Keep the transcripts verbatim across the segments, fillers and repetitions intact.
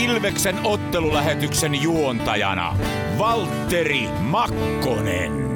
Ilveksen ottelulähetyksen juontajana Valtteri Makkonen.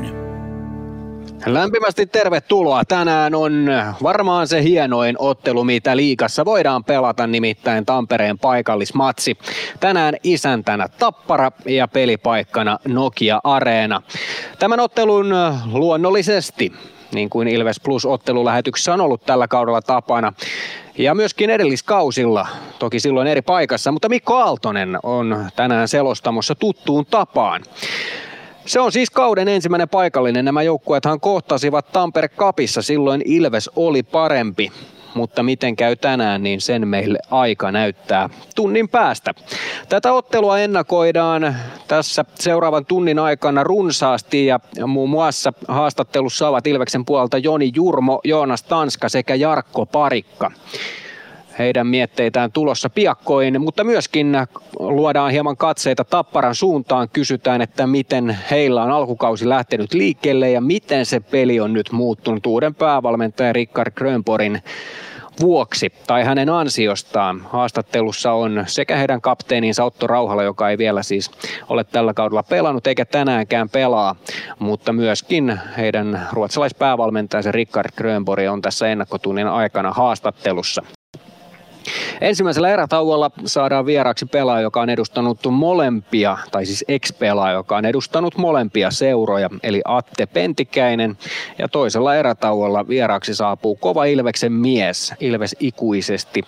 Lämpimästi tervetuloa. Tänään on varmaan se hienoin ottelu, mitä liigassa voidaan pelata, nimittäin Tampereen paikallismatsi. Tänään isäntänä Tappara ja pelipaikkana Nokia Areena. Tämän ottelun luonnollisesti, niin kuin Ilves Plus-ottelulähetyksessä on ollut tällä kaudella tapana, ja myöskin edelliskausilla, toki silloin eri paikassa, mutta Mikko Aaltonen on tänään selostamossa tuttuun tapaan. Se on siis kauden ensimmäinen paikallinen. Nämä joukkueethan kohtasivat Tampere Cupissa, silloin Ilves oli parempi. Mutta miten käy tänään, niin sen meille aika näyttää tunnin päästä. Tätä ottelua ennakoidaan tässä seuraavan tunnin aikana runsaasti ja muun muassa haastattelussa ovat Ilveksen puolelta Joni Jurmo, Joonas Tanska sekä Jarkko Parikka. Heidän mietteitään tulossa piakkoin, mutta myöskin luodaan hieman katseita Tapparan suuntaan. Kysytään, että miten heillä on alkukausi lähtenyt liikkeelle ja miten se peli on nyt muuttunut uuden päävalmentajan Rickard Grönborgin vuoksi tai hänen ansiostaan. Haastattelussa on sekä heidän kapteeninsa Otto Rauhala, joka ei vielä siis ole tällä kaudella pelannut eikä tänäänkään pelaa, mutta myöskin heidän ruotsalaispäävalmentajansa Rickard Grönborg on tässä ennakkotunnin aikana haastattelussa. Ensimmäisellä erätauolla saadaan vieraaksi pelaaja, joka on edustanut molempia, tai siis ex-pelaaja, joka on edustanut molempia seuroja, eli Atte Pentikäinen. Ja toisella erätauolla vieraaksi saapuu kova Ilveksen mies, Ilves ikuisesti,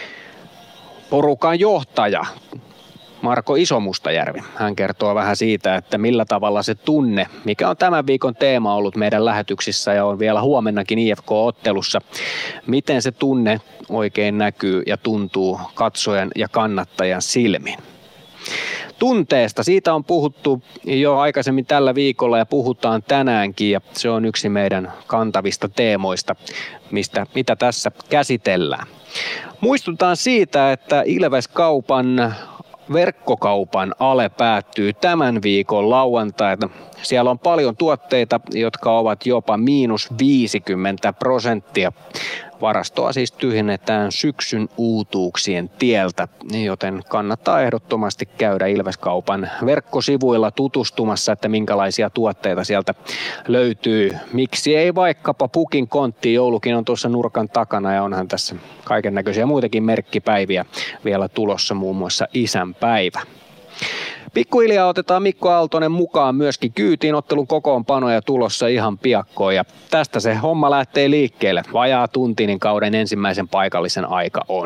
porukan johtaja Marko Iso-Mustajärvi. Hän kertoo vähän siitä, että millä tavalla se tunne, mikä on tämän viikon teema ollut meidän lähetyksissä ja on vielä huomennakin I F K-ottelussa, miten se tunne oikein näkyy ja tuntuu katsojan ja kannattajan silmin. Tunteesta, siitä on puhuttu jo aikaisemmin tällä viikolla ja puhutaan tänäänkin ja se on yksi meidän kantavista teemoista, mistä, mitä tässä käsitellään. Muistutaan siitä, että Ilves-kaupan verkkokaupan ale päättyy tämän viikon lauantaina. Siellä on paljon tuotteita, jotka ovat jopa miinus viisikymmentä prosenttia. Varastoa siis tyhjennetään syksyn uutuuksien tieltä, joten kannattaa ehdottomasti käydä Ilves-kaupan verkkosivuilla tutustumassa, että minkälaisia tuotteita sieltä löytyy. Miksi ei vaikkapa Pukin kontti, joulukin on tuossa nurkan takana ja onhan tässä kaiken näköisiä muitakin merkkipäiviä vielä tulossa, muun muassa isänpäivä. Pikkuhiljaa otetaan Mikko Aaltonen mukaan myöskin kyytiin, ottelun kokoonpanoja tulossa ihan piakkoon ja tästä se homma lähtee liikkeelle. Vajaa tunti, niin kauden ensimmäisen paikallisen aika on.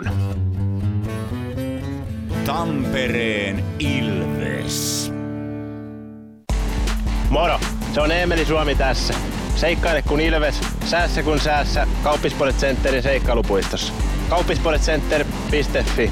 Tampereen Ilves. Moro, se on Eemeli Suomi tässä. Seikkaile kun Ilves, säässä kun säässä. Kauppisports Centerin seikkailupuistossa. kauppisports center piste fi.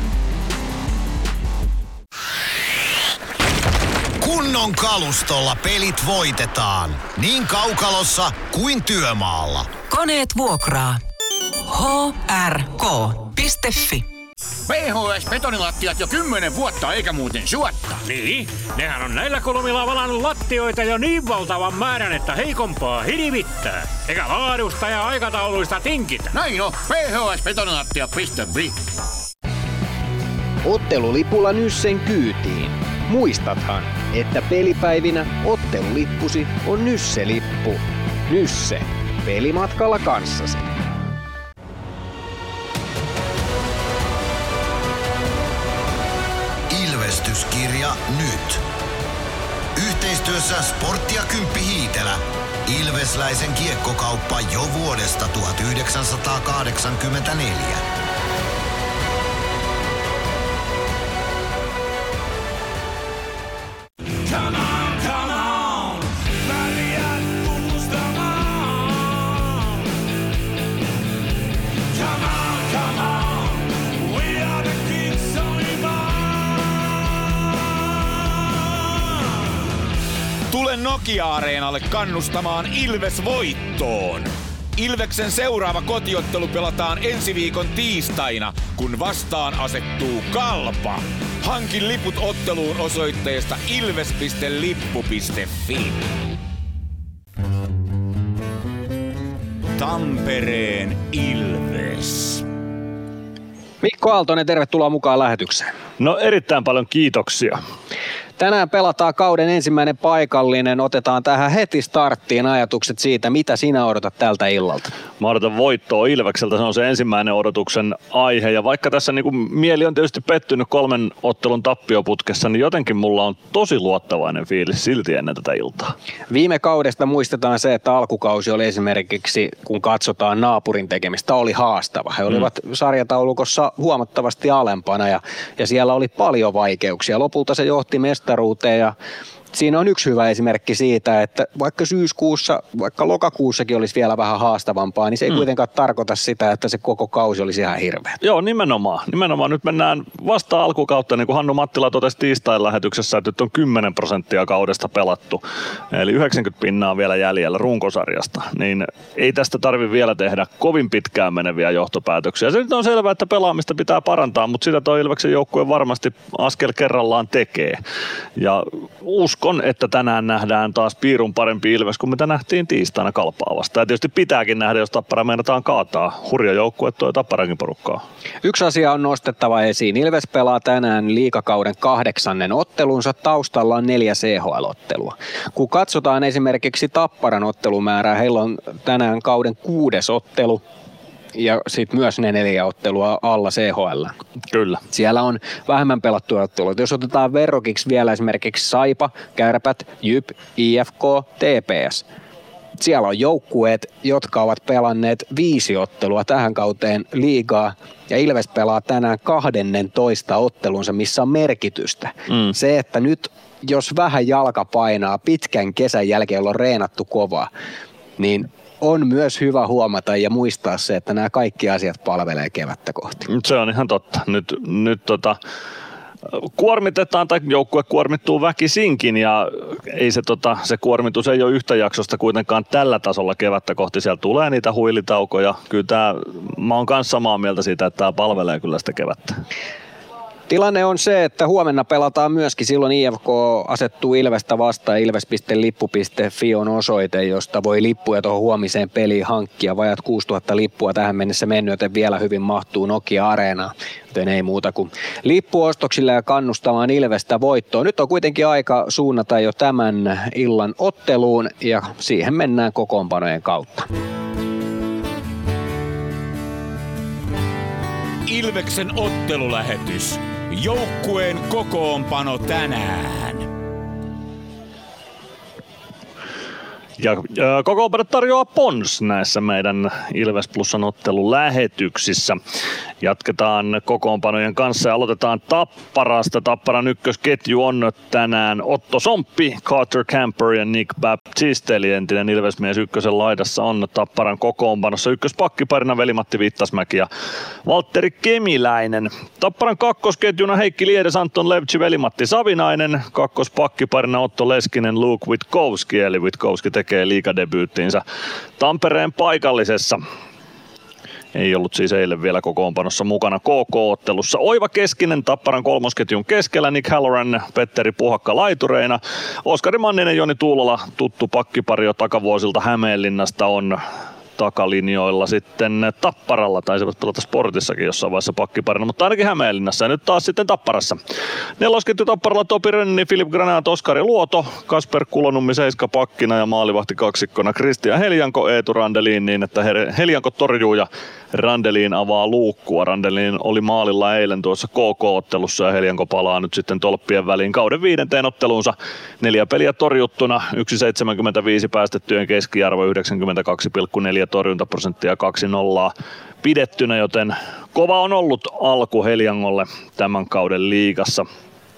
Kunnon kalustolla pelit voitetaan. Niin kaukalossa kuin työmaalla. Koneet vuokraa. h r k piste f i. P H S-betonilattiat jo kymmenen vuotta eikä muuten suotta. Niin, nehän on näillä kolmilla valannut lattioita jo niin valtavan määrän, että heikompaa hirvittää. Eikä laadusta ja aikatauluista tinkitä. Näin on, p h s betonilattia piste f i. Ottelulipulla Nyssen kyytiin. Muistathan, että pelipäivinä ottelulippusi on Nysse-lippu. Nysse. Pelimatkalla kanssasi. Ilvestyskirja nyt. Yhteistyössä Sportti ja Kymppi Hiitelä. Ilvesläisen kiekkokauppa jo vuodesta tuhatyhdeksänsataakahdeksankymmentäneljä. Tule Nokia-areenalle kannustamaan Ilves voittoon. Ilveksen seuraava kotiottelu pelataan ensi viikon tiistaina, kun vastaan asettuu Kalpa. Hankin liput otteluun osoitteesta ilves piste lippu piste fi. Tampereen Ilves. Mikko Aaltonen, tervetuloa mukaan lähetykseen. No erittäin paljon kiitoksia. Tänään pelataan kauden ensimmäinen paikallinen. Otetaan tähän heti starttiin ajatukset siitä, mitä sinä odotat tältä illalta. Mä odotan voittoa Ilvekseltä, se on se ensimmäinen odotuksen aihe. Ja vaikka tässä niin kuin mieli on tietysti pettynyt kolmen ottelun tappioputkessa, niin jotenkin mulla on tosi luottavainen fiilis silti ennen tätä iltaa. Viime kaudesta muistetaan se, että alkukausi oli esimerkiksi, kun katsotaan naapurin tekemistä, oli haastava. He olivat mm. sarjataulukossa huomattavasti alempana ja, ja siellä oli paljon vaikeuksia. Lopulta se johti mestaruuteen ja siinä on yksi hyvä esimerkki siitä, että vaikka syyskuussa, vaikka lokakuussakin olisi vielä vähän haastavampaa, niin se ei mm. kuitenkaan tarkoita sitä, että se koko kausi olisi ihan hirveä. Joo, nimenomaan. Nimenomaan. Nyt mennään vasta alkukautta, niin kuin Hannu Mattila totesi tiistain lähetyksessä, että nyt on kymmenen prosenttia kaudesta pelattu. Eli yhdeksänkymmentä pinnaa vielä jäljellä runkosarjasta. Niin ei tästä tarvitse vielä tehdä kovin pitkään meneviä johtopäätöksiä. Se nyt on selvää, että pelaamista pitää parantaa, mutta sitä tuo Ilveksen joukkue varmasti askel kerrallaan tekee. Ja uskon, että tänään nähdään taas piirun parempi Ilves kuin mitä nähtiin tiistaina Kalpaa vastaan. Ja tietysti pitääkin nähdä, jos Tappara meinataan kaataa. Hurja joukkue toi Tapparankin porukkaa. Yksi asia on nostettava esiin. Ilves pelaa tänään liigakauden kahdeksannen ottelunsa. Taustalla on neljä C H L-ottelua. Kun katsotaan esimerkiksi Tapparan ottelumäärää, heillä on tänään kauden kuudes ottelu. Ja sitten myös ne neljä ottelua alla C H L. Kyllä. Siellä on vähemmän pelattuja otteluita. Jos otetaan verrokiksi vielä esimerkiksi Saipa, Kärpät, Jyp, I F K, T P S. Siellä on joukkueet, jotka ovat pelanneet viisi ottelua tähän kauteen liigaa. Ja Ilves pelaa tänään kahdennentoista ottelunsa, missä on merkitystä. Mm. Se, että nyt jos vähän jalka painaa pitkän kesän jälkeen, jolloin on reenattu kovaa, niin on myös hyvä huomata ja muistaa se, että nämä kaikki asiat palvelee kevättä kohti. Se on ihan totta. Nyt, nyt tota, kuormitetaan tai joukkue kuormittuu väkisinkin ja ei se, tota, se kuormitus ei ole yhtä jaksosta kuitenkaan tällä tasolla kevättä kohti. Siellä tulee niitä huilitaukoja. Kyllä tää, mä oon kanssa samaa mieltä siitä, että tämä palvelee kyllä sitä kevättä. Tilanne on se, että huomenna pelataan myöskin, silloin I F K asettuu Ilvestä vastaan. Ilves piste lippu piste fi on osoite, josta voi lippuja tuohon huomiseen peliin hankkia. Vajat kuusituhatta lippua tähän mennessä mennyt, joten vielä hyvin mahtuu Nokia-areenaan. Joten ei muuta kuin lippuostoksille ja kannustamaan Ilvestä voittoon. Nyt on kuitenkin aika suunnata jo tämän illan otteluun ja siihen mennään kokoonpanojen kautta. Ilveksen ottelulähetys. Joukkueen kokoonpano tänään. Ja äh, kokoonpano tarjoaa Pons näissä meidän Ilves Plusan ottelulähetyksissä. Jatketaan kokoonpanojen kanssa ja aloitetaan Tapparasta. Tapparan ykkösketju on tänään Otto Somppi, Carter Camper ja Nick Baptiste, eli entinen Ilvesmies ykkösen laidassa on Tapparan kokoonpanossa. Ykköspakkiparina Veli-Matti Viittasmäki ja Valtteri Kemiläinen. Tapparan kakkosketjuna Heikki Liedes, Anton Levci, Veli-Matti Savinainen. Kakkospakkiparina Otto Leskinen, Luke Witkowski, eli Witkowski tekee liigadebyyttiinsä Tampereen paikallisessa. Ei ollut siis eilen vielä kokoonpanossa mukana K K-ottelussa. Oiva Keskinen Tapparan kolmosketjun keskellä, Nick Halloran, Petteri Puhakka laitureina. Oskari Manninen, Joni Tuulola, tuttu pakkipari jo takavuosilta Hämeenlinnasta on takalinjoilla sitten Tapparalla. Taisivat pelata Sportissakin jossain vaiheessa pakkiparina, mutta ainakin Hämeenlinnassa ja nyt taas sitten Tapparassa. Nelosketju Tapparalla Topi Rönni, Filip Granat, Oskari Luoto, Kasper Kulonummi seiska pakkina ja maalivahti kaksikkona Kristian Helianko, Eetu Randelin niin, että Helianko torjuu ja Randelin avaa luukkua. Randelin oli maalilla eilen tuossa K K-ottelussa ja Helianko palaa nyt sitten tolppien väliin kauden viidenteen otteluunsa. Neljä peliä torjuttuna, yksi pilkku seitsemänkymmentäviisi päästettyjen keskiarvo, yhdeksänkymmentäkaksi pilkku neljä torjuntaprosenttia, kaksi nolla pidettynä, joten kova on ollut alku Heliangolle tämän kauden liigassa.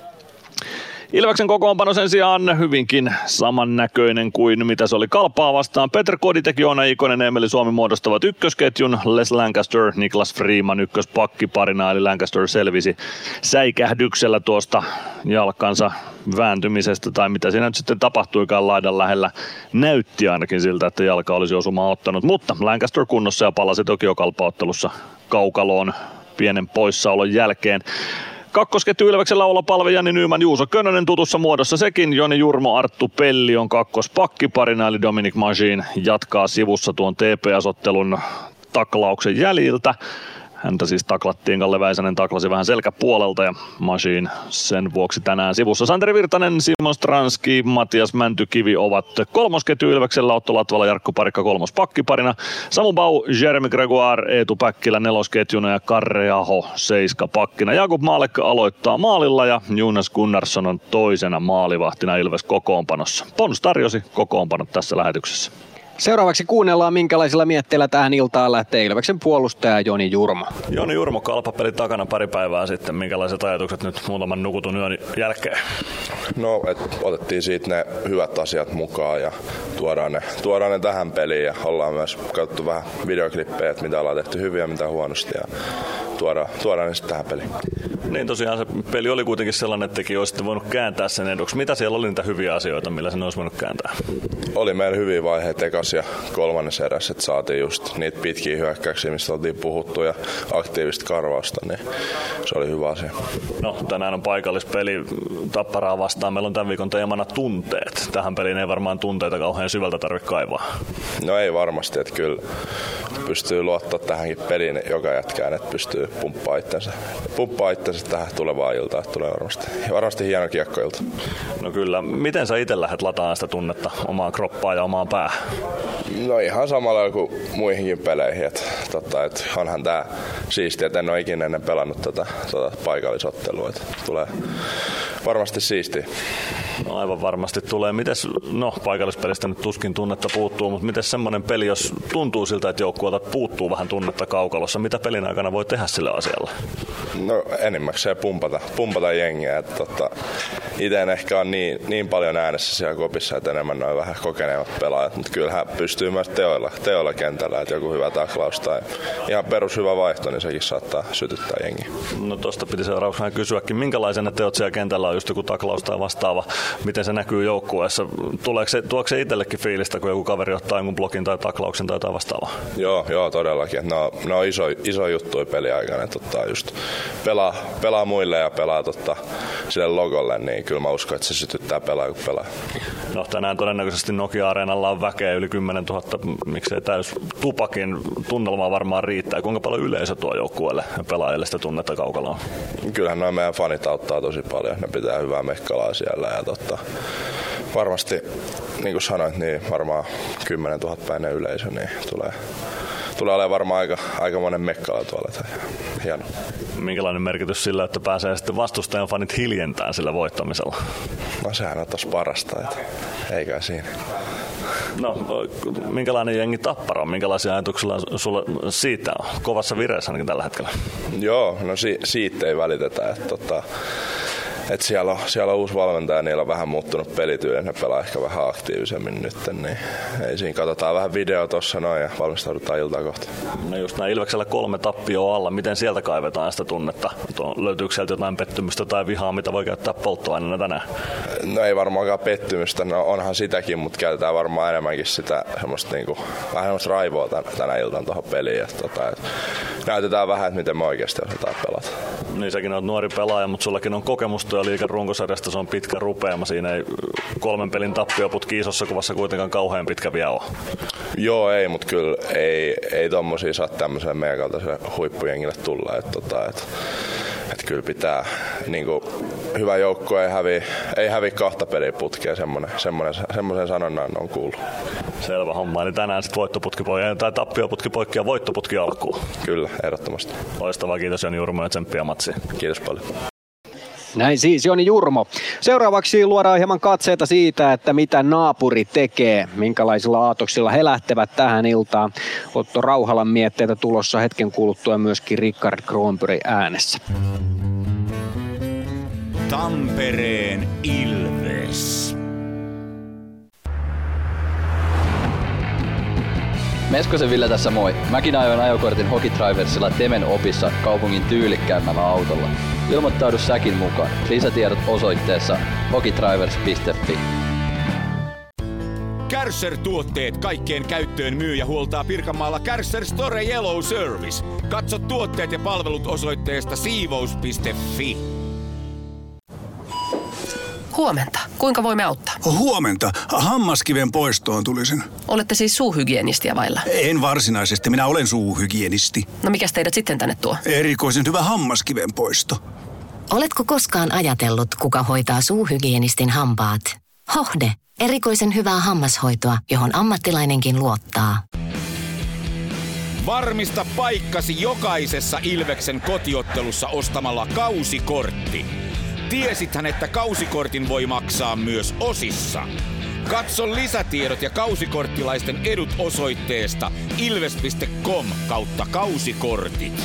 Ilveksen kokoonpano sen sijaan hyvinkin samannäköinen kuin mitä se oli Kalpaa vastaan. Petr Koditek, Joona Ikonen, Emeli Suomi muodostavat ykkösketjun. Les Lancaster, Niklas Freeman ykköspakkiparina, eli Lancaster selvisi säikähdyksellä tuosta jalkansa vääntymisestä tai mitä siinä nyt sitten tapahtuikaan laidan lähellä. Näytti ainakin siltä, että jalka olisi osumaan ottanut, mutta Lancaster kunnossa ja palasi toki jo Kalpa-ottelussa kaukaloon pienen poissaolon jälkeen. Kakkosketju Ilveksellä Oula Palve, Jani Nyman, Juuso Könönen tutussa muodossa sekin. Joni Jurmo, Arttu Pelli on kakkospakkiparina, eli Dominic Magin jatkaa sivussa tuon T P S-ottelun taklauksen jäljiltä. Häntä siis taklattiin, Kalle Väisänen taklasi vähän selkäpuolelta ja Machine sen vuoksi tänään sivussa. Santeri Virtanen, Simon Stranski, Matias Mäntykivi ovat kolmosketju Ilveksellä, Otto Latvala, Jarkko Parikka kolmos pakkiparina. Samu Bau, Jeremy Gregoire, Eetu Päkkilä nelosketjuna ja Karre Aho seiska pakkina. Jakub Maalek aloittaa maalilla ja Jonas Gunnarsson on toisena maalivahtina Ilves kokoonpanossa. Pons tarjosi kokoonpanot tässä lähetyksessä. Seuraavaksi kuunnellaan, minkälaisilla mietteillä tähän iltaan lähtee Ilveksen puolustaja Joni Jurmo. Joni Jurmo, Kalpa-peli takana pari päivää sitten. Minkälaiset ajatukset nyt muutaman nukutun yön jälkeen? No, et otettiin siitä ne hyvät asiat mukaan ja tuodaan ne, tuodaan ne tähän peliin. Ja ollaan myös katsottu vähän videoklippejä, että mitä ollaan tehty hyvin ja mitä huonosti. Ja tuodaan, tuodaan ne sitten tähän peliin. Niin tosiaan se peli oli kuitenkin sellainen, että tekin olisitte voinut kääntää sen eduksi. Mitä siellä oli niitä hyviä asioita, millä sen olisi voinut kääntää? Oli meillä hyviä vaiheita ekas ja kolmannes eräs, että saatiin just niitä pitkiä hyökkäyksiä, mistä oltiin puhuttu ja aktiivista karvausta, niin se oli hyvä asia. No tänään on paikallispeli Tapparaa vastaan. Meillä on tämän viikon teemana tunteet. Tähän peliin ei varmaan tunteita kauhean syvältä tarvitse kaivaa. No ei varmasti, että kyllä pystyy luottaa tähänkin peliin joka jätkään, että pystyy pumppaa itsensä, pumppaa itsensä tähän tulevaan iltaan, että tulee varmasti, varmasti hieno kiekkoilta. No kyllä. Miten sä itse lähdet lataamaan sitä tunnetta omaan kroppaan ja omaan päähän? No ihan samalla kuin muihinkin peleihin, että, totta, että onhan tää siistiä, että en ole ikinä ennen pelannut tätä, tätä paikallisottelua, että tulee varmasti siistiä. No aivan varmasti tulee. Mites, no paikallispelistä nyt tuskin tunnetta puuttuu, mutta miten semmoinen peli, jos tuntuu siltä, että joukkueelta puuttuu vähän tunnetta kaukalossa, mitä pelin aikana voi tehdä sille asialle? No enimmäkseen pumpata, pumpata jengiä, että tota, itse en ehkä ole niin, niin paljon äänessä siellä kopissa, että enemmän noin vähän kokeneemmat pelaajat, mutta kyllähän pystyy myös teoilla, teoilla kentällä, että joku hyvä taklaus tai ihan perus hyvä vaihto, niin sekin saattaa sytyttää jengiä. No tosta piti seuraavaksi vähän kysyäkin, minkälaisena teot siellä kentällä on just joku taklaus tai vastaava, miten se näkyy joukkueessa? Tuleeko se, tuoko se itsellekin fiilistä, kun joku kaveri ottaa jonkun blokin tai taklauksen tai jotain vastaavaa? Joo, joo todellakin. Ne on, ne on iso, iso juttu peliaikana, että ottaa just pelaa, pelaa muille ja pelaa totta, sille logolle, niin kyllä mä uskon, että se sytyttää pelaa kun pelaa. No tänään todennäköisesti Nokia-areenalla on väkeä yli kymmenen tuhatta, miksei täys tupakin tunnelmaa varmaan riittää. Kuinka paljon yleisö tuo joukkueelle ja pelaajille sitä tunnetta kaukaloon? Kyllähän noin meidän fanit auttaa tosi paljon, ne pitää hyvää mekkalaa siellä ja totta, varmasti, niin kuin sanoit, niin varmaan kymmenen tuhatta päinen yleisö, niin tulee, tulee olemaan varmaan aika, aika monen mekkala tuolla. Hieno. Minkälainen merkitys sillä, että pääsee sitten vastustajan fanit hiljentään sillä voittamisella? No sehän on tossa parasta, että eikä siinä. No, minkälainen jengi Tappara on? Minkälaisia ajatuksia sulla siitä on? Kovassa vireessä ainakin tällä hetkellä. Joo, no si- siitä ei välitetä. Että tota, et siellä, on, siellä on uusi valmentaja, niillä on vähän muuttunut pelityyli, ne pelaa ehkä vähän aktiivisemmin nyt, niin ei siinä katsotaan vähän videoa tossa noin ja valmistaudutaan iltaa kohta. No just näin Ilveksellä kolme tappioa alla, miten sieltä kaivetaan sitä tunnetta? Löytyykö sieltä jotain pettymystä tai vihaa, mitä voi käyttää polttoaineena tänään? No ei varmaankaan pettymystä, no onhan sitäkin, mutta käytetään varmaan enemmänkin sitä semmoista niinku, vähän semmoista raivoa tän, tänä iltaan tuohon peliin. Et, tota, et, näytetään vähän, että miten me oikeasti osataan pelata. Niin säkin olet nuori pelaaja, mutta sullakin on kokemusta jo liigan runkosarjasta, se on pitkä rupeama. Siinä ei kolmen pelin tappioputki isossa kuvassa kuitenkaan kauhean pitkä vielä ole. Joo, ei, mutta kyllä ei, ei tommosia saa tämmöiselle meidän kaltaiselle huippujengille tulla. Et, tota, et, et kyllä pitää, niinku, hyvä joukko ei hävi, ei hävi kahta peliä putkea, semmoinen, semmoinen, semmoisen sanonnan on kuullut. Selvä homma, eli tänään sitten voittoputki tai tappioputki poikki ja voittoputki alkuun. Kyllä, ehdottomasti. Loistavaa, kiitos Joni Jurmo ja tsemppiä matsiin. Kiitos paljon. Näin siis Joni Jurmo. Seuraavaksi luodaan hieman katseita siitä, että mitä naapuri tekee, minkälaisilla aatoksilla he lähtevät tähän iltaan. Otto Rauhalan mietteitä tulossa hetken kuluttua myöskin Rickard Kronberg äänessä. Tampereen Ilves. Meskosen Ville tässä moi. Mäkin ajoin ajokortin Hokitriversilla Temen opissa kaupungin tyylikkäämmällä autolla. Ilmoittaudu säkin mukaan. Lisätiedot osoitteessa hokitrivers piste fi. Kärcher-tuotteet kaikkeen käyttöön myy ja huoltaa Pirkanmaalla Kärcher Store Yellow Service. Katso tuotteet ja palvelut osoitteesta siivous piste fi. Huomenta. Kuinka voimme auttaa? Huomenta. Hammaskiven poistoon tulisin. Olette siis suuhygienistiä vailla? En varsinaisesti. Minä olen suuhygienisti. No mikäs teidät sitten tänne tuo? Erikoisen hyvä hammaskiven poisto. Oletko koskaan ajatellut, kuka hoitaa suuhygienistin hampaat? Hohde. Erikoisen hyvää hammashoitoa, johon ammattilainenkin luottaa. Varmista paikkasi jokaisessa Ilveksen kotiottelussa ostamalla kausikortti. Tiesithän, että kausikortin voi maksaa myös osissa. Katso lisätiedot ja kausikorttilaisten edut osoitteesta ilves piste com kautta kausikortit.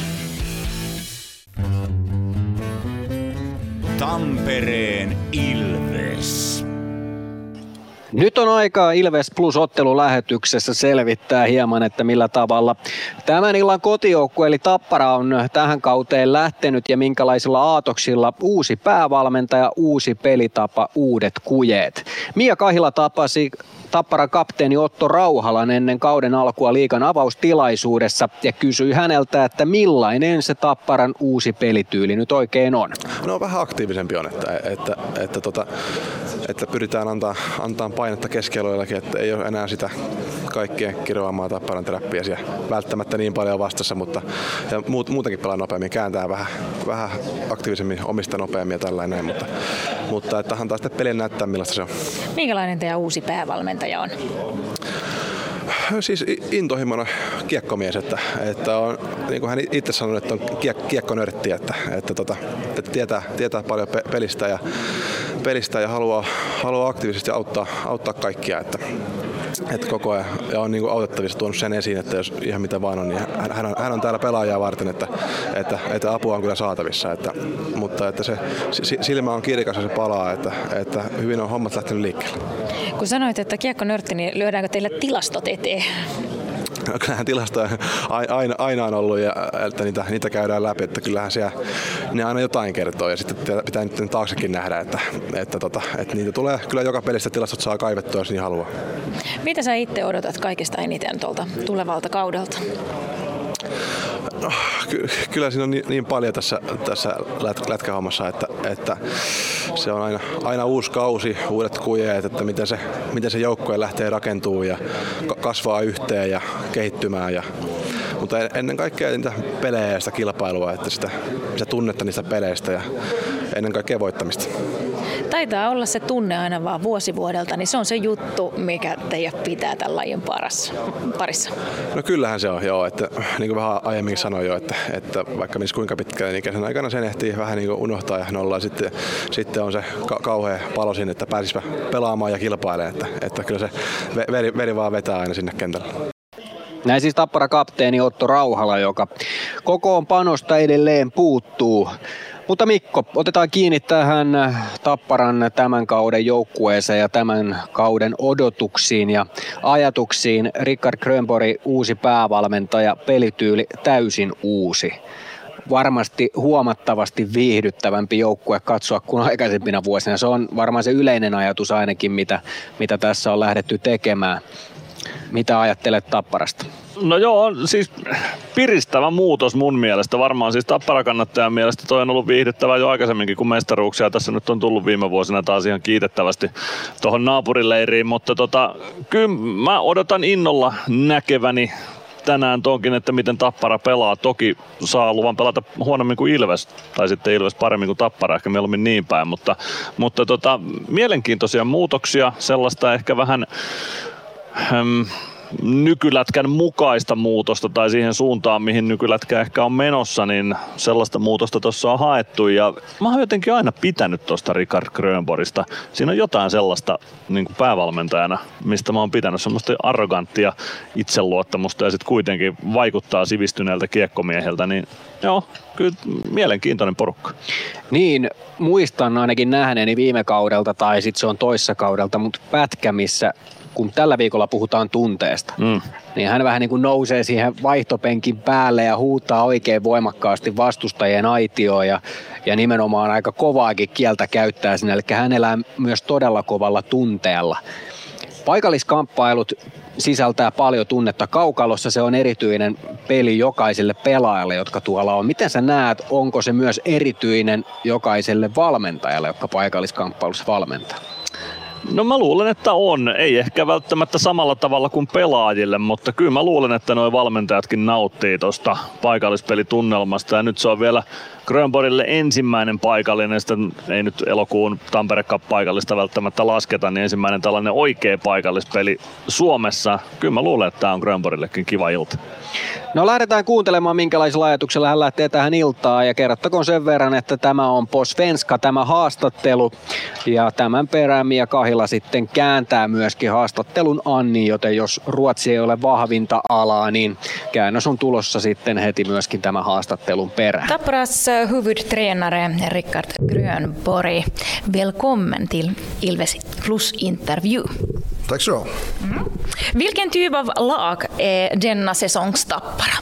Tampereen Ilves. Nyt on aikaa Ilves Plus-ottelulähetyksessä selvittää hieman, että millä tavalla tämän illan kotijoukkue eli Tappara on tähän kauteen lähtenyt ja minkälaisilla aatoksilla uusi päävalmentaja, uusi pelitapa, uudet kujeet. Mia Kahila tapasi Tapparan kapteeni Otto Rauhalan ennen kauden alkua liigan avaustilaisuudessa ja kysyi häneltä, että millainen se Tapparan uusi pelityyli nyt oikein on. No vähän aktiivisempi on, että, että, että, tota, että pyritään antaa, antaa painetta keskialueellakin, että ei ole enää sitä kaikkien kirjoamaa Tapparan teräppiä välttämättä niin paljon vastassa, mutta ja muut, muutenkin pelaa nopeammin, kääntää vähän, vähän aktiivisemmin omista nopeammin ja tällainen, mutta, mutta että antaa sitten pelin näyttää millaista se on. Minkälainen teidän uusi päävalmentaja on? Siis intohimoinen kiekkomies, että, että on, niin kuin hän itse sanoi, että on kiek- kiekkonörtti, että, että, tota, että tietää, tietää paljon pe- pelistä ja, pelistä ja haluaa, haluaa aktiivisesti auttaa, auttaa kaikkia, että, että koko ajan ja on niin kuin autettavissa tuonut sen esiin, että jos ihan mitä vaan on, niin hän on, hän on täällä pelaajaa varten, että, että, että apua on kyllä saatavissa, että, mutta että se silmä on kirkas ja se palaa, että, että hyvin on hommat lähtenyt liikkeelle. Kun sanoit, että kiekkonörtti, niin lyödäänkö teille tilastot eteen? No, kyllähän tilastoja aina, aina on ollut ja että niitä, niitä käydään läpi, että kyllähän siellä ne aina jotain kertoo ja sitten pitää nyt taaksekin nähdä, että, että, tota, että niitä tulee kyllä joka pelistä tilastot saa kaivettua, jos niin haluaa. Mitä sä itse odotat kaikista eniten tuolta tulevalta kaudelta? No, ky- kyllä siinä on niin, niin paljon tässä, tässä lät- lätkähommassa, että, että se on aina, aina uusi kausi, uudet kujeet, että miten se, miten se joukkue lähtee rakentumaan ja kasvaa yhteen ja kehittymään. Ja, mutta ennen kaikkea niitä pelejä ja sitä kilpailua, että sitä, sitä tunnetta niistä peleistä ja ennen kaikkea voittamista. Taitaa olla se tunne aina vaan vuosi vuodelta, niin se on se juttu, mikä teidät pitää tämän lajin parissa. No kyllähän se on, joo. Että, niin kuin vähän aiemmin sanoin jo, että, että vaikka menisi kuinka pitkään, niin ikäisen aikana sen ehtii vähän niin kuin unohtaa ja nollaa. Sitten, sitten on se ka- kauhea palo sinne, että pääsisipä pelaamaan ja kilpailemaan. Että, että kyllä se veri, veri vaan vetää aina sinne kentälle. Näin siis Tappara kapteeni Otto Rauhala, joka kokoonpanosta edelleen puuttuu. Mutta Mikko, otetaan kiinni tähän Tapparan tämän kauden joukkueeseen ja tämän kauden odotuksiin ja ajatuksiin. Rickard Grönborg, uusi päävalmentaja, pelityyli täysin uusi. Varmasti huomattavasti viihdyttävämpi joukkue katsoa kuin aikaisempina vuosina. Se on varmaan se yleinen ajatus ainakin, mitä, mitä tässä on lähdetty tekemään. Mitä ajattelet Tapparasta? No joo, siis piristävä muutos mun mielestä. Varmaan siis Tappara-kannattajan mielestä toi on ollut viihdyttävää jo aikaisemminkin, kun mestaruuksia tässä nyt on tullut viime vuosina taas ihan kiitettävästi tuohon naapurileiriin. Mutta tota, kyllä mä odotan innolla näkeväni tänään tonkin, että miten Tappara pelaa. Toki saa luvan pelata huonommin kuin Ilves, tai sitten Ilves paremmin kuin Tappara, ehkä mieluummin niin päin. Mutta, mutta tota, mielenkiintoisia muutoksia, sellaista ehkä vähän Ähm, nykylätkän mukaista muutosta tai siihen suuntaan, mihin nykylätkä ehkä on menossa, niin sellaista muutosta tuossa on haettu. Ja mä oon jotenkin aina pitänyt tuosta Rickard Grönborgista. Siinä on jotain sellaista niin kuin päävalmentajana, mistä mä oon pitänyt semmoista arroganttia itseluottamusta ja sitten kuitenkin vaikuttaa sivistyneeltä kiekkomieheltä, niin joo, kyllä mielenkiintoinen porukka. Niin, muistan ainakin nähneeni viime kaudelta tai sitten se on toissa kaudelta, mutta pätkä, missä kun tällä viikolla puhutaan tunteesta, mm. niin hän vähän niin kuin nousee siihen vaihtopenkin päälle ja huutaa oikein voimakkaasti vastustajien aitioon ja, ja nimenomaan aika kovaakin kieltä käyttää sinne. Eli hän elää myös todella kovalla tunteella. Paikalliskamppailut sisältää paljon tunnetta kaukalossa. Se on erityinen peli jokaiselle pelaajalle, jotka tuolla on. Miten sä näet, onko se myös erityinen jokaiselle valmentajalle, jotka paikalliskamppailussa valmentaa? No mä luulen, että on. Ei ehkä välttämättä samalla tavalla kuin pelaajille, mutta kyllä mä luulen, että nuo valmentajatkin nauttii tuosta paikallispelitunnelmasta. Ja nyt se on vielä Grönborgille ensimmäinen paikallinen, sitä ei nyt elokuun Tampere Cup paikallista välttämättä lasketa, niin ensimmäinen tällainen oikea paikallispeli Suomessa. Kyllä mä luulen, että tämä on Grönborgillekin kiva ilta. No lähdetään kuuntelemaan, minkälaisella ajatuksella hän lähtee tähän iltaan, ja kerrottakoon sen verran, että tämä on På Svenska tämä haastattelu, ja tämän perään Mia Kahila sitten kääntää myöskin haastattelun Anni, joten jos ruotsi ei ole vahvinta alaa, niin käännös on tulossa sitten heti myöskin tämän haastattelun perään. Tapparas huvudtränare Rickard Grönborg, välkommen till Ilves Plus intervju. Tack så du ha. Mm. Vilken typ av lag är denna säsongs Tappara?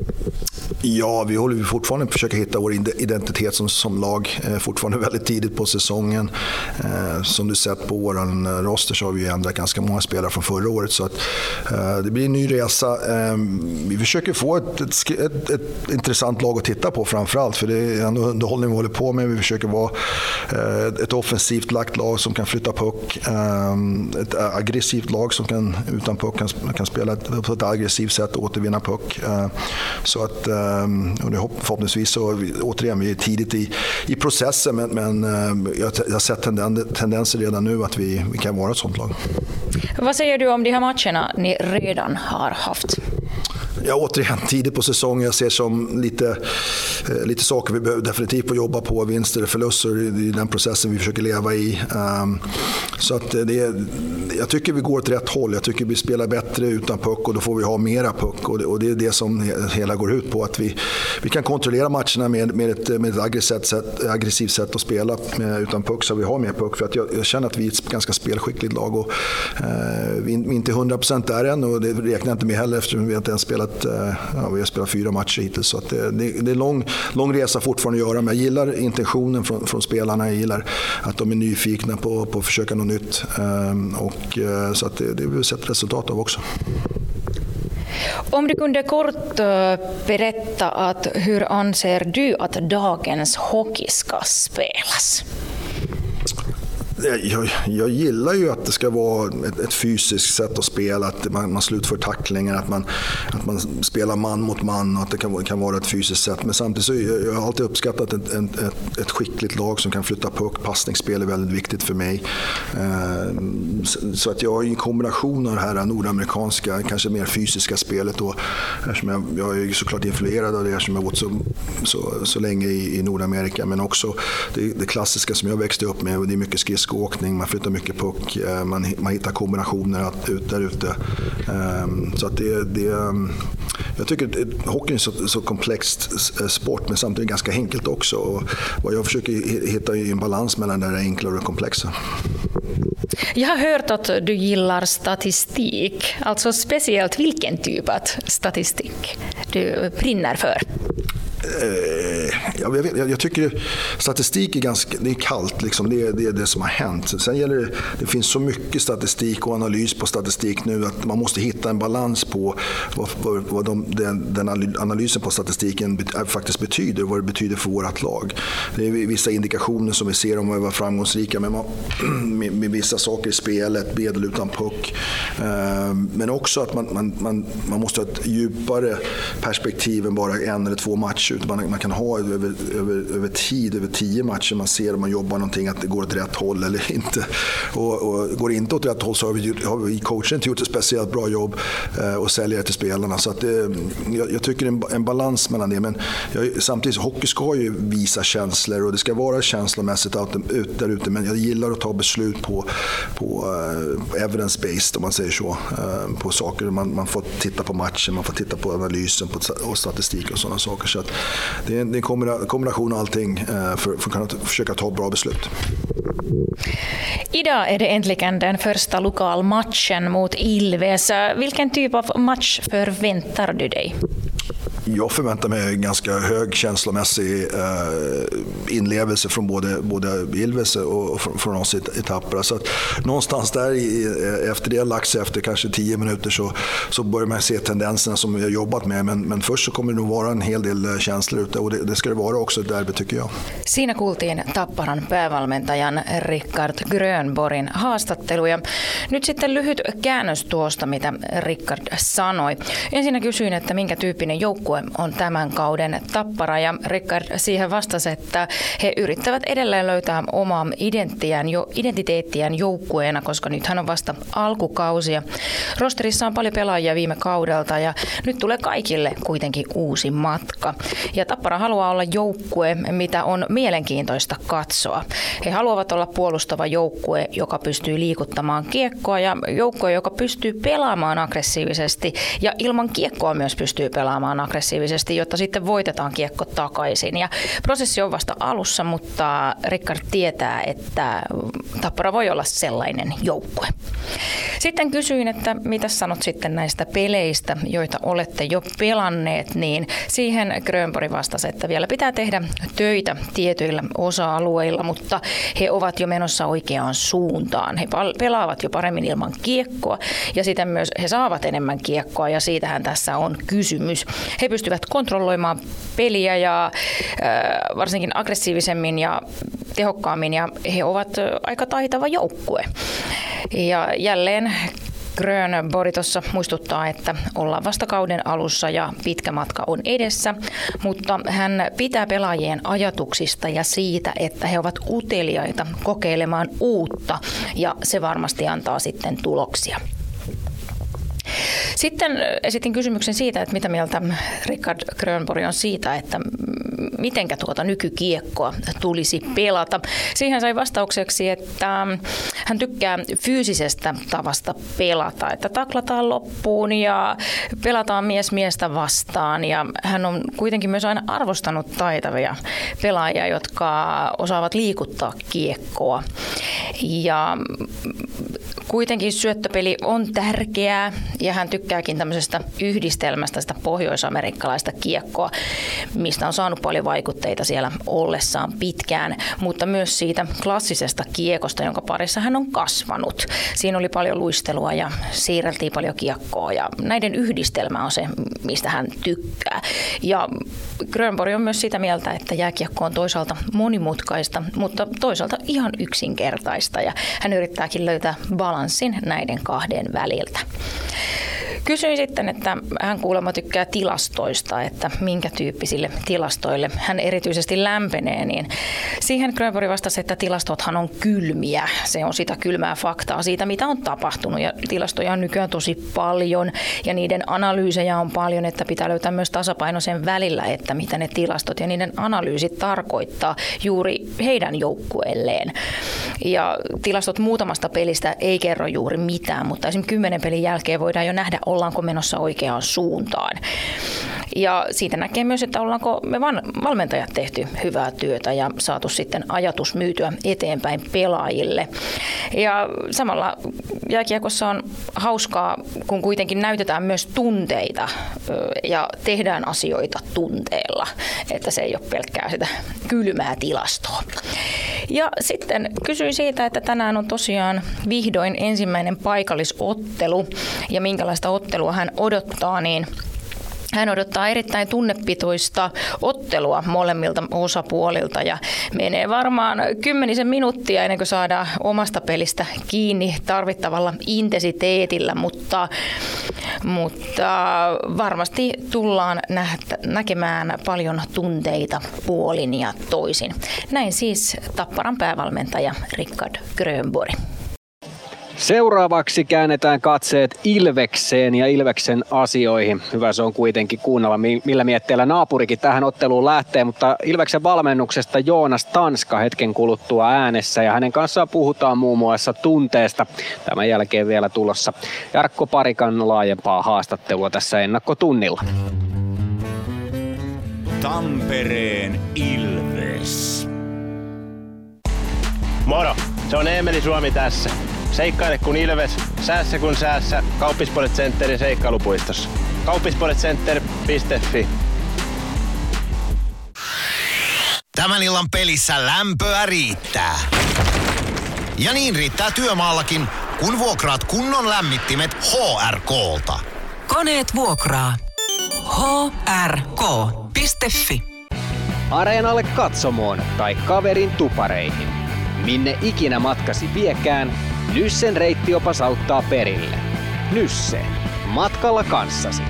Ja, vi håller fortfarande på att försöka hitta vår identitet som, som lag. Eh, fortfarande väldigt tidigt på säsongen. Eh, som du sett på vår roster så har vi ändrat ganska många spelare från förra året. Så att, eh, det blir en ny resa. Eh, vi försöker få ett, ett, ett, ett intressant lag att titta på framförallt. För det är ändå underhållning vi håller på med. Vi försöker vara eh, ett offensivt lagt lag som kan flytta puck. Eh, ett aggressivt lag som kan, utan puck kan, kan spela på ett aggressivt sätt och återvinna puck. Eh, så att och det förhoppningsvis så återigen vi är tidigt i, i processen, men, men jag, jag har sett tenden, tendenser redan nu att vi, vi kan vara ett sånt lag. Vad säger du om de här matcherna ni redan har haft? Ja, återigen tidigt på säsongen. Jag ser som lite, lite saker vi behöver definitivt på jobba på. Vinster och förluster, det är den processen vi försöker leva i. Så att det, jag tycker vi går åt rätt håll. Jag tycker vi spelar bättre utan puck, och då får vi ha mera puck. Och det, och det är det som hela går ut på. Att vi, vi kan kontrollera matcherna med, med ett, med ett aggressivt, sätt, aggressivt sätt att spela med, utan puck, så vi har mer puck. För att jag, jag känner att vi är ett ganska spelskickligt lag. Och, eh, vi är inte hundra procent där än, och det räknar jag inte med heller eftersom vi inte ens spelat. Ja, vi har spelat fyra matcher hittills, så att det, det, det är lång, lång resa fortfarande att göra, men jag gillar intentionen från, från spelarna. Jag gillar att de är nyfikna på, på att försöka något nytt, ehm, och, så att det, det vill vi sett resultat av också. Om du kunde kort berätta att hur anser du att dagens hockey ska spelas? Jag, jag gillar ju att det ska vara ett, ett fysiskt sätt att spela, att man, man slutför tacklingar, att man, att man spelar man mot man, och att det kan, kan vara ett fysiskt sätt. Men samtidigt så jag, jag har alltid uppskattat ett, ett, ett, ett skickligt lag som kan flytta puck. Passningsspel är väldigt viktigt för mig. Eh, så, så att jag har en kombination av det här nordamerikanska, kanske mer fysiska spelet, och eftersom jag, jag är såklart influerad av det eftersom jag har gått så, så, så länge i, i Nordamerika, men också det, det klassiska som jag växte upp med, och det är mycket skridsko åkning, man flyttar mycket puck, man, man hittar kombinationer att, ut där ute. Um, så att det, det, jag tycker att hockeyn är så, så komplext sport, men samtidigt ganska enkelt också. Och vad jag försöker hitta en balans mellan det enklare och komplexa. Jag har hört att du gillar statistik, alltså speciellt vilken typ av statistik du brinner för? Jag, vet, jag, jag tycker statistik är ganska, det är kallt liksom, det är, det är det som har hänt. Sen gäller det, det finns så mycket statistik och analys på statistik nu att man måste hitta en balans på vad, vad, vad de, den, den analysen på statistiken faktiskt betyder, vad det betyder för vårt lag. Det är vissa indikationer som vi ser om att vi var framgångsrika med, med, med vissa saker i spelet, bedel utan puck, men också att man, man, man, man måste ha ett djupare perspektiv än bara en eller två matcher. Man, man kan ha över, över, över tid, över tio matcher, man ser om man jobbar någonting att det går åt rätt håll eller inte. Och, och går det inte åt rätt håll så har vi, har vi coachen inte gjort ett speciellt bra jobb eh, och säljer det till spelarna. Så att det, jag, jag tycker en, en balans mellan det. Men jag, samtidigt, hockey ska ju visa känslor och det ska vara känslomässigt ut där ute. Men jag gillar att ta beslut på, på uh, evidence-based, om man säger så, uh, på saker. Man, man får titta på matchen, man får titta på analysen på, och statistik och sådana saker. Så att det är en, det är en kombination av allting för, för att kunna försöka ta bra beslut. Idag är det äntligen den första lokalmatchen mot Ilves. Vilken typ av match förväntar du dig? jag förväntar mig en ganska hög känslomässig eh, inlevelse från både, både Ilves och från, från oss i, i Tappara. Så att någonstans där i, efter det lagt sig efter kanske tio minuter så, så börjar man se tendenserna som vi har jobbat med. Men, men först så kommer det nog vara en hel del känslor ute och det, det ska det vara också ett derby tycker jag. Siinä kuultiin Tapparan päävalmentajan Rickard Grönborgin haastattelu ja nyt sitten lyhyt käännös tuosta, mitä Rickard sanoi. Ensinnä kysyin, että minkä tyyppinen joukkue on tämän kauden Tappara ja Rickard siihen vastasi, että he yrittävät edelleen löytää omaa identiteettiään joukkueena, koska nythän on vasta alkukausia. Rosterissa on paljon pelaajia viime kaudelta ja nyt tulee kaikille kuitenkin uusi matka. Ja Tappara haluaa olla joukkue, mitä on mielenkiintoista katsoa. He haluavat olla puolustava joukkue, joka pystyy liikuttamaan kiekkoa ja joukkue, joka pystyy pelaamaan aggressiivisesti ja ilman kiekkoa myös pystyy pelaamaan aggressiivisesti, jotta sitten voitetaan kiekko takaisin. Ja prosessi on vasta alussa, mutta Rickard tietää, että Tappara voi olla sellainen joukkue. Sitten kysyin, että mitä sanot sitten näistä peleistä, joita olette jo pelanneet, niin siihen Grönborg vastasi, että vielä pitää tehdä töitä tietyillä osa-alueilla, mutta he ovat jo menossa oikeaan suuntaan. He pelaavat jo paremmin ilman kiekkoa ja sitten myös he saavat enemmän kiekkoa ja siitähän tässä on kysymys. He pystyvät kontrolloimaan peliä ja äh, varsinkin aggressiivisemmin ja tehokkaammin ja he ovat aika taitava joukkue. Ja jälleen Grönborg tuossa muistuttaa, että ollaan vasta kauden alussa ja pitkä matka on edessä, mutta hän pitää pelaajien ajatuksista ja siitä, että he ovat uteliaita kokeilemaan uutta ja se varmasti antaa sitten tuloksia. Sitten esitin kysymyksen siitä, että mitä mieltä Rickard Grönborg on siitä, että mitenkä tuota nykykiekkoa tulisi pelata. Siihen sai vastaukseksi, että hän tykkää fyysisestä tavasta pelata, että taklataan loppuun ja pelataan mies miestä vastaan. Ja hän on kuitenkin myös aina arvostanut taitavia pelaajia, jotka osaavat liikuttaa kiekkoa. Ja kuitenkin syöttöpeli on tärkeää ja hän tykkääkin tämmöisestä yhdistelmästä sitä pohjoisamerikkalaista kiekkoa, mistä on saanut paljon vaikutteita siellä ollessaan pitkään, mutta myös siitä klassisesta kiekosta, jonka parissa hän on kasvanut. Siinä oli paljon luistelua ja siirreltiin paljon kiekkoa ja näiden yhdistelmä on se, mistä hän tykkää. Ja Grönborg on myös sitä mieltä, että jääkiekko on toisaalta monimutkaista, mutta toisaalta ihan yksinkertaista ja hän yrittääkin löytää balanssin näiden kahden väliltä. Kysyin sitten, että hän kuulemma tykkää tilastoista, että minkä tyyppisille tilastoille hän erityisesti lämpenee, niin siihen Grönborg vastasi, että tilastothan on kylmiä. Se on sitä kylmää faktaa siitä, mitä on tapahtunut ja tilastoja on nykyään tosi paljon ja niiden analyysejä on paljon, että pitää löytää myös tasapaino sen välillä, että mitä ne tilastot ja niiden analyysit tarkoittaa juuri heidän joukkueelleen. Ja tilastot muutamasta pelistä ei kerro juuri mitään, mutta esimerkiksi kymmenen pelin jälkeen voidaan jo nähdä, ollaanko menossa oikeaan suuntaan. Ja siitä näkee myös, että ollaanko me valmentajat tehty hyvää työtä ja saatu sitten ajatus myytyä eteenpäin pelaajille. Ja samalla jääkiekossa on hauskaa, kun kuitenkin näytetään myös tunteita ja tehdään asioita tunteella, että se ei ole pelkkää sitä kylmää tilastoa. Ja sitten kysyin siitä, että tänään on tosiaan vihdoin ensimmäinen paikallisottelu ja minkälaista ottelua hän odottaa, niin hän odottaa erittäin tunnepitoista ottelua molemmilta osapuolilta ja menee varmaan kymmenisen minuuttia ennen kuin saadaan omasta pelistä kiinni tarvittavalla intensiteetillä, mutta, mutta varmasti tullaan näkemään paljon tunteita puolin ja toisin. Näin siis Tapparan päävalmentaja Rickard Grönborg. Seuraavaksi käännetään katseet Ilvekseen ja Ilveksen asioihin. Hyvä se on kuitenkin kuunnella, millä mietteellä naapurikin tähän otteluun lähtee, mutta Ilveksen valmennuksesta Joonas Tanska hetken kuluttua äänessä ja hänen kanssaan puhutaan muun muassa tunteesta. Tämän jälkeen vielä tulossa Jarkko Parikan laajempaa haastattelua tässä ennakkotunnilla. Tampereen Ilves. Moro, se on Eemeli Suomi tässä. Seikkaile kun Ilves, säässä kun säässä. Kauppispoilet Centerin seikkailupuistossa. kauppispoiletcenter piste fi. Tämän illan pelissä lämpöä riittää. Ja niin riittää työmaallakin, kun vuokraat kunnon lämmittimet H R K:lta. Koneet vuokraa. H R K piste F I. Areenalle, katsomoon tai kaverin tupareihin. Minne ikinä matkasi viekään, Nyssen reittiopas auttaa perille. Nysse. Matkalla kanssasi.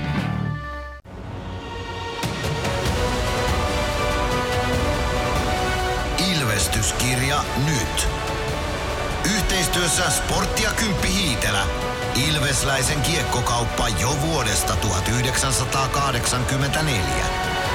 Ilvestyskirja nyt. Yhteistyössä Sportti ja Kymppi Hiitelä. Ilvesläisen kiekkokauppa jo vuodesta tuhatyhdeksänsataakahdeksankymmentäneljä.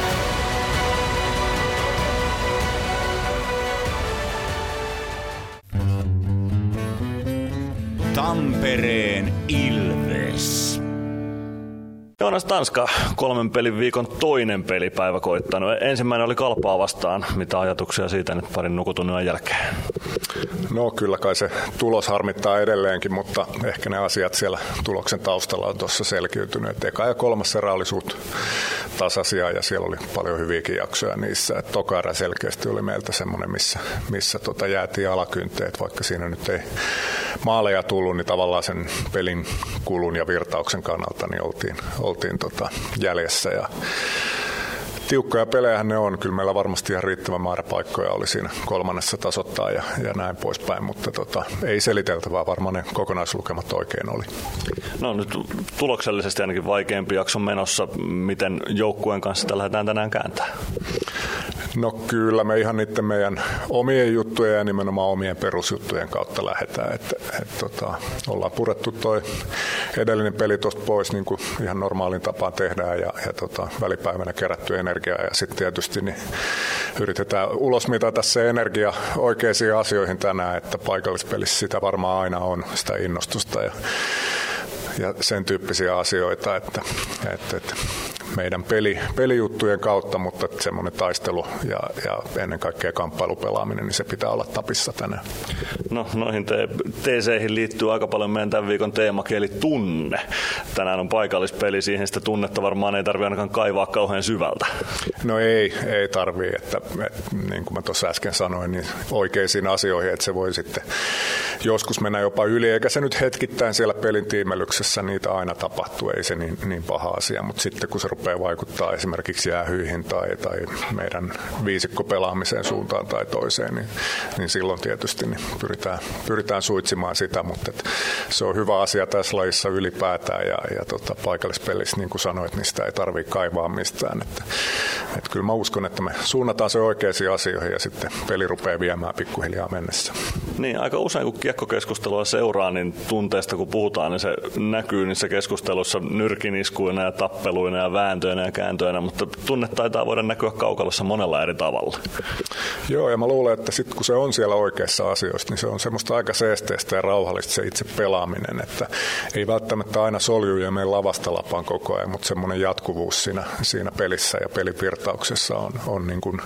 Tampereen Ilves. Joonas Tanska, kolmen pelin viikon toinen pelipäivä koittanut. Ensimmäinen oli Kalpaa vastaan. Mitä ajatuksia siitä nyt parin nukutunnin jälkeen? No kyllä kai se tulos harmittaa edelleenkin, mutta ehkä ne asiat siellä tuloksen taustalla on tuossa selkiytynyt. Eka ja kolmas erä oli suht tasaisia ja siellä oli paljon hyviäkin jaksoja niissä. Et toka erä selkeästi oli meiltä semmoinen, missä, missä tota jäätiin alakynteet, vaikka siinä nyt ei maaleja tullut, niin tavallaan sen pelin kulun ja virtauksen kannalta niin oltiin, oltiin tota jäljessä. Ja tiukkoja pelejähän ne on. Kyllä meillä varmasti ihan riittävä määrä paikkoja oli siinä kolmannessa tasoittaa ja, ja näin poispäin, mutta tota, ei seliteltävää. Varmaan ne kokonaislukemat oikein oli. No nyt tuloksellisesti ainakin vaikeampi jakso menossa. Miten joukkueen kanssa tällä lähdetään tänään kääntää? No kyllä me ihan niiden meidän omien juttujen ja nimenomaan omien perusjuttujen kautta lähdetään. Että, et, tota, ollaan purettu toi edellinen peli tuosta pois niin kuin ihan normaalin tapaan tehdään ja, ja tota, välipäivänä kerätty energiaa ja sitten tietysti niin yritetään ulosmitata se energia oikeisiin asioihin tänään, että paikallispelissä sitä varmaan aina on, sitä innostusta ja, ja sen tyyppisiä asioita, että, että, että meidän peli, pelijuttujen kautta, mutta semmoinen taistelu ja, ja ennen kaikkea kamppailupelaaminen, niin se pitää olla tapissa tänään. No noihin te- teeseihin liittyy aika paljon meidän tämän viikon teemakin, eli tunne. Tänään on paikallispeli, siihen sitä tunnetta varmaan ei tarvitse ainakaan kaivaa kauhean syvältä. No ei, ei tarvii, että, että niin kuin mä tuossa äsken sanoin, niin oikeisiin asioihin, että se voi sitten joskus mennä jopa yli, eikä se nyt hetkittäin siellä pelin tiimelyksessä niitä aina tapahtuu, ei se niin, niin paha asia, mutta sitten kun se rupeaa vaikuttaa esimerkiksi jäähyihin tai, tai meidän viisikkopelaamiseen suuntaan tai toiseen, niin, niin silloin tietysti niin pyritään, pyritään suitsimaan sitä, mutta se on hyvä asia tässä lajissa ylipäätään ja, ja tota, paikallispelissä, niin kuin sanoit, niin sitä ei tarvitse kaivaa mistään. Että, että kyllä mä uskon, että me suunnataan se oikeisiin asioihin ja sitten peli rupeaa viemään pikkuhiljaa mennessä. Niin, aika usein kun kiekkokeskustelua seuraa, niin tunteesta kun puhutaan, niin se näkyy niissä keskusteluissa nyrkiniskuina ja tappeluina ja vääntöinä ja kääntöinä, mutta tunne taitaa voida näkyä kaukalossa monella eri tavalla. Joo, ja mä luulen, että sitten kun se on siellä oikeissa asioissa, niin se on semmoista aika seesteistä ja rauhallista se itse pelaaminen, että ei välttämättä aina solju ja mene lavasta lapaan koko ajan, mutta semmoinen jatkuvuus siinä, siinä pelissä ja pelivirtauksessa on, on niin kuin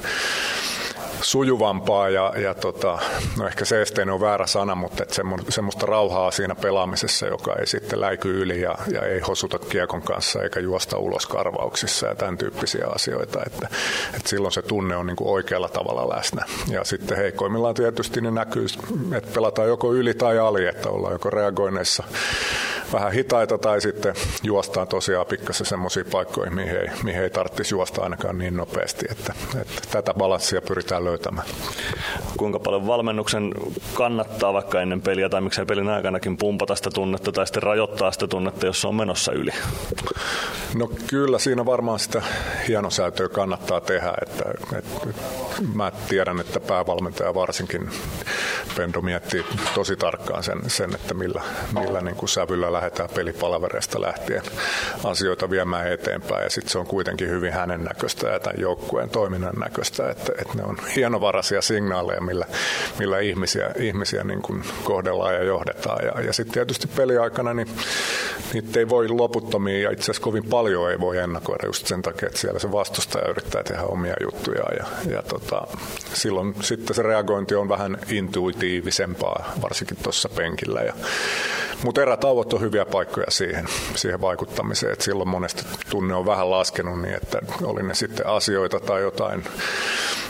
sujuvampaa ja, ja tota, no ehkä seesteinen on väärä sana, mutta että semmoista rauhaa siinä pelaamisessa, joka ei sitten läiky yli ja, ja ei hosuta kiekon kanssa eikä juosta ulos karvauksissa ja tämän tyyppisiä asioita, että, että silloin se tunne on niin kuin oikealla tavalla läsnä. Ja sitten heikoimmillaan tietysti niin näkyy, että pelataan joko yli tai ali, että ollaan joko reagoineissa vähän hitaita tai sitten juostaan tosiaan pikkasen semmoisiin paikkoihin, mihin ei, mihin ei tarvitsisi juosta ainakaan niin nopeasti, että, että tätä balanssia pyritään löytämään. Kuinka paljon valmennuksen kannattaa vaikka ennen peliä tai miksei pelin aikanakin pumpata sitä tunnetta tai sitten rajoittaa sitä tunnetta, jos se on menossa yli? No kyllä siinä varmaan sitä hienosäätöä kannattaa tehdä, että, että mä tiedän, että päävalmentaja varsinkin Pendo miettii tosi tarkkaan sen, sen että millä, millä niin kuin sävyllä lähdetään pelipalavereista lähtien asioita viemään eteenpäin ja sitten se on kuitenkin hyvin hänen näköistä ja tämän joukkueen toiminnan näköistä, että, että ne on hienovaraisia signaaleja, millä, millä ihmisiä, ihmisiä niin kuin kohdellaan ja johdetaan ja, ja sitten tietysti peliaikana niin niitä ei voi loputtomia ja itse asiassa kovin paljon ei voi ennakoida just sen takia, että siellä se vastustaja yrittää tehdä omia juttuja ja, ja tota, silloin sitten se reagointi on vähän intuitiivisempaa, varsinkin tuossa penkillä. Ja, mutta erätauot on hyviä paikkoja siihen, siihen vaikuttamiseen, että silloin monesti tunne on vähän laskenut niin, että oli ne sitten asioita tai jotain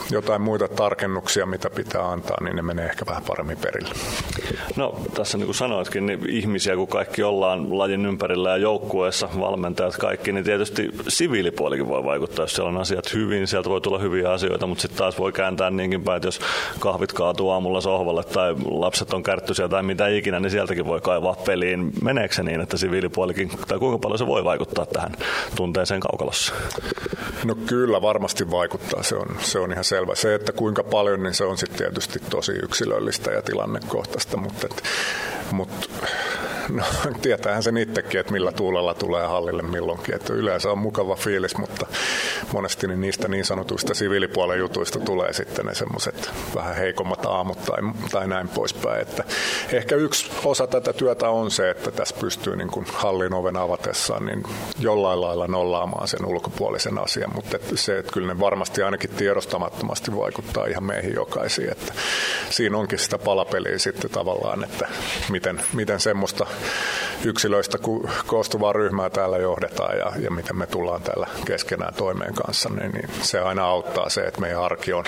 jotain muita tarkennuksia, mitä pitää antaa, niin ne menee ehkä vähän paremmin perille. No tässä niin kuin sanoitkin, niin ihmisiä kun kaikki ollaan lajin ympärillä ja joukkueessa, valmentajat kaikki, niin tietysti siviilipuolikin voi vaikuttaa, jos siellä on asiat hyvin, sieltä voi tulla hyviä asioita, mutta sitten taas voi kääntää niinkin päin, että jos kahvit kaatuu aamulla sohvalle tai lapset on kärttyisiä tai mitä ikinä, niin sieltäkin voi kaivaa peliin. Meneekö se niin, että siviilipuolikin, tai kuinka paljon se voi vaikuttaa tähän tunteeseen kaukalossa? No kyllä varmasti vaikuttaa, se on, se on ihan selvä. Se, että kuinka paljon, niin se on sitten tietysti tosi yksilöllistä ja tilannekohtaista, mutta, et, mutta no, tietäähän sen itsekin, että millä tuulella tulee hallille milloinkin. Että yleensä on mukava fiilis, mutta monesti niin niistä niin sanotuista siviilipuolen jutuista tulee sitten ne semmoiset vähän heikommat aamut tai, tai näin poispäin. Että ehkä yksi osa tätä työtä on se, että tässä pystyy niin kuin hallin oven avatessaan niin jollain lailla nollaamaan sen ulkopuolisen asian, mutta että se, että kyllä ne varmasti ainakin tiedostamattomasti vaikuttaa ihan meihin jokaisiin. Että siinä onkin sitä palapeliä sitten tavallaan, että miten, miten semmoista yksilöistä koostuvaa ryhmää täällä johdetaan ja, ja miten me tullaan täällä keskenään toimeen kanssa, niin, niin se aina auttaa se, että meidän arki on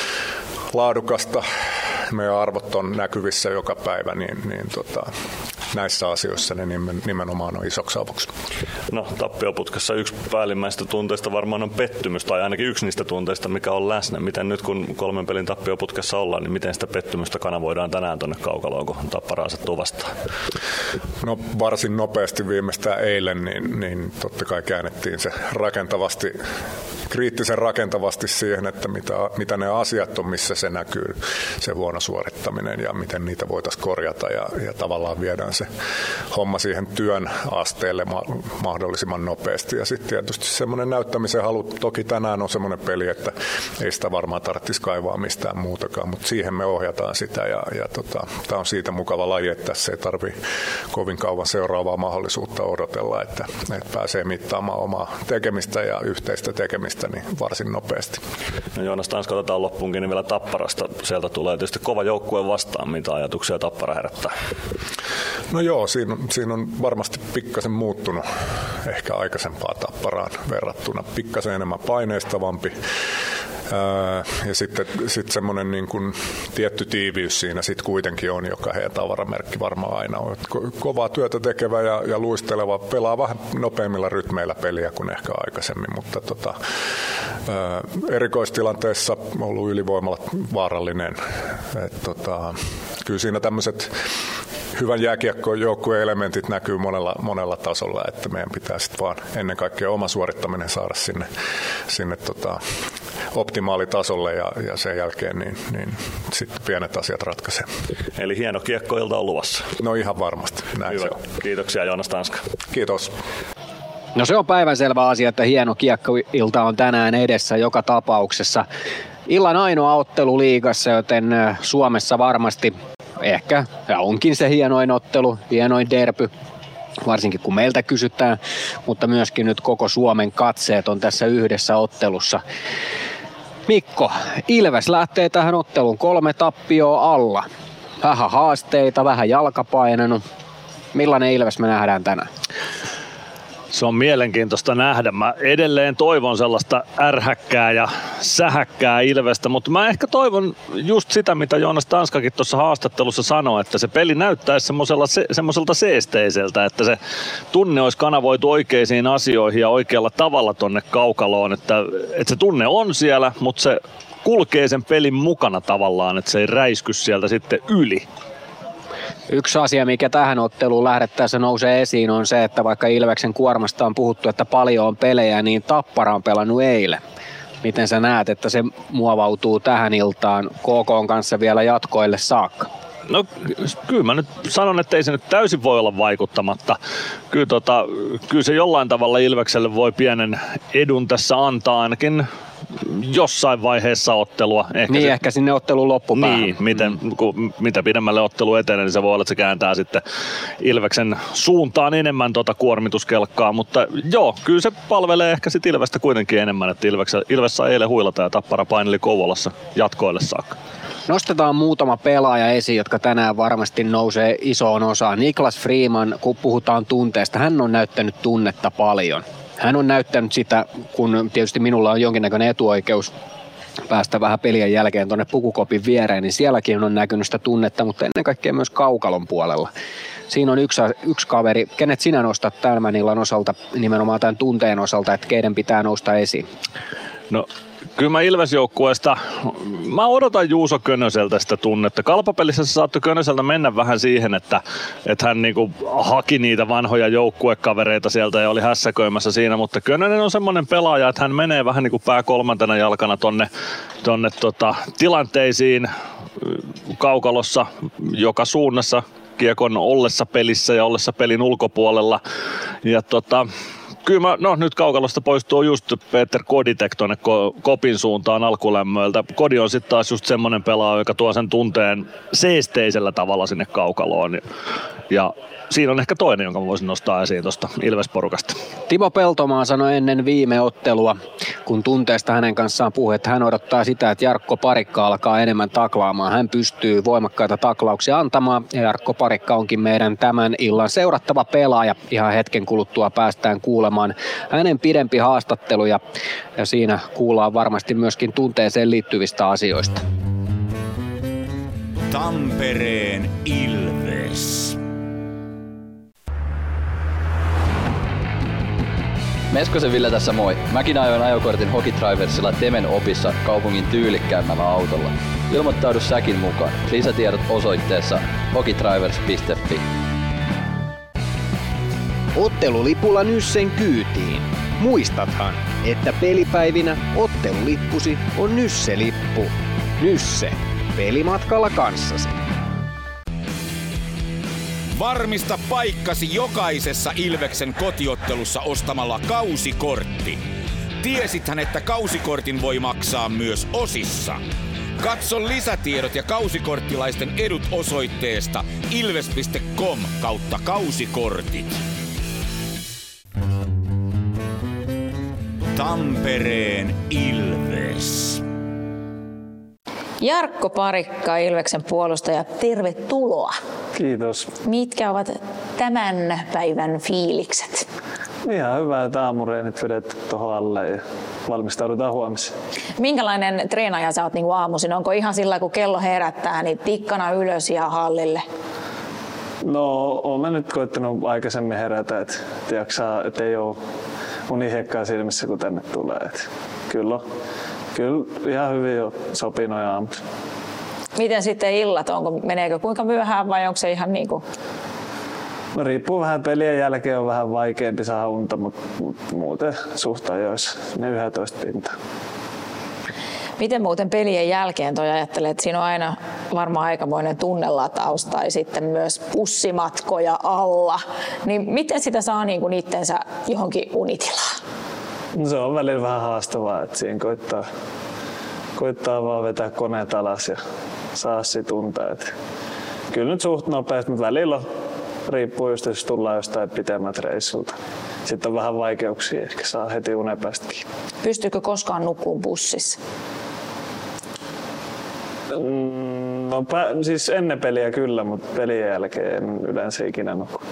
laadukasta, meidän arvot on näkyvissä joka päivä, niin, niin tota, näissä asioissa ne nimenomaan on isoksi avuksi. No tappioputkessa yksi päällimmäistä tunteista varmaan on pettymys, tai ainakin yksi niistä tunteista, mikä on läsnä. Miten nyt kun kolmen pelin tappioputkessa ollaan, niin miten sitä pettymystä kanavoidaan tänään tuonne kaukaloon, kun Tappara asettuu vastaan? No varsin nopeasti viimeistään eilen, niin, niin totta kai käännettiin se rakentavasti, kriittisen rakentavasti siihen, että mitä, mitä ne asiat on, missä se näkyy, se huono suorittaminen ja miten niitä voitaisiin korjata ja, ja tavallaan viedään se homma siihen työn asteelle ma- mahdollisimman nopeasti. Ja sitten tietysti semmoinen näyttämisen halu, toki tänään on semmoinen peli, että ei sitä varmaan tarvitsisi kaivaa mistään muutakaan, mutta siihen me ohjataan sitä ja, ja tota, tämä on siitä mukava laji, että tässä ei tarvitse kovin kauan seuraavaa mahdollisuutta odotella, että, että pääsee mittaamaan omaa tekemistä ja yhteistä tekemistä niin varsin nopeasti. No Joonas Tanska, otetaan loppuunkin niin vielä Tapparasta. Sieltä tulee tietysti kova joukkue vastaan. Mitä ajatuksia Tappara herättää? No joo, siinä, siinä on varmasti pikkasen muuttunut ehkä aikaisempaa Tapparaan verrattuna. Pikkasen enemmän paineistavampi. Ja sitten sit semmoinen niin kuin tietty tiiviys siinä sitten kuitenkin on, joka heidän tavaramerkki varmaan aina on. Ko- kovaa työtä tekevä ja, ja luisteleva, pelaa vähän nopeimmilla rytmeillä peliä kuin ehkä aikaisemmin, mutta tota, ää, erikoistilanteessa on ollut ylivoimalla vaarallinen. Et, tota, kyllä siinä tämmöiset hyvän jääkiekkojoukkueen elementit näkyy monella, monella tasolla, että meidän pitää sitten vaan ennen kaikkea oma suorittaminen saada sinne, sinne tota, optimaalitasolle ja, ja sen jälkeen niin, niin sitten pienet asiat ratkaisee. Eli hieno kiekkoilta on luvassa. No ihan varmasti, näin Hyvä. se on. Kiitoksia Joonas Tanska. Kiitos. No se on päivänselvä asia, että hieno kiekkoilta on tänään edessä joka tapauksessa. Illan ainoa ottelu liigassa, joten Suomessa varmasti ehkä ja onkin se hienoin ottelu, hienoin derby, varsinkin kun meiltä kysytään, mutta myöskin nyt koko Suomen katseet on tässä yhdessä ottelussa. Mikko, Ilves lähtee tähän otteluun kolme tappioa alla. Vähän haasteita, vähän jalkapainanut. Millainen Ilves me nähdään tänään? Se on mielenkiintoista nähdä. Mä edelleen toivon sellaista ärhäkkää ja sähäkkää Ilvestä, mutta mä ehkä toivon just sitä, mitä Joonas Tanskakin tuossa haastattelussa sanoi, että se peli näyttäisi se, semmoiselta seesteiseltä, että se tunne olisi kanavoitu oikeisiin asioihin ja oikealla tavalla tonne kaukaloon, että, että se tunne on siellä, mutta se kulkee sen pelin mukana tavallaan, että se ei räisky sieltä sitten yli. Yksi asia, mikä tähän otteluun lähdettäessä nousee esiin, on se, että vaikka Ilveksen kuormasta on puhuttu, että paljon on pelejä, niin Tappara on pelannut eilen. Miten sä näet, että se muovautuu tähän iltaan K K:n kanssa vielä jatkoille saakka? No kyllä mä nyt sanon, että ei se nyt täysin voi olla vaikuttamatta. Kyllä, tota, kyllä se jollain tavalla Ilvekselle voi pienen edun tässä antaa ainakin jossain vaiheessa ottelua. Ehkä niin, se, ehkä sinne ottelun loppupäähän. Niin, miten, mm. kun, mitä pidemmälle ottelu etenee, niin se voi olla, että se kääntää sitten Ilveksen suuntaan enemmän tuota kuormituskelkkaa, mutta joo, kyllä se palvelee ehkä sitten Ilvestä kuitenkin enemmän, että Ilves, Ilves saa eilen huilata ja Tappara paineli Kouvolassa jatkoille saakka. Nostetaan muutama pelaaja esiin, jotka tänään varmasti nousee isoon osaan. Niklas Freeman, kun puhutaan tunteesta, hän on näyttänyt tunnetta paljon. Hän on näyttänyt sitä, kun tietysti minulla on jonkinnäköinen etuoikeus päästä vähän pelien jälkeen tuonne pukukopin viereen, niin sielläkin on näkynyt sitä tunnetta, mutta ennen kaikkea myös kaukalon puolella. Siinä on yksi, yksi kaveri. Kenet sinä nostat tämän illan osalta, nimenomaan tämän tunteen osalta, että keiden pitää nousta esiin? No kyllä mä Ilves-joukkueesta, mä odotan Juuso Könöseltä sitä tunnetta. Kalpapelissä se saattoi Könöseltä mennä vähän siihen, että, että hän niinku haki niitä vanhoja joukkuekavereita sieltä ja oli hässäköimässä siinä, mutta Könönen on semmoinen pelaaja, että hän menee vähän niinku pää kolmantena jalkana tonne, tonne tota, tilanteisiin kaukalossa joka suunnassa kiekon ollessa pelissä ja ollessa pelin ulkopuolella. Ja tota, kyllä mä, no nyt kaukalosta poistuu just Peter Koditek tuonne Kopin suuntaan alkulämmöiltä. Kodi on sitten taas just semmonen pelaaja, joka tuo sen tunteen seesteisellä tavalla sinne kaukaloon. Ja siinä on ehkä toinen, jonka mä voisin nostaa esiin tuosta Ilves-porukasta. Timo Peltomaa sanoi ennen viime ottelua, kun tunteesta hänen kanssaan puhui, että hän odottaa sitä, että Jarkko Parikka alkaa enemmän taklaamaan. Hän pystyy voimakkaita taklauksia antamaan ja Jarkko Parikka onkin meidän tämän illan seurattava pelaaja. Ihan hetken kuluttua päästään kuulemaan hänen pidempi haastatteluja ja siinä kuullaan varmasti myöskin tunteeseen liittyvistä asioista. Tampereen Ilves. Meskosen Ville tässä moi. Mäkin ajoin ajokortin Hokitriversilla Temen opissa kaupungin tyylikkäämmällä autolla. Ilmoittaudu säkin mukaan. Lisätiedot osoitteessa hokitrivers piste fi. Ottelulipulla Nyssen kyytiin. Muistathan, että pelipäivinä ottelulippusi on Nysse-lippu. Nysse. Pelimatkalla kanssasi. Varmista paikkasi jokaisessa Ilveksen kotiottelussa ostamalla kausikortti. Tiesithän, että kausikortin voi maksaa myös osissa. Katso lisätiedot ja kausikorttilaisten edut osoitteesta ilves piste com kautta kausikortit. Tampereen Ilves. Jarkko Parikka, Ilveksen puolustaja, tervetuloa. Kiitos. Mitkä ovat tämän päivän fiilikset? Ihan hyvä, että aamureenit vedetty tuohon alle ja valmistaudutaan huomiseen. Minkälainen treenaaja sä oot niin aamuisin? Onko ihan sillä, kun kello herättää, niin tikkana ylös ja hallille? No, oon mä nyt koittanut aikaisemmin herätä, että jaksaa, et ei ole unihekkaa silmissä, kun tänne tulee. Et kyllä, kyllä ihan hyvin jo sopii noin aamut. Miten sitten illat? Onko, meneekö kuinka myöhään vai onko se ihan niin kuin? No riippuu vähän, pelien jälkeen on vähän vaikeampi saada unta, mutta muuten suht ajoissa ne yksitoista pintaa. Miten muuten pelien jälkeen toi ajattelee, että siinä on aina varmaan aikamoinen tunnelataus tai sitten myös bussimatkoja alla, niin miten sitä saa niin kuin itsensä johonkin unitilaan? No se on välillä vähän haastavaa, että siinä koittaa, koittaa vaan vetää koneet alas ja saa sit unta. Et kyllä nyt suht nopeasti, mutta välillä on, riippuu just, jos tullaan jostain pitemmät reissulta. Sitten on vähän vaikeuksia, ehkä saa heti unen päästä kiinni. Pystyykö koskaan nukkuun bussissa? No, siis ennen peliä kyllä, mutta pelien jälkeen en yleensä ikinä nuku.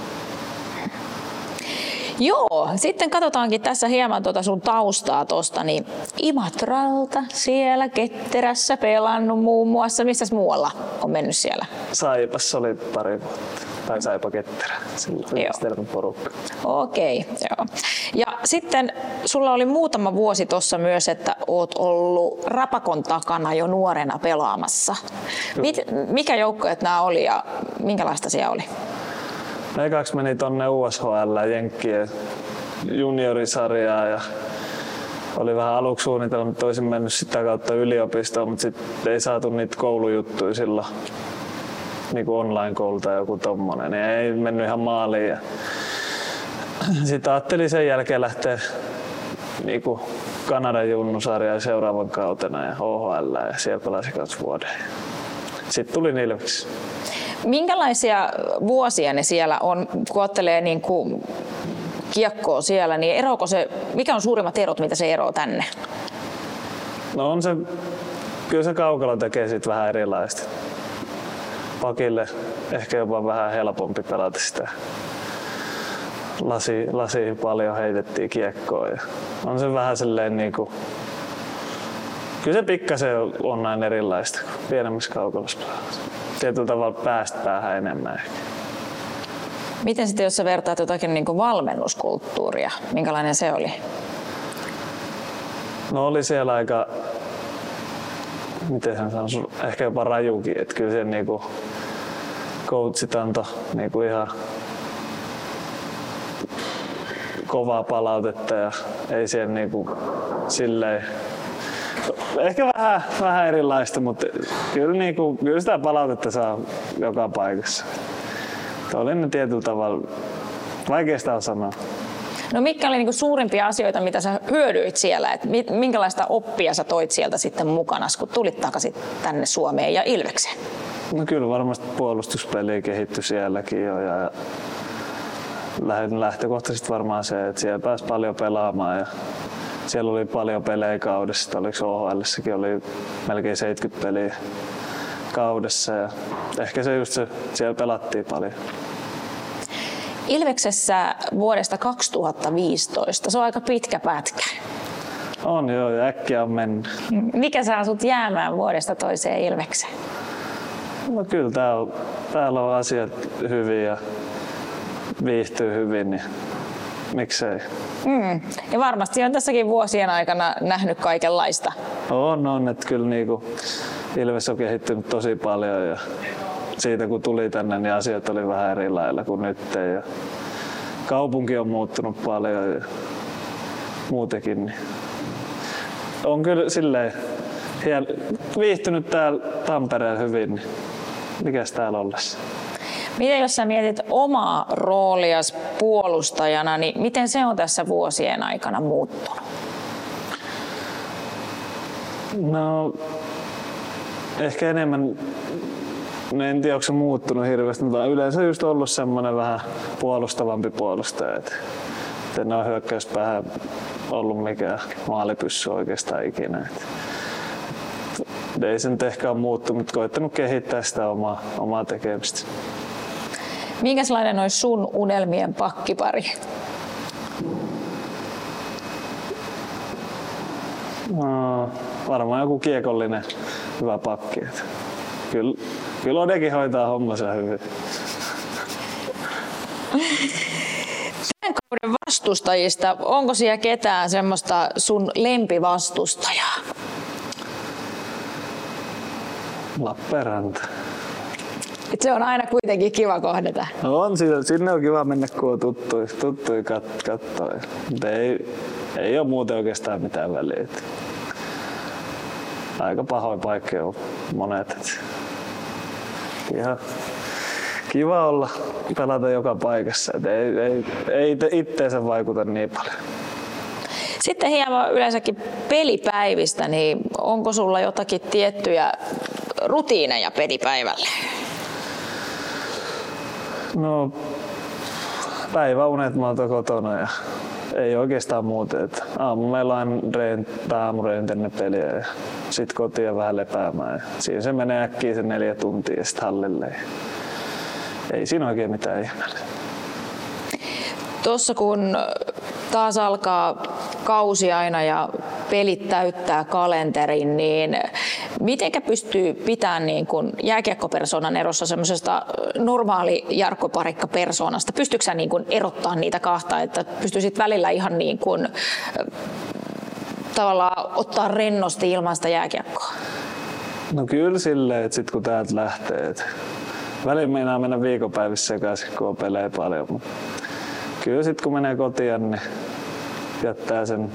Joo, sitten katsotaankin tässä hieman tuota sun taustaa tosta, niin Imatralta siellä Ketterässä pelannut muun muassa. Missäs muualla on mennyt siellä? Saipassa oli pari vuotta. Tai Saipa Ketterä, silloin porukka. Okei, joo. Ja sitten sulla oli muutama vuosi tuossa myös, että oot ollut Rapakon takana jo nuorena pelaamassa. Mit, mikä joukkueet nämä oli ja minkälaista siellä oli? No ekaksi meni tonne U S H L Jenkkien juniorisarjaa ja oli vähän aluksi suunnitelma, mutta olisin mennyt sitä kautta yliopistoon, mutta sitten ei saatu niitä koulujuttuja silloin. Niin kuin online-koulu tai joku tommonen, niin ei mennyt ihan maaliin. Ja sitten ajattelin sen jälkeen lähteä niin kuin Kanadan junnusarjaan seuraavan kautena ja O H L ja siellä pelasin kanssa vuoden. Sitten tuli Ilveksi. Minkälaisia vuosia ne siellä on, kun ottelee niin kuin kiekkoa siellä, niin eroako se, mikä on suurimmat erot, mitä se eroo tänne? No on se, kyllä se kaukalo tekee siitä vähän erilaista. Pakille ehkä jopa vähän helpompi pelata sitä. Lasi, lasi paljon heitettiin kiekkoa. Ja on se vähän silleen niinku Kyllä se pikkasen on näin erilaista kuin pienemmissä kaukalossa. Tietyllä tavalla päästä päähän enemmän ehkä. Miten sitten, jos sä vertaat jotakin niin kuin valmennuskulttuuria, minkälainen se oli? No oli siellä aika, miten sen sanoisi, ehkä jopa rajukin. Että kyllä siellä niinku coachit antoi niinku ihan kovaa palautetta ja ei siellä niinku silleen, ehkä vähän, vähän erilaista, mutta kyllä, niinku, kyllä sitä palautetta saa joka paikassa. Oli ne tietyllä tavalla, vaikeasta on sanoa. No mitkä oli niinku suurimpia asioita, mitä sä hyödyit siellä? Et minkälaista oppia sä toit sieltä sitten mukana, kun tulit takaisin tänne Suomeen ja Ilvekseen? No kyllä varmasti puolustuspeli kehittyi sielläkin jo. Ja lähtökohtaisesti varmaan se, että siellä pääsi paljon pelaamaan. Ja siellä oli paljon pelejä kaudessa. Oliko O H L:ssäkin oli melkein seitsemänkymmentä peliä kaudessa. Ja ehkä se just se, siellä pelattiin paljon. Ilveksessä vuodesta kaksituhattaviisitoista, se on aika pitkä pätkä. On joo, ja äkkiä on mennyt. Mikä saa sut jäämään vuodesta toiseen Ilvekseen? No kyllä täällä on, täällä on asiat hyvin ja viihtyy hyvin, niin miksei. Mm. Ja varmasti on tässäkin vuosien aikana nähnyt kaikenlaista. On, on, että kyllä niinku Ilves on kehittynyt tosi paljon ja siitä kun tuli tänne, niin asiat oli vähän eri lailla kuin nyt. Ja kaupunki on muuttunut paljon ja muutenkin. Niin on kyllä silleen viihtynyt täällä Tampereella hyvin. Niin mikäs täällä ollessa? Miten jos sä mietit omaa roolias puolustajana, niin miten se on tässä vuosien aikana muuttunut? No ehkä enemmän. No en tiedä, onko se muuttunut hirveästi, mutta yleensä just ollut semmoinen vähän puolustavampi puolustaja. Et en ole hyökkäyspäähän ollut mikään maalipyssy oikeastaan ikinä. Et, et ei se nyt ehkä ole muuttunut, mutta koittanut kehittää sitä omaa, omaa tekemistä. Minkälainen olisi sun unelmien pakkipari? No, varmaan joku kiekollinen hyvä pakki. Et kyllä. Kyllä Odekin hoitaa hommansa hyvin. Tämän kauden vastustajista, onko siellä ketään semmoista sun lempivastustajaa? Lappeenranta. Et se on aina kuitenkin kiva kohdata. No on, sinne on kiva mennä, kun on tuttui, tuttui kat, katsoa. Mutta ei, ei ole muuten oikeastaan mitään väliä. Aika pahoin paikkoja on monet. Ihan kiva olla, pelata joka paikassa. Et ei, ei, ei itteensä vaikuta niin paljon. Sitten hieman yleensäkin pelipäivistä, niin onko sulla jotakin tiettyjä rutiineja pelipäivälle? No päiväunet mä oon kotona ja ei oikeastaan muuten. Et aamu meillä on aamureenit ennen peliä ja sit kotiin vähän lepäämään. Ja siinä se menee äkkiä se neljä tuntia ja sit hallille. Ei siinä oikein mitään ihmeellistä. Tuossa kun taas alkaa kausi aina ja pelit täyttää kalenterin, niin mitenkä pystyy pitämään niin kuin jääkiekkopersonan erossa semmoisesta normaali Jarkko-Parikka-persoonasta? Pystyykö sä niin kuin erottaa niitä kahta, että pystyisit välillä ihan niin kuin tavallaan ottaa rennosti ilman sitä jääkiekkoa? No kyllä silleen, että sit kun täältä lähtee, että välillä meinaa mennä viikonpäivissä sekaisin, kun on pelejä paljon. Mutta kyllä sit kun menee kotiin, niin jättää sen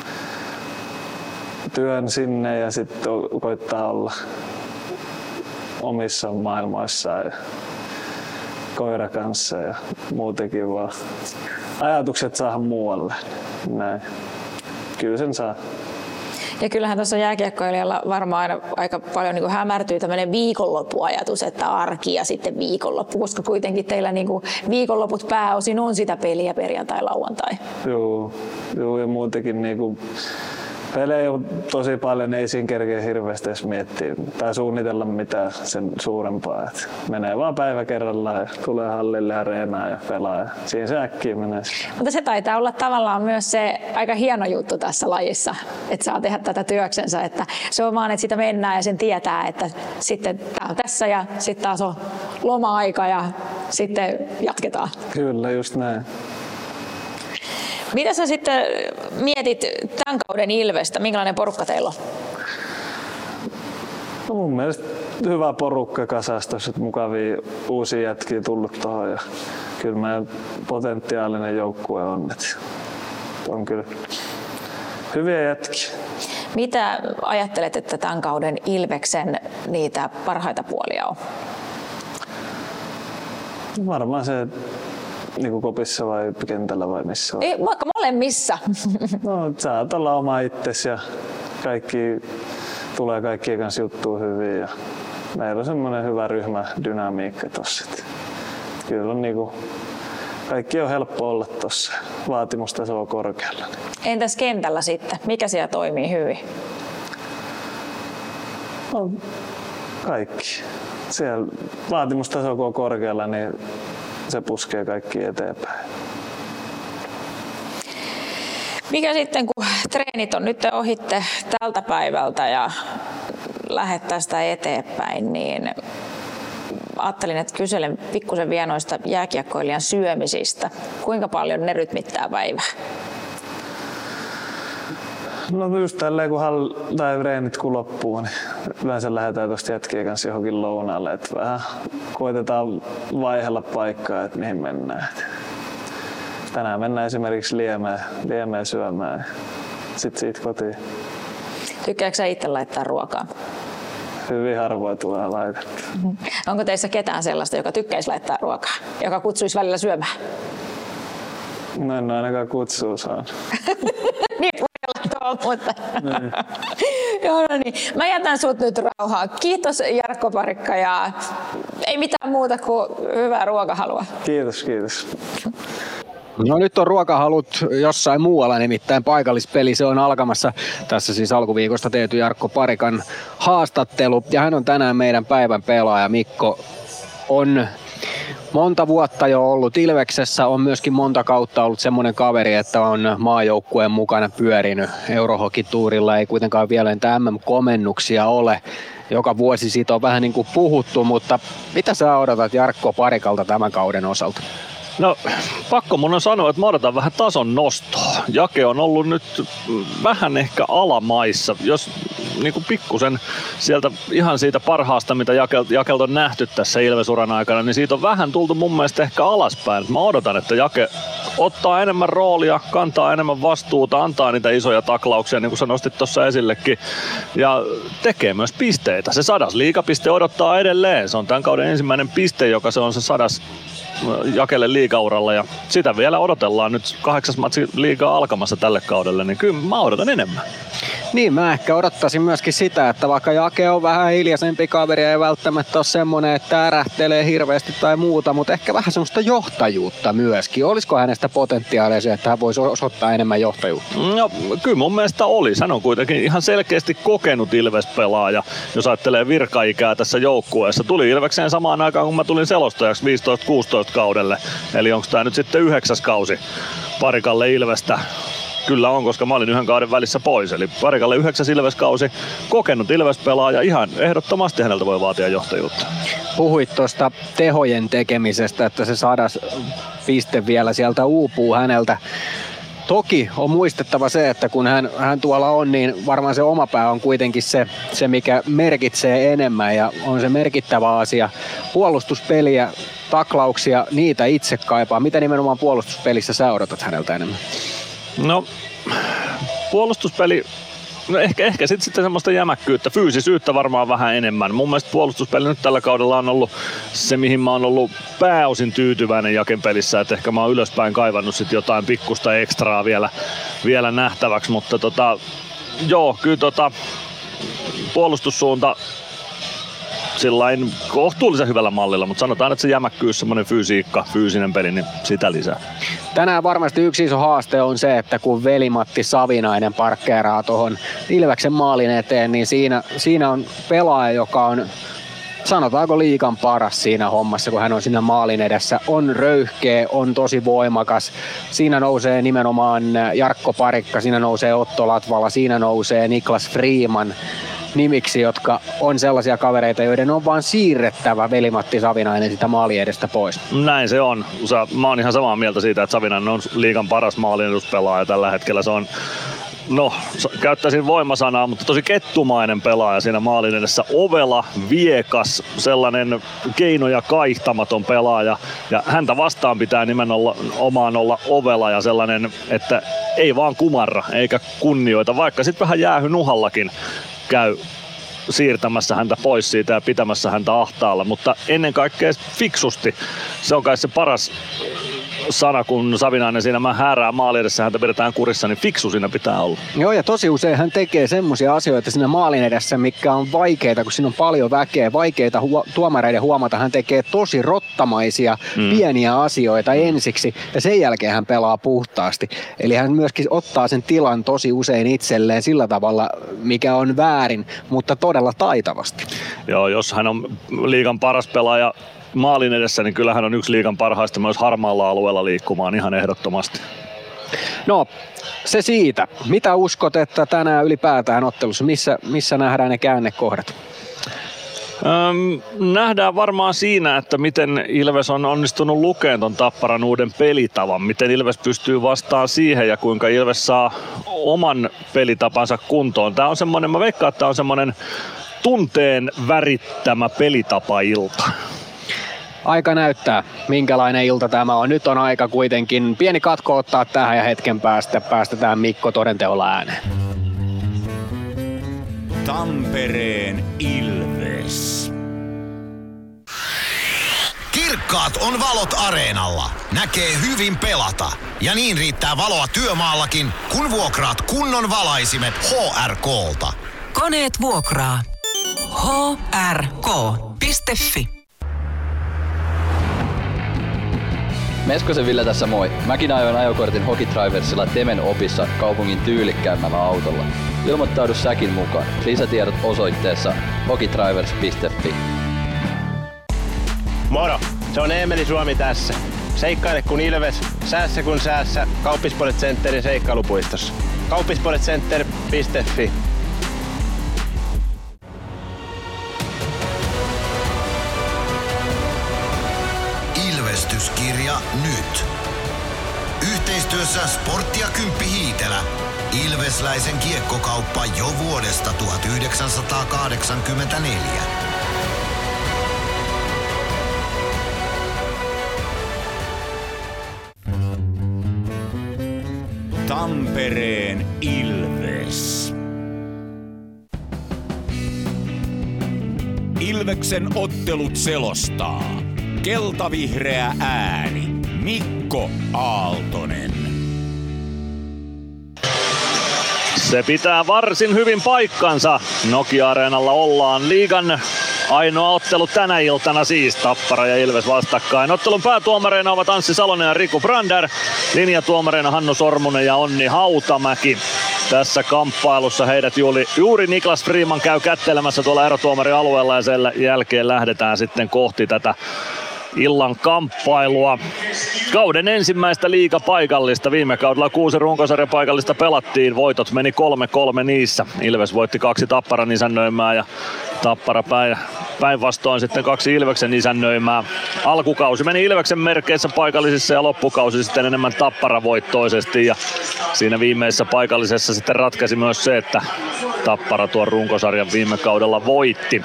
työn sinne ja sitten koittaa olla omissa maailmoissaan ja koira kanssa ja muutenkin vaan ajatukset saada muualle. Näin. Kyllä sen saa. Ja kyllähän tuossa jääkiekkoilijalla varmaan aina aika paljon niin kuin hämärtyy tämmöinen viikonloppuajatus, että arki ja sitten viikonloppu, koska kuitenkin teillä niin kuin viikonloput pääosin on sitä peliä perjantai, lauantai. Joo, joo ja muutenkin niin kuin pelejä on tosi paljon, ei siinä kerkeä hirveästi edes miettiä tai suunnitella mitään sen suurempaa. Et menee vaan päivä kerrallaan ja tulee hallille ja reenaa ja pelaa ja siinä se äkkiä menee. Mutta se taitaa olla tavallaan myös se aika hieno juttu tässä lajissa, että saa tehdä tätä työksensä. Että se on vaan, että sitä mennään ja sen tietää, että sitten tää on tässä ja sitten taas on loma-aika ja sitten jatketaan. Kyllä, just näin. Mitä sä sitten mietit tämän kauden Ilvestä? Minkälainen porukka teillä on? No mun mielestä hyvä porukka kasasta, että mukavia uusia jätkiä tullut tuohon ja kyllä meidän potentiaalinen joukkue on. Että on kyllä hyviä jätkiä. Mitä ajattelet, että tämän kauden Ilveksen niitä parhaita puolia on? Varmaan se niin kuin kopissa vai kentällä vai missä? Vai? Ei, vaikka molemmissa. No, saat olla oma itsesi ja kaikki tulee kaikkien kanssa juttua hyvin. Ja meillä on semmoinen hyvä ryhmädynamiikka tossa. Kyllä on niinku, kaikki on helppo olla tossa. Vaatimustaso on korkealla. Entäs kentällä sitten? Mikä siellä toimii hyvin? No, kaikki. Siellä vaatimustaso kun on korkealla, niin se puskee kaikki eteenpäin. Mikä sitten, kun treenit on nyt ohitte tältä päivältä ja lähdet tästä eteenpäin, niin ajattelin, että kyselen pikkusen vielä noista jääkiekkoilijan syömisistä. Kuinka paljon ne rytmittää päivää? No just tälleen, kun hall- tai treenit kun loppuu, niin yleensä lähdetään tuosta jätkien kanssa johonkin lounaalle. Että vähän koitetaan vaihella paikkaa, että mihin mennään. Tänään mennään esimerkiksi Liemeen, Liemeen syömään ja sitten siitä kotiin. Tykkääkö sä itse laittaa ruokaa? Hyvin harvoin tulee laitettua. Onko teissä ketään sellaista, joka tykkäisi laittaa ruokaa, joka kutsuisi välillä syömään? No en ainakaan kutsua saanut. Niin puheella tuo, mutta... Joo, no niin. Mä jätän sut nyt rauhaan. Kiitos Jarkko Parikka ja ei mitään muuta kuin hyvää ruokahalua. Kiitos, kiitos. No nyt on ruokahalut jossain muualla, nimittäin paikallispeli. Se on alkamassa. Tässä siis alkuviikosta tehty Jarkko Parikan haastattelu. Ja hän on tänään meidän päivän pelaaja. Mikko on monta vuotta jo ollut Ilveksessä, on myöskin monta kautta ollut semmoinen kaveri, että on maajoukkueen mukana pyörinyt Eurohockey-tuurilla. Ei kuitenkaan vielä niitä M M-komennuksia ole. Joka vuosi siitä on vähän niin kuin puhuttu, mutta mitä sä odotat Jarkko Parikalta tämän kauden osalta? No pakko mun on sanoa, että mä odotan vähän tason nostoa. Jake on ollut nyt vähän ehkä alamaissa, jos niin kuin pikkusen sieltä ihan siitä parhaasta, mitä Jakelta Jakel on nähty tässä Ilves-uran aikana, niin siitä on vähän tultu mun mielestä ehkä alaspäin. Mä odotan, että Jake ottaa enemmän roolia, kantaa enemmän vastuuta, antaa niitä isoja taklauksia, niin kuin sä nostit tuossa esillekin, ja tekee myös pisteitä. Se sadas liigapiste odottaa edelleen. Se on tämän kauden ensimmäinen piste, joka se on se sadas Jakelle liigauralla ja sitä vielä odotellaan nyt kahdeksas matsi liigaa alkamassa tälle kaudelle, niin kyllä mä odotan enemmän. Niin, mä ehkä odottaisin myöskin sitä, että vaikka Jake on vähän hiljaisempi kaveri, ei välttämättä ole semmoinen, että ärähtelee hirveästi tai muuta, mutta ehkä vähän semmoista johtajuutta myöskin. Olisiko hänestä potentiaalia se, että hän voisi osoittaa enemmän johtajuutta? No, kyllä mun mielestä oli. Hän on kuitenkin ihan selkeästi kokenut Ilves-pelaaja, jos ajattelee virkaikää tässä joukkueessa. Tuli Ilvekseen samaan aikaan, kun mä tulin selostajaksi viisitoista kuusitoista kaudelle. Eli onko tää nyt sitten yhdeksäs kausi Parikalle Ilvestä? Kyllä on, koska mä olin yhden kauden välissä pois. Eli Parikalle yhdeksäs Ilves-kausi, kokenut Ilves-pelaaja, ihan ehdottomasti häneltä voi vaatia johtajuutta. Puhuit tuosta tehojen tekemisestä, että se sadas piste vielä sieltä uupuu häneltä. Toki on muistettava se, että kun hän, hän tuolla on, niin varmaan se oma pää on kuitenkin se, se, mikä merkitsee enemmän ja on se merkittävä asia. Puolustuspeliä, taklauksia, niitä itse kaipaa. Mitä nimenomaan puolustuspelissä sä odotat häneltä enemmän? No, puolustuspeli, no ehkä, ehkä sitten sit semmoista jämäkkyyttä, fyysisyyttä varmaan vähän enemmän. Mun mielestä puolustuspeli nyt tällä kaudella on ollut se, mihin mä oon ollut pääosin tyytyväinen Jaken pelissä, että ehkä mä oon ylöspäin kaivannut sit jotain pikkusta ekstraa vielä, vielä nähtäväksi, mutta tota, joo, kyllä tota, puolustussuunta sillain kohtuullisen hyvällä mallilla, mutta sanotaan, että se jämäkkyys, semmoinen fysiikka, fyysinen peli, niin sitä lisää. Tänään varmasti yksi iso haaste on se, että kun Veli-Matti Savinainen parkkeeraa tuohon Ilveksen maalin eteen, niin siinä, siinä on pelaaja, joka on sanotaanko liigan paras siinä hommassa, kun hän on siinä maalin edessä. On röyhkeä, on tosi voimakas. Siinä nousee nimenomaan Jarkko Parikka, siinä nousee Otto Latvala, siinä nousee Niklas Freeman nimiksi, jotka on sellaisia kavereita, joiden on vaan siirrettävä Veli-Matti Savinainen sitä maalin edestä pois. Näin se on. Mä oon ihan samaa mieltä siitä, että Savinainen on liigan paras maalin eduspelaaja tällä hetkellä. Se on No, käyttäisin voimasanaa, mutta tosi kettumainen pelaaja siinä maalin edessä. Ovela, viekas, sellainen keinoja kaihtamaton pelaaja. Ja häntä vastaan pitää nimenomaan olla ovela ja sellainen, että ei vaan kumarra eikä kunnioita, vaikka sitten vähän jäähy nuhallakin käy siirtämässä häntä pois siitä ja pitämässä häntä ahtaalla. Mutta ennen kaikkea fiksusti. Se on kai se paras sana, kun Savinainen siinä häärää maali edessä, häntä pidetään kurissa, niin fiksu siinä pitää olla. Joo, ja tosi usein hän tekee semmoisia asioita siinä maalin edessä, mikä on vaikeita, kun siinä on paljon väkeä, vaikeita huo- tuomareiden huomata. Hän tekee tosi rottamaisia, mm. pieniä asioita ensiksi, ja sen jälkeen hän pelaa puhtaasti. Eli hän myöskin ottaa sen tilan tosi usein itselleen sillä tavalla, mikä on väärin, mutta todella taitavasti. Joo, jos hän on liigan paras pelaaja maalin edessä, niin kyllähän on yksi liigan parhaista myös harmaalla alueella liikkumaan ihan ehdottomasti. No, se siitä. Mitä uskot, että tänään ylipäätään ottelussa, missä, missä nähdään ne käännekohdat? Öm, nähdään varmaan siinä, että miten Ilves on onnistunut lukemaan ton Tapparan uuden pelitavan. Miten Ilves pystyy vastaan siihen ja kuinka Ilves saa oman pelitapansa kuntoon. Tää on semmonen, mä veikkaan, että tää on semmonen tunteen värittämä pelitapa-ilta. Aika näyttää, minkälainen ilta tämä on. Nyt on aika kuitenkin pieni katko ottaa tähän ja hetken päästä päästetään Mikko todenteolla ääneen. Tampereen Ilves. Kirkkaat on valot areenalla. Näkee hyvin pelata. Ja niin riittää valoa työmaallakin, kun vuokraat kunnon valaisimet H R K:lta. Koneet vuokraa. H R K piste F I. Meskosen Ville tässä moi. Mäkin ajoin ajokortin Hokitriversilla Temen opissa kaupungin tyylikkäämmällä autolla. Ilmoittaudu säkin mukaan. Lisätiedot osoitteessa hokitrivers piste F I. Moro! Se on Eemeli Suomi tässä. Seikkaile kun Ilves, säässä kun säässä. Kauppisports Centerin seikkailupuistossa. kauppisports center piste F I. Ilvestyskirja nyt. Yhteistyössä Sportti ja Kymppi Hiitelä. Ilvesläisen kiekkokauppa jo vuodesta tuhatyhdeksänsataakahdeksankymmentäneljä. Tampereen Ilves. Ilveksen ottelut selostaa keltavihreä ääni Mikko Aaltonen. Se pitää varsin hyvin paikkansa. Nokia-areenalla ollaan liigan ainoa ottelu tänä iltana siis. Tappara ja Ilves vastakkain. Ottelun päätuomareina ovat Anssi Salonen ja Riku Brander. Linjatuomareina Hannu Sormunen ja Onni Hautamäki. Tässä kamppailussa heidät juuri, juuri Niklas Freeman käy kättelemässä tuolla erotuomarialueella ja sen jälkeen lähdetään sitten kohti tätä illan kamppailua. Kauden ensimmäistä liigapaikallista. Viime kaudella kuusi runkosarjapaikallista pelattiin. Voitot meni kolme kolme niissä. Ilves voitti kaksi Tapparan isännöimää ja Tappara päin, päinvastoin sitten kaksi Ilveksen isännöimää. Alkukausi meni Ilveksen merkeissä paikallisissa ja loppukausi sitten enemmän Tappara voittoisesti. Ja siinä viimeisessä paikallisessa sitten ratkaisi myös se, että Tappara tuon runkosarjan viime kaudella voitti.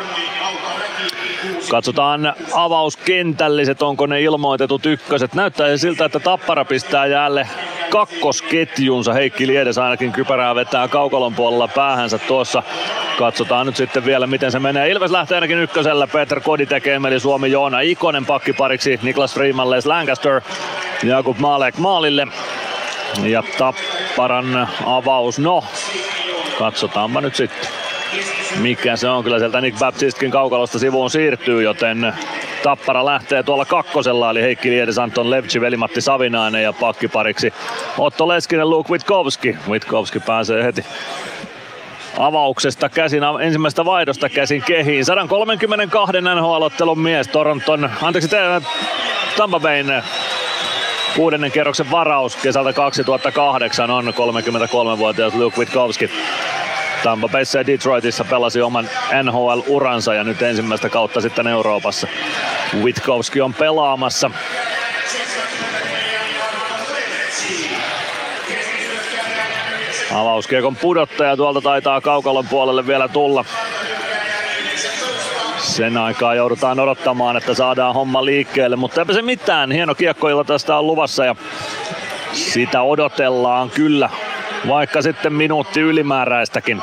Katsotaan avauskentälliset, onko ne ilmoitetut ykköset. Näyttää siltä, että Tappara pistää jälleen kakkosketjunsa. Heikki Liedes ainakin kypärää vetää kaukalon puolella päähänsä tuossa. Katsotaan nyt sitten vielä, miten se menee. Ilves lähtee ainakin ykkösellä. Peter Koditek, Emeli Suomi, Joona Ikonen pakkipariksi. Niklas Freeman, Les Lancaster, Jakub Malek maalille. Ja Tapparan avaus, no, katsotaanpa nyt sitten. mikä se on. Kyllä sieltä Nick Baptistkin kaukalosta sivuun siirtyy, joten Tappara lähtee tuolla kakkosella, eli Heikki Liedes, Anton Levci, Veli-Matti Savinainen ja pakkipariksi Otto Leskinen, Luke Witkowski. Witkowski pääsee heti avauksesta käsin, ensimmäistä vaihdosta käsin kehiin. sata kolmekymmentäkaksi N H L-ottelun mies, Toronton, anteeksi te, Tampa Bayn kuudennen kerroksen varaus kesältä kaksituhattakahdeksan on kolmekymmentäkolmevuotias Luke Witkowski. Tampa Bayssä ja Detroitissa pelasi oman N H L-uransa ja nyt ensimmäistä kautta sitten Euroopassa Witkowski on pelaamassa. Avauskiekon pudottaja tuolta taitaa kaukalon puolelle vielä tulla. Sen aikaa joudutaan odottamaan, että saadaan homma liikkeelle, mutta eipä se mitään. Hieno kiekkoilla tästä on luvassa ja sitä odotellaan kyllä, vaikka sitten minuutti ylimääräistäkin.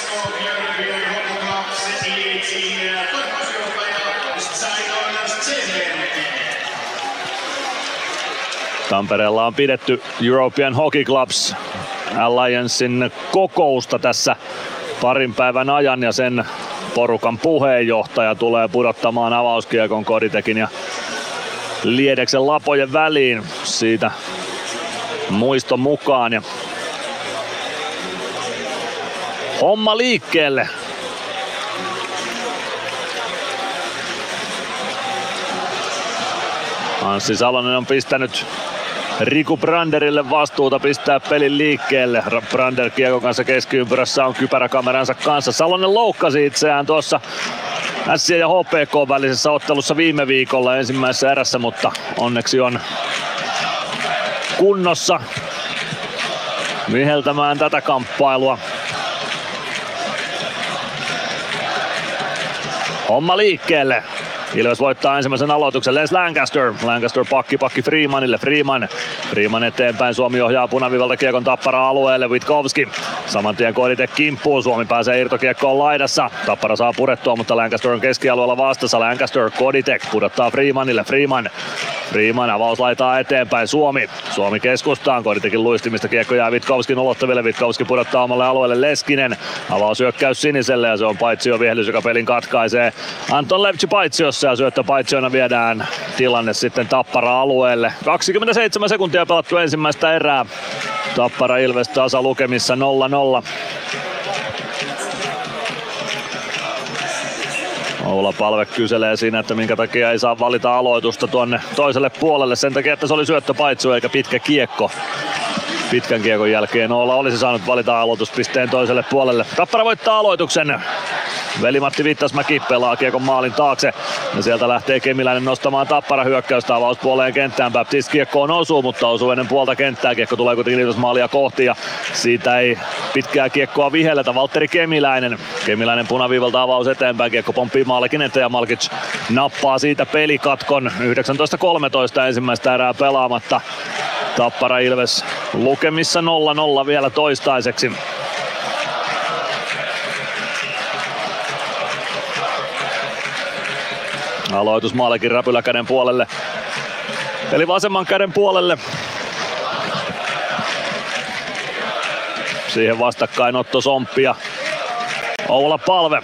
Tampereella on pidetty European Hockey Clubs Alliancein kokousta tässä parin päivän ajan ja sen porukan puheenjohtaja tulee pudottamaan avauskiekon Koditekin ja Liedeksen lapojen väliin siitä muiston mukaan. Ja homma liikkeelle. Anssi Salonen on pistänyt Riku Branderille vastuuta pistää pelin liikkeelle. Brander kiekon kanssa keskiympyrässä on kypäräkameransa kanssa. Salonen loukkasi itseään tuossa S C ja H P K välisessä ottelussa viime viikolla ensimmäisessä erässä, mutta onneksi on kunnossa viheltämään tätä kamppailua. Homma liikkeelle. Ilves voittaa ensimmäisen aloituksen. Les Lancaster. Lancaster pakki pakki Freemanille. Freeman. Freeman eteenpäin. Suomi ohjaa punaviivalta kiekon Tappara alueelle. Witkowski. Saman tien Kodite kimppuun. Suomi pääsee irtokiekkoon laidassa. Tappara saa purettua, mutta Lancaster on keskialueella vastassa. Lancaster Koditek pudottaa Freemanille. Freeman. Freeman avaus laitaa eteenpäin. Suomi. Suomi keskustaan. Koditekin luistimista kiekko jää Witkowskin ulottaville. Witkowski pudottaa omalle alueelle. Leskinen. Avaus hyökkäys siniselle ja se on Paitsio vihelys, joka pelin katkaisee. Anton Levci Paitsiossa ja syöttö Paitsiona viedään tilanne sitten Tappara alueelle. kaksikymmentäseitsemän sekuntia pelattu ensimmäistä erää. Tappara Ilves tasa lukemissa nolla nolla. Oula Palve kyselee siinä, että minkä takia ei saa valita aloitusta tuonne toiselle puolelle. Sen takia, että se oli syöttö Paitsio eikä pitkä kiekko. Pitkän kiekon jälkeen Oula olisi saanut valita aloituspisteen toiselle puolelle. Tappara voittaa aloituksen. Veli-Matti Vittasmäki pelaa kiekon maalin taakse. Ja sieltä lähtee Kemiläinen nostamaan Tappara hyökkäystä avauspuoleen kenttään. Baptist kiekkoon osuu, mutta osuu ennen puolta kenttää. Kiekko tulee kuitenkin liitosmaalia kohti ja siitä ei pitkää kiekkoa vihelletä. Valtteri Kemiläinen. Kemiläinen punaviivalta avaus eteenpäin. Kiekko pomppii Malkin eteen ja Malkic nappaa siitä pelikatkon. yhdeksäntoista kolmetoista ensimmäistä erää pelaamatta. Tappara Ilves lukemissa nolla nolla vielä toistaiseksi. Aloitus Malkin räpyläkäden puolelle. Eli vasemman käden puolelle. Siihen vastakkain Otto Somppi ja Oula Palve.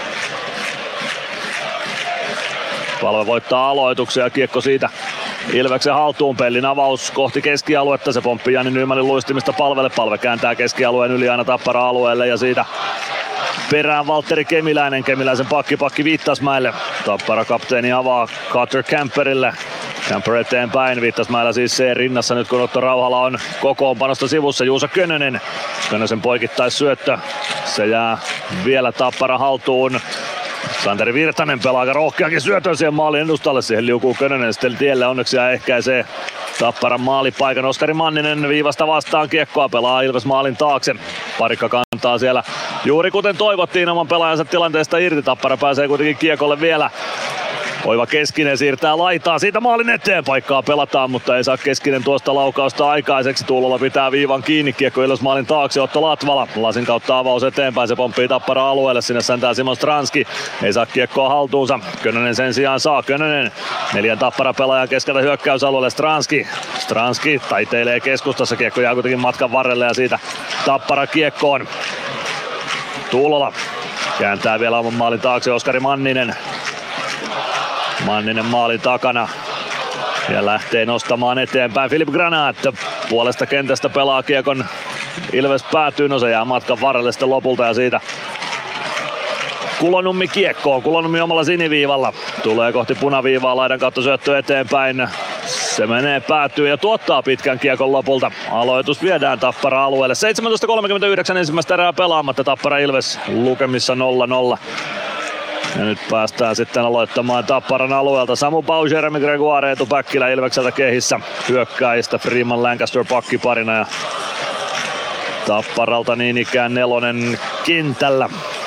Palve voittaa aloituksen ja kiekko siitä Ilveksen haltuun. Pellin avaus kohti keskialuetta. Se pomppii Jani Nymanin luistimista Palvelle. Palve kääntää keskialueen yli aina Tappara alueelle ja siitä perään Valtteri Kemiläinen. Kemiläisen pakki pakki Viittasmäelle. Tappara kapteeni avaa Carter Camperille. Camper eteenpäin. Viittasmäellä siis C rinnassa nyt kun Otto Rauhala on kokoonpanosta sivussa. Juuso Könönen. Könösen poikittais syöttö. Se jää vielä Tappara haltuun. Santeri Virtanen pelaa aika rohkeakin syötön siihen maalin edustalle. Siihen liukuu Könönen sitten tielle. Onneksi ja ehkäisee Tapparan maalipaikan. Oskari Manninen viivasta vastaan kiekkoa. Pelaa Ilves maalin taakse. Parikka kantaa siellä juuri kuten toivottiin oman pelaajansa tilanteesta irti. Tappara pääsee kuitenkin kiekolle vielä. Oiva Keskinen siirtää laitaa siitä maalin eteen. Paikkaa pelataan, mutta ei saa Keskinen tuosta laukausta aikaiseksi. Tuulola pitää viivan kiinni. Kiekko Ilves maalin taakse. Otto Latvala. Lasin kautta avaus eteenpäin. Se pomppii Tappara alueelle. Sinne säntää Simon Stranski. Ei saa kiekkoa haltuunsa. Könönen sen sijaan saa. Könönen. Neljän Tappara pelaajan keskeltä hyökkäysalueelle. Stranski. Stranski taiteilee keskustassa. Kiekko jää kuitenkin matkan varrelle ja siitä Tappara kiekkoon. Tuulola. Kääntää vielä oman maalin taakse Oskari Manninen. Manninen maalin takana. Ja lähtee nostamaan eteenpäin. Filip Granat puolesta kentästä pelaa kiekon. Ilves päätyy, no se jää matkan varrelle sitten lopulta ja siitä Kulonummi kiekkoon. Kulonummi omalla siniviivalla. Tulee kohti punaviivaa, laidan kautta syöttö eteenpäin. Se menee päätyy ja tuottaa pitkän kiekon lopulta. Aloitus viedään Tappara alueelle. seitsemäntoista kolmekymmentäyhdeksän ensimmäistä erää pelaamatta. Tappara Ilves lukemissa nolla nolla. Ja nyt päästään sitten aloittamaan Tapparan alueelta. Samu Bau, Jeremy Gregoire, Eetu Päkkilä Ilvekseltä kehissä. Hyökkäistä Freeman Lancaster pakkiparina ja Tapparalta niin ikään nelonen kentällä.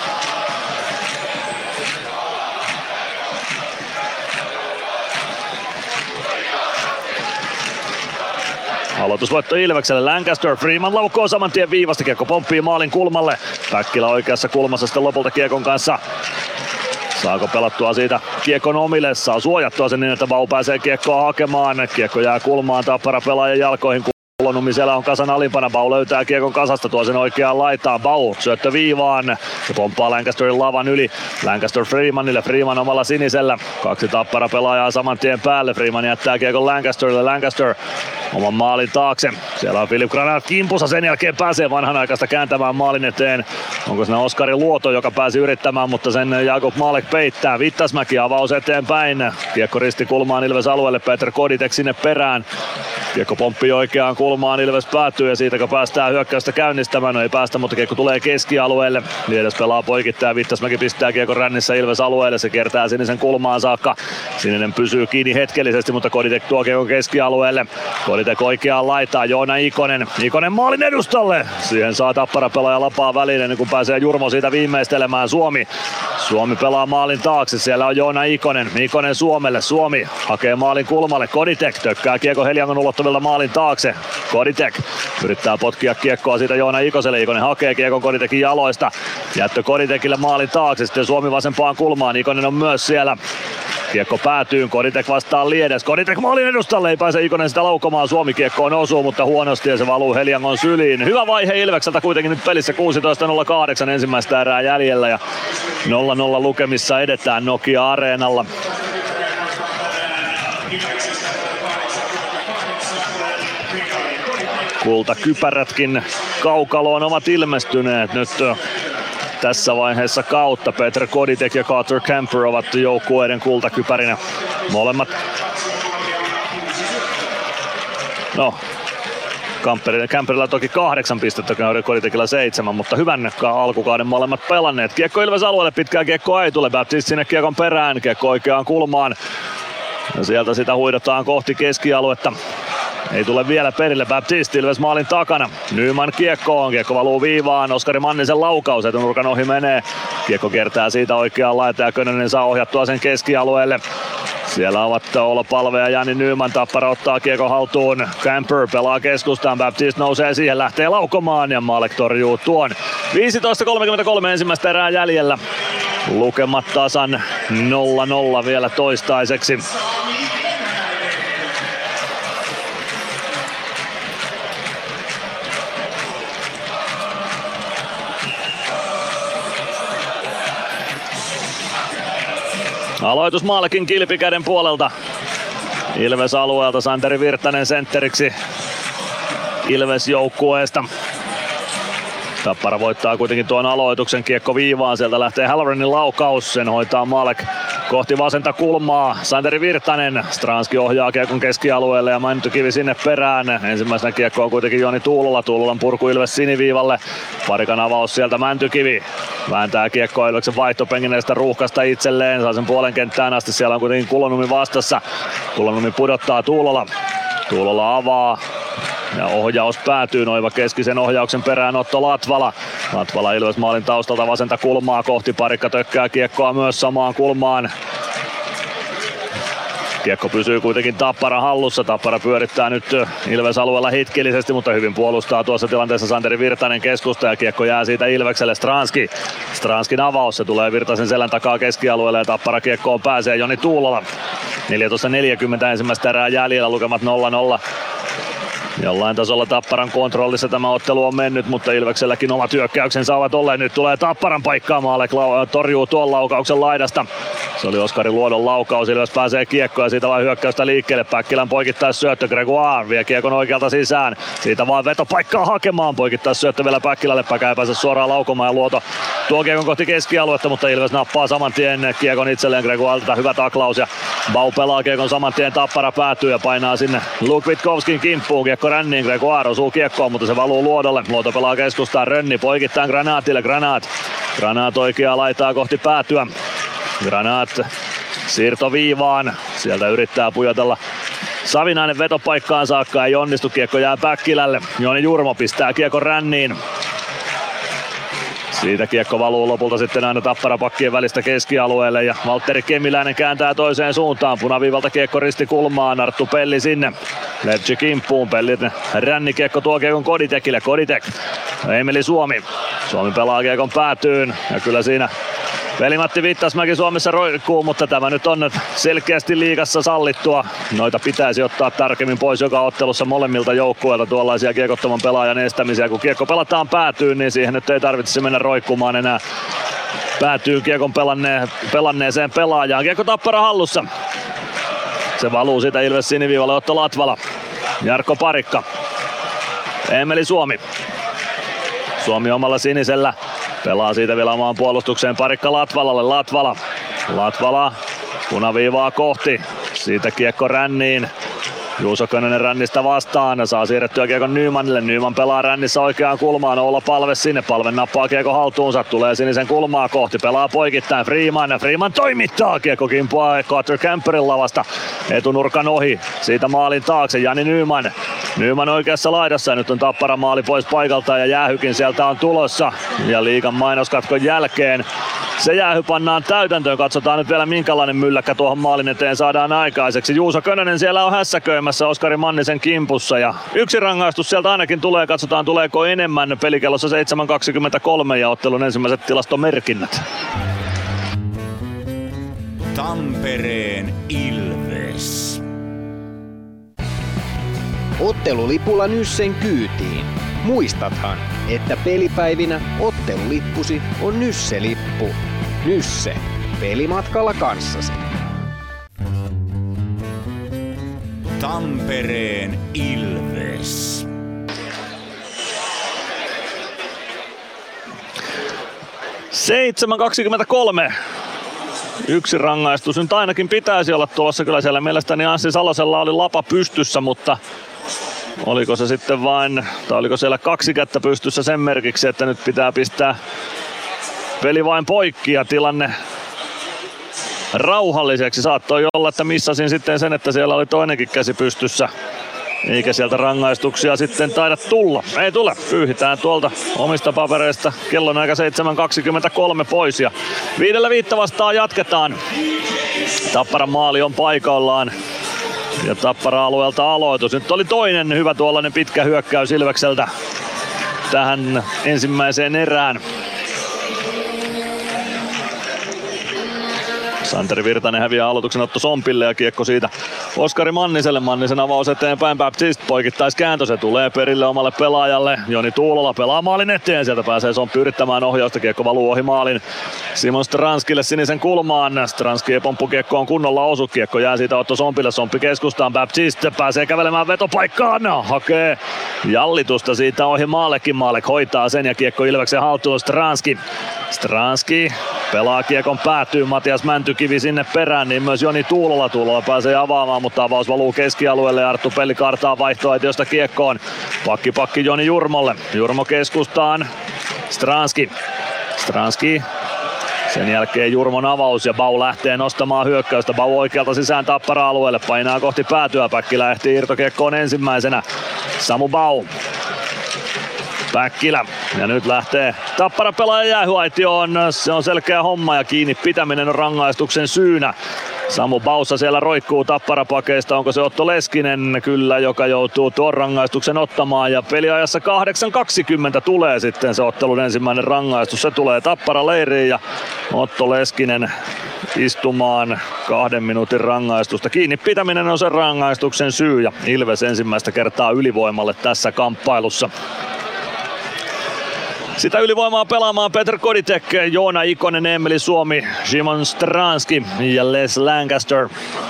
Aloitusvoitto Ilvekselle. Lancaster, Freeman laukkoo saman tien viivasta. Kiekko pomppii maalin kulmalle. Päkkilä oikeassa kulmassa sitten lopulta kiekon kanssa. Saako pelattua siitä kiekon omille? Saa suojattua sen niin, että Bau pääsee kiekkoa hakemaan. Kiekko jää kulmaan Tappara pelaajan jalkoihin. Kulonummi siellä on kasan alimpana. Bau löytää kiekon kasasta, tuo sen oikeaan laitaan. Bau syöttö viivaan. Se pomppaa Lancasterin lavan yli. Lancaster Freemanille. Freeman omalla sinisellä. Kaksi Tappara pelaajaa saman tien päälle. Freeman jättää kiekon Lancasterille. Lancaster oman maalin taakse. Siellä on Filip Granat kimpussa. Sen jälkeen pääsee vanhanaikaista kääntämään maalin eteen. Onko siinä Oskari Luoto, joka pääsi yrittämään, mutta sen Jakub Malek peittää. Vittasmäki avaus eteenpäin. Kiekko risti kulmaan Ilves alueelle. Petr Koditek sinne perään. Kiekko pomppii oikeaan kulmaan, Ilves päätyy ja siitä kun päästään hyökkäystä käynnistämään, no ei päästä, mutta kiekko tulee keskialueelle. Liedes pelaa poikittaa, Vittasmäki pistää kiekon rännissä Ilves alueelle, se kertaa sinisen kulmaan saakka. Sininen pysyy kiinni hetkellisesti, mutta Koditek tuo kiekon keskialueelle. Koditek oikeaan laitaa, Joona Ikonen. Ikonen maalin edustalle. Siihen saa Tappara pelaaja lapaa väliin ennen kuin pääsee Jurmo siitä viimeistelemään. Suomi. Suomi pelaa maalin taakse, siellä on Joona Ikonen. Ikonen Suomelle, Suomi hakee maalin kulmalle, Koditek tökkää kiekko Heliangon ulottuvilla maalin taakse. Koditek yrittää potkia kiekkoa siitä Joona Ikoselle. Ikonen hakee kiekon Koditekin jaloista. Jättö Koditekille maalin taakse. Sitten Suomi vasempaan kulmaan. Ikonen on myös siellä. Kiekko päätyy. Koditek vastaan Liedes. Koditek maalin edustalle. Ei pääse Ikonen sitä laukomaan. Suomi kiekkoon osuu, mutta huonosti ja se valuu Heliangon syliin. Hyvä vaihe Ilvekseltä kuitenkin nyt pelissä. kuusitoista nolla kahdeksan ensimmäistä erää jäljellä ja nolla nolla lukemissa edetään Nokia-areenalla. Kultakypärätkin kaukaloon ovat ilmestyneet nyt tässä vaiheessa kautta. Petr Koditek ja Carter Camper ovat joukkueiden kultakypärinä. Molemmat. No, Camperilla toki kahdeksan pistettä, Koditekilla seitsemän, mutta hyvän alkukauden molemmat pelanneet. Kiekko Ilves alueelle, pitkää kiekkoa ei tule. Baptist sinne kiekon perään, kiekko oikeaan kulmaan. Ja sieltä sitä huidotaan kohti keskialuetta. Ei tule vielä perille, Baptist Ilves maalin takana. Nyman kiekkoon, kiekko valuu viivaan, Oskari Mannisen laukaus, etunurkan ohi menee. Kiekko kiertää siitä oikeaan laitaan ja Könönen saa ohjattua sen keskialueelle. Siellä ovat Oula Palve ja Jani Nyman. Tappara ottaa kiekko haltuun. Camper pelaa keskustaan. Baptist nousee siihen, lähtee laukomaan ja Malek torjuu tuon. viisitoista kolmekymmentäkolme ensimmäistä erää jäljellä. Lukemat tasan nolla nolla vielä toistaiseksi. Aloitus Malkin kilpikäden puolelta. Ilves alueelta Santeri Virtanen sentteriksi Ilves joukkueesta. Tappara voittaa kuitenkin tuon aloituksen, kiekko viivaan, sieltä lähtee Halloranin laukaus, sen hoitaa Malek kohti vasenta kulmaa. Santeri Virtanen, Stranski ohjaa kiekon keskialueelle ja Mäntykivi sinne perään. Ensimmäisenä kiekko on kuitenkin Joni Tuulola, Tuulolan purku Ilves siniviivalle. Parikan avaus sieltä Mäntykivi. Vääntää kiekkoa Ilveksen vaihtopenkineestä ruuhkasta itselleen, saa sen puolen kenttään asti, siellä on kuitenkin Kulonummi vastassa. Kulonummi pudottaa Tuulola. Tuulola avaa. Ja ohjaus päätyy, Noiva keskisen ohjauksen perään Otto Latvala. Latvala Ilves maalin taustalta vasenta kulmaa kohti, Parikka tökkää kiekkoa myös samaan kulmaan. Kiekko pysyy kuitenkin Tappara hallussa. Tappara pyörittää nyt Ilves alueella hitkillisesti, mutta hyvin puolustaa tuossa tilanteessa Santeri Virtanen keskusta ja kiekko jää siitä Ilvekselle. Stranski. Stranskin avaus, se tulee Virtasen selän takaa keskialueelle ja Tappara kiekkoon pääsee Joni Tuulola. neljätoista neljäkymmentä ensimmäistä erää jäljellä, lukemat nolla nolla. Jollain tasolla Tapparan kontrollissa tämä ottelu on mennyt, mutta Ilvekselläkin omat hyökkäyksensä ovat olleet. Nyt tulee Tapparan paikkaa, Maalek torjuu tuon laukauksen laidasta. Se oli Oskari Luodon laukaus, Ilves pääsee kiekkoon ja siitä vaan hyökkäystä liikkeelle. Päkkilän poikittais syöttö, Gregoire vie kiekon oikealta sisään. Siitä vaan vetopaikkaa hakemaan, poikittais syöttö vielä Päkkilälle, Päkä ei pääse suoraan laukomaan ja Luoto tuo kiekon kohti keskialuetta, mutta Ilves nappaa saman tien kiekon itselleen. Gregoirelta hyvä taklaus ja Bau pelaa kiekon saman tien, Tappara päätyy ja painaa sinne Luke Witkowskin kimppuun. Kiekko ränniin, Gregoire osuu kiekkoon, mutta se valuu Luodolle. Luoto pelaa keskustaan, Rönni poikittain Granaatille, Granaat. Granaat oikeaa laitaa kohti päätyä. Granaat siirto viivaan, sieltä yrittää pujotella Savinainen vetopaikkaan saakka, ei onnistu, kiekko jää Päkkilälle. Joni Jurmo pistää kiekon ränniin. Siitä kiekko valuu lopulta sitten aina Tappara-pakkien välistä keskialueelle ja Valtteri Kemiläinen kääntää toiseen suuntaan. Punaviivalta kiekko ristikulmaan, Arttu Pelli sinne. Lepsi kimppuun, Pelli rännikiekko tuo kiekon Koditekille, Koditek. Emeli Suomi. Suomi pelaa kiekon päätyyn ja kyllä siinä Veli-Matti Vittasmäki Suomessa roikkuu, mutta tämä nyt on selkeästi liigassa sallittua. Noita pitäisi ottaa tarkemmin pois joka ottelussa molemmilta joukkueilta tuollaisia kiekottoman pelaajan estämisiä. Kun kiekko pelataan päätyyn, niin siihen nyt ei tarvitse mennä roikkumaan enää päätyyn kiekon pelanne, pelanneeseen pelaajaan. Kiekko Tappara hallussa. Se valuu siitä Ilves siniviivalle, Otto Latvala. Jarkko Parikka. Emeli Suomi. Suomi omalla sinisellä. Pelaa siitä vielä omaan puolustukseen, Parikka Latvalalle, Latvala. Latvala punaviivaa kohti, siitä kiekko ränniin. Juuso Könönen rännistä vastaan, saa siirrettyä kiekon Nymanille. Nyman pelaa rännissä oikeaan kulmaan, Oula Palve sinne. Palve nappaa kiekko haltuunsa, tulee sinisen kulmaa kohti, pelaa poikittain Freeman. Freeman toimittaa, kiekko kimpuaa Carter Camperin lavasta etunurkan ohi. Siitä maalin taakse Jani Nyman. Nyman oikeassa laidassa ja nyt on Tappara maali pois paikalta ja jäähykin sieltä on tulossa. Ja liigan mainoskatkon jälkeen se jäähy pannaan täytäntöön. Katsotaan nyt vielä minkälainen mylläkkä tuohon maalin eteen saadaan aikaiseksi. Juuso Könönen siellä on hässäköimässä Oskari Mannisen kimpussa ja yksi rangaistus sieltä ainakin tulee. Katsotaan tuleeko enemmän. Pelikellossa seitsemän kaksikymmentäkolme ja ottelun ensimmäiset tilastomerkinnät. Tampereen Ilves. Ottelulipulla Nyssen kyytiin. Muistathan, että pelipäivinä ottelulippusi on Nysse-lippu. Nysse. Pelimatkalla kanssasi. Tampereen Ilves. seitsemän kaksikymmentäkolme. Yksi rangaistus nyt ainakin pitäisi olla tulossa. Kyllä siellä mielestäni Anssi Salosella oli lapa pystyssä, mutta oliko se sitten vain, tai oliko siellä kaksi kättä pystyssä sen merkiksi, että nyt pitää pistää peli vain poikki ja tilanne rauhalliseksi. Saattoi olla, että missasin sitten sen, että siellä oli toinenkin käsi pystyssä. Eikä sieltä rangaistuksia sitten taida tulla. Ei tule. Pyyhitään tuolta omista papereista kellon aika seitsemän kaksikymmentäkolme pois. Ja viidellä viittä vastaan jatketaan. Tapparan maali on paikallaan. Ja Tappara-alueelta aloitus. Nyt oli toinen hyvä tuollainen pitkä hyökkäys Ilvekseltä tähän ensimmäiseen erään. Santeri Virtanen häviää aloituksen Otto Sompille ja kiekko siitä Oskari Manniselle. Mannisen avaus eteenpäin, Baptiste poikittaiskääntö, se tulee perille omalle pelaajalle. Joni Tuulola pelaa maalin eteen, sieltä pääsee Somppi yrittämään ohjausta, kiekko valuu ohi maalin Simon Stranskille sinisen kulmaan. Stranski ei pomppu kiekkoon kunnolla osu, kiekko jää siitä Otto Sompille, Somppi keskustaan, Baptiste pääsee kävelemään vetopaikkaan, hakee jallitusta siitä ohi Maalekkin, Maalek hoitaa sen ja kiekko Ilveksen haltuun, Stranski. Stranski pelaa kiekon päätyyn, Matias Mäntykivi sinne perään, niin myös Joni Tuulola. Tuulola pääsee avaamaan, mutta avaus valuu keskialueelle ja Arttu Pelli kartaa vaihtoaitiosta kiekkoon. Pakki pakki Joni Jurmolle. Jurmo keskustaan. Stranski. Stranski. Sen jälkeen Jurmon avaus ja Bau lähtee nostamaan hyökkäystä. Bau oikealta sisään Tappara-alueelle, painaa kohti päätyä. Päkkilä ehtii irtokiekkoon ensimmäisenä. Samu Bau. Päkkilä. Ja nyt lähtee Tappara pelaaja jäähyaitioon. Se on selkeä homma ja kiinni pitäminen on rangaistuksen syynä. Samu Baussa siellä roikkuu Tappara-pakeista. Onko se Otto Leskinen? Kyllä, joka joutuu tuon rangaistuksen ottamaan. Ja peliajassa kahdeksan kaksikymmentä tulee sitten se ottelun ensimmäinen rangaistus. Se tulee Tappara leiriin ja Otto Leskinen istumaan kahden minuutin rangaistusta. Kiinni pitäminen on sen rangaistuksen syy ja Ilves ensimmäistä kertaa ylivoimalle tässä kamppailussa. Sitä ylivoimaa pelaamaan Petr Koditek, Joona Ikonen, Eemeli Suomi, Szymon Stranski ja Les Lancaster.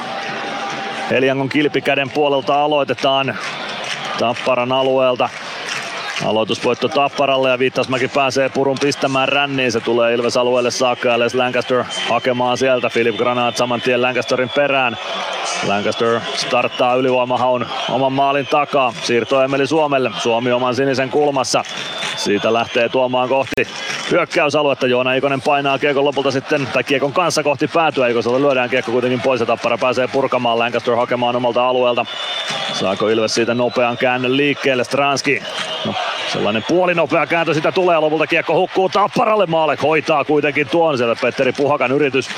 Heliangon kilpikäden puolelta aloitetaan Tapparan alueelta. Aloitusvoitto Tapparalle ja Viittasmäki pääsee purun pistämään ränniin. Se tulee Ilves alueelle saakka ja Les Lancaster hakemaan sieltä. Philip Granat saman tien Lancasterin perään. Lancaster starttaa ylivoimahaun oman maalin takaa. Siirto Emeli Suomelle. Suomi oman sinisen kulmassa. Siitä lähtee tuomaan kohti hyökkäysaluetta. Joona Ikonen painaa kiekon lopulta sitten, tai kiekon kanssa kohti päätyä. Ikoselta lyödään kiekko kuitenkin pois ja Tappara pääsee purkamaan. Lancaster hakemaan omalta alueelta. Saako Ilves siitä nopean käännön liikkeelle? Stranski. No, sellainen puolinopea kääntö sitä tulee. Lopulta kiekko hukkuu Tapparalle. Maalek hoitaa kuitenkin tuon. Sieltä Petteri Puhakan yritys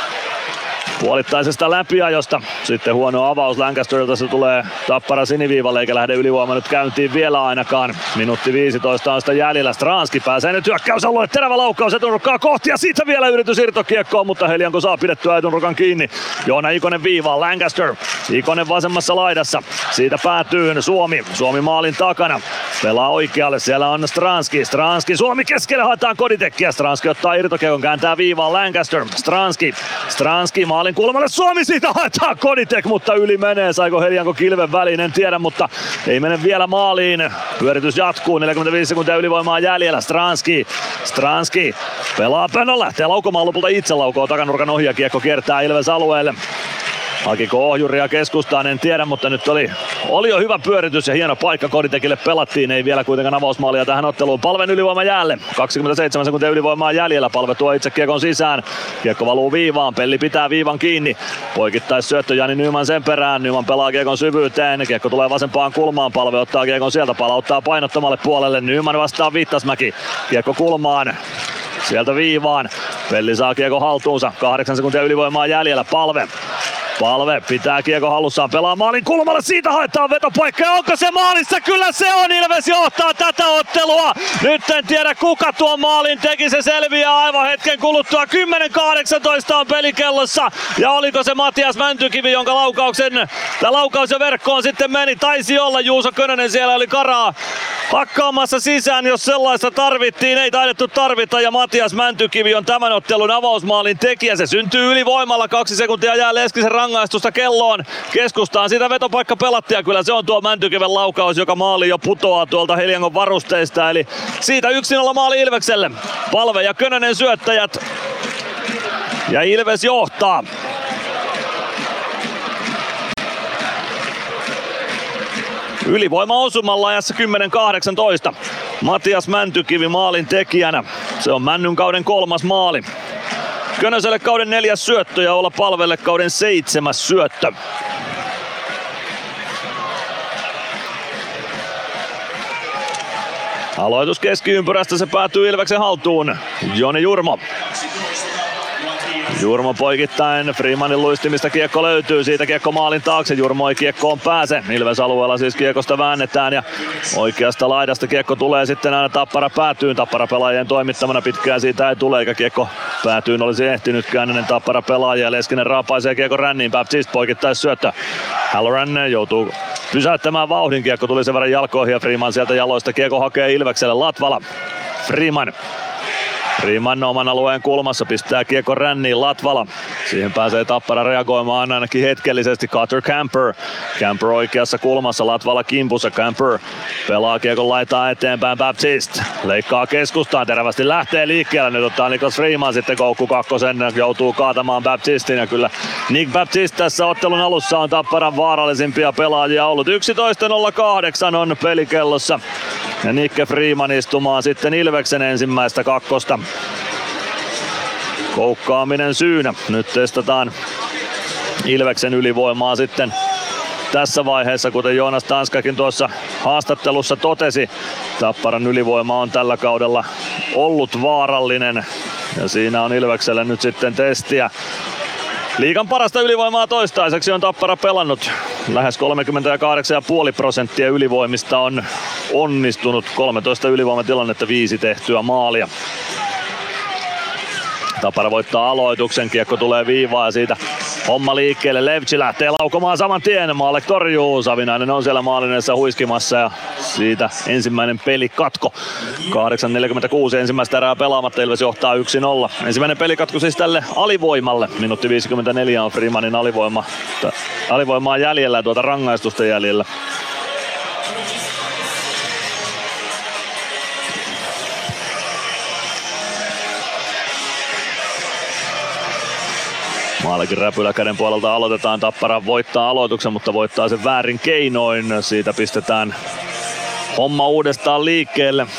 puolittaisesta läpiajosta. Sitten huono avaus Lancasterilta, se tulee Tappara siniviivalle eikä lähde ylivoima nyt käyntiin vielä ainakaan. Minuutti viisitoista on sitä jäljellä. Stranski pääsee nyt hyökkäysalueelle. Terävä laukkaus etunurkkaa kohti ja siitä vielä yritys irtokiekkoon, mutta Helianko saa pidettyä etunurkan kiinni. Joona Ikonen viivaan. Lancaster. Ikonen vasemmassa laidassa. Siitä päätyy Suomi. Suomi maalin takana. Pelaa oikealle. Siellä on Stranski. Stranski. Suomi keskelle haetaan Koditekkiä. Stranski ottaa irtokiekon, kääntää viivaan Lancaster. Stranski. Stranski maalin kulmalle. Suomi siitä haetaan Koditek, mutta yli menee. Saiko Helianko kilven väliin? En tiedä, mutta ei mene vielä maaliin. Pyöritys jatkuu. neljäkymmentäviisi sekuntia ylivoimaa jäljellä. Stranski. Stranski pelaa pönön. Lähtee laukomaan lopulta itse laukoo takanurkan ohi ja kiekko kiertää Ilves alueelle. Hakiko ohjuria keskustaan, en tiedä, mutta nyt oli, oli jo hyvä pyöritys ja hieno paikka Koditekille pelattiin. Ei vielä kuitenkaan avausmaalia tähän otteluun. Palven ylivoima jäälle. kaksikymmentäseitsemän sekuntia ylivoimaa jäljellä. Palve tuo itse kiekon sisään. Kiekko valuu viivaan. Pelli pitää viivan kiinni. Poikittais syöttö Jani Nyman sen perään. Nyman pelaa kiekon syvyyteen. Kiekko tulee vasempaan kulmaan. Palve ottaa kiekon sieltä. Palauttaa painottomalle puolelle. Nyman vastaa Viittasmäki. Kiekko kulmaan. Sieltä viivaan. Pelli saa kiekon haltuunsa. Kahdeksan sekuntia ylivoimaa jäljellä. Palve. Palve pitää kiekko hallussaan, pelaa maalin kulmalle, siitä haetaan vetopaikka ja onko se maalissa? Kyllä se on, Ilves johtaa tätä ottelua. Nyt en tiedä kuka tuon maalin teki, se selviää aivan hetken kuluttua. kymmenen kahdeksantoista on pelikellossa ja oliko se Matias Mäntykivi, jonka laukauksen, tämä laukaus ja verkkoon sitten meni. Taisi olla, Juuso Könönen siellä oli karaa hakkaamassa sisään, jos sellaista tarvittiin. Ei taidettu tarvita ja Matias Mäntykivi on tämän ottelun avausmaalin tekijä. Se syntyy ylivoimalla, kaksi sekuntia jää Leskisen rangaistusta kelloon. Keskustaan sitä vetopaikka pelattiin ja kyllä se on tuo Mäntykiven laukaus, joka maali jo putoaa tuolta Heliangon varusteista. Eli siitä yksi nolla maali Ilvekselle. Palve ja Könönen syöttäjät ja Ilves johtaa. Ylivoima osumalla ajassa kymmenen kahdeksantoista. Matias Mäntykivi maalin tekijänä. Se on Männyn kauden kolmas maali. Könöselle kauden neljäs syöttö ja Olla Palvelle kauden seitsemäs syöttö. Aloitus keskiympyrästä, se päätyy Ilveksen haltuun. Joni Jurmo. Jurmo poikittain, Freemanin luistimista kiekko löytyy, siitä kiekko maalin taakse, Jurmo ei kiekkoon pääse. Ilves alueella siis kiekosta väännetään ja oikeasta laidasta kiekko tulee sitten aina Tappara päätyyn. Tappara pelaajien toimittamana, pitkään siitä ei tule eikä kiekko päätyyn olisi ehtinytkään ennen Tappara pelaajia. Leskinen raapaisee kiekko ränniin, Baptiste poikittais syöttö. Halloran joutuu pysäyttämään vauhdin, kiekko tuli sen verran jalkoihin ja Freeman sieltä jaloista kiekko hakee Ilvekselle. Latvala, Freeman. Freeman oman alueen kulmassa pistää kiekko ränniin, Latvala. Siihen pääsee Tappara reagoimaan ainakin hetkellisesti. Carter Camper. Camper oikeassa kulmassa, Latvala kimpussa. Camper pelaa kiekon laitaa eteenpäin, Baptiste leikkaa keskustaan, terävästi lähtee liikkeelle. Nyt ottaa Niklas Freeman sitten koukku kakkosen, joutuu kaatamaan Baptistin. Ja kyllä Nick Baptiste tässä ottelun alussa on Tapparan vaarallisimpia pelaajia ollut. yksitoista nolla kahdeksan on pelikellossa. Ja Nikke Freeman istumaan sitten Ilveksen ensimmäistä kakkosta. Koukkaaminen syynä. Nyt testataan Ilveksen ylivoimaa sitten tässä vaiheessa, kuten Joonas Tanskakin tuossa haastattelussa totesi. Tapparan ylivoima on tällä kaudella ollut vaarallinen ja siinä on Ilvekselle nyt sitten testiä. Liigan parasta ylivoimaa toistaiseksi on Tappara pelannut. Lähes kolmekymmentäkahdeksan pilkku viisi prosenttia ylivoimista on onnistunut. kolmetoista ylivoimatilannetta, viisi tehtyä maalia. Tappara voittaa aloituksen, kiekko tulee viivaan ja siitä Homma liikkeelle, Levci lähtee laukomaan saman tien, Maalek torjuu, Savinainen on siellä maalin edessä huiskimassa ja siitä ensimmäinen pelikatko. kahdeksan neljäkymmentäkuusi ensimmäistä erää pelaamatta, Ilves johtaa yksi nolla. Ensimmäinen pelikatko siis tälle alivoimalle, minuutti viisikymmentäneljä on Freemanin alivoima, alivoimaa jäljellä tuota rangaistusten jäljellä. Maalikin räpylä käden puolelta aloitetaan. Tappara voittaa aloituksen, mutta voittaa sen väärin keinoin. Siitä pistetään homma uudestaan liikkeelle.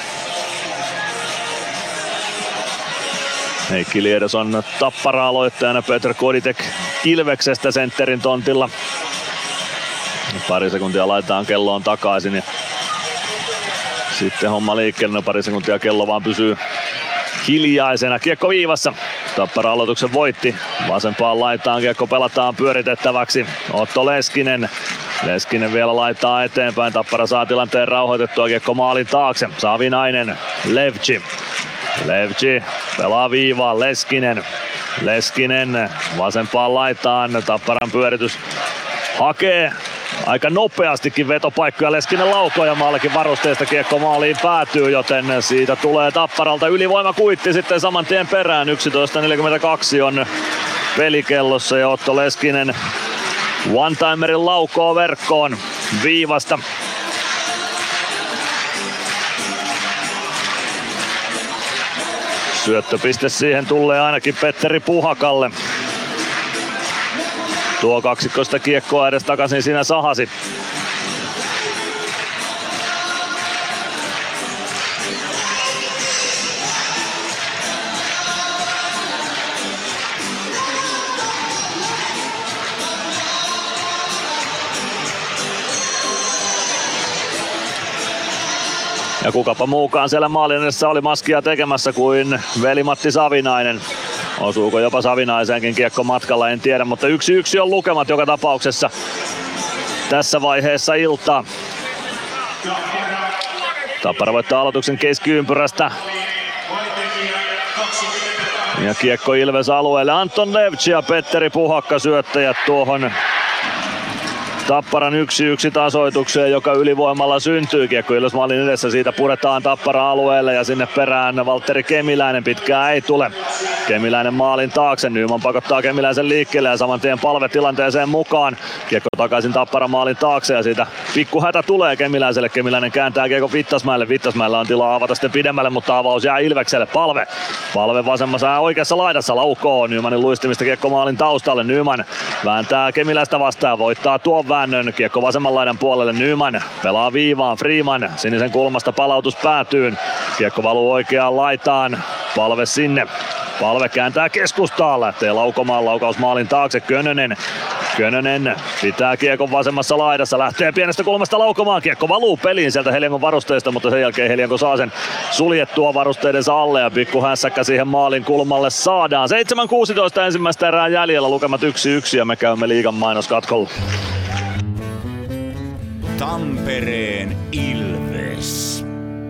Heikki Liedes on Tappara-aloittajana, Petr Koditek Ilveksestä sentterin tontilla. Pari sekuntia laitetaan kelloon takaisin ja sitten homma liikkeelle. No pari sekuntia kello vaan pysyy hiljaisena. Kiekko viivassa. Tappara aloituksen voitti. Vasempaan laitaan kiekko pelataan pyöritettäväksi. Otto Leskinen. Leskinen vielä laittaa eteenpäin. Tappara saa tilanteen rauhoitettua. Kiekko maalin taakse. Savinainen. Levci. Levci pelaa viivaan. Leskinen. Leskinen vasempaan laitaan. Tapparan pyöritys hakee aika nopeastikin vetopaikkoja. Leskinen laukoo ja Maalekin varusteista kiekko maaliin päätyy, joten siitä tulee Tapparalta ylivoimakuitti sitten saman tien perään. yksitoista neljäkymmentäkaksi on pelikellossa ja Otto Leskinen one-timerin laukoo verkkoon viivasta. Syöttöpiste siihen tulee ainakin Petteri Puhakalle. Tuo kaksikko sitä kiekkoa edes takaisin siinä sahasi. Ja kukapa muukaan siellä maalin edessä oli maskia tekemässä kuin veli-Matti Savinainen. Osuuko jopa Savinaiseenkin kiekko matkalla, en tiedä, mutta yksi yksi on lukemat joka tapauksessa tässä vaiheessa iltaa. Tappara voittaa aloituksen keskiympyrästä. Ja kiekko Ilves alueelle. Anton Levci ja Petteri Puhakka syöttäjät tuohon Tapparan yksi yksi tasoitukseen, joka ylivoimalla syntyy. Kiekko Ilves maalin edessä, siitä puretaan Tappara alueelle ja sinne perään Valtteri Kemiläinen, pitkää ei tule. Kemiläinen maalin taakse, Nyman pakottaa Kemiläisen liikkeelle ja saman tien palve tilanteeseen mukaan. Kiekko takaisin Tappara maalin taakse ja siitä pikkuhätä tulee Kemiläiselle. Kemiläinen kääntää kiekko Vittasmäelle, Vittasmäellä on tilaa avata sitten pidemmälle, mutta avaus jää Ilvekselle. Palve, palve vasemmassa oikeassa laidassa laukoo Nymanin luistimista kiekko maalin taustalle. Nyman vääntää Kemiläistä vastaan, voittaa tuon väännön. Kiekko vasemman laidan puolelle, Nyman pelaa viivaan, Freeman sinisen kulmasta palautus päätyyn. Kiekko valuu oikeaan laitaan, palve sinne. Palve kääntää keskustaan, lähtee laukomaan, laukaus maalin taakse, Könönen. Könönen pitää kiekon vasemmassa laidassa, lähtee pienestä kulmasta laukomaan, kiekko valuu peliin sieltä Heliankon varusteista, mutta sen jälkeen Helianko saa sen suljettua varusteidensa alle ja pikku hässäkkä siihen maalin kulmalle saadaan. seitsemän kuusitoista ensimmäistä erää jäljellä, lukemat yksi yksi ja me käymme liigan mainoskatkolla. Tampereen Ilves.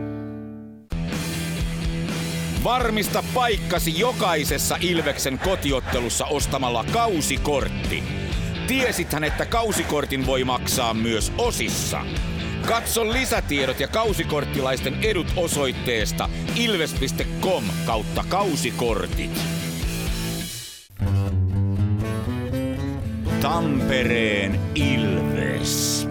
Varmista paikkasi jokaisessa Ilveksen kotiottelussa ostamalla kausikortti. Tiesithän, että kausikortin voi maksaa myös osissa. Katso lisätiedot ja kausikorttilaisten edut osoitteesta ilves piste com kautta kausikortit. Tampereen Ilves.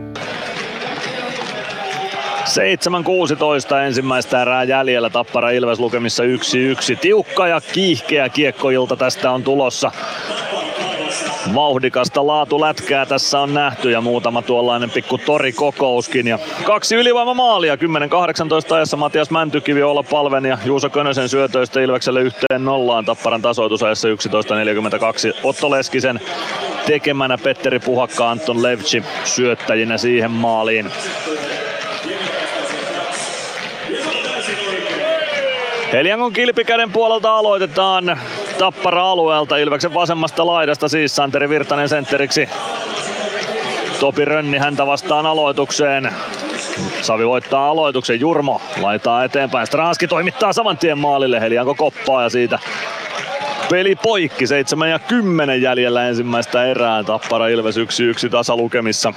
seitsemän kuusitoista ensimmäistä erää jäljellä, Tappara Ilves lukemissa yksi yksi. Tiukka ja kiihkeä kiekkoilta tästä on tulossa. Vauhdikasta laatulätkää tässä on nähty ja muutama tuollainen pikku torikokouskin. Ja kaksi ylivoimamaalia, kymmenen kahdeksantoista ajassa Matias Mäntykivi, Olla Palven ja Juuso Könösen syötöistä Ilvekselle yhteen nollaan. Tapparan tasoitusajassa yksitoista neljäkymmentäkaksi. Otto Leskisen tekemänä, Petteri Puhakka, Anton Levci syöttäjinä siihen maaliin. Heliankon kilpikäden puolelta aloitetaan Tappara-alueelta, Ilveksen vasemmasta laidasta siis Santeri Virtanen sentteriksi. Topi Rönni häntä vastaan aloitukseen. Savi voittaa aloituksen, Jurmo laittaa eteenpäin. Stranski toimittaa saman tien maalille, Helianko koppaa ja siitä Peli poikki, seitsemän ja kymmenen jäljellä ensimmäistä erää. Tappara Ilves yksi yksi tasalukemissa.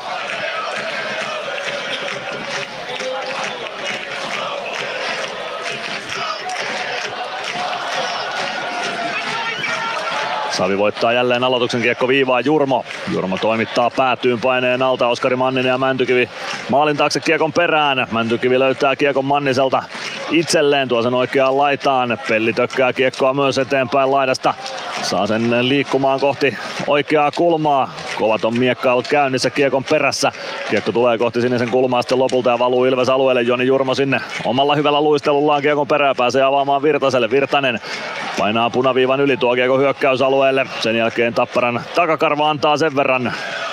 Savi voittaa jälleen aloituksen, kiekko viivaa Jurmo. Jurmo toimittaa päätyyn paineen alta, Oskari Manninen ja Mäntykivi maalin taakse kiekon perään. Mäntykivi löytää kiekon Manniselta itselleen, tuo sen oikeaan laitaan. Pelli tökkää kiekkoa myös eteenpäin laidasta. Saa sen liikkumaan kohti oikeaa kulmaa. Kovat on miekkailut käynnissä kiekon perässä. Kiekko tulee kohti sinisen kulmaa sitten lopulta ja valuu Ilves alueelle. Joni Jurmo sinne omalla hyvällä luistelullaan kiekon perään, pääsee avaamaan Virtaselle. Virtanen painaa punaviivan yli, tuo kiekko hyökkäysalueelle. Sen jälkeen Tapparan takakarva antaa sen verran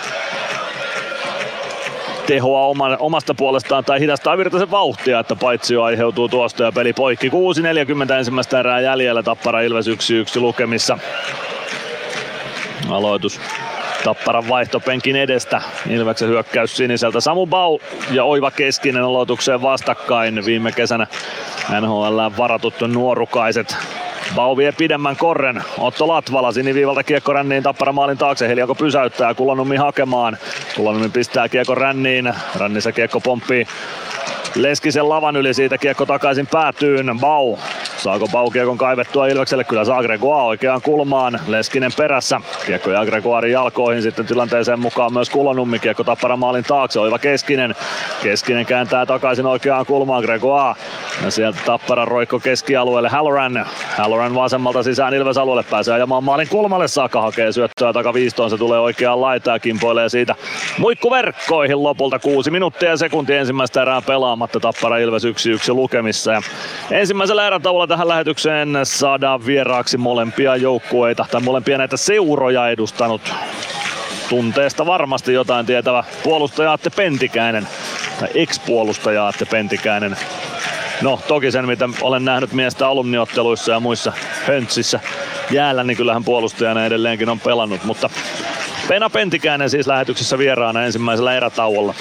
tehoa omasta puolestaan tai hidastaa Virtasen vauhtia, että paitsio aiheutuu tuosta ja peli poikki. kuusi neljäkymmentä ensimmäistä erää jäljellä, Tappara Ilves yksi yksi lukemissa. Aloitus Tapparan vaihtopenkin edestä. Ilveksen hyökkäys siniseltä. Samu Bau ja Oiva Keskinen aloitukseen vastakkain. Viime kesänä N H L varatut nuorukaiset. Bau vie pidemmän korren. Otto Latvala siniviivalta kiekko ränniin Tappara maalin taakse. Heliako pysäyttää. Kulonummi hakemaan. Kulonummi pistää kiekko ränniin. Rännissä kiekko pomppii Leskisen lavan yli, siitä kiekko takaisin päätyyn. Bau. Saako Bau kiekon kaivettua Ilvekselle? Kyllä saa. Gregoire oikeaan kulmaan. Leskinen perässä. Kiekko jää Gregoirin jalkoihin. Sitten tilanteeseen mukaan myös Kulonummi. Kiekko Tappara maalin taakse. Oiva Keskinen. Keskinen kääntää takaisin oikeaan kulmaan. Gregoire. Ja sieltä Tappara roikko keskialueelle. Halloran. Halloran vasemmalta sisään Ilves alueelle. Pääsee ajamaan maalin kulmalle saakka. Hakee syöttöä takaviistoon. Se tulee oikeaan laitaan. Kimpoilee siitä muikkuverkkoihin lopulta. Kuusi minuuttia ja sekuntia ensimmäistä erää pelaamatta. Tappara Ilves yksi yksi lukemissa. Ja ensimmäisellä erätauolla tähän lähetykseen saadaan vieraaksi molempia joukkueita tai molempia näitä seuroja edustanut tunteesta varmasti jotain tietävä puolustaja Atte Pentikäinen tai ex-puolustaja Atte Pentikäinen. No toki sen mitä olen nähnyt miestä alumniotteluissa ja muissa höntsissä jäällä, niin kyllähän puolustajana edelleenkin on pelannut, mutta Pena Pentikäinen siis lähetyksessä vieraana ensimmäisellä erätauolla.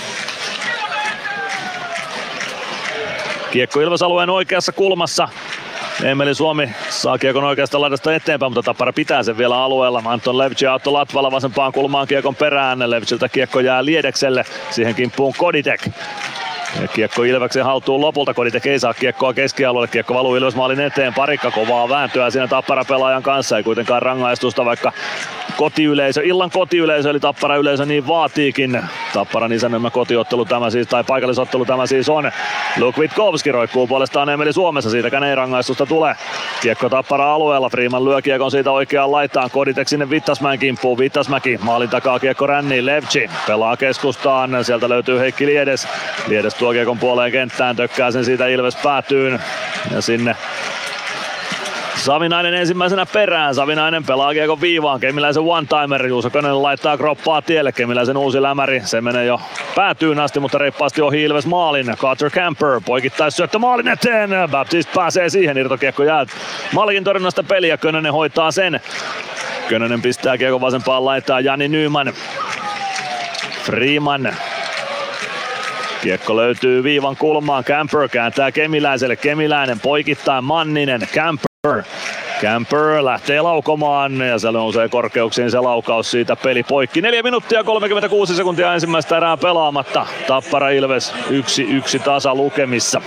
Kiekko Ilves-alueen oikeassa kulmassa. Emeli Suomi saa kiekon oikeasta laidasta eteenpäin, mutta Tappara pitää sen vielä alueella. Anton Levci ja Otto Latvala vasempaan kulmaan kiekon perään. Levciltä kiekko jää Liedekselle. Siihen kimppuun Koditek. Ja kiekko Ilveksen haltuun lopulta. Koditek ei saa kiekkoa keskialueelle. Kiekko valuu Ilves maalin eteen. Parikka kovaa vääntöä siinä Tappara pelaajan kanssa. Ei kuitenkaan rangaistusta, vaikka kotiyleisö, illan kotiyleisö eli Tappara yleisö niin vaatiikin. Tapparan isännöimä kotiottelu tämä siis, tai paikallisottelu tämä siis on. Luke Witkowski roikkuu puolestaan Emeli Suomessa, siitäkään ei rangaistusta tule. Kiekko Tappara alueella, Freeman lyö kiekon siitä oikeaan laitaan. Koditek sinne Vittasmäen kimppuun. Vittasmäki maalin takaa kiekko ränniin. Levci pelaa keskustaan, sieltä löytyy Heikki Liedes. Liedes tuo kiekon puoleen kenttään, tökkää sen siitä Ilves päätyyn ja sinne Savinainen ensimmäisenä perään. Savinainen pelaa kiekon viivaan. Kemiläisen one-timer. Juuso Könönen laittaa kroppaa tielle. Kemiläisen uusi lämäri. Se menee jo päätyyn asti, mutta reippaasti ohi Ilves maalin. Carter Camper poikittais syöttö maalin eteen. Baptist pääsee siihen. Irtokiekko jää Malkin torjunnasta peliä. Könönen hoitaa sen. Könönen pistää kiekon vasempaan laitaan. Jani Nyman. Freeman. Kiekko löytyy viivan kulmaan. Camper kääntää Kemiläiselle. Kemiläinen poikittain Manninen. Camper. Camper lähtee laukomaan ja se nousee korkeuksiin se laukaus siitä, peli poikki. neljä minuuttia kolmekymmentäkuusi sekuntia ensimmäistä erää pelaamatta. Tappara Ilves yksi yksi tasa lukemissa.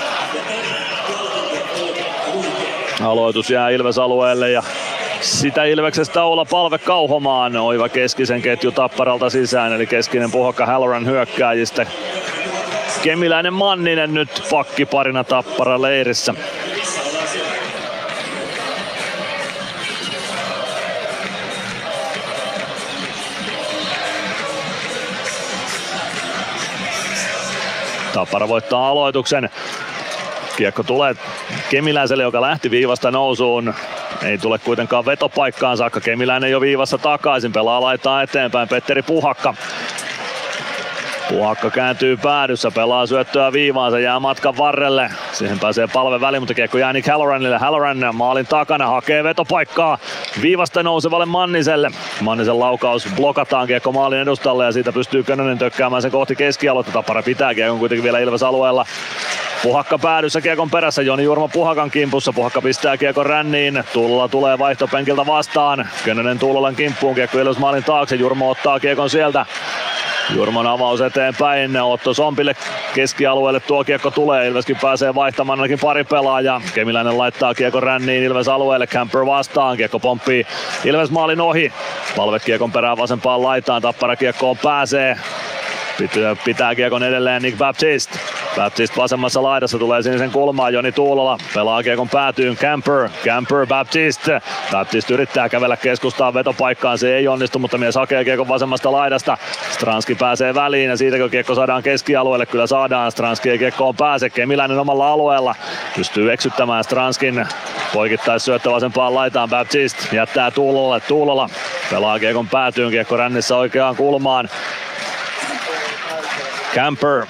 Aloitus jää Ilves alueelle ja sitä Ilveksestä Oula Palve kauhomaan. Oiva Keskisen ketju Tapparalta sisään, eli Keskinen Puhakka Halloran hyökkääjistä. Kemiläinen Manninen nyt pakkiparina Tappara leirissä. Tappara voittaa aloituksen. Kiekko tulee Kemiläiselle, joka lähti viivasta nousuun. Ei tule kuitenkaan vetopaikkaan saakka. Kemiläinen jo viivassa takaisin. Pelaa laitaa eteenpäin Petteri Puhakka. Puhakka kääntyy päädyssä, pelaa syöttöä viivaan, se jää matkan varrelle. Siihen pääsee Palve väliin, mutta kiekko jää Nick Halloranille. Halloran maalin takana hakee vetopaikkaa viivasta nousevalle Manniselle. Mannisen laukaus blokataan kiekko maalin edustalle ja siitä pystyy Könönen tökkäämään sen kohti keskialuetta. Tappara pitää kiekon kuitenkin vielä Ilves alueella. Puhakka päädyssä kiekon perässä, Joni Jurmo Puhakan kimpussa. Puhakka pistää kiekon ränniin, Tuulola tulee vaihtopenkiltä vastaan. Könönen Tuulolan kimppuun, kiekko Ilves maalin taakse, Jurmo ottaa kiekon sieltä. Jurmon avaus eteenpäin, Otto Sompille keskialueelle tuo kiekko tulee, Ilveskin pääsee vaihtamaan ainakin pari pelaajaa. Kemiläinen laittaa kiekon ränniin Ilves alueelle, Camper vastaan, kiekko pomppii Ilves maalin ohi. Palve kiekon perään vasempaan laitaan, Tappara kiekkoon pääsee. Pitää, pitää kiekon edelleen Nick Baptiste. Baptiste vasemmassa laidassa tulee sinisen kulmaan, Joni Tuulola pelaa kiekon päätyyn, Camper, Camper, Baptiste. Baptiste yrittää kävellä keskustaan vetopaikkaan, se ei onnistu, mutta mies hakee kiekon vasemmasta laidasta. Stranski pääsee väliin ja siitä kun kiekko saadaan keskialueelle, kyllä saadaan. Stranski ei kiekkoon pääse, Kemiläinen omalla alueella pystyy eksyttämään Stranskin. Poikittais syöttö vasempaan laitaan, Baptiste jättää Tuulolalle, Tuulola pelaa kiekon päätyyn, kiekko rännissä oikeaan kulmaan. Camper.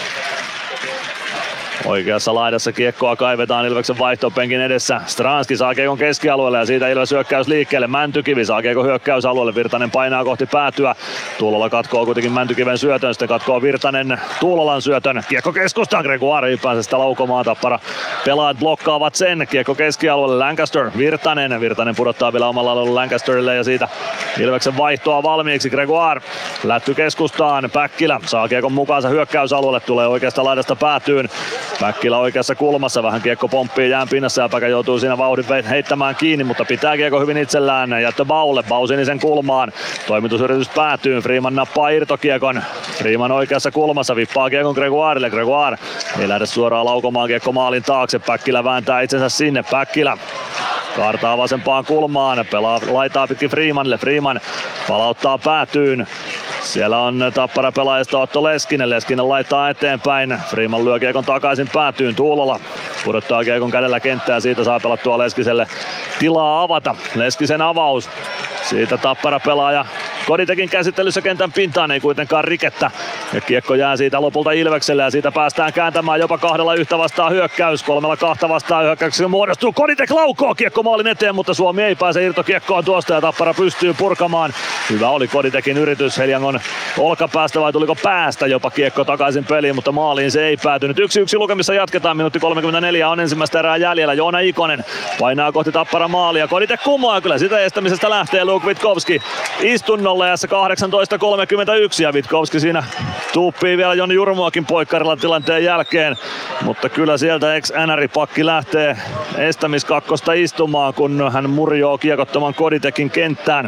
Oikeassa laidassa kiekkoa kaivetaan Ilveksen vaihtopenkin edessä. Stranski saa kiekon keskialueelle ja siitä Ilves hyökkäys liikkeelle. Mäntykivi saa kiekon hyökkäysalueelle. Virtanen painaa kohti päätyä. Tuulola katkoo kuitenkin Mäntykiven syötön. Sitten katkoo Virtanen Tuulolan syötön. Kiekko keskustaan. Gregoire ei pääse sitä laukomaan. Tappara pelaajat blokkaavat sen. Kiekko keskialueelle. Lancaster. Virtanen. Virtanen pudottaa vielä omalla alueella Lancasterille ja siitä Ilveksen vaihtoa valmiiksi. Gregoire lätty keskustaan. Päkkilä saa kiekon mukaansa hyökkäysalueelle. Tulee oikeasta laidasta päätyyn. Päkkilä oikeassa kulmassa, vähän kiekko pomppii jään pinnassa ja Päkä joutuu siinä vauhdin heittämään kiinni, mutta pitää kiekko hyvin itsellään. Jättö Baulle, Bau sinisen kulmaan. Toimitusyritys päätyy, Freeman nappaa irtokiekon. Freeman oikeassa kulmassa, vippaa kiekon Gregoirelle. Gregoire ei lähde suoraan laukomaan kiekko maalin taakse. Päkkilä vääntää itsensä sinne, Päkkilä kaartaa vasempaan kulmaan, pelaa laitaa pitkin Freemanille. Freeman palauttaa päätyyn. Siellä on Tappara pelaajista Otto Leskinen. Leskinen laittaa eteenpäin. Freeman lyö kiekon takaisin päätyyn. Tuulola pudottaa kiekon kädellä kenttää. Siitä saa pelattua Leskiselle tilaa avata. Leskisen avaus. Siitä Tappara pelaaja Koditekin käsittelyssä kentän pintaan, ei kuitenkaan rikettä. Ja kiekko jää siitä lopulta Ilvekselle ja siitä päästään kääntämään jopa kahdella yhtä vastaan hyökkäys. Kolmella kahta vastaan hyökkäyksessä muodostuu. Koditek laukoo kiekko maalin eteen, mutta Suomi ei pääse irtokiekkoon tuosta ja Tappara pystyy purkamaan. Hyvä oli Koditekin yritys. Heljangon olkapäästä vai tuliko päästä jopa kiekko takaisin peliin, mutta maaliin se ei päätynyt. Yksi yksi lukemissa jatketaan. Minuutti kolmekymmentäneljä on ensimmäistä erää jäljellä. Joona Ikonen painaa kohti Tappara maalia. Koditek kumoaa kyllä sitä estämisestä lähtee Luke Witkowski istunnolle ja kahdeksantoista kolmekymmentäyksi ja Witkowski siinä tuuppii vielä Joni Jurmoakin poikkarilla tilanteen jälkeen, mutta kyllä sieltä ex-N R-pakki lähtee estämiskakkosta istumaan, kun hän murjoo kiekottoman Koditekin kenttään.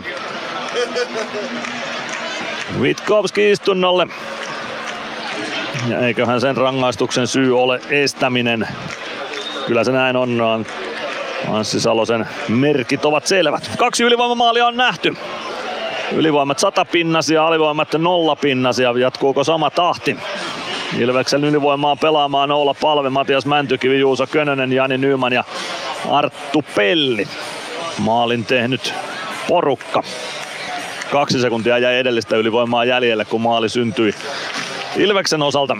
Witkowski istunnolle. Ja eiköhän sen rangaistuksen syy ole estäminen. Kyllä se näin on. Anssi Salosen merkit ovat selvät. Kaksi ylivoimamaalia on nähty. Ylivoimat sata pinnasia, alivoimat nolla pinnasia. Jatkuuko sama tahti? Ilveksen ylivoimaa pelaamaan Oula Palve, Matias Mäntykivi, Juuso Könönen, Jani Nyman ja Arttu Pelli. Maalin tehnyt porukka. Kaksi sekuntia jäi edellistä ylivoimaa jäljelle, kun maali syntyi Ilveksen osalta.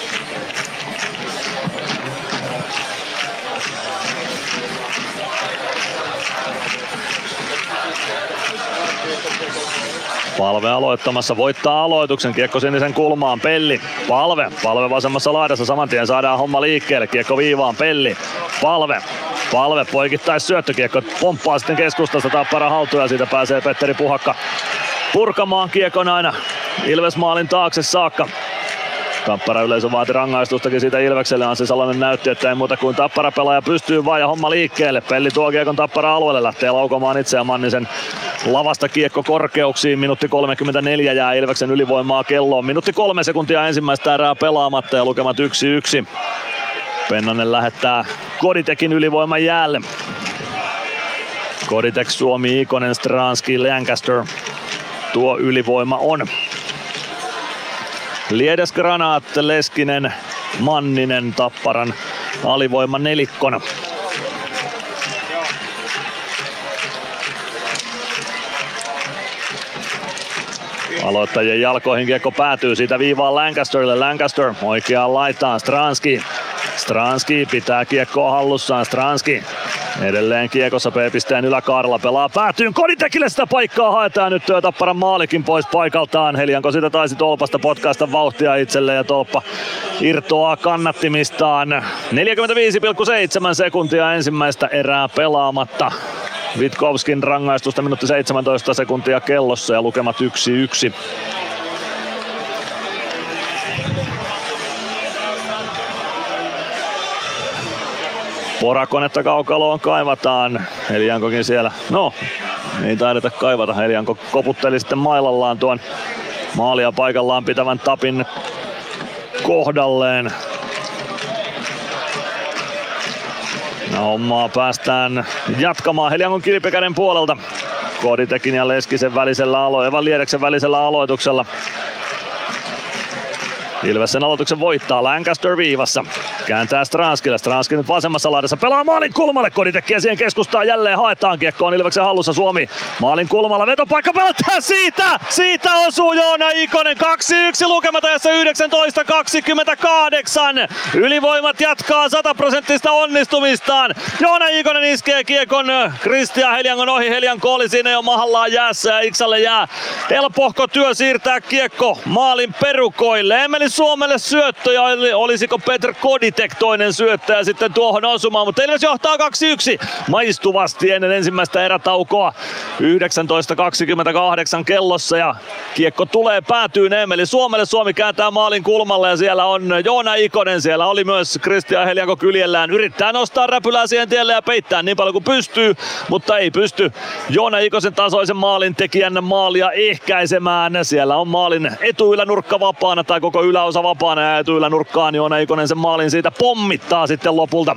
Palve aloittamassa, voittaa aloituksen, kiekko sinisen kulmaan, Pelli, Palve, Palve vasemmassa laidassa, saman tien saadaan homma liikkeelle, kiekko viivaan, Pelli, Palve, Palve poikittais syöttökiekko, pomppaa sitten keskustasta Tappara haltuun ja siitä pääsee Petteri Puhakka purkamaan kiekon aina Ilves maalin taakse saakka. Tappara yleisö vaati rangaistustakin siitä Ilvekselle. Anssi Salonen näytti, että ei muuta kuin Tappara pelaaja pystyy vaan ja homma liikkeelle. Pelli tuo kiekon Tappara alueelle, lähtee laukomaan itse ja Mannisen lavasta kiekko korkeuksiin. Minuutti kolmekymmentäneljä jää Ilveksen ylivoimaa kelloon. Minuutti kolme sekuntia ensimmäistä erää pelaamatta ja lukemat yksi yksi. Pennanen lähettää Koditekin ylivoiman jäälle. Koditek, Suomi, Ikonen, Stranski, Lancaster. Tuo ylivoima on. Liedes, Granaat, Leskinen, Manninen Tapparan alivoima nelikkona. Aloittajien jalkoihin kiekko päätyy, siitä viivaan Lancasterille. Lancaster oikeaan laitaan, Stranski. Stranski pitää kiekkoa hallussaan, Stranski edelleen kiekossa P-pisteen yläkaarella, pelaa päätyyn, Koditekille sitä paikkaa haetaan nyt Tapparan maalikin pois paikaltaan. Helianko sitä taisi tolpasta potkaista vauhtia itselleen ja tolppa irtoaa kannattimistaan. neljäkymmentäviisi pilkku seitsemän sekuntia ensimmäistä erää pelaamatta. Vitkovskin rangaistusta minuutti seitsemäntoista sekuntia kellossa ja lukemat yksi yksi. Porakonetta kaukaloon kaivataan. Heliankokin siellä, no ei taideta kaivata. Helianko koputteli sitten mailallaan tuon maalia paikallaan pitävän Tapin kohdalleen. No, hommaa päästään jatkamaan Heliankon Kilpekäden puolelta. Koditekin ja Leskisen välisellä alo- Evan Liedeksen välisellä aloituksella. Ilves sen aloituksen voittaa, Lancaster viivassa. Kääntää Stranskille, Stranski nyt vasemmassa laidassa pelaa maalin kulmalle, Koditekkiä siihen keskustaan jälleen haetaan, kiekko on Ilveksen hallussa, Suomi maalin kulmalla, vetopaikka pelataan siitä, siitä osuu Joona Ikonen, kaksi yksi lukemat ajassa yhdeksäntoista kaksikymmentäkahdeksan. Ylivoimat jatkaa sataprosenttista onnistumistaan. Joona Ikonen iskee kiekon Kristian Heliangon ohi, Helianko oli siinä jo mahallaan jäässä ja Iksalle jää helpohko työ siirtää kiekko maalin perukoille. Emeli Suomelle syöttö ja olisiko Petr Koditek toinen syöttäjä sitten tuohon osumaan, mutta Ilves johtaa kaksi yksi maistuvasti ennen ensimmäistä erätaukoa. yhdeksäntoista kaksikymmentäkahdeksan kellossa ja kiekko tulee päätyyn Emeli Suomelle. Suomi kääntää maalin kulmalle ja siellä on Joona Ikonen. Siellä oli myös Kristian Helianko kyljellään. Yrittää nostaa räpylää siihen tielle ja peittää niin paljon kuin pystyy, mutta ei pysty Joona Ikosen tasoisen maalin tekijän maalia ehkäisemään. Siellä on maalin etuylänurkka vapaana tai koko yläosa vapaana ja etuylänurkkaan Joona Ikonen sen maalin siitä pommittaa sitten lopulta.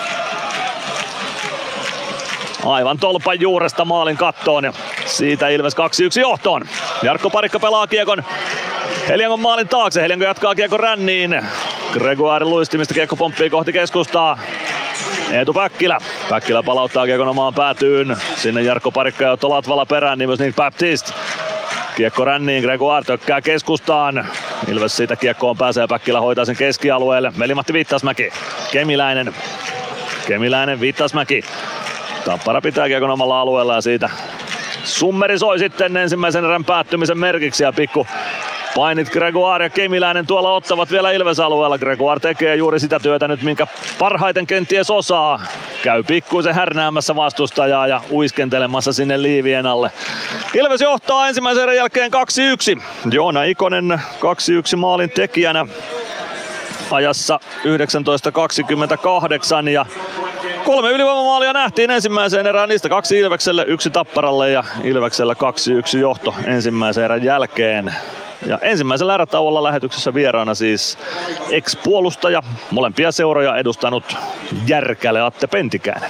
Aivan tolpan juuresta maalin kattoon ja siitä Ilves kaksi yksi johtoon. Jarkko Parikka pelaa kiekon Heliankon maalin taakse. Helianko jatkaa kiekon ränniin. Gregoire luistimista kiekko pomppii kohti keskustaa. Eetu Päkkilä. Päkkilä palauttaa kiekon omaan päätyyn. Sinne Jarkko Parikka ja Otto Latvala perään, niin myös Nick Baptiste. Kiekko ränniin, Gregoire tökkää keskustaan. Ilves siitä kiekkoon pääsee, Päkkilä hoitaa sen keskialueelle. Veli-Matti Viittasmäki, Kemiläinen. Kemiläinen, Viittasmäki. Tappara pitää kiekon omalla alueella ja siitä summeri soi sitten ensimmäisen erän päättymisen merkiksi ja pikku painit Gregoire ja Kemiläinen tuolla ottavat vielä Ilves-alueella. Gregoire tekee juuri sitä työtä nyt, minkä parhaiten kenties osaa. Käy pikkuisen härnäämässä vastustajaa ja uiskentelemassa sinne liivien alle. Ilves johtaa ensimmäisen erän jälkeen kaksi yksi. Joona Ikonen kaksi yksi maalin tekijänä ajassa yhdeksäntoista kaksikymmentäkahdeksan ja kolme ylivoimamaalia nähtiin ensimmäiseen erään, niistä kaksi Ilvekselle, yksi Tapparalle ja Ilveksellä kaksi yksi johto ensimmäisen erän jälkeen. Ja ensimmäisellä erätauolla lähetyksessä vieraana siis ex-puolustaja, molempia seuroja edustanut Järkälä Atte Pentikäinen.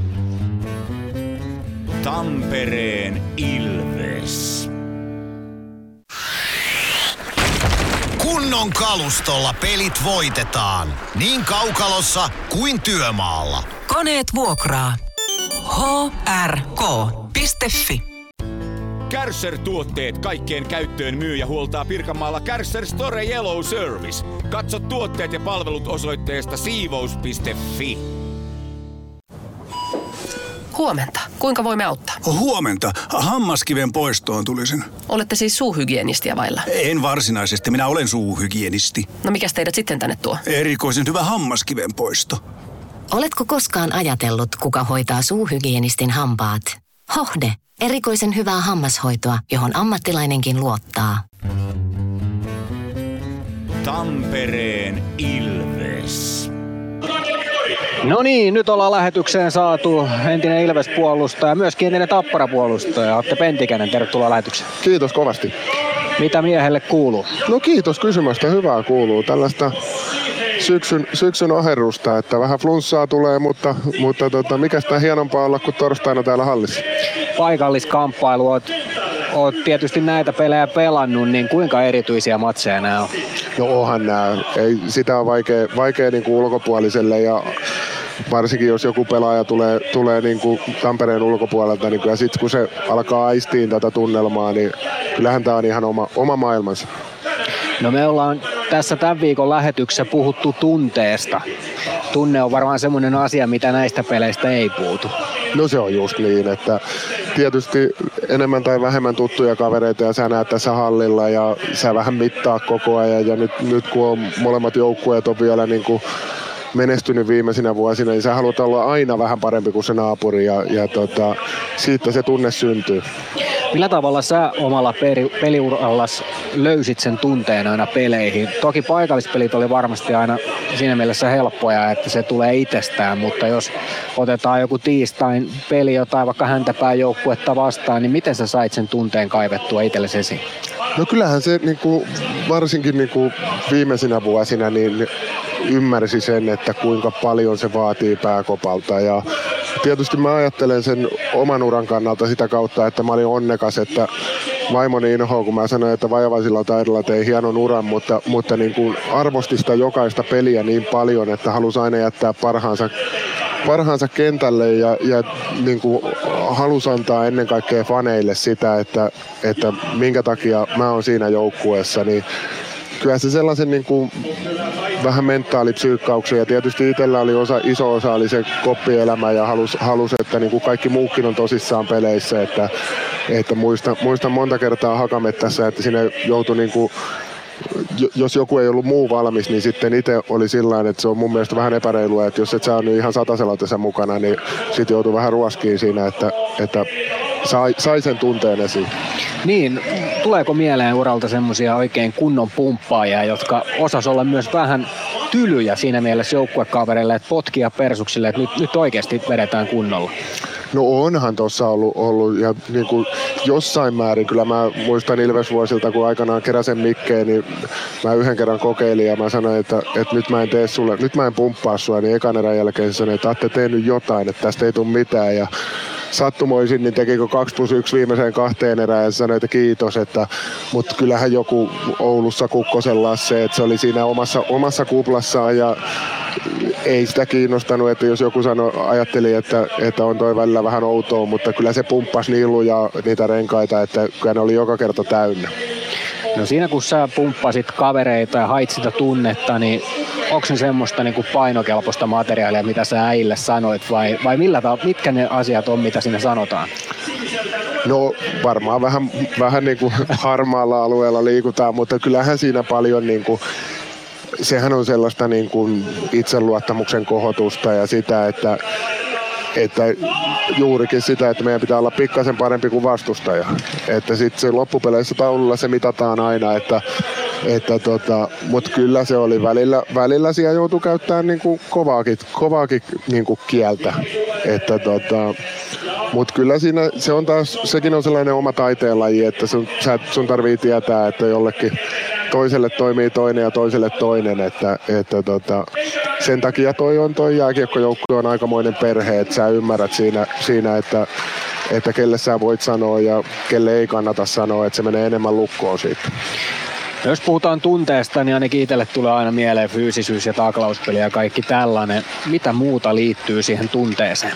Tampereen Ilves. Kunnon kalustolla pelit voitetaan. Niin kaukalossa kuin työmaalla. Koneet vuokraa. H R K piste F I Kärcher-tuotteet kaikkeen käyttöön myy ja huoltaa Pirkanmaalla Kärcher Store Yellow Service. Katso tuotteet ja palvelut osoitteesta siivous piste F I. Huomenta. Kuinka voimme auttaa? Huomenta. Hammaskiven poistoon tulisin. Olette siis suuhygienistiä vailla? En varsinaisesti. Minä olen suuhygienisti. No mikäs teidät sitten tänne tuo? Erikoisen hyvä hammaskiven poisto. Oletko koskaan ajatellut, kuka hoitaa suuhygienistin hampaat? Hohde. Erikoisen hyvää hammashoitoa, johon ammattilainenkin luottaa. Tampereen Ilves. No niin, nyt ollaan lähetykseen saatu entinen Ilves-puolustaja ja myöskin entinen Tappara-puolustaja Atte Pentikäinen. Tervetuloa lähetykseen. Kiitos kovasti. Mitä miehelle kuuluu? No kiitos kysymästä, hyvää kuuluu. Tällaista syksyn, syksyn oherrusta, että vähän flunssaa tulee, mutta, mutta tota, mikä sitä hienompaa olla kuin torstaina täällä hallissa. Paikalliskamppailu, oot, oot tietysti näitä pelejä pelannut, niin kuinka erityisiä matseja nämä on? No onhan nämä, ei, sitä on vaikea, vaikea niin kuin ulkopuoliselle ja varsinkin jos joku pelaaja tulee, tulee niin kuin Tampereen ulkopuolelta, niin kyllä sitten kun se alkaa aistiin tätä tunnelmaa, niin kyllähän tämä on ihan oma, oma maailmansa. No me ollaan tässä tämän viikon lähetyksessä puhuttu tunteesta. Tunne on varmaan semmoinen asia, mitä näistä peleistä ei puutu. No se on just niin, että tietysti enemmän tai vähemmän tuttuja kavereita ja sä näet tässä hallilla ja sä vähän mittaa koko ajan ja nyt, nyt kun on molemmat joukkueet on vielä niin kuin menestynyt viimeisinä vuosina, niin sä haluat olla aina vähän parempi kuin se naapuri ja, ja tota, siitä se tunne syntyy. Millä tavalla sä omalla peri, peliurallas löysit sen tunteen aina peleihin? Toki paikallispelit oli varmasti aina siinä mielessä helppoja, että se tulee itsestään, mutta jos otetaan joku tiistain peli jotain vaikka häntäpään joukkuetta vastaan, niin miten sä sait sen tunteen kaivettua itsellesi esiin? No kyllähän se niin kuin, varsinkin niin kuin viimeisinä vuosina niin ymmärsi sen, että kuinka paljon se vaatii pääkopalta ja tietysti mä ajattelen sen oman uran kannalta sitä kautta, että mä olin onnekas, että vaimoni inhoa, kun mä sanoin, että vajavaisilla taidolla tein hienon uran, mutta, mutta niin kuin arvosti sitä jokaista peliä niin paljon, että halusi aina jättää parhaansa, parhaansa kentälle ja, ja niin kuin halusi antaa ennen kaikkea faneille sitä, että, että minkä takia mä oon siinä joukkueessa, niin kyllä se sellaisen niin kuin vähän mentaalipsyykkauksia ja tietysti itsellä oli osa, iso osa oli se koppielämä ja halusi, halus, että niin kuin kaikki muukin on tosissaan peleissä, että, että muistan, muistan monta kertaa Hakamettässä, että sinne joutui niin kuin, jos joku ei ollut muu valmis, niin sitten itse oli sillain, että se on mun mielestä vähän epäreilua, että jos et sä ole nyt ihan satasella tässä mukana, niin sitten joutuu vähän ruoskiin siinä, että, että sai, sai sen tunteen esiin. Niin, tuleeko mieleen uralta semmoisia oikein kunnon pumppaajia, jotka osas olla myös vähän tylyjä siinä mielessä joukkuekavereille, että potkia persuksille, että nyt, nyt oikeasti vedetään kunnolla? No onhan tuossa ollut, ollut ja niin kuin jossain määrin, kyllä mä muistan Ilves-vuosilta, kun aikanaan keräsen Mikkeen, niin mä yhden kerran kokeilin ja mä sanoin, että, että nyt mä en tee sulle, nyt mä en pumppaa sua, niin ekan erän jälkeen sanoin, että ootte tehnyt jotain, että tästä ei tule mitään ja sattumoisin, niin tekikö kaksi plus yksi viimeiseen kahteen erään ja sanoi, että kiitos, että, mutta kyllähän joku Oulussa Kukkosen Lasse, että se oli siinä omassa, omassa kuplassaan ja ei sitä kiinnostanut, että jos joku sanoi, ajatteli, että, että on toi välillä vähän outoa, mutta kyllä se pumppasi niin lujaa niitä renkaita, että kyllä ne oli joka kerta täynnä. No siinä kun sä pumppasit kavereita ja hait sitä tunnetta, niin onko se semmoista niin kuin painokelpoista materiaalia, mitä sä äille sanoit vai, vai millä ta- mitkä ne asiat on, mitä siinä sanotaan? No varmaan vähän, vähän niin kuin harmaalla alueella liikutaan, mutta kyllähän siinä paljon niin kuin, sehän on sellaista niin kuin itseluottamuksen kohotusta ja sitä, että että juurikin sitä, että meidän pitää olla pikkasen parempi kuin vastustaja. Että sitten se loppupeleissä taululla se mitataan aina, että, että tota, mutta kyllä se oli välillä, välillä siellä joutui käyttämään niinku kovaakin, kovaakin niinku kieltä. Että tota, mutta kyllä siinä se on taas, sekin on sellainen oma taiteenlaji, että sun, sun tarvii tietää, että jollekin toiselle toimii toinen ja toiselle toinen, että, että tota, sen takia toi on toi jääkiekkojoukkue on aikamoinen perhe, että sä ymmärrät siinä, siinä että, että kelle sä voit sanoa ja kelle ei kannata sanoa, että se menee enemmän lukkoon siitä. Jos puhutaan tunteesta, niin ainakin itselle tulee aina mieleen fyysisyys ja taklauspeli ja kaikki tällainen. Mitä muuta liittyy siihen tunteeseen?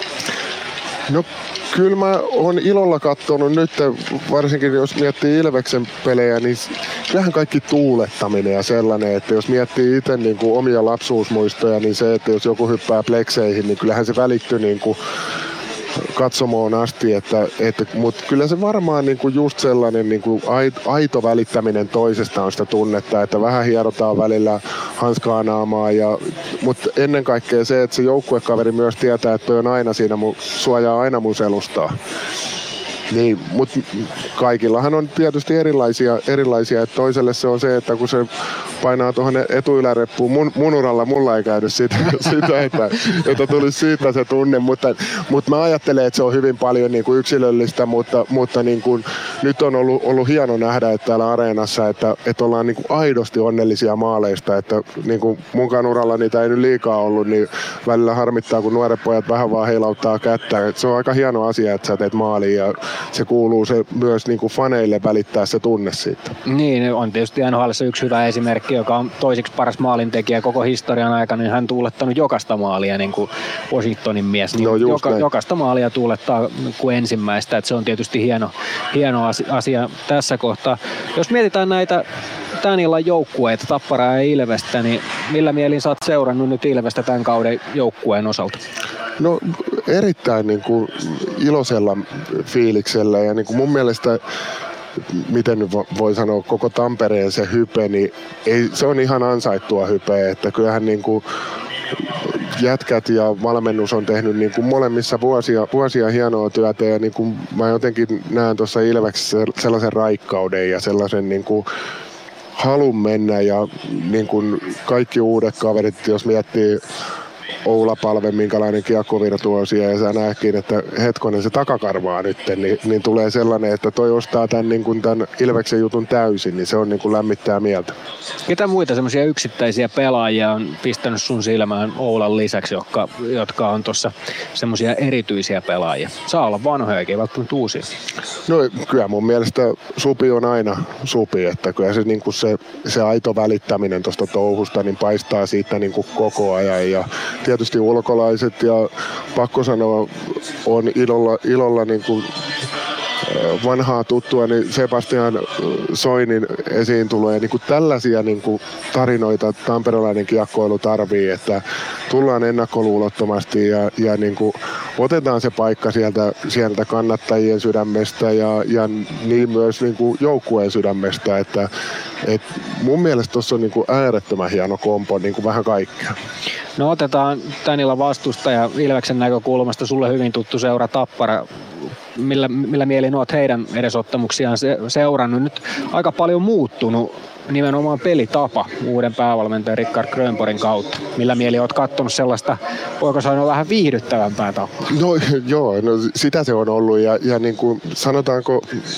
No kyllä mä oon ilolla katsonut nyt, varsinkin jos miettii Ilveksen pelejä, niin kyllähän kaikki tuulettaminen ja sellainen, että jos miettii itse niin kuin omia lapsuusmuistoja, niin se, että jos joku hyppää plekseihin, niin kyllähän se välittyy niin kuin katsomoon asti, että, että, mutta kyllä se varmaan niin kuin just sellainen niin kuin aito välittäminen toisesta on sitä tunnetta, että vähän hierotaan välillä hanskaa naamaa, ja, mutta ennen kaikkea se, että se joukkuekaveri myös tietää, että toi on aina siinä, suojaa aina mun selustaa. Niin, mutta kaikillahan on tietysti erilaisia, erilaisia, että toiselle se on se, että kun se painaa tuohon etuyläreppuun, mun, mun uralla mulla ei käynyt sitä, sitä että, että tulisi siitä se tunne, mutta, mutta mä ajattelen, että se on hyvin paljon niin kuin yksilöllistä, mutta, mutta niin kuin nyt on ollut, ollut hieno nähdä, että täällä areenassa, että, että ollaan niin kuin aidosti onnellisia maaleista, että niin kuin munkaan uralla niitä ei nyt liikaa ollut, niin välillä harmittaa, kun nuoret pojat vähän vaan heilauttaa kättä. Et se on aika hieno asia, että sä teet maaliin ja se kuuluu se myös niin kuin faneille välittää se tunne siitä. Niin, on tietysti N H L:ssä yksi hyvä esimerkki, joka on toisiksi paras maalintekijä koko historian aikana, niin hän tuulettanut jokaista maalia, niin kuin Washingtonin mies. Niin no joka, jokaista maalia tuulettaa kuin ensimmäistä, että se on tietysti hieno, hieno asia tässä kohtaa. Jos mietitään näitä tän illan joukkueita, Tapparaa ja Ilvestä, niin millä mielin sä oot seurannut nyt Ilvestä tämän kauden joukkueen osalta? No erittäin niin kuin iloisella fiiliksellä ja niin kuin mun mielestä, miten nyt voi sanoa, koko Tampereen se hype, niin ei, se on ihan ansaittua hypeä, että kyllähän niin kuin jätkät ja valmennus on tehnyt niin kuin molemmissa vuosia, vuosia hienoa työtä ja niin kuin mä jotenkin näen tuossa Ilveksessä sellaisen raikkauden ja sellaisen niin kuin halun mennä ja niin kuin kaikki uudet kaverit, jos miettii Oula Palve, minkälainen kiekkovirtuosi ja sä näetkin, että hetkonen se takakarvaa nyt, niin, niin tulee sellainen, että toi ostaa tämän, niin kuin tämän Ilveksen jutun täysin, niin se on niin kuin lämmittää mieltä. Ketä muita semmoisia yksittäisiä pelaajia on pistänyt sun silmään Oulan lisäksi, jotka, jotka on tuossa semmoisia erityisiä pelaajia? Saa olla vanhojakin, välttämättä uusia. No kyllä mun mielestä Supi on aina Supi, että kyllä se, niin kuin se, se aito välittäminen tuosta touhusta niin paistaa siitä niin kuin koko ajan ja tietysti ulkolaiset ja pakko sanoa on ilolla, ilolla niin kuin vanhaa tuttua, niin Sebastian Soinin esiin tulee. Niin kuin tällaisia niin kuin tarinoita tamperelainen kiekkoilu tarvii, että tullaan ennakkoluulottomasti ja, ja niin kuin otetaan se paikka sieltä, sieltä kannattajien sydämestä ja, ja niin myös niin kuin joukkueen sydämestä. Että, et mun mielestä tuossa on niin kuin äärettömän hieno kompo, niin kuin vähän kaikkea. No otetaan tän illan vastustaja Ilveksen näkökulmasta, sulle hyvin tuttu seura Tappara. Millä, millä mielin olet heidän edesottamuksiaan se, seurannut? Nyt aika paljon muuttunut nimenomaan pelitapa uuden päävalmentajan Rickard Grönborgin kautta. Millä mieli olet katsonut sellaista, voiko sanoa vähän viihdyttävämpää tapaa? No joo, no, sitä se on ollut ja, ja niin kuin sanotaanko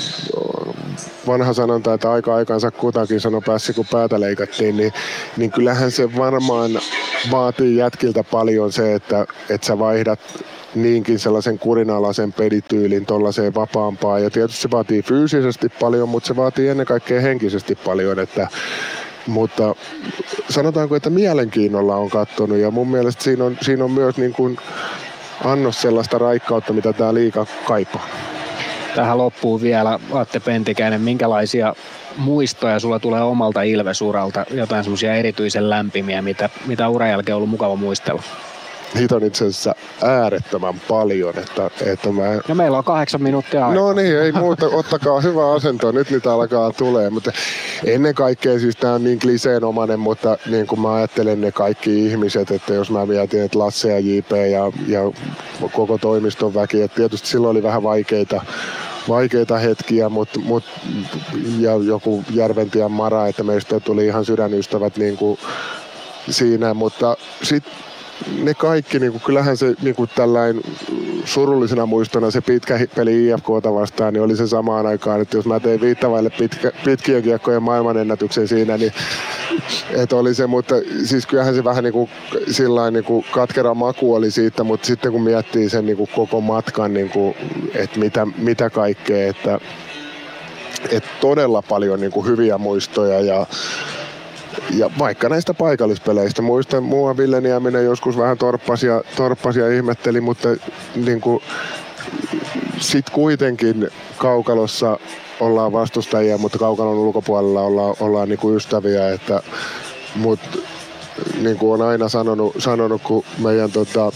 vanha sanonta, että aika aikansa kutakin sanoi päässä, kun päätä leikattiin, niin, niin kyllähän se varmaan vaatii jätkiltä paljon se, että, että sä vaihdat niinkin sellaisen kurinalaisen pelityylin tuollaiseen vapaampaan. Ja tietysti se vaatii fyysisesti paljon, mutta se vaatii ennen kaikkea henkisesti paljon. Että, mutta sanotaanko, että mielenkiinnolla on katsonut ja mun mielestä siinä on, siinä on myös niin kuin annos sellaista raikkautta, mitä tää liiga kaipaa. Tähän loppuu vielä Atte Pentikäinen, minkälaisia muistoja sulla tulee omalta Ilves-uralta, jotain semmoisia erityisen lämpimiä, mitä, mitä uran jälkeen on ollut mukava muistella? Niitä on itse asiassa äärettömän paljon, että, että mä... No meillä on kahdeksan minuuttia aikaa. No niin, ei muuta, ottakaa hyvä asento, nyt niitä alkaa tulee, mutta ennen kaikkea siis tää on niin kliseenomainen, mutta niin kuin mä ajattelen ne kaikki ihmiset, että jos mä mietin, että Lasse ja J P ja, ja koko toimiston väki, että tietysti silloin oli vähän vaikeita, vaikeita hetkiä, mutta, mutta, ja joku Järventien Mara, että meistä tuli ihan sydänystävät niin kuin siinä, mutta sitten ne kaikki, niin kuin, kyllähän se niin kuin tällainen surullisena muistona se pitkä peli I F K:ta vastaan, niin oli se samaan aikaan, että jos mä tein viittavaille pitkä, pitkien kiekkojen maailmanennätyksen siinä, niin että oli se, mutta siis kyllähän se vähän niin kuin sillain niin kuin katkera maku oli siitä, mutta sitten kun miettii sen niin kuin koko matkan, niin kuin, että mitä, mitä kaikkea, että, että todella paljon niin kuin hyviä muistoja ja Ja vaikka näistä paikallispeleistä, muistan mua Ville Nieminen joskus vähän torppasi ja, torppasi ja ihmetteli, mutta niin kuin, sit kuitenkin kaukalossa ollaan vastustajia, mutta kaukalon ulkopuolella ollaan, ollaan niin kuin ystäviä, että, mutta niin kuin on aina sanonut, sanonut kun meidän tota,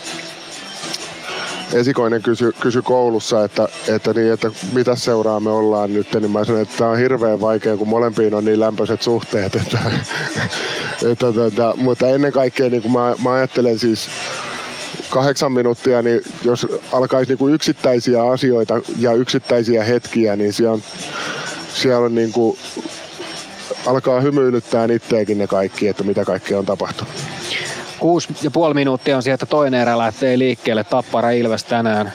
esikoinen kysy, kysy koulussa, että, että, niin, että mitä seuraa me ollaan nyt, niin mä sanoin, että tämä on hirveän vaikea, kun molempiin on niin lämpöiset suhteet. Että, että, että, mutta ennen kaikkea niin kun mä, mä ajattelen siis kahdeksan minuuttia, niin jos alkaisi niin kuin yksittäisiä asioita ja yksittäisiä hetkiä, niin siellä on, siellä on niin kuin, alkaa hymyilyttää itseäkin ne kaikki, että mitä kaikkea on tapahtunut. Kuusi ja puoli minuuttia on sieltä, toinen erä lähtee liikkeelle. Tappara Ilves tänään.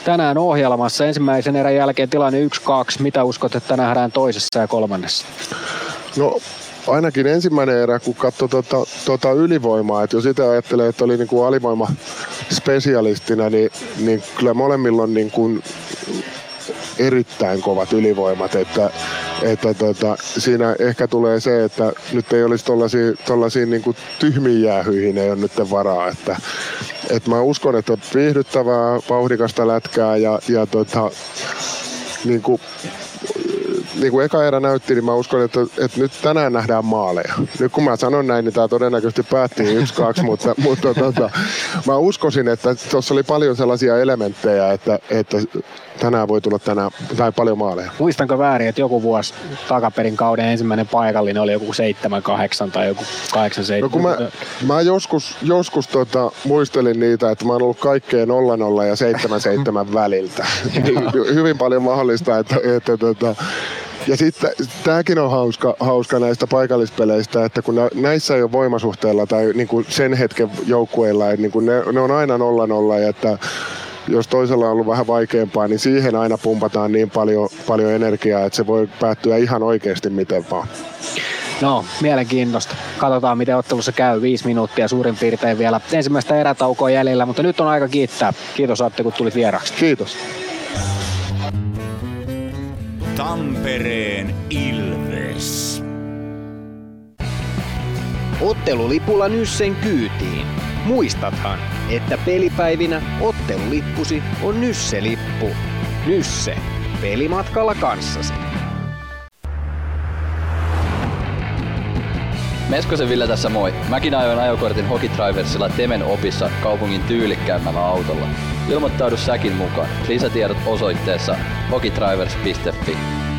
tänään ohjelmassa. Ensimmäisen erän jälkeen tilanne yksi kaksi. Mitä uskot, että nähdään toisessa ja kolmannessa? No ainakin ensimmäinen erä, kun katsoi tuota, tuota ylivoimaa, että jos itse ajattelee, että oli niin kuin alivoima spesialistina, niin, niin kyllä molemmilla on niin kuin erittäin kovat ylivoimat, että, että tota, siinä ehkä tulee se, että nyt ei olisi tollaisia, tollaisia niin kuin tyhmiin jäähyihin ei ole nyt varaa, että, että mä uskon, että on viihdyttävää, vauhdikasta lätkää ja, ja tota, niin kuin niin kuin eka erä näytti, niin mä uskon, että, että nyt tänään nähdään maaleja. Nyt kun mä sanon näin, niin tää todennäköisesti päättiin yksi kaksi, mutta, mutta tota, mä uskoisin, että tuossa oli paljon sellaisia elementtejä, että, että tänään voi tulla tänään, tai paljon maaleja. Muistanko väärin, että joku vuosi takaperin kauden ensimmäinen paikallinen oli joku seitsemän kahdeksan tai joku kahdeksan seitsemän? No kun mä, mä joskus, joskus tota, muistelin niitä, että mä oon ollut kaikkeen nolla nolla ja seitsemän seitsemän väliltä. Hyvin paljon mahdollista, että, että tota, ja sitten tämäkin on hauska, hauska näistä paikallispeleistä, että kun näissä ei ole voimasuhteella tai niin kuin sen hetken joukkueilla, niin kuin ne, ne on aina nolla nolla, ja että jos toisella on ollut vähän vaikeampaa, niin siihen aina pumpataan niin paljon, paljon energiaa, että se voi päättyä ihan oikeasti miten vaan. No, mielenkiintoista. Katsotaan, miten ottelussa käy. Viisi minuuttia suurin piirtein vielä ensimmäistä erätaukoa jäljellä, mutta nyt on aika kiittää. Kiitos Atte, kun tulit vieraaksi. Kiitos. Tampereen Ilves. Ottelulipulla Nyssen kyytiin. Muistathan, että pelipäivinä ottelulippusi on Nysse-lippu. Nysse. Pelimatkalla kanssasi. Meskosen Ville tässä moi. Mäkin ajoin ajokortin Hokitriversilla Temen opissa kaupungin tyylikkäämmällä autolla. Ilmoittaudu säkin mukaan. Lisätiedot osoitteessa hokitrivers piste fi.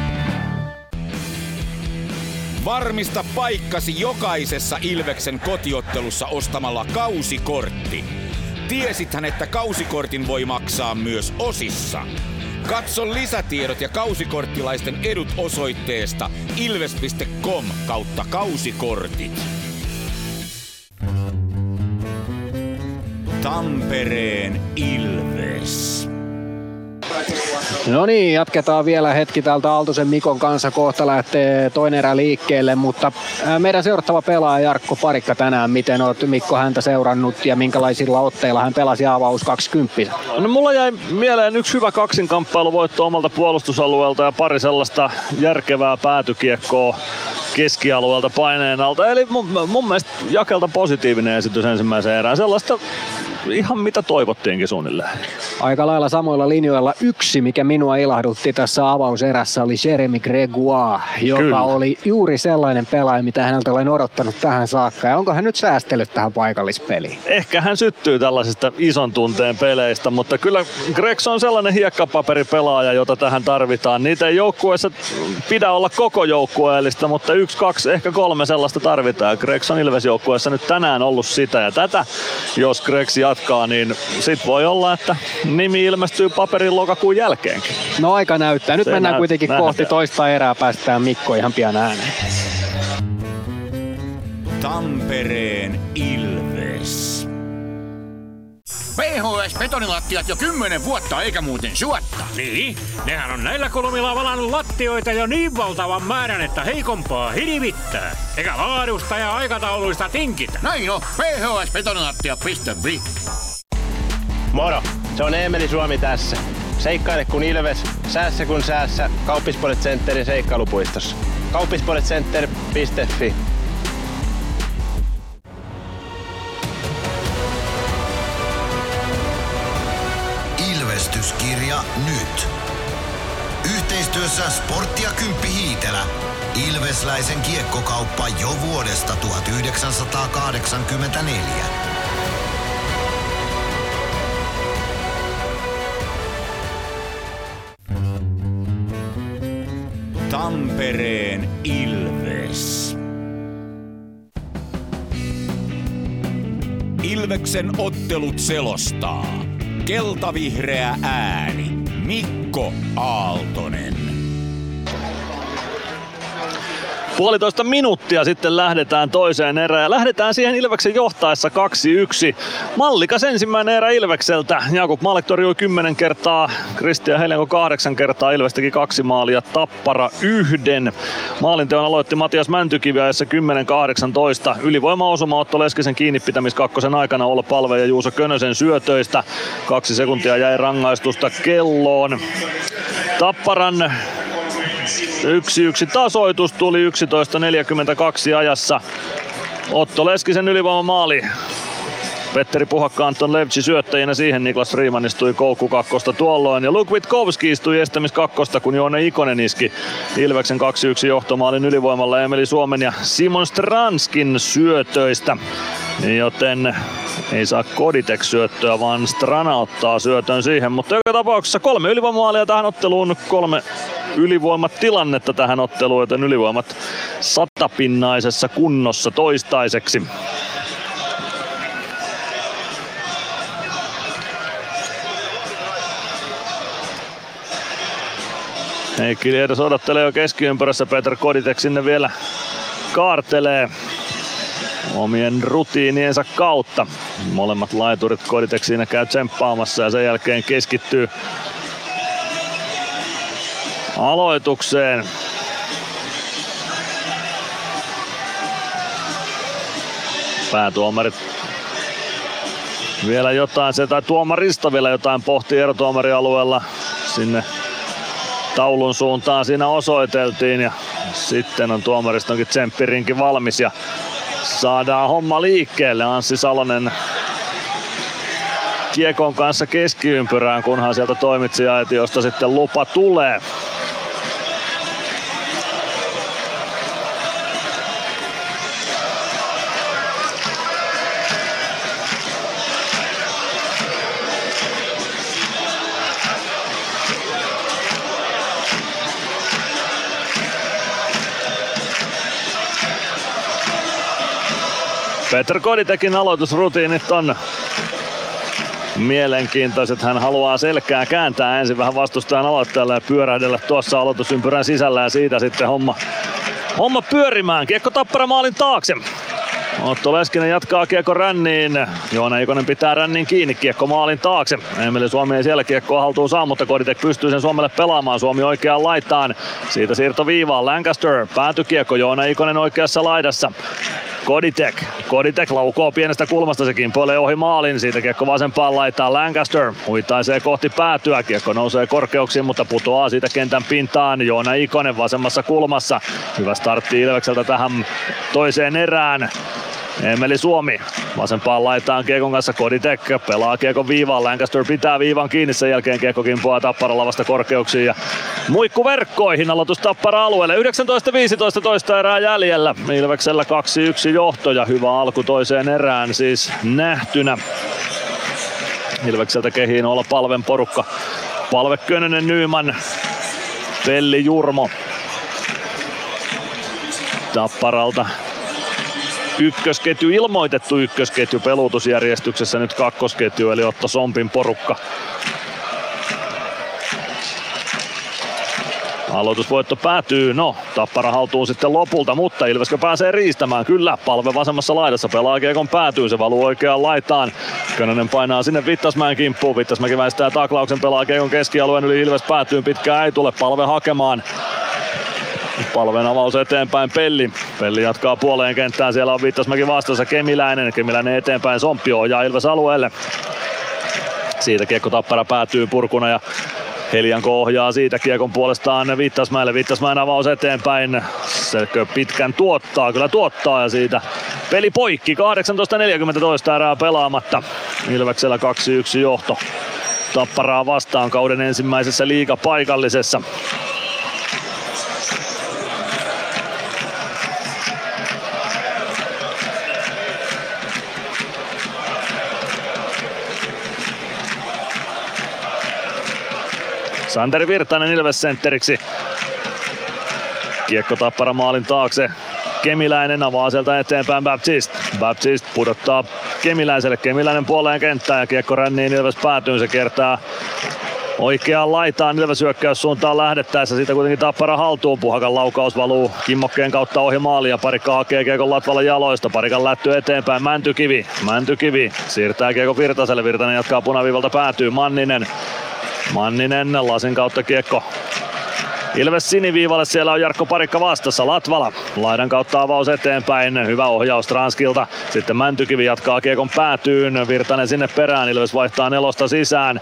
Varmista paikkasi jokaisessa Ilveksen kotiottelussa ostamalla kausikortti. Tiesithän, että kausikortin voi maksaa myös osissa. Katso lisätiedot ja kausikorttilaisten edut osoitteesta ilves piste com kautta kausikortit. Tampereen Ilves. No niin, jatketaan vielä hetki täältä Aaltosen Mikon kanssa. Kohta lähtee toinen erä liikkeelle, mutta meidän seurattava pelaaja Jarkko Parikka tänään. Miten olet Mikko häntä seurannut ja minkälaisilla otteilla hän pelasi avaus kaksikymmentä? No mulla jäi mieleen yksi hyvä kaksinkamppailuvoitto omalta puolustusalueelta ja pari sellaista järkevää päätykiekkoa keskialueelta paineen alta. Eli mun, mun mielestä Jakelta positiivinen esitys ensimmäiseen erään. Sellaista ihan mitä toivottiinkin suunnilleen. Aika lailla samoilla linjoilla. Yksi, mikä minua ilahdutti tässä avauserässä, oli Jeremy Gregoire, joka Kyllä. oli juuri sellainen pelaaja, mitä häneltä olen odottanut tähän saakka. Ja onko hän nyt säästellyt tähän paikallispeliin? Ehkä hän syttyy tällaisista ison tunteen peleistä, mutta kyllä Gregs on sellainen hiekkapaperipelaaja, jota tähän tarvitaan. Niitä ei joukkueessa pidä olla koko joukkueellista, mutta yksi, kaksi, ehkä kolme sellaista tarvitaan. Gregs on Ilves-joukkueessa nyt tänään ollut sitä ja tätä. Jos Gregs jatkaa, niin sit voi olla, että nimi ilmestyy paperin lokakuun jälkeenkin. No aika näyttää. Nyt Se mennään nä- kuitenkin nähdään. kohti toista erää. Päästään Mikko ihan pian ääneen. Tampereen Ilves. P H S-betonilattiat jo kymmenen vuotta eikä muuten suotta. Niin, nehän on näillä kolmilla valannut lattioita jo niin valtavan määrän, että heikompaa hirvittää. Eikä laadusta ja aikatauluista tinkitä. Näin on, p h s betonilattia piste fi. Moro, se on Eemeli Suomi tässä. Seikkaile kun Ilves, säässä kun säässä. Kauppisports Centerin seikkailupuistossa. kauppisports center piste fi. Ilvestyskirja nyt. Yhteistyössä Sportti ja Kymppi Hiitelä. Ilvesläisen kiekkokauppa jo vuodesta tuhatyhdeksänsataakahdeksankymmentäneljä. Tampereen Ilves. Ilveksen ottelut selostaa keltavihreä ääni Mikko Aaltonen. Puolitoista minuuttia sitten lähdetään toiseen erään ja lähdetään siihen Ilveksen johtaessa kaksi yksi. Mallikas ensimmäinen erä Ilvekseltä. Jakub Malek torjui kymmenen kertaa, Kristian Helianko kahdeksan kertaa, Ilves teki kaksi maalia, Tappara yhden. Maalinteon aloitti Matias Mäntykivi ajassa kymmenen kahdeksantoista. Ylivoimaosuma Otto Leskisen kiinnipitämiskakkosen aikana Olla Palve ja Juuso Könösen syötöistä. Kaksi sekuntia jäi rangaistusta kelloon. Tapparan yksi yksi tasoitus tuli yksitoista neljäkymmentäkaksi ajassa. Otto Leskisen ylivoimamaali. Petteri Puhakka, Anton Levci syöttäjänä, siihen Niklas Freeman istui koukkukakkosta tuolloin. Ja Luke Witkowski istui estämiskakkosta, kun Joona Ikonen iski Ilveksen kaksi yksi johtomaalin ylivoimalla Emeli Suomen ja Simon Stranskin syötöistä. Joten ei saa Koditek syöttöä, vaan Strana ottaa syötön siihen. Mutta joka tapauksessa kolme ylivoimamaalia tähän otteluun, kolme ylivoimatilannetta tähän otteluun, joten ylivoimat satapinnaisessa kunnossa toistaiseksi. Heikki Liedes odottelee jo keskiympyrässä, Peter Koditek sinne vielä kaartelee omien rutiiniensa kautta. Molemmat laiturit, Koditek siinä käy tsemppaamassa ja sen jälkeen keskittyy aloitukseen. Päätuomarit vielä jotain, se tai tuomarista vielä jotain pohti erotuomarialueella sinne taulun suuntaan siinä osoiteltiin ja sitten on tuomaristonkin tsemppirinki valmis ja saadaan homma liikkeelle. Anssi Salonen kiekon kanssa keskiympyrään, kunhan sieltä toimitsijaitiosta sitten lupa tulee. Peter Koditekin aloitusrutiinit on mielenkiintoiset. Hän haluaa selkää kääntää ensin vähän vastustajan aloittajalle ja pyörähdellä tuossa aloitusympyrän sisällä ja siitä sitten homma, homma pyörimään. Kiekko Tappara maalin taakse. Otto Leskinen jatkaa kiekko ränniin. Joona Ikonen pitää ränniin kiinni. Kiekko maalin taakse. Emeli Suomi ei siellä kiekkoa haltuun saa, mutta Koditek pystyy sen Suomelle pelaamaan. Suomi oikeaan laitaan. Siitä siirto viivaan. Lancaster. Päätykiekko. Joona Ikonen oikeassa laidassa. Koditek. Koditek laukoo pienestä kulmasta, se kimpoilee ohi maalin. Siitä kiekko vasempaan laitaan. Lancaster huitaisee kohti päätyä. Kiekko nousee korkeuksiin, mutta putoaa siitä kentän pintaan. Joona Ikonen vasemmassa kulmassa. Hyvä startti Ilvekseltä tähän toiseen erään. Emeli Suomi vasempaan laitaan kiekon kanssa. Koditek pelaa kiekon viivaan. Lancaster pitää viivan kiinni. Sen jälkeen kiekko kimpoaa Tapparalla vasta korkeuksiin. Ja muikku verkkoihin. Aloitus Tappara alueelle. yhdeksäntoista viisitoista toista erää jäljellä. Ilveksellä kaksi yksi johto ja hyvä alku toiseen erään siis nähtynä. Ilvekseltä kehiin olla Palven porukka. Palve, Könönen, Nyman, Pelli, Jurmo. Tapparalta ykkösketju, ilmoitettu ykkösketju peluutusjärjestyksessä, nyt kakkosketju eli Otto Sompin porukka. Aloitusvoitto päätyy, no Tappara haltuun sitten lopulta, mutta Ilveskö pääsee riistämään, kyllä Palve vasemmassa laidassa pelaa kiekon päätyy, se valuu oikeaan laitaan. Könönen painaa sinne Vittasmäen kimppuun, Vittasmäki väistää taklauksen, pelaa kiekon keskialueen yli, Ilves päätyy, pitkään ei tule, Palve hakemaan. Palven avaus eteenpäin Pelli. Pelli jatkaa puoleen kenttään, siellä on Vittasmäki vastassa, Kemiläinen. Kemiläinen eteenpäin, Somppi ohjaa Ilves alueelle. Siitä kiekko Tappara päätyy purkuna ja Helianko ohjaa siitä kiekon puolestaan Vittasmäelle. Vittasmäen avaus eteenpäin. Selkö pitkän tuottaa, kyllä tuottaa ja siitä peli poikki. kahdeksantoista neljäkymmentä toista erää pelaamatta. Ilveksellä kaksi yksi johto. Tapparaa vastaan kauden ensimmäisessä liigapaikallisessa. Santeri Virtanen Ilves sentteriksi. Kiekko Tappara maalin taakse. Kemiläinen avaa sieltä eteenpäin Baptiste. Baptiste pudottaa Kemiläiselle. Kemiläinen puoleen kenttään ja kiekko ränniin Ilves päätyy. Se kiertää oikeaan laitaan Ilves hyökkäyssuuntaan lähdettäessä. Siitä kuitenkin Tappara haltuun. Puhakan laukaus valuu Kimmokkeen kautta ohi maaliin ja Parikka hakee kiekon Latvalan jaloista. Parikan lätty eteenpäin. Mäntykivi. Mäntykivi siirtää kiekon Virtaselle. Virtanen jatkaa punaviivalta, päätyy Manninen. Manninen lasin kautta kiekko Ilves siniviivalle, siellä on Jarkko Parikka vastassa. Latvala laidan kautta avaus eteenpäin. Hyvä ohjaus Transkilta. Sitten Mäntykivi jatkaa kiekon päätyyn. Virtanen sinne perään. Ilves vaihtaa nelosta sisään.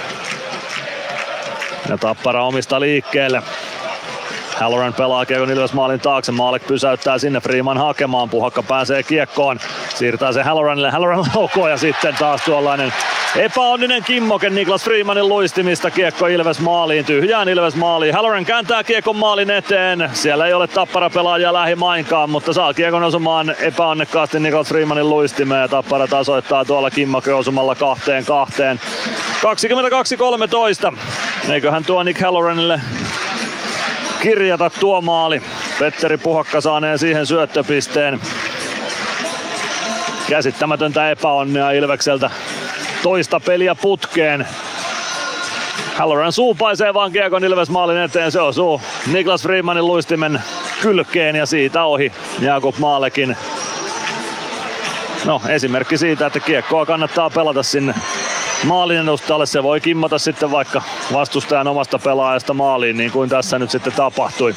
Ja Tappara omista liikkeelle. Halloran pelaa kiekon Ilves maalin taakse. Maalek pysäyttää sinne, Freeman hakemaan. Puhakka pääsee kiekkoon. Siirtää se Halloranille. Halloran laukoo ja sitten taas tuollainen epäonninen kimmoke Niklas Freemanin luistimista. Kiekko Ilves maaliin. Tyhjään Ilves maaliin. Halloran kääntää kiekon maalin eteen. Siellä ei ole Tappara pelaajia lähimainkaan, mutta saa kiekon osumaan epäonnekkaasti Niklas Freemanin luistimeen. Ja Tappara tasoittaa tuolla kimmoke osumalla kahteen kahteen. kaksikymmentäkaksi kolmetoista. Eiköhän tuo Nick Halloranille kirjata tuo maali. Petteri Puhakka saaneen siihen syöttöpisteen. Käsittämätöntä epäonnea Ilvekseltä. Toista peliä putkeen. Halloran suupaisee vaan kiekon Ilves maalin eteen. Se osuu Niklas Freemanin luistimen kylkeen ja siitä ohi Jakub Maalekin. No, esimerkki siitä, että kiekkoa kannattaa pelata sinne maalin edustajalle. Se voi kimmata sitten vaikka vastustajan omasta pelaajasta maaliin, niin kuin tässä nyt sitten tapahtui.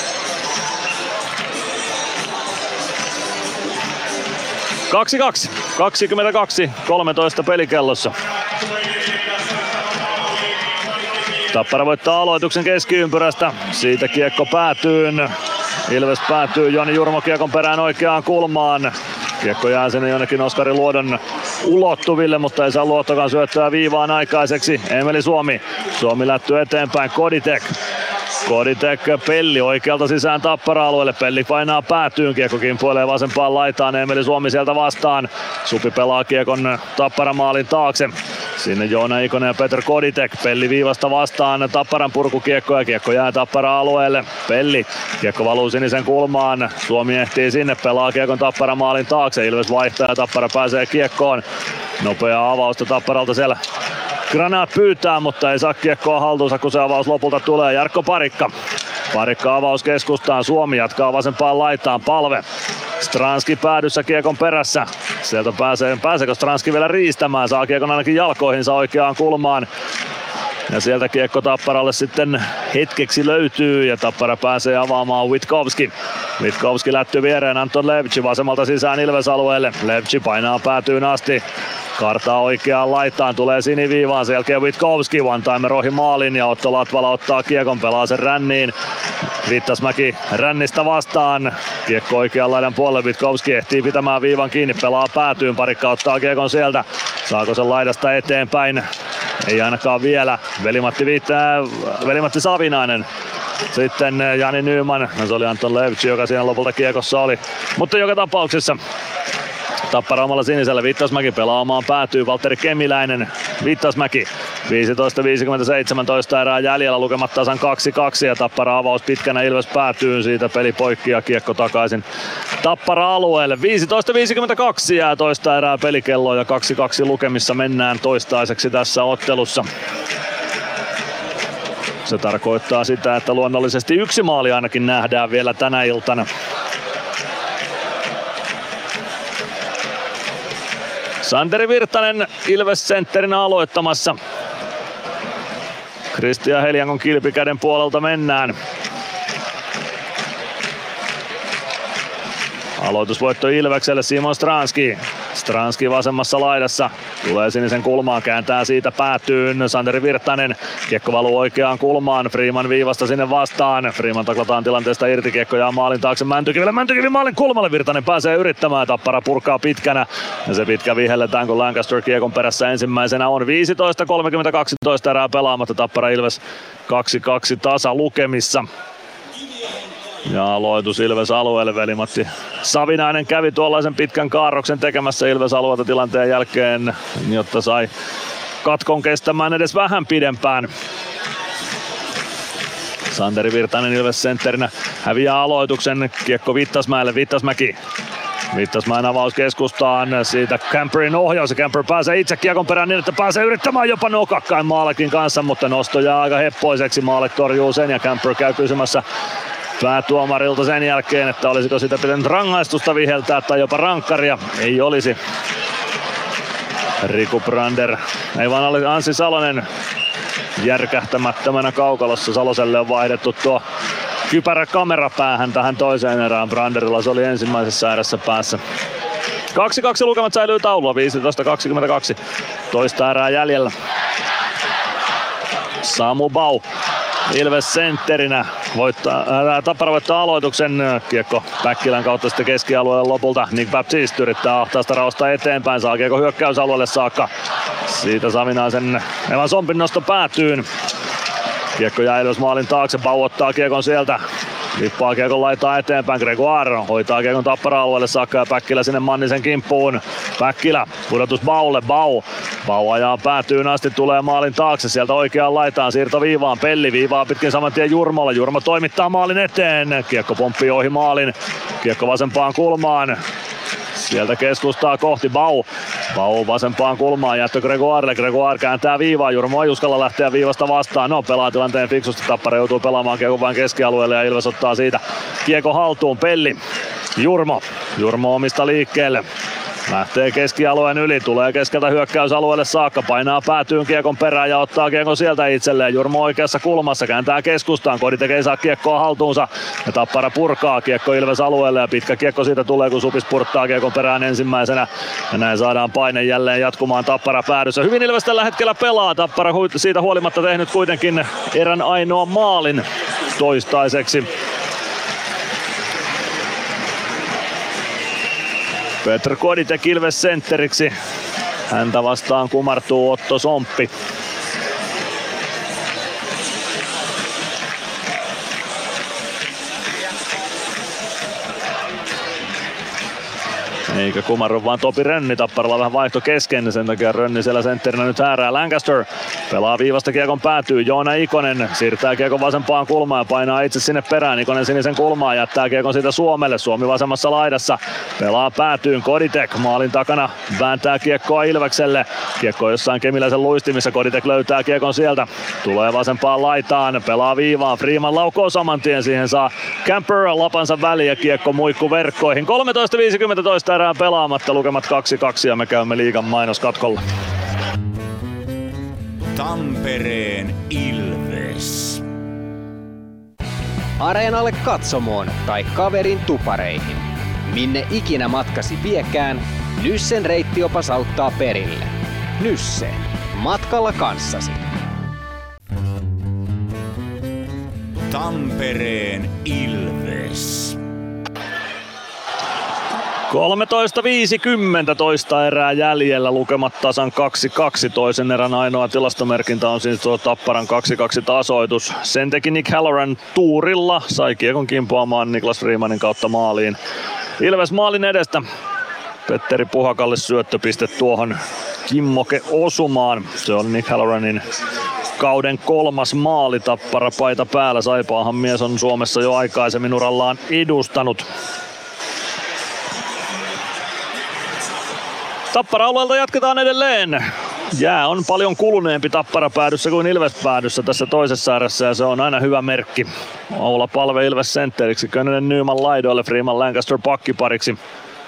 kaksi kaksi. kaksikymmentäkaksi kolmetoista pelikellossa. Tappara voittaa aloituksen keskiympyrästä. Siitä kiekko päätyyn. Ilves päätyy Joni Jurmo kiekon perään oikeaan kulmaan. Kiekko jää sinne jonnekin Oskari Luodon ulottuville, mutta ei saa Luottokaan syöttöä viivaan aikaiseksi. Emeli Suomi. Suomi lätty eteenpäin. Koditek. Koditek Pelli oikealta sisään Tappara-alueelle. Pelli painaa päätyyn. Kiekko kimpoilee vasempaan laitaan. Emeli Suomi sieltä vastaan. Supi pelaa kiekon Tappara-maalin taakse. Sinne Joona Ikonen ja Petr Koditek. Pelli viivasta vastaan Tapparan purkukiekko ja kiekko jää Tappara-alueelle. Pelli. Kiekko valuu sinisen kulmaan. Suomi ehtii sinne. Pelaa kiekon Tappara-maalin taakse. Ilves vaihtaa ja Tappara pääsee kiekkoon. Nopeaa avausta Tapparalta siellä. Granat pyytää, mutta ei saa kiekkoa haltuunsa, kun se avaus lopulta tulee. Jarkko Parikka. Parikka avaus keskustaan. Suomi jatkaa vasempaan laitaan. Palve. Stranski päädyssä kiekon perässä. Sieltä pääsee, pääseekö Stranski vielä riistämään? Saa kiekon ainakin jalkoihinsa oikeaan kulmaan. Ja sieltä kiekko Tapparalle sitten hetkeksi löytyy ja Tappara pääsee avaamaan Witkowski. Witkowski lätty viereen Anton Levci vasemmalta sisään Ilves-alueelle. Levci painaa päätyyn asti. Kartaa oikeaan laitaan, tulee siniviivaan, sen jälkeen Witkowski, one-timer ohi maalin ja Otto Latvala ottaa kiekon, pelaa sen ränniin. Vittasmäki rännistä vastaan, kiekko oikean laidan puolelle, Witkowski ehtii pitämään viivan kiinni, pelaa päätyyn, Parikka ottaa kiekon sieltä. Saako sen laidasta eteenpäin? Ei ainakaan vielä. Veli-Matti, Viittää, Veli-Matti Savinainen. Sitten Jani Nyman, no se oli Anton Levci, joka siinä lopulta kiekossa oli. Mutta joka tapauksessa Tappara omalla sinisellä, Vittasmäki pelaa omaan päätyy, Valtteri Kemiläinen, Vittasmäki, viisitoista viisikymmentäseitsemän erää jäljellä, lukemat tasan kaksi kaksi ja Tappara avaus pitkänä, Ilves päätyy, siitä peli poikki ja kiekko takaisin Tappara-alueelle. viisitoista viisikymmentäkaksi jää toista erää pelikelloa ja kaksi kaksi lukemissa mennään toistaiseksi tässä ottelussa. Se tarkoittaa sitä, että luonnollisesti yksi maali ainakin nähdään vielä tänä iltana. Santeri Virtanen Ilves sentterinä aloittamassa. Kristian Heliankon kilpikäden puolelta mennään. Aloitusvoitto Ilvekselle, Simon Stranski. Stranski vasemmassa laidassa. Tulee sinisen kulmaan, kääntää siitä päätyyn. Santeri Virtanen. Kiekko valuu oikeaan kulmaan. Freeman viivasta sinne vastaan. Freeman taklataan tilanteesta irti. Kiekko jää maalin taakse Mäntykivelle. Mäntykivi maalin kulmalle. Virtanen pääsee yrittämään. Tappara purkaa pitkänä. Ja se pitkä vihelletään, kun Lancaster kiekon perässä ensimmäisenä on. viisitoista kolmekymmentäkaksi erää pelaamatta. Tappara Ilves kaksi kaksi tasa lukemissa. Ja aloitus Ilves alueelle. Veli-Matti Savinainen kävi tuollaisen pitkän kaarroksen tekemässä Ilves alueelta tilanteen jälkeen, jotta sai katkon kestämään edes vähän pidempään. Santeri Virtanen Ilves sentterinä häviää aloituksen. Kiekko Vittasmäelle. Vittasmäki. Vittasmäen avaus keskustaan, siitä Camperin ohjaus ja Camper pääsee itse kiekon perään niin, että pääsee yrittämään jopa nokakkain Maalekin kanssa, mutta nosto jää aika heppoiseksi. Maalek torjuu sen ja Camper käy kysymässä päätuomarilta sen jälkeen, että olisiko sitä pitänyt rangaistusta viheltää tai jopa rankkaria. Ei olisi. Riku Brander, ei vaan oli Anssi Salonen järkähtämättömänä kaukalossa. Saloselle on vaihdettu tuo kypärä kamerapäähän tähän toiseen erään. Branderilla se oli ensimmäisessä erässä päässä. kaksi kaksi lukemat säilyy taululla, viisitoista kaksikymmentäkaksi. Toista erää jäljellä. Samu Bau Ilves sentterinä voittaa, ää, Tappara voittaa aloituksen. Kiekko Päkkilän kautta sitten keskialueelle lopulta. Nick Baptiste yrittää ahtaasta raosta eteenpäin. Saa kiekko hyökkäysalueelle saakka. Siitä Savinaisen Evan Sompin nosto päätyyn. Kiekko jää Ilves maalin taakse. Bau ottaa kiekon sieltä. Lippaa kiekon laitaa eteenpäin. Gregoire hoitaa kiekon Tappara-alueelle saakka ja Päkkilä sinne Mannisen kimppuun. Päkkilä pudotus Baulle. Bau. Bau ajaa päätyyn asti, tulee maalin taakse. Sieltä oikeaan laitaan siirto viivaan. Pelli viivaa pitkin saman tien Jurmolle. Jurmo toimittaa maalin eteen. Kiekko pomppii ohi maalin. Kiekko vasempaan kulmaan. Sieltä keskustaa kohti Bau. Bau vasempaan kulmaan, jättö Gregoirelle. Gregoire kääntää viivaa. Jurmo ei uskalla lähteä viivasta vastaan. No, pelaa tilanteen fiksusti. Tappara joutuu pelaamaan kiekon vain keskialueelle ja Ilves ottaa siitä kiekko haltuun. Pelli. Jurmo. Jurmo omista liikkeelle. Lähtee keskialueen yli, tulee keskeltä hyökkäysalueelle saakka, painaa päätyyn kiekon perään ja ottaa kiekon sieltä itselleen. Jurmo oikeassa kulmassa, kääntää keskustaan, Koditek ei saa kiekkoa haltuunsa ja Tappara purkaa kiekko Ilves alueelle ja pitkä kiekko siitä tulee, kun Supis purttaa kiekon perään ensimmäisenä. Ja näin saadaan paine jälleen jatkumaan Tappara päädyssä. Hyvin Ilves tällä hetkellä pelaa, Tappara siitä huolimatta tehnyt kuitenkin erän ainoa maalin toistaiseksi. Petr Koditek Ilves sentteriksi. Häntä vastaan kumartuu Otto Somppi. Eikä kumarru vaan Topi Rönni, Tapparalla vähän vaihto kesken, sen takia Rönni siellä sentterinä nyt häärää. Lancaster pelaa viivasta kiekon päätyy, Joona Ikonen siirtää kiekon vasempaan kulmaan ja painaa itse sinne perään. Ikonen sinisen kulmaan jättää kiekon siitä Suomelle, Suomi vasemmassa laidassa, pelaa päätyyn Koditek maalin takana, vääntää kiekkoa Ilvekselle. Kiekko jossain Kemiläisen luistimissa, Koditek löytää kiekon sieltä, tulee vasempaan laitaan, pelaa viivaan, Freeman laukoo saman tien, siihen saa Camper lapansa väliin ja kiekko muikku verkkoihin. kolmetoista viisikymmentä erää pelaamatta, lukemat kaksi kaksi ja me käymme liigan mainoskatkolla. Tampereen Ilves. Areenalle katsomoon tai kaverin tupareihin. Minne ikinä matkasi viekään, Nyssen reittiopas auttaa perille. Nysse. Matkalla kanssasi. Tampereen Ilves. kolmetoista viisikymmentä toista erää jäljellä, lukemat tasan kaksi kaksi. Toisen erän ainoa tilastomerkintä on siis tuo Tapparan kaksi kaksi tasoitus. Sen teki Nick Halloran tuurilla, sai kiekon kimpoamaan Niklas Freemanin kautta maaliin. Ilves maalin edestä. Petteri Puhakalle syöttöpiste tuohon Kimmoke osumaan. Se on Nick Halloranin kauden kolmas maali, Tappara paita päällä. Saipaahan mies on Suomessa jo aikaisemmin urallaan edustanut. Tappara-alueelta jatketaan edelleen. Jää on paljon kuluneempi Tappara päädyssä kuin Ilves päädyssä tässä toisessa erässä ja se on aina hyvä merkki. Oula Palve Ilves sentteriksi, Könönen Nyman laidoille, Freeman Lancaster pakkipariksi.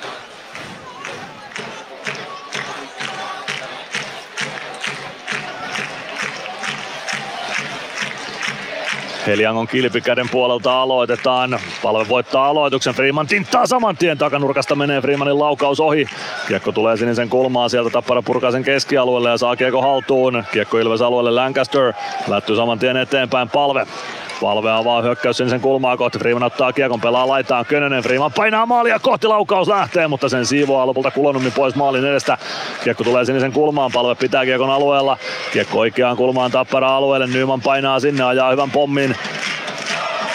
Heliangon kilpikäden puolelta aloitetaan. Palve voittaa aloituksen. Freeman tinttaa saman tien. Takanurkasta menee Freemanin laukaus ohi. Kiekko tulee sinisen kulmaan. Sieltä Tappara purkaa sen keskialueelle ja saa kiekko haltuun. Kiekko Ilves alueelle Lancaster. Lättyy saman tien eteenpäin Palve. Palve avaa hyökkäys sinisen kulmaa kohti. Freeman ottaa kiekon, pelaa laitaan Könönen. Freeman painaa maalia kohti, laukaus lähtee, mutta sen siivoaa lopulta Kulonummi pois maalin edestä. Kiekko tulee sinisen kulmaan, Palve pitää kiekon alueella. Kiekko oikeaan kulmaan Tappara alueelle, Nyman painaa sinne, ajaa hyvän pommin.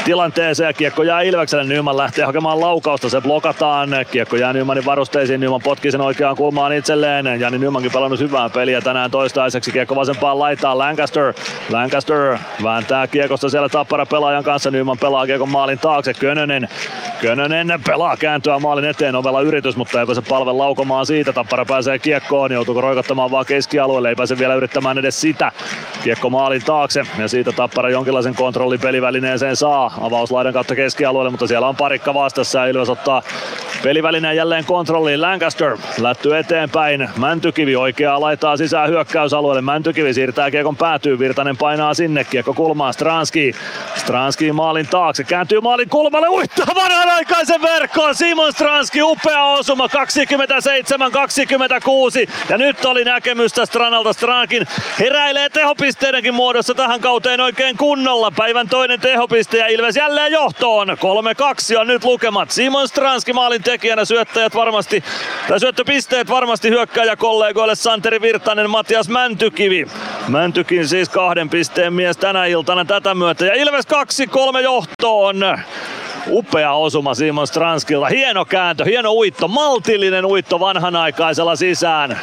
tilanteeseen ja kiekko jää Ilvekselle. Nyman lähtee hakemaan laukausta, se blokataan. Kiekko jää Nymanin varusteisiin, Nyman potkii sen oikeaan kulmaan itselleen. Jani Nymankin pelannut hyvää peliä tänään toistaiseksi. Kiekko vasempaan laitaan, Lancaster. Lancaster vääntää kiekosta siellä Tappara pelaajan kanssa. Nyman pelaa kiekon maalin taakse. Könönen. Könönen pelaa kääntyä maalin eteen, ovella yritys, mutta ei pääse palve laukomaan siitä. Tappara pääsee kiekkoon, joutuuko roikottamaan vaan keskialueelle, ei pääse vielä yrittämään edes sitä. Kiekko maalin taakse ja siitä Tappara jonkinlaisen kontrollin pelivälineeseen saa. Avauslaidan kautta keskialueelle, mutta siellä on parikka vastassa ja Ilves ottaa pelivälineen jälleen kontrolliin. Lancaster lätty eteenpäin. Mäntykivi oikeaa laitaa sisään hyökkäysalueelle. Mäntykivi siirtää kiekon päätyyn. Virtanen painaa sinne. Kiekko kulmaan Stranski. Stranski maalin taakse. Kääntyy maalin kulmalle. Uittaa vanhanaikaisen verkkoon. Simon Stranski upea osuma. kaksikymmentäseitsemän kaksikymmentäkuusi. Ja nyt oli näkemystä Stranalta. Strankin heräilee tehopisteidenkin muodossa tähän kauteen oikein kunnolla. Päivän toinen tehopiste ja Ilves jälleen johtoon. kolme kaksi on nyt lukemat. Simon Stranski maalin tekijänä, syöttäjät varmasti, tai syöttöpisteet varmasti hyökkääjäkollegoille Santeri Virtanen, Matias Mäntykivi. Mäntykin siis kahden pisteen mies tänä iltana tätä myötä. Ja Ilves kaksi kolme johtoon. Upea osuma Simon Stranskilta. Hieno kääntö, hieno uitto, maltillinen uitto vanhanaikaisella sisään.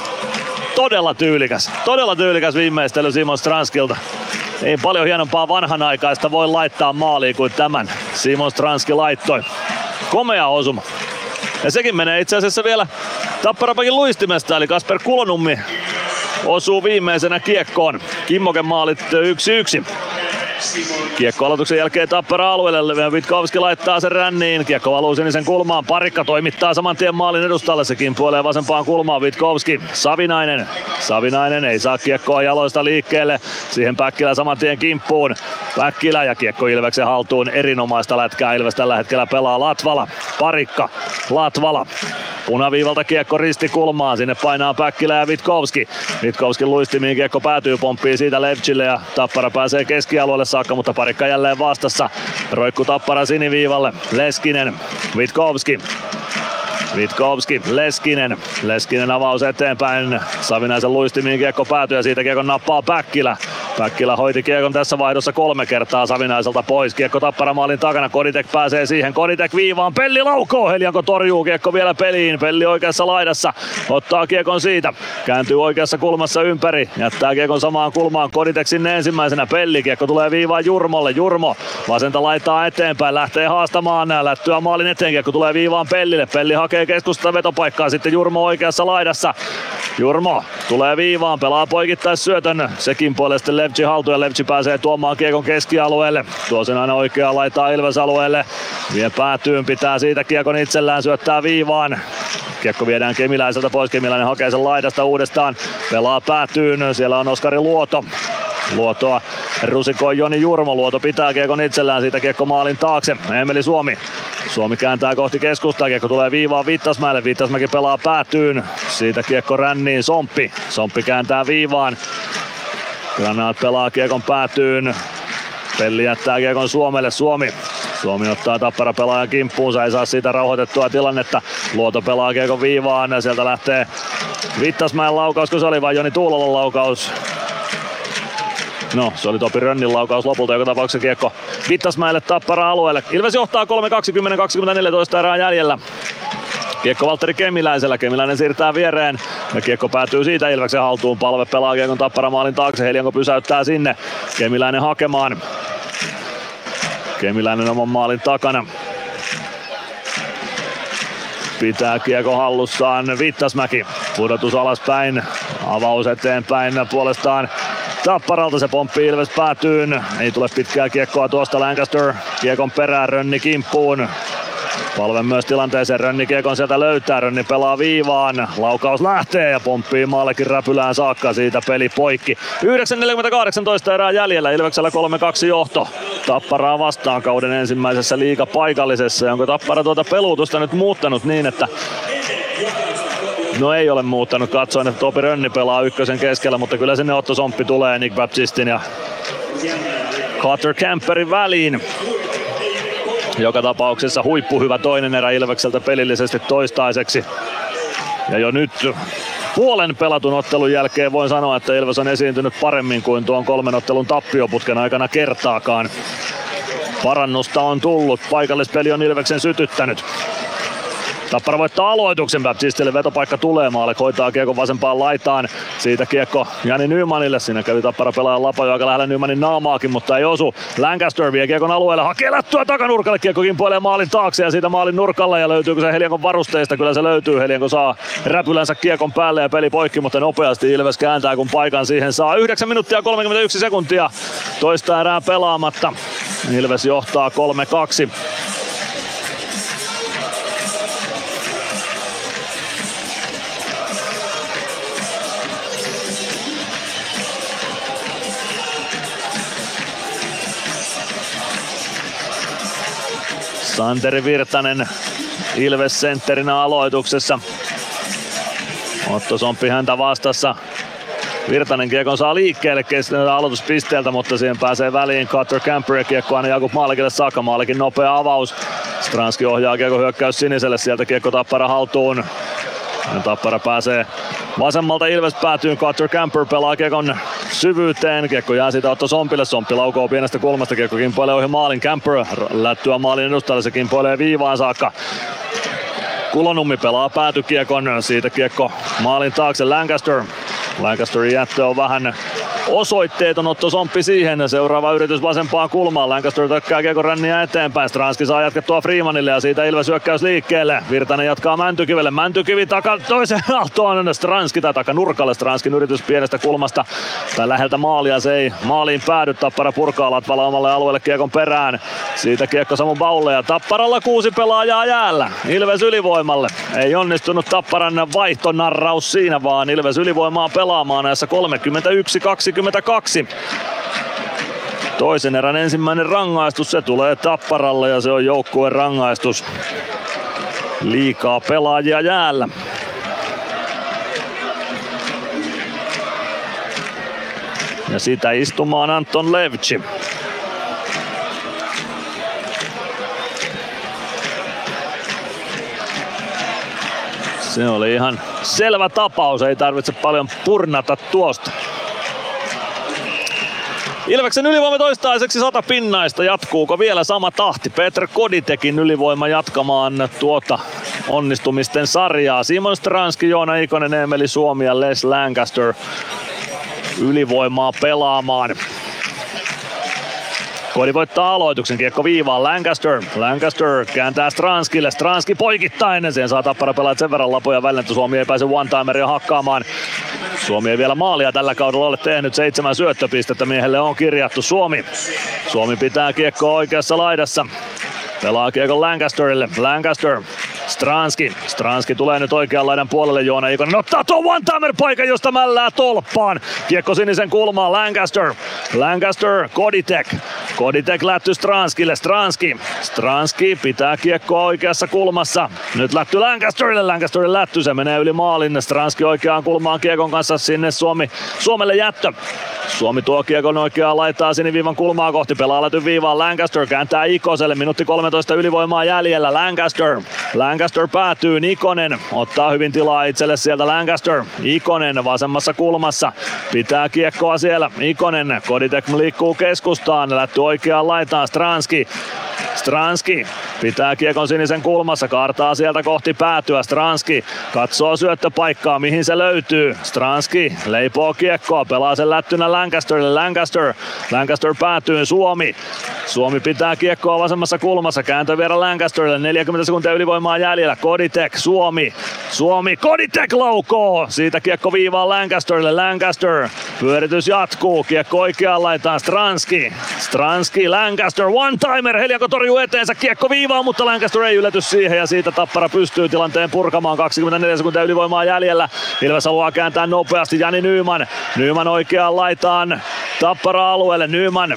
Todella tyylikäs, todella tyylikäs viimeistely Simon Stranskilta. Ei paljon hienompaa vanhanaikaista voi laittaa maaliin kuin tämän Simon Stranski laittoi. Komea osuma. Ja sekin menee itse asiassa vielä Tapparapakin luistimesta, eli Kasper Kulonummi osuu viimeisenä kiekkoon. Kimmoken maalit yksi yksi. Kiekko aloituksen jälkeen Tappara alueelle, Witkowski laittaa sen ränniin, kiekko valuu sinisen kulmaan, Parikka toimittaa saman tien maalin edustalle, se kimpuilee vasempaan kulmaan, Witkowski, Savinainen, Savinainen ei saa kiekkoa jaloista liikkeelle, siihen Päkkilä saman tien kimppuun, Päkkilä ja kiekko Ilveksen haltuun, erinomaista lätkää Ilves tällä hetkellä pelaa Latvala, Parikka, Latvala. Punaviivalta kiekko ristikulmaan, sinne painaa Päkkilä ja Witkowski. Witkowskin luistimiin kiekko päätyy, pomppii siitä Levchille ja Tappara pääsee keskialueelle saakka, mutta Parikka jälleen vastassa. Roikku Tappara siniviivalle, Leskinen, Witkowski. Witkowski, Leskinen. Leskinen avaus eteenpäin. Savinaisen luistimiin kiekko päätyy ja siitä kiekon nappaa Päkkilä. Päkkilä hoiti kiekon tässä vaihdossa kolme kertaa Savinaiselta pois. Kiekko Tappara maalin takana. Koditek pääsee siihen. Koditek viivaan. Pelli laukoo. Helianko torjuu kiekko vielä peliin. Pelli oikeassa laidassa. Ottaa kiekon siitä. Kääntyy oikeassa kulmassa ympäri. Jättää kiekon samaan kulmaan. Koditek sinne ensimmäisenä. Pelli. Kiekko tulee viivaan Jurmolle. Jurmo vasenta laittaa eteenpäin. Lähtee haastamaan. Lättyä maalin eteen. Kiekko tulee viivaan Pellille. Pelli hakee keskusta vetopaikkaa. Sitten Jurmo oikeassa laidassa. Jurmo tulee viivaan. Pelaa poikittais syötön. Sekin puolesta Levci haltuun ja Levci pääsee tuomaan kiekon keskialueelle. Tuo sen aina oikeaa laitaa Ilves-alueelle. Vie päätyyn, pitää siitä kiekon itsellään, syöttää viivaan. Kiekko viedään Kemiläiseltä pois, Kemiläinen hakee sen laidasta uudestaan. Pelaa päätyyn, siellä on Oskari Luoto. Luotoa rusikoi Joni Jurmo, Luoto pitää kiekon itsellään, siitä kiekko maalin taakse. Emeli Suomi. Suomi kääntää kohti keskustaa, kiekko tulee viivaan Vittasmäelle, Vittasmäki pelaa päätyyn. Siitä kiekko ränniin Somppi. Somppi kääntää viivaan. Granaat pelaa kiekon päätyyn. Pelli jättää kiekon Suomelle, Suomi. Suomi ottaa Tappara pelaajan kimppuunsa, ei saa siitä rauhoitettua tilannetta. Luoto pelaa kiekon viivaan ja sieltä lähtee Vittasmäen laukaus, kun se oli vain Joni Tuulolan laukaus. No, se oli Topi Rönnin laukaus lopulta, joka tapauksessa kiekko Vittasmäelle Tappara alueelle. Ilves johtaa kolme kaksikymmentä kaksikymmentäneljätoista erää jäljellä. Kiekko Valtteri Kemiläisellä, Kemiläinen siirtää viereen ja kiekko päätyy siitä Ilveksen haltuun. Palve pelaa kiekon Tappara maalin taakse, Helianko pysäyttää sinne. Kemiläinen hakemaan. Kemiläinen oman maalin takana. Pitää kiekko hallussaan Vittasmäki. Pudotus alaspäin, avaus eteenpäin puolestaan Tapparalta, se pomppii Ilves päätyyn. Ei tule pitkää kiekkoa tuosta, Lancaster kiekon perään, Rönni kimppuun. Palve myös tilanteeseen, Rönni kiekon sieltä löytää, Rönni pelaa viivaan, laukaus lähtee ja pomppii maallekin räpylään saakka, siitä peli poikki. yhdeksän neljäkymmentäkahdeksan erää jäljellä, Ilveksellä kolme kaksi johto. Tapparaa vastaan kauden ensimmäisessä liigapaikallisessa. Onko Tappara tuota peluutusta nyt muuttanut niin, että no ei ole muuttanut, katsoin, että Topi Rönni pelaa ykkösen keskellä, mutta kyllä sinne Otto Somppi tulee Nick Baptistin ja Carter Camperin väliin. Joka tapauksessa huippuhyvä toinen erä Ilvekseltä pelillisesti toistaiseksi. Ja jo nyt puolen pelatun ottelun jälkeen voin sanoa, että Ilves on esiintynyt paremmin kuin tuon kolmen ottelun tappioputken aikana kertaakaan. parannusta on tullut. Paikallispeli on Ilveksen sytyttänyt. Tappara voittaa aloituksen, Baptistille vetopaikka tulee, Maalek hoitaa kiekon vasempaan laitaan, siitä kiekko Jani Nymanille, siinä kävi Tappara pelaajan lapa jo aika lähellä Nymanin naamaakin, mutta ei osu. Lancaster vie kiekon alueelle, hakee lättyä takanurkalle, kiekko kimpoilee maalin taakse ja siitä maalin nurkalle ja löytyykö se Heliankon varusteista, kyllä se löytyy, Helianko saa räpylänsä kiekon päälle ja peli poikki, mutta nopeasti Ilves kääntää kun paikan siihen saa. yhdeksän minuuttia kolmekymmentäyksi sekuntia, toista erää pelaamatta, Ilves johtaa kolme kaksi. Santeri Virtanen Ilves sentterinä aloituksessa. Otto Somppi häntä vastassa. Virtanen kiekon saa liikkeelle keskeltä aloituspisteeltä, mutta siihen pääsee väliin Cutter Camper ja kiekko aina Jakub Maalikille saakka. Maalikin nopea avaus. Stranski ohjaa kiekko hyökkäys siniselle, sieltä kiekko Tappara haltuun. Ja Tappara pääsee vasemmalta, Ilves päätyy, Cutter Camper pelaa kiekon syvyyteen, kiekko jää siitä Otto Sompille, Somppi laukoo pienestä kulmasta, kiekko kimpoilee ohi maalin, Camper lättyä maalin edustajalle, se kimpoilee viivaan saakka. Kulonummi pelaa päätykiekon, siitä kiekko maalin taakse Lancaster. Lancasterin jättö on vähän osoitteeton, Otto Somppi siihen. Seuraava yritys vasempaan kulmaan. Lancaster tökkää kiekon ränniä eteenpäin. Stranski saa jatkettua Freemanille ja siitä Ilves hyökkäys liikkeelle. Virtanen jatkaa Mäntykivelle. Mäntykivi taka toiseen aaltoon. Stranski tai taka nurkalle. Stranskin yritys pienestä kulmasta tai läheltä maalia. Se ei maaliin päädy. Tappara purkaa Latvala omalle alueelle kiekon perään. Siitä kiekko Samu Baulle ja Tapparalla kuusi pelaajaa jäällä. Ilves ylivoimalle. Ei onnistunut Tapparan vaihtonarraus siinä, vaan Ilves ylivoimaa pelaamaan näissä kolmekymmentäyksi kaksikymmentäkaksi. Toisen erän ensimmäinen rangaistus, se tulee Tapparalle ja se on joukkueen rangaistus. Liikaa pelaajia jäällä. Ja sitä istumaan Anton Levci. Se oli ihan selvä tapaus, ei tarvitse paljon purnata tuosta. Ilveksen ylivoima toistaiseksi sata pinnaista. Jatkuuko vielä sama tahti? Petr Koditekin ylivoima jatkamaan tuota onnistumisten sarjaa. Simon Stranski, Joona Ikonen, Emeli Suomi ja Les Lancaster ylivoimaa pelaamaan. Kodi voittaa aloituksen, kiekko viivaan, Lancaster. Lancaster kääntää Stranskille, Stranski poikittain. Siihen saa Tappara pelaat sen verran lapoja välillä, että Suomi ei pääse one-timeria hakkaamaan. Suomi ei vielä maalia tällä kaudella ole tehnyt, seitsemän syöttöpistettä miehelle on kirjattu. Suomi, Suomi pitää kiekkoa oikeassa laidassa. Pelaa kiekon Lancasterille, Lancaster. Stranski. Stranski tulee nyt oikean laidan puolelle, Joona Ikonen ottaa tuon one-timer paikan, josta mällää tolppaan. Kiekko sinisen kulmaan, Lancaster. Lancaster, Koditek. Koditek lätty Stranskille, Stranski. Stranski pitää kiekkoa oikeassa kulmassa. Nyt lätty Lancasterille, Lancasterin lätty, se menee yli maalin. Stranski oikeaan kulmaan kiekon kanssa sinne Suomi, Suomelle jättö. Suomi tuo kiekon oikeaan laittaa siniviivan kulmaa kohti, pelaa lätyn viivaan, Lancaster kääntää Ikoselle, minuutti kolmetoista ylivoimaa jäljellä, Lancaster. Lancaster päätyy, Ikonen ottaa hyvin tilaa itselle sieltä Lancaster. Ikonen vasemmassa kulmassa, pitää kiekkoa siellä, Ikonen, Koditek liikkuu keskustaan, lätty oikeaan laitaan, Stranski. Stranski pitää kiekon sinisen kulmassa, kaartaa sieltä kohti päätyä, Stranski katsoo syöttöpaikkaa, mihin se löytyy. Stranski leipoo kiekkoa, pelaa sen lättynä Lancasterille, Lancaster. Lancaster päätyy, Suomi. Suomi pitää kiekkoa vasemmassa kulmassa, kääntö vielä Lancasterille, neljäkymmentä sekuntia ylivoimaa jäljellä, Koditek, Suomi. Suomi, Koditek laukoo, siitä kiekko viivaan Lancasterille, Lancaster. Pyöritys jatkuu, kiekko oikeaan laitaan, Stranski. Stranski, Lancaster, one-timer, Helianko torjuu eteensä, kiekko viivaan, mutta Lancaster ei ylety siihen ja siitä Tappara pystyy tilanteen purkamaan, kaksikymmentäneljä sekuntia ylivoimaa jäljellä. Ilves haluaa kääntää nopeasti, Jani Nyman. Nyman oikeaan laitaan Tappara alueelle, Nyman.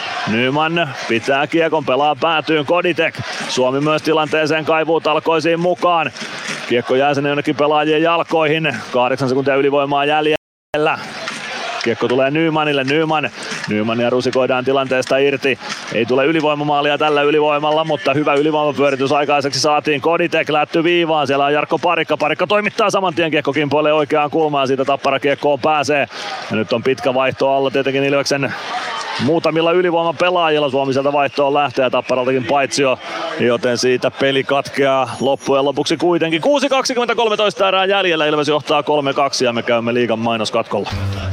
Nyman pitää kiekon, pelaa päätyyn, Koditek. Suomi myös tilanteeseen kaivuu talkoisiin mukaan. Kiekko jää sinne jonnekin pelaajien jalkoihin, kahdeksan sekuntia ylivoimaa jäljellä. Kiekko tulee Nymanille, Nyman. Nymania rusikoidaan tilanteesta irti. Ei tule ylivoimamaalia tällä ylivoimalla, mutta hyvä ylivoimapyöritys aikaiseksi saatiin. Koditek lätty viivaan, siellä on Jarkko Parikka. Parikka toimittaa saman tien, kiekko kimpoilee oikeaan kulmaan, siitä Tappara kiekkoon pääsee. Ja nyt on pitkä vaihto alla tietenkin Ilveksen muutamilla ylivoimapelaajilla. Suomi sieltä vaihtoon lähtee, Tapparaltakin paitsio, joten siitä peli katkeaa loppujen lopuksi kuitenkin. kuusi kaksikymmentäkolme erää jäljellä, Ilves johtaa kolme kaksi ja me käymme liigan mainoskatkolla.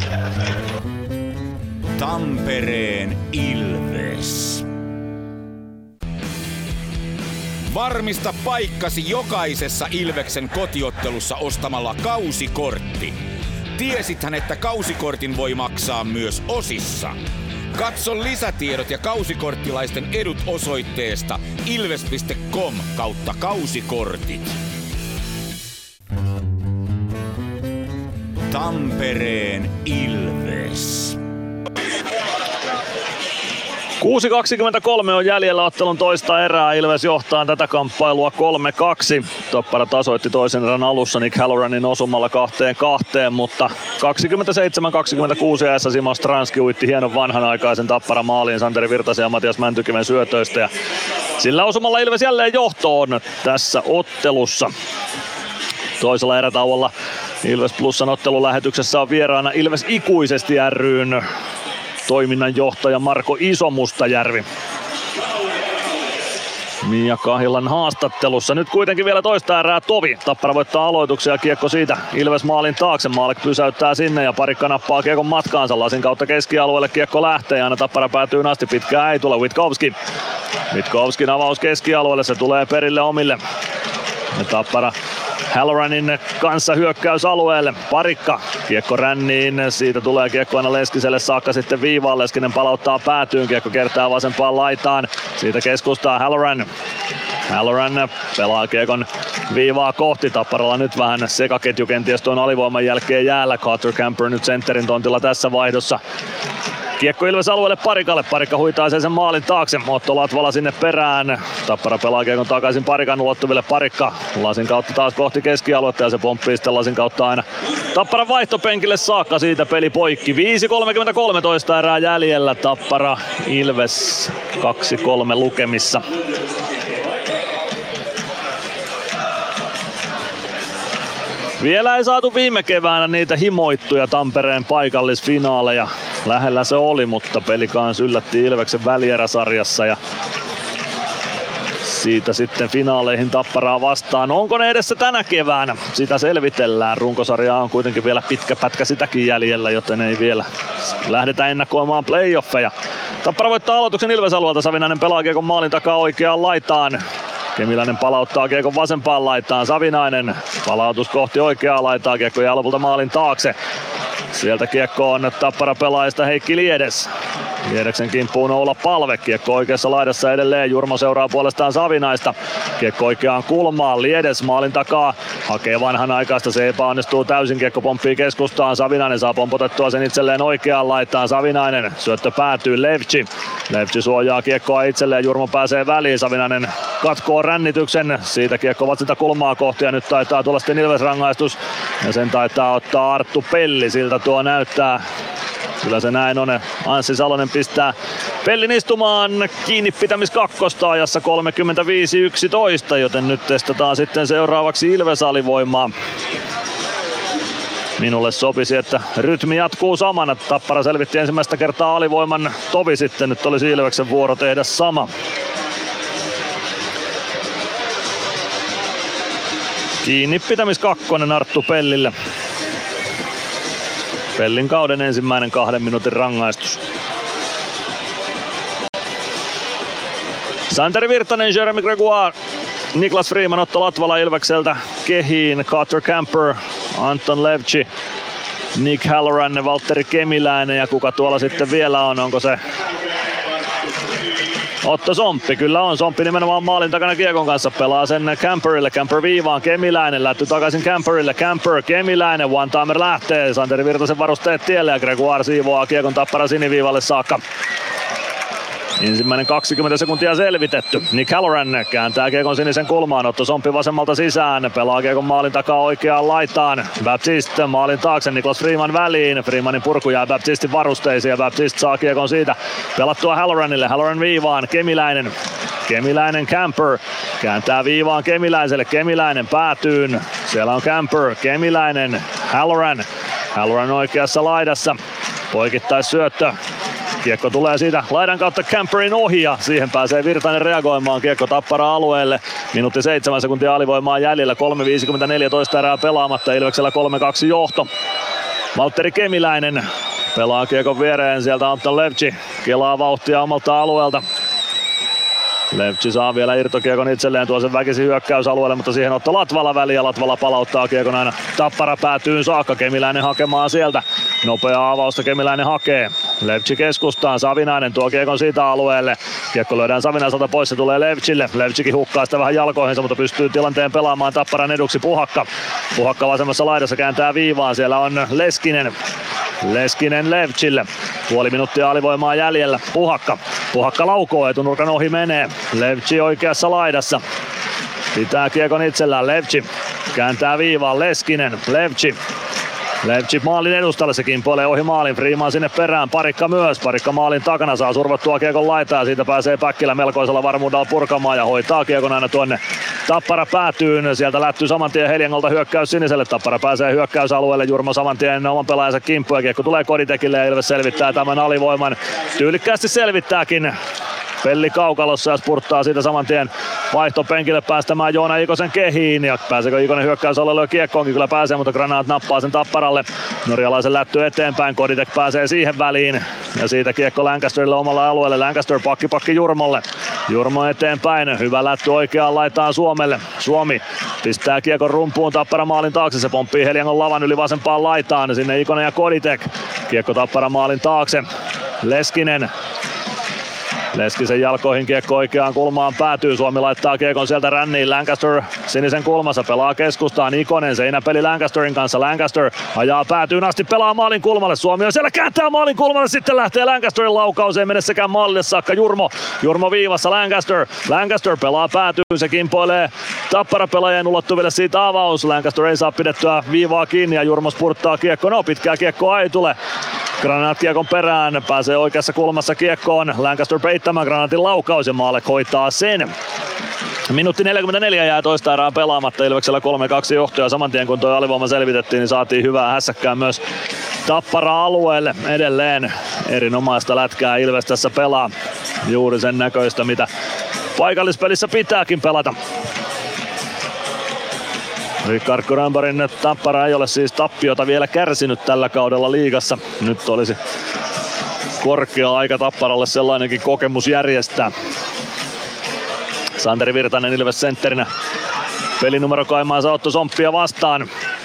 Tampereen Ilves. Varmista paikkasi jokaisessa Ilveksen kotiottelussa ostamalla kausikortti. Tiesithän, että kausikortin voi maksaa myös osissa. Katso lisätiedot ja kausikorttilaisten edut osoitteesta ilves piste com kautta kausikortit. Tampereen Ilves. kuusi kaksikymmentäkolme on jäljellä ottelun toista erää. Ilves johtaa tätä kamppailua kolme kaksi. Tappara tasoitti toisen erän alussa Nick Halloranin osumalla kahteen kahteen, mutta kaksikymmentäseitsemän kaksikymmentäkuusi ajassa Simo Stranski uitti hienon vanhanaikaisen Tappara maaliin Santeri Virtasen ja Matias Mäntykiven syötöistä. Ja sillä osumalla Ilves jälleen johtoon tässä ottelussa. Toisella erätauolla Ilves Plusan ottelulähetyksessä on vieraana Ilves ikuisesti ry:n toiminnanjohtaja Marko Iso-Mustajärvi. Mia Kahilan haastattelussa. Nyt kuitenkin vielä toista erää Tovi. Tappara voittaa aloituksia ja kiekko siitä Ilves maalin taakse. Maalek pysäyttää sinne ja Parikka nappaa kiekon matkaansa. Lasin kautta keskialueelle kiekko lähtee ja aina Tappara päätyy asti. Pitkää ei tule. Witkowski. Witkowskin avaus keskialueelle. Se tulee perille omille. Ja Tappara Halloranin kanssa hyökkäysalueelle. Parikka, kiekko ränniin, siitä tulee kiekko aina Leskiselle saakka sitten viivaan. Leskinen palauttaa päätyyn, kiekko kertaa vasempaan laitaan. Siitä keskustaa Halloran. Halloran pelaa kiekon viivaa kohti. Tapparalla nyt vähän sekaketju kenties tuon alivoiman jälkeen jäällä. Carter Camper nyt sentterin tontilla tässä vaihdossa. Kiekko Ilves alueelle Parikalle. Parikka huitaa sen maalin taakse. Otto Latvala sinne perään. Tappara pelaa kiekon takaisin Parikan ulottuville. Parikka Lasin kautta taas kohti keskialuetta ja se pomppii sitten Lasin kautta aina Tapparan vaihtopenkille saakka. Siitä peli poikki. viisi kolmekymmentäkolme erää jäljellä. Tappara Ilves kaksi kolme lukemissa. Vielä ei saatu viime keväänä niitä himoittuja Tampereen paikallisfinaaleja. Lähellä se oli, mutta peli kanssa yllätti Ilveksen välieräsarjassa ja siitä sitten finaaleihin Tapparaa vastaan. Onko ne edessä tänä keväänä? Sitä selvitellään. Runkosarjaa on kuitenkin vielä pitkä pätkä sitäkin jäljellä, joten ei vielä lähdetä ennakoimaan playoffeja. Tappara voittaa aloituksen Ilves alueelta. Savinainen pelaa kiekon maalin takaa oikeaan laitaan. Kemiläinen palauttaa kiekon vasempaan laitaan. Savinainen palautus kohti oikeaa laitaa. Kiekko jää lopulta maalin taakse. Sieltä kiekko on Tappara pelaajista Heikki Liedes. Liedeksen kimppuun Oula Palve. Kiekko oikeassa laidassa edelleen. Jurmo seuraa puolestaan Savinaista. Kiekko oikeaan kulmaan. Liedes maalin takaa. Hakee vanhanaikaista. Se epäonnistuu täysin. Kiekko pomppii keskustaan. Savinainen saa pompotettua sen itselleen oikeaan laitaan. Savinainen. Syöttö päätyy Levci. Levci suojaa kiekkoa itselleen. Jurmo pääsee väliin. Savinainen katkoo rännityksen. Siitä kiekko ovat sitä kulmaa kohti. Ja nyt taitaa tulla sitten Ilves rangaistus. Ja sen taitaa ottaa Arttu Pelli. Siltä tuo näyttää. Kyllä se näin on. Anssi Salonen pistää Pellin istumaan kiinni pitämis kakkosta ajassa kolmekymmentäviisi yksitoista, joten nyt testataan sitten seuraavaksi Ilves alivoimaa. Minulle sopisi, että rytmi jatkuu samana. Tappara selvitti ensimmäistä kertaa alivoiman. Tovi sitten, nyt olisi Ilveksen vuoro tehdä sama. Kiinni pitämis kakkonen Arttu Pellille. Pellin kauden ensimmäinen kahden minuutin rangaistus. Santeri Virtanen, Jeremy Gregoire, Niklas Freeman, Otto Latvala Ilvekseltä kehiin, Carter Camper, Anton Levci, Nick Halloran, Valtteri Kemiläinen ja kuka tuolla sitten vielä on, onko se Otto Somppi, kyllä on. Somppi nimenomaan maalin takana kiekon kanssa pelaa sen Camperille. Camper viivaan, Kemiläinen lähty takaisin Camperille. Camper, Kemiläinen, one-timer lähtee. Santeri Virtasen varusteet tielle ja Gregoire siivoaa kiekon Tappara siniviivalle saakka. Ensimmäinen kaksikymmentä sekuntia selvitetty. Nick Halloran kääntää kiekon sinisen kulmaan. Otto Somppi vasemmalta sisään. Pelaa kiekon maalin takaa oikeaan laitaan. Baptiste maalin taakse. Niklas Freeman väliin. Freemanin purku jää Baptistin varusteisiin ja Baptiste saa kiekon siitä pelattua Halloranille. Halloran viivaan. Kemiläinen. Kemiläinen Camper. Kääntää viivaan Kemiläiselle. Kemiläinen päätyyn. Siellä on Camper. Kemiläinen. Halloran. Halloran oikeassa laidassa. Poikittais syöttö Kiekko tulee siitä laidan kautta Camperin ohi ja siihen pääsee Virtanen reagoimaan. Kiekko Tappara alueelle. Minuutti seitsemän sekuntia alivoimaa jäljellä. kolme viisikymmentäneljä toista erää pelaamatta. Ilveksellä kolme kaksi johto. Valtteri Kemiläinen pelaa kiekon viereen. Sieltä Anton Levci kelaa vauhtia omalta alueelta. Levci saa vielä irtokiekon itselleen, tuo sen väkisin hyökkäysalueelle, mutta siihen ottaa Latvala väliin ja Latvala palauttaa kiekon aina Tappara päätyyn saakka. Kemiläinen hakemaan sieltä. Nopeaa avausta Kemiläinen hakee. Levci keskustaan, Savinainen tuo kiekon siitä alueelle. Kiekko löydään Savinaiselta pois, se tulee Levcille. Levcikin hukkaa sitä vähän jalkoihinsa, mutta pystyy tilanteen pelaamaan Tapparan eduksi Puhakka. Puhakka vasemmassa laidassa kääntää viivaan, siellä on Leskinen. Leskinen Levcille. Puoli minuuttia alivoimaa jäljellä. Puhakka. Puhakka laukoo, etunurkan ohi menee. Levci oikeassa laidassa. Pitää kiekon itsellään. Levci kääntää viivaan. Leskinen. Levci. Levci maalin edustalle, se kimpoilee ohi maalin. Freeman sinne perään. Parikka myös. Parikka maalin takana saa survottua kiekon laitaa ja siitä pääsee Päkkilä melkoisella varmuudella purkamaan ja hoitaa kiekon aina tuonne Tappara päätyyn. Sieltä lättyy saman tien Heljangolta hyökkäys siniselle. Tappara pääsee hyökkäysalueelle. Jurmo saman tien oman pelaajansa kimppuun ja kiekko tulee Koditekille ja Ilves selvittää tämän alivoiman. Tyylikkäästi selvittääkin. Pelli kaukalossa ja spurttaa siitä saman tien vaihtopenkille päästämään Joona Ikosen kehiin. Ja pääseekö Ikonen hyökkäysalueelle kiekkoonkin? Kyllä pääsee, mutta Granat nappaa sen Tapparalle. Norjalaisen lätty eteenpäin, Koditek pääsee siihen väliin. Ja siitä kiekko Lancasterille omalle alueelle. Lancaster pakki pakki Jurmolle. Jurmo eteenpäin, hyvä lätty oikeaan laitaan Suomelle. Suomi pistää kiekon rumpuun Tappara maalin taakse. Se pomppii Heliangon lavan yli vasempaan laitaan. Sinne Ikonen ja Koditek. Kiekko Tappara maalin taakse. Leskinen. Leskisen jalkoihin kiekko oikeaan kulmaan päätyy. Suomi laittaa kiekon sieltä ränniin. Lancaster sinisen kulmassa pelaa keskustaan. Ikonen seinäpeli Lancasterin kanssa. Lancaster ajaa päätyyn asti, pelaa maalin kulmalle. Suomi on siellä, kääntää maalin kulmalle. Sitten lähtee Lancasterin laukaus. Ei mene sekään maalille saakka. Jurmo. Jurmo viivassa. Lancaster. Lancaster pelaa päätyyn. Se kimpoilee Tappara pelaajien ulottuville siitä avaus. Lancaster ei saa pidettyä viivaa kiinni ja Jurmo spurttaa kiekko. No, pitkää kiekkoa ei tule. Granat kiekon perään, pääsee oikeassa kulmassa kiekkoon. Lancaster peittämään Granatin laukaus ja Maalek hoitaa sen. Minuutti neljäkymmentäneljä jää toista erää pelaamatta. Ilveksellä kolme kaksi johtoja. Saman tien kun tuo alivoima selvitettiin, niin saatiin hyvää hässäkkää myös Tappara alueelle. Edelleen erinomaista lätkää Ilves tässä pelaa. Juuri sen näköistä, mitä paikallispelissä pitääkin pelata. Rickard Grönborgin Tappara ei ole siis tappiota vielä kärsinyt tällä kaudella liigassa. Nyt olisi korkea aika Tapparalle sellainenkin kokemus järjestää. Santeri Virtanen Ilves sentterinä. Pelinumero Kaimaansa Otto Somppia vastaan.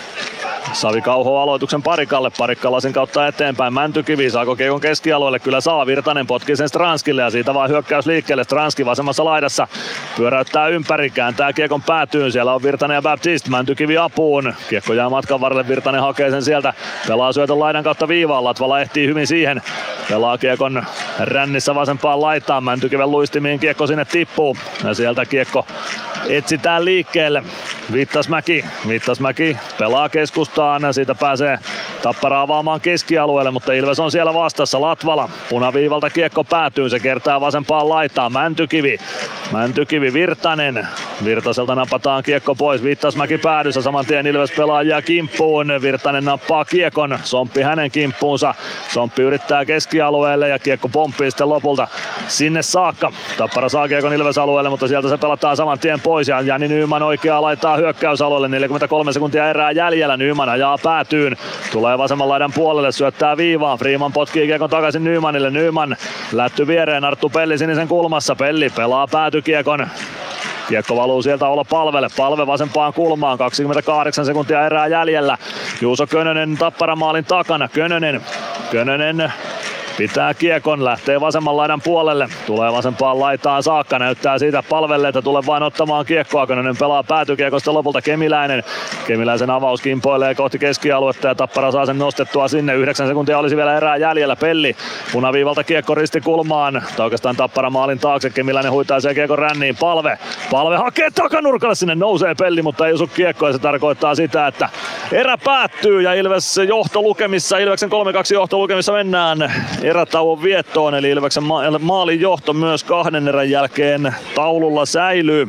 Savi Kauho aloituksen Parikalle, Parikka lasin kautta eteenpäin, Mäntykivi saako kiekon keskialueelle, kyllä saa, Virtanen potkii sen Stranskille ja siitä vaan hyökkäys liikkeelle, Stranski vasemmassa laidassa pyöräyttää ympäri, kääntää kiekon päätyyn, siellä on Virtanen ja Baptiste, Mäntykivi apuun, kiekko jää matkan varrelle, Virtanen hakee sen sieltä, pelaa syötön laidan kautta viivaan, Latvala ehtii hyvin siihen, pelaa kiekon rännissä vasempaan laitaan, Mäntykiven luistimiin kiekko sinne tippuu ja sieltä kiekko etsitään liikkeelle. Vittasmäki, Vittasmäki pelaa keskustaan, siitä pääsee Tappara avaamaan keskialueelle, mutta Ilves on siellä vastassa. Latvala, punaviivalta kiekko päätyy, se kertaa vasempaan laitaan. Mäntykivi, Mäntykivi Virtanen, Virtaselta napataan kiekko pois, Vittasmäki päädyssä, saman tien Ilves pelaajia kimppuun. Virtanen nappaa kiekon, Somppi hänen kimppuunsa, Somppi yrittää keskialueelle ja kiekko pomppii sitten lopulta sinne saakka. Tappara saa kiekon Ilves alueelle, mutta sieltä se pelataan saman tien pois ja Jani Nyman oikeaa laittaa hyökkäysalueelle, neljäkymmentäkolme sekuntia erää jäljellä, Nyman ajaa päätyyn, tulee vasemman laidan puolelle, syöttää viivaan, Freeman potkii kiekon takaisin Nymanille, Nyman lätty viereen, Arttu Pelli sinisen kulmassa, Pelli pelaa päätykiekon. Kiekko valuu sieltä olla Palvelle, Palve vasempaan kulmaan, kaksikymmentäkahdeksan sekuntia erää jäljellä. Juuso Könönen Tappara maalin takana, Könönen, Könönen pitää kiekon, lähtee vasemman laidan puolelle, tulee vasempaan laitaan saakka, näyttää siitä Palvelle, että tulee vain ottamaan kiekkoa, Könönen pelaa päätykiekosta lopulta Kemiläinen. Kemiläisen avaus kimpoilee kohti keskialuetta ja Tappara saa sen nostettua sinne, yhdeksän sekuntia olisi vielä erää jäljellä, Pelli punaviivalta kiekko ristikulmaan, tai oikeastaan Tappara maalin taakse, Kemiläinen huitaa sen kiekon ränniin, Palve, Palve hakee takanurkalle, sinne nousee Pelli, mutta ei osu kiekkoa ja se tarkoittaa sitä, että erä päättyy ja Ilves johtolukemissa, Ilveksen kolme kaksi johtolukemissa mennään erätauon viettoon, eli Ilveksen ma- maalin johto myös kahden erän jälkeen taululla säilyy.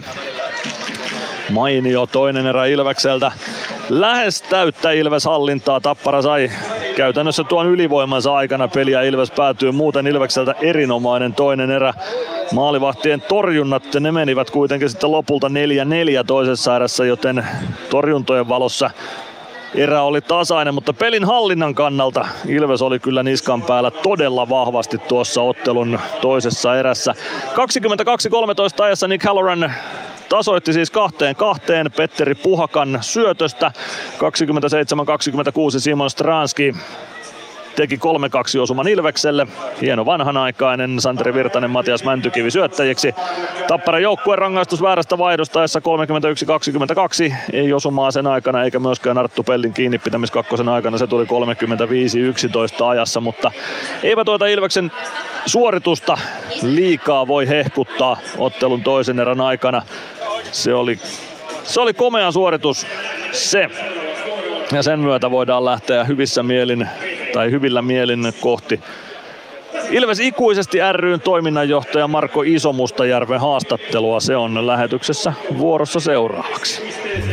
Mainio toinen erä Ilvekseltä. Lähes täyttä Ilves hallintaa. Tappara sai käytännössä tuon ylivoimansa aikana peliä Ilves päätyy. Muuten Ilvekseltä erinomainen toinen erä. Maalivahtien torjunnat, ne menivät kuitenkin sitten lopulta neljä neljä toisessa erässä, joten torjuntojen valossa erä oli tasainen, mutta pelin hallinnan kannalta Ilves oli kyllä niskan päällä todella vahvasti tuossa ottelun toisessa erässä. kaksikymmentäkaksi kolmetoista ajassa Nick Halloran tasoitti siis kahteen kahteen Petteri Puhakan syötöstä. kaksikymmentäseitsemän kaksikymmentäkuusi Simon Stranski teki kolme kaksi osuman Ilvekselle. Hieno vanhanaikainen Santeri Virtanen, Matias Mäntykivi syöttäjiksi. Tapparan joukkueen rangaistus väärästä vaihdosta ajassa kolmekymmentäyksi kaksikymmentäkaksi. Ei osumaa sen aikana eikä myöskään Arttu Pellin kiinnipitämiskakkosen aikana. Se tuli kolmekymmentäviisi yksitoista ajassa, mutta eipä tuota Ilveksen suoritusta liikaa voi hehkuttaa ottelun toisen erän aikana. Se oli, se oli komea suoritus se. Ja sen myötä voidaan lähteä hyvissä mielin tai hyvillä mielin kohti Ilves ikuisesti ry:n toiminnanjohtaja Marko Iso-Mustajärven haastattelua. Se on lähetyksessä vuorossa seuraavaksi.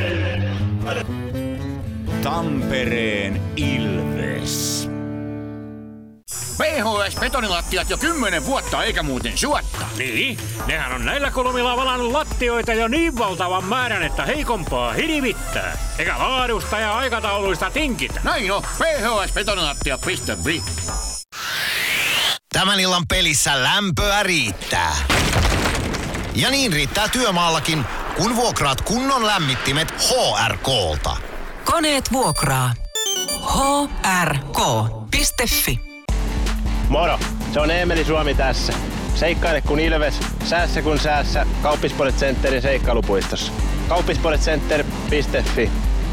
Tampereen Ilves. P H S-betonilattiat jo kymmenen vuotta eikä muuten suotta. Niin, nehän on näillä kolmilla valannut lattioita jo niin valtavan määrän, että heikompaa hirvittää. Eikä laadusta ja aikatauluista tinkitä. Näin on, p h s betonilattia piste f i. Tämän illan pelissä lämpöä riittää. Ja niin riittää työmaallakin, kun vuokraat kunnon lämmittimet H R K:lta. Koneet vuokraa. H R K piste f i. Moro, se on Eemeli Suomi tässä. Seikkaile kun Ilves, säässä kun säässä. Kauppisports Centerin seikkailupuistossa. kauppisports center piste f i.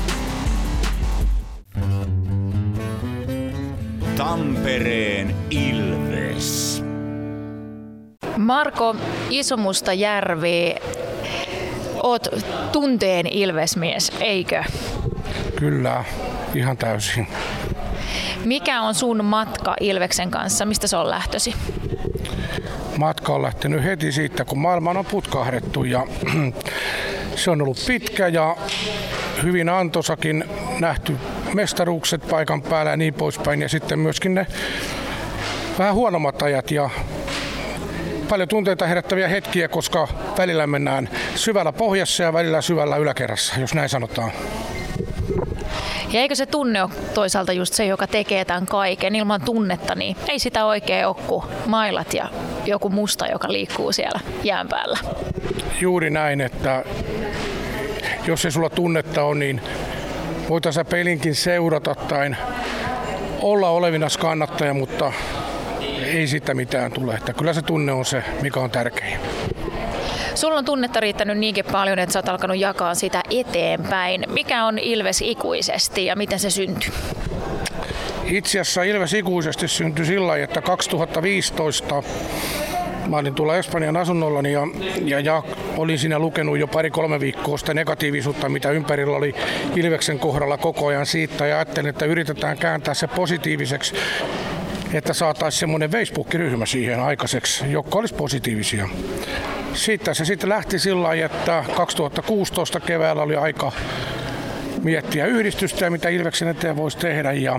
Tampereen Ilves. Marko Iso-Mustajärvi, oot tunteen Ilvesmies, eikö? Kyllä, ihan täysin. Mikä on sun matka Ilveksen kanssa? Mistä se on lähtösi? Matka on lähtenyt heti siitä, kun maailman on putkahdettu ja se on ollut pitkä ja hyvin antosakin nähty mestaruukset paikan päällä ja niin poispäin. Ja sitten myöskin ne vähän huonommat ajat ja paljon tunteita herättäviä hetkiä, koska välillä mennään syvällä pohjassa ja välillä syvällä yläkerrassa, jos näin sanotaan. Ja eikö se tunne ole toisaalta just se, joka tekee tämän kaiken ilman tunnetta, niin ei sitä oikein ole kuin mailat ja joku musta, joka liikkuu siellä jään päällä. Juuri näin, että jos ei sulla tunnetta ole, niin voitaisiin pelinkin seurata tai olla olevinas kannattaja, mutta ei sitä mitään tule. Että kyllä se tunne on se, mikä on tärkein. Sulla on tunnetta riittänyt niinkin paljon, että sä oot alkanut jakaa sitä eteenpäin. Mikä on Ilves ikuisesti ja miten se syntyi? Itse asiassa Ilves ikuisesti syntyi sillä lailla, että kaksituhattaviisitoista mä olin tuolla Espanjan asunnollani ja, ja, ja olin siinä lukenut jo pari-kolme viikkoa sitä negatiivisuutta, mitä ympärillä oli Ilveksen kohdalla koko ajan siitä. Ja ajattelin, että yritetään kääntää se positiiviseksi, että saataisiin semmoinen Facebook-ryhmä siihen aikaiseksi, joka olisi positiivisia. Siitä se sitten lähti sillä lailla, että kaksituhattakuusitoista keväällä oli aika miettiä yhdistystä ja mitä Ilveksen eteen voisi tehdä. Ja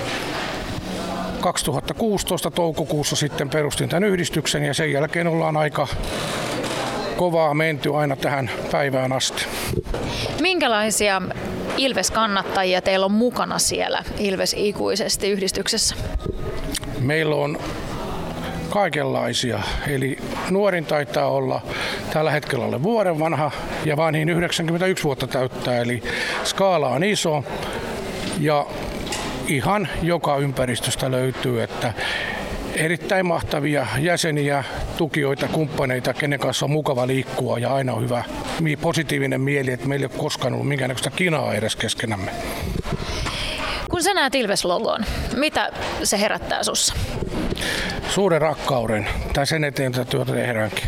kaksituhattakuusitoista toukokuussa sitten perustin tämän yhdistyksen ja sen jälkeen ollaan aika kovaa menty aina tähän päivään asti. Minkälaisia Ilves-kannattajia teillä on mukana siellä Ilves ikuisesti yhdistyksessä? Meillä on kaikenlaisia. Eli nuorin taitaa olla tällä hetkellä ole vuoden vanha ja vanhin yhdeksänkymmentäyksi vuotta täyttää. Eli skaala on iso ja ihan joka ympäristöstä löytyy, että erittäin mahtavia jäseniä, tukijoita, kumppaneita, kenen kanssa on mukava liikkua ja aina on hyvä positiivinen mieli, että meillä ei ole koskaan ollut minkäännäköistä kinaa edes keskenämme. Kun sä näet Ilves-logon, mitä se herättää sussa? Suuren rakkauden, tai sen eteen tätä työtä tehdäänkin.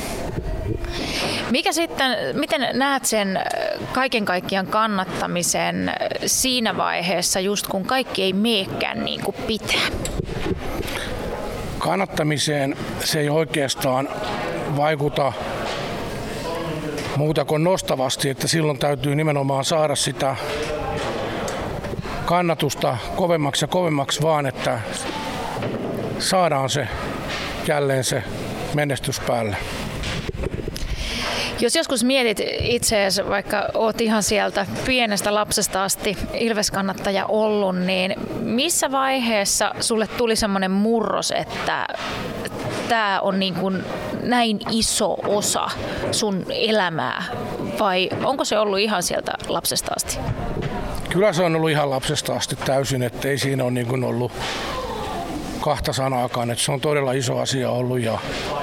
Mikä sitten, miten näet sen kaiken kaikkiaan kannattamisen siinä vaiheessa, just kun kaikki ei meekään niin kuin pitää? Kannattamiseen se ei oikeastaan vaikuta muuta kuin nostavasti, että silloin täytyy nimenomaan saada sitä kannatusta kovemmaksi ja kovemmaksi vaan, että saadaan se jälleen se menestys päälle. Jos joskus mietit itseäsi, vaikka oot ihan sieltä pienestä lapsesta asti Ilves-kannattaja ollut, niin missä vaiheessa sulle tuli semmoinen murros, että tämä on niin kuin näin iso osa sun elämää, vai onko se ollut ihan sieltä lapsesta asti? Kyllä se on ollut ihan lapsesta asti täysin, että ei siinä ole niin kuin ollut kahta sanaakaan, että se on todella iso asia ollut ja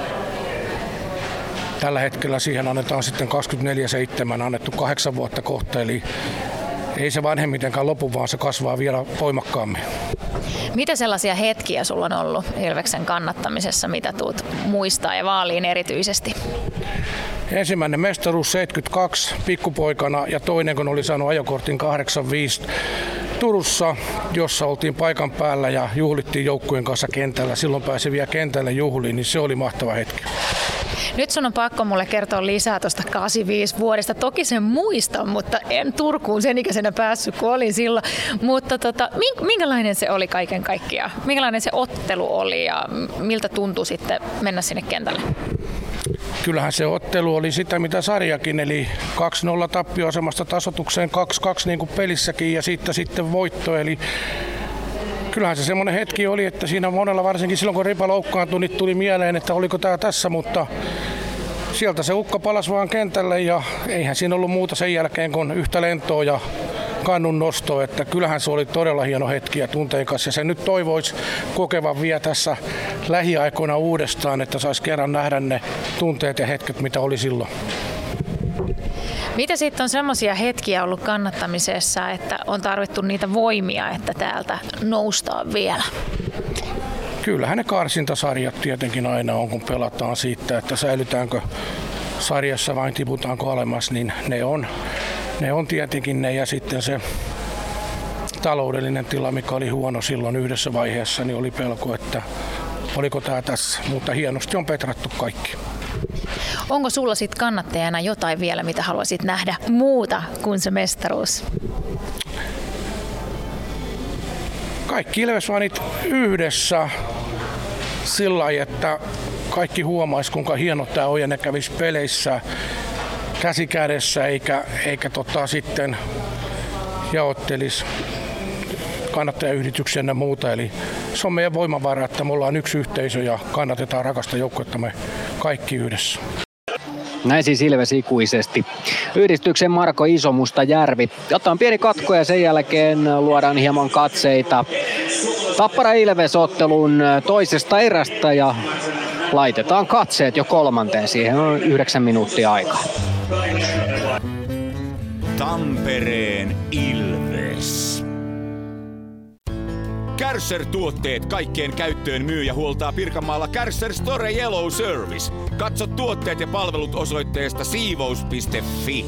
tällä hetkellä siihen annetaan sitten kaksikymmentäneljä seitsemän annettu kahdeksan vuotta kohta, eli ei se vanhemmitenkään lopu, vaan se kasvaa vielä voimakkaammin. Mitä sellaisia hetkiä sulla on ollut Ilveksen kannattamisessa, mitä tuut muistaa ja vaaliin erityisesti? Ensimmäinen mestaruus seitsemänkymmentäkaksi pikkupoikana ja toinen kun oli saanut ajokortin kahdeksankymmentäviisi Turussa, jossa oltiin paikan päällä ja juhlittiin joukkueen kanssa kentällä. Silloin pääsi vielä kentälle juhliin, niin se oli mahtava hetki. Nyt sun on pakko mulle kertoa lisää tuosta kahdeksankymmentäviisi vuodesta. Toki sen muistan, mutta en Turkuun sen ikäisenä päässyt, kun olin silloin. Mutta tota, minkälainen se oli kaiken kaikkiaan? Minkälainen se ottelu oli ja miltä tuntui sitten mennä sinne kentälle? Kyllähän se ottelu oli sitä, mitä sarjakin, eli kaksi nolla tappioasemasta tasoitukseen kaksi kaksi niin kuin pelissäkin ja siitä sitten voitto. Eli kyllähän se semmoinen hetki oli, että siinä monella varsinkin silloin kun Ripa loukkaantui, niin tuli mieleen, että oliko tämä tässä, mutta sieltä se ukko palasi vaan kentälle ja eihän siinä ollut muuta sen jälkeen kuin yhtä lentoa ja kannun nostoa, että kyllähän se oli todella hieno hetki ja tunteikas ja se nyt toivoisi kokevan vielä tässä lähiaikoina uudestaan, että saisi kerran nähdä ne tunteet ja hetket, mitä oli silloin. Mitä sitten on semmoisia hetkiä ollut kannattamisessa, että on tarvittu niitä voimia, että täältä noustaan vielä? Kyllähän ne karsintasarjat tietenkin aina on, kun pelataan siitä, että säilytäänkö sarjassa vai tiputaanko alemmas, niin ne on, ne on tietenkin ne. Ja sitten se taloudellinen tila, mikä oli huono silloin yhdessä vaiheessa, niin oli pelko, että oliko tämä tässä, mutta hienosti on petrattu kaikki. Onko sulla sitten kannattajana jotain vielä, mitä haluaisit nähdä muuta kuin se mestaruus? Kaikki Ilves-fanit yhdessä sillä lailla, että kaikki huomaisi, kuinka hieno tämä on ja ne kävisi peleissä käsi kädessä eikä, eikä tota sitten jaottelisi kannattajayhdistyksiä ja muuta. Eli se on meidän voimavara, että me ollaan yksi yhteisö ja kannatetaan rakasta joukkuettamme kaikki yhdessä. Näin siis Ilves ikuisesti. Yhdistyksen Marko Isomustajärvi. Otetaan pieni katko ja sen jälkeen luodaan hieman katseita Tappara Ilves-ottelun toisesta erästä ja laitetaan katseet jo kolmanteen. Siihen on yhdeksän minuuttia aikaa. Tampereen Ilves. Kärcher-tuotteet kaikkien käyttöön myy ja huoltaa Pirkanmaalla Kärcher Store Yellow Service. Katso tuotteet ja palvelut osoitteesta siivous piste fi.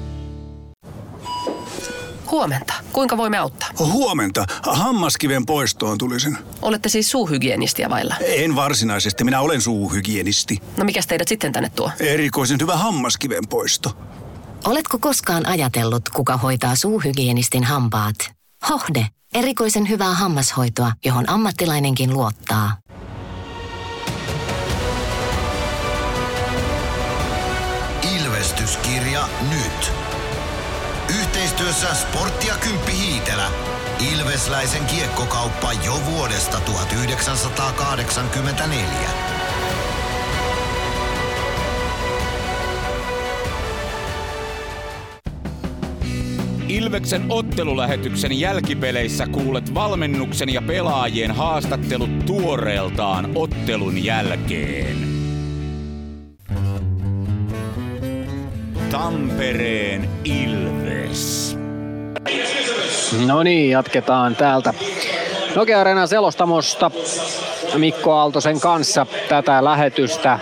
Huomenta. Kuinka voimme auttaa? Huomenta. Hammaskiven poistoon tulisin. Olette siis suuhygienistia vailla? En varsinaisesti. Minä olen suuhygienisti. No mikäs teidät sitten tänne tuo? Erikoisen hyvä hammaskiven poisto. Oletko koskaan ajatellut, kuka hoitaa suuhygienistin hampaat? Hohde. Erikoisen hyvää hammashoitoa, johon ammattilainenkin luottaa. Ilvestyskirja nyt. Yhteistyössä Sportti ja Kymppi Hiitelä. Ilvesläisen kiekkokauppa jo vuodesta tuhatyhdeksänsataakahdeksankymmentäneljä. Ilveksen ottelulähetyksen jälkipeleissä kuulet valmennuksen ja pelaajien haastattelut tuoreeltaan ottelun jälkeen. Tampereen Ilves. No niin, jatketaan täältä Nokia Areenan selostamosta Mikko Aaltosen kanssa tätä lähetystä.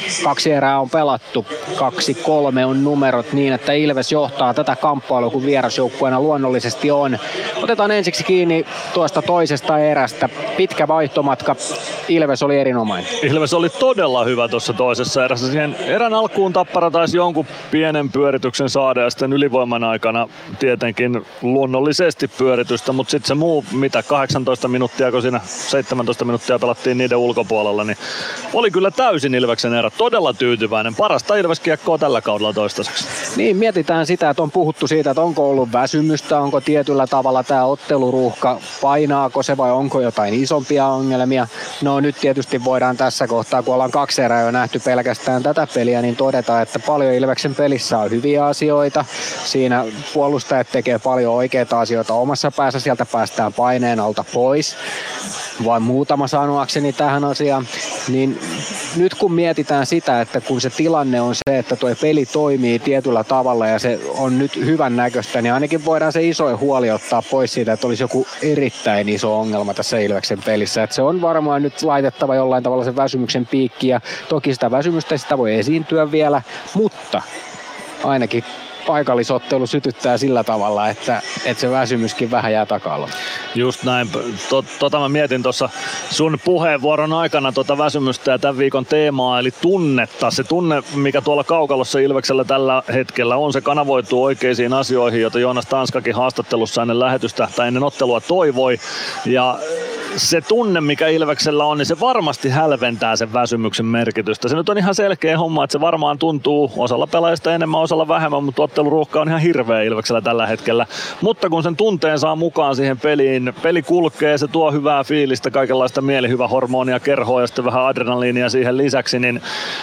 kaksi erää on pelattu, kaksi kolme on numerot niin, että Ilves johtaa tätä kamppailua, kun vierasjoukkueena luonnollisesti on. Otetaan ensiksi kiinni tuosta toisesta erästä. Pitkä vaihtomatka. Ilves oli erinomainen. Ilves oli todella hyvä tuossa toisessa erässä. Siihen erän alkuun Tappara taisi jonkun pienen pyörityksen saada ja sitten ylivoiman aikana tietenkin luonnollisesti pyöritystä, mutta sitten se muu, mitä kahdeksantoista minuuttia, kun siinä seitsemäntoista minuuttia pelattiin niiden ulkopuolella, niin oli kyllä täysin Ilveksen erä. Todella tyytyväinen. Parasta Ilves-kiekkoa tällä kaudella toistaiseksi. Niin, mietitään sitä, että on puhuttu siitä, että onko ollut väsymystä, onko tietyllä tavalla tämä otteluruuhka, painaako se vai onko jotain isompia ongelmia. No nyt tietysti voidaan tässä kohtaa, kun ollaan kaksi erää jo nähty pelkästään tätä peliä, niin todeta, että paljon Ilveksen pelissä on hyviä asioita. Siinä puolustajat tekee paljon oikeita asioita omassa päässä, sieltä päästään paineen alta pois. Vain muutama sanoakseni tähän asiaan, niin nyt kun mietitään sitä, että kun se tilanne on se, että tuo peli toimii tietyllä tavalla ja se on nyt hyvän näköistä, niin ainakin voidaan se iso huoli ottaa pois siitä, että olisi joku erittäin iso ongelma tässä Ilveksen pelissä. Että se on varmaan nyt laitettava jollain tavalla sen väsymyksen piikki ja toki sitä väsymystä sitä voi esiintyä vielä, mutta ainakin paikallisottelu sytyttää sillä tavalla, että, että se väsymyskin vähän jää taka-alalle. Just näin. Tota mä mietin tuossa sun puheenvuoron aikana tuota väsymystä ja tämän viikon teemaa, eli tunnetta. Se tunne, mikä tuolla kaukalossa Ilveksellä tällä hetkellä on, se kanavoituu oikeisiin asioihin, joita Joonas Tanskakin haastattelussa ennen lähetystä tai ennen ottelua toivoi. Ja se tunne, mikä Ilveksellä on, niin se varmasti hälventää sen väsymyksen merkitystä. Se nyt on ihan selkeä homma, että se varmaan tuntuu osalla pelaajista enemmän, osalla vähemmän, mutta otteluruuhka on ihan hirveä Ilveksellä tällä hetkellä. Mutta kun sen tunteen saa mukaan siihen peliin, peli kulkee, se tuo hyvää fiilistä, kaikenlaista mielihyvähormonia, kerhoa ja sitten vähän adrenaliinia siihen lisäksi, niin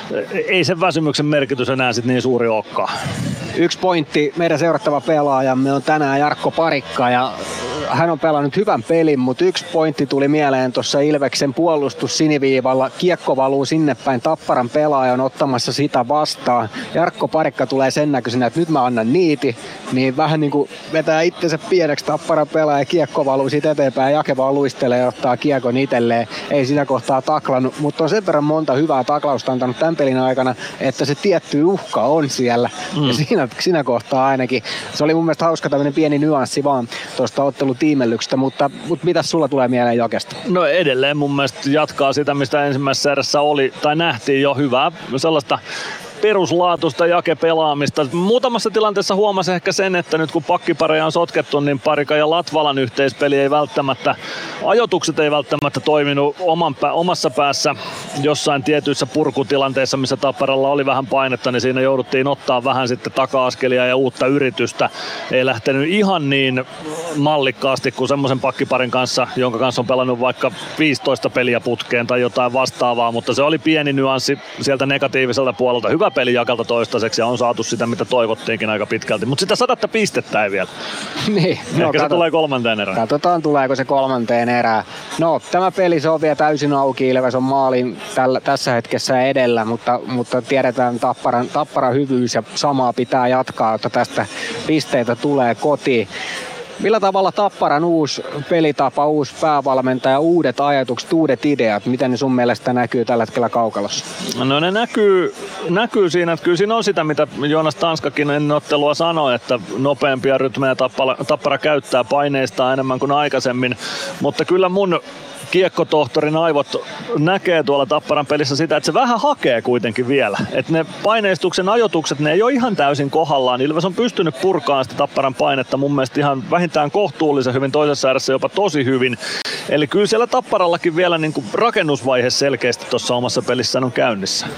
ei sen väsymyksen merkitys enää sit niin suuri olekaan. Yksi pointti, meidän seurattava pelaajamme on tänään Jarkko Parikka ja hän on pelannut hyvän pelin, mutta yksi pointti tuli mieleen tuossa Ilveksen puolustus siniviivalla. Kiekko valuu sinne päin, Tapparan pelaaja on ottamassa sitä vastaan. Jarkko Parikka tulee sen näköisenä, että nyt mä annan niiti, niin vähän niin kuin vetää itsensä pieneksi Tapparan pelaaja, kiekko valuu siitä eteenpäin, Jake vaan luistelee ja ottaa kiekon itselleen. Ei siinä kohtaa taklannut, mutta on sen verran monta hyvää taklausta antanut tämän pelin aikana, että se tietty uhka on siellä. Mm. Ja siinä, siinä kohtaa ainakin. Se oli mun mielestä hauska tämmöinen pieni nyanssi vaan tuosta ottelutiimellyksestä, mutta, mutta mitäs sulla tulee mieleen Jakesta? No edelleen mun mielestä jatkaa sitä, mistä ensimmäisessä erässä oli, tai nähtiin jo hyvää sellaista peruslaatuista Jake-pelaamista. Muutamassa tilanteessa huomasin ehkä sen, että nyt kun pakkipareja on sotkettu, niin Parika ja Latvalan yhteispeli ei välttämättä, ajoitukset ei välttämättä toiminut oman pä, omassa päässä jossain tietyissä purkutilanteissa, missä Tapparalla oli vähän painetta, niin siinä jouduttiin ottaa vähän sitten taka-askelia ja uutta yritystä. Ei lähtenyt ihan niin mallikkaasti kuin semmoisen pakkiparin kanssa, jonka kanssa on pelannut vaikka viisitoista peliä putkeen tai jotain vastaavaa, mutta se oli pieni nyanssi sieltä negatiiviselta puolelta. Hyvä peli Jakalta toistaiseksi ja on saatu sitä, mitä toivottiinkin aika pitkälti. Mutta sitä sadatta pistettä ei vielä. Niin. Ehkä no, se kato, tulee kolmanteen erään. Katsotaan, tuleeko se kolmanteen erään. No, tämä peli se on vielä täysin auki. Ilves on maalin tällä, tässä hetkessä edellä, mutta, mutta tiedetään Tapparan, Tapparan hyvyys ja samaa pitää jatkaa, jotta tästä pisteitä tulee kotiin. Millä tavalla Tapparan uusi pelitapa, uusi päävalmentaja, uudet ajatukset, uudet ideat, miten ne sun mielestä näkyy tällä hetkellä kaukalossa? No ne näkyy, näkyy siinä, että kyllä siinä on sitä, mitä Joonas Tanskakin ennen ottelua sanoi, että nopeampia rytmejä Tappara, Tappara käyttää, paineistaa enemmän kuin aikaisemmin, mutta kyllä mun kiekkotohtorin aivot näkee tuolla Tapparan pelissä sitä, että se vähän hakee kuitenkin vielä. Että ne paineistuksen ajoitukset, ne ei ole ihan täysin kohdallaan. Ilves on pystynyt purkaamaan sitä Tapparan painetta mun mielestä ihan vähintään kohtuullisen hyvin, toisessa ääressä jopa tosi hyvin. Eli kyllä siellä Tapparallakin vielä niin kuin rakennusvaihe selkeästi tuossa omassa pelissään on käynnissä.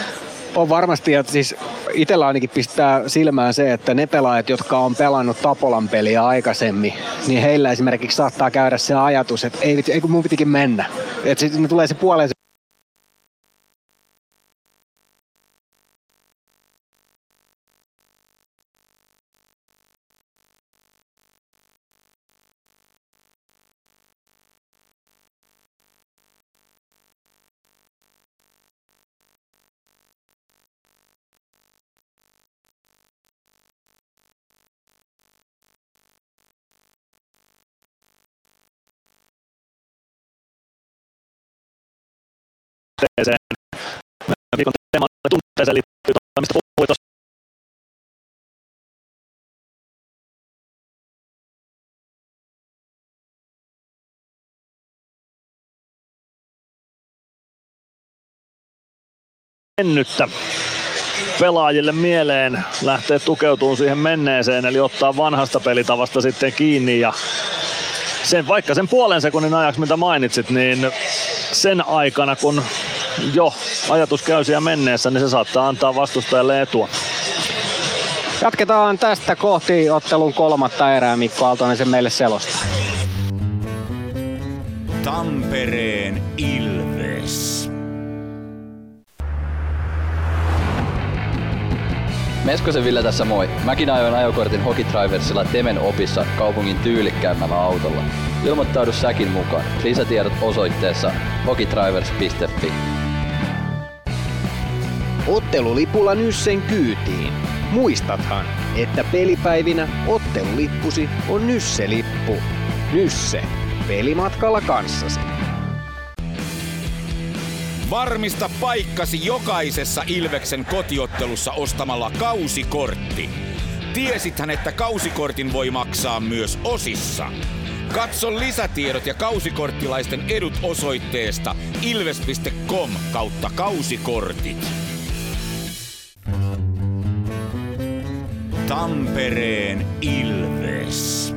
On varmasti, että siis itsellä ainakin pistää silmään se, että ne pelaajat, jotka on pelannut Tapolan peliä aikaisemmin, niin heillä esimerkiksi saattaa käydä se ajatus, että ei, ei kun mun pitikin mennä. Että sitten tulee se puoleen se viikon teema on otteeseen liittyy toimista puhui tuossa. Mennyttä pelaajille mieleen lähtee tukeutumaan siihen menneeseen, eli ottaa vanhasta pelitavasta sitten kiinni ja sen, vaikka sen puolen sekunnin ajaksi, mitä mainitsit, niin sen aikana, kun jo ajatus käy siellä menneessä, niin se saattaa antaa vastustajalle etua. Jatketaan tästä kohti ottelun kolmatta erää. Mikko Aaltonen sen meille selostaa. Tampereen Ilves. Meskosen Ville tässä moi. Mäkin ajoin ajokortin Hokitriversilla Temen opissa kaupungin tyylikkäämmällä autolla. Ilmoittaudu säkin mukaan. Lisätiedot osoitteessa hokitrivers piste fi. Ottelulipulla Nyssen kyytiin. Muistathan, että pelipäivinä ottelulippusi on Nysse-lippu. Nysse. Pelimatkalla kanssasi. Varmista paikkasi jokaisessa Ilveksen kotiottelussa ostamalla kausikortti. Tiesithän, että kausikortin voi maksaa myös osissa. Katso lisätiedot ja kausikorttilaisten edut osoitteesta ilves piste com kautta kausikortit. Tampereen Ilves.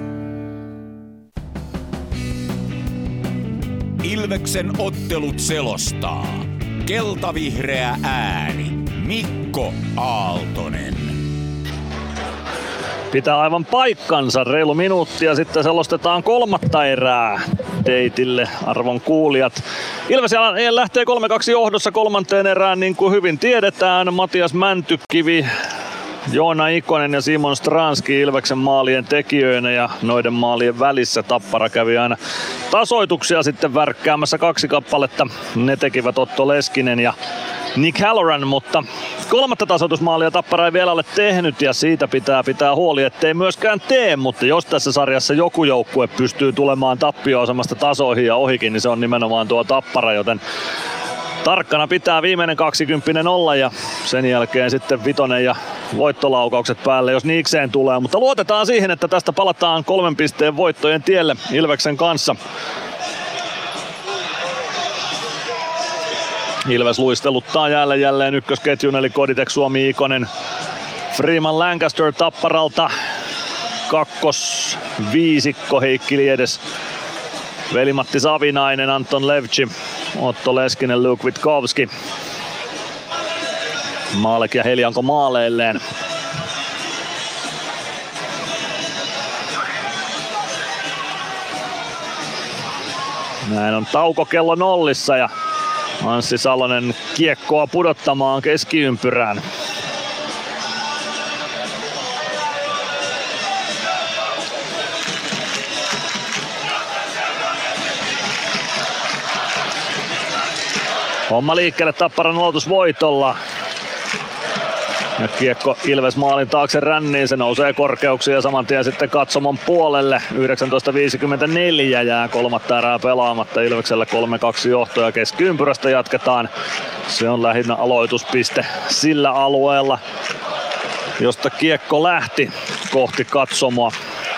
Ilveksen ottelut selostaa keltavihreä ääni Mikko Aaltonen. Pitää aivan paikkansa. Reilu minuuttia sitten selostetaan kolmatta erää teitille, arvon kuulijat. Ilves lähtee kolme kaksi johdossa kolmanteen erään, niin kuin hyvin tiedetään. Matias Mäntykivi, Joona Ikonen ja Simon Stranski Ilveksen maalien tekijöinä, ja noiden maalien välissä Tappara kävi aina tasoituksia sitten värkkäämässä kaksi kappaletta. Ne tekivät Otto Leskinen ja Nick Halloran, mutta kolmatta tasoitusmaalia Tappara ei vielä ole tehnyt, ja siitä pitää pitää huoli, ettei myöskään tee, mutta jos tässä sarjassa joku joukkue pystyy tulemaan tappio-asemasta tasoihin ja ohikin, niin se on nimenomaan tuo Tappara, joten tarkkana pitää viimeinen kaksikymppinen olla ja sen jälkeen sitten vitonen ja voittolaukaukset päälle, jos niikseen tulee. Mutta luotetaan siihen, että tästä palataan kolmen pisteen voittojen tielle Ilveksen kanssa. Ilves luisteluttaa jälleen jälleen ykkösketjun eli Koditek, Suomi, Ikonen, Freeman, Lancaster Tapparalta. Kakkos viisikko Heikki Liedes, Veli-Matti Savinainen, Anton Levci, Otto Leskinen, Luke Witkowski. Maalek ja Helianko maaleilleen. Näin on tauko kello nollissa ja Anssi Salonen kiekkoa pudottamaan keskiympyrään. Homma liikkeelle Tapparan aloitusvoitolla. Ja kiekko Ilves maalin taakse ränniin, se nousee korkeuksia ja saman tien sitten katsomon puolelle. yhdeksäntoista viisikymmentäneljä jää kolmatta erää pelaamatta. Ilveksellä kolme kaksi johtoja, keskiympyrästä jatketaan. Se on lähinnä aloituspiste sillä alueella, josta kiekko lähti kohti katsomoa.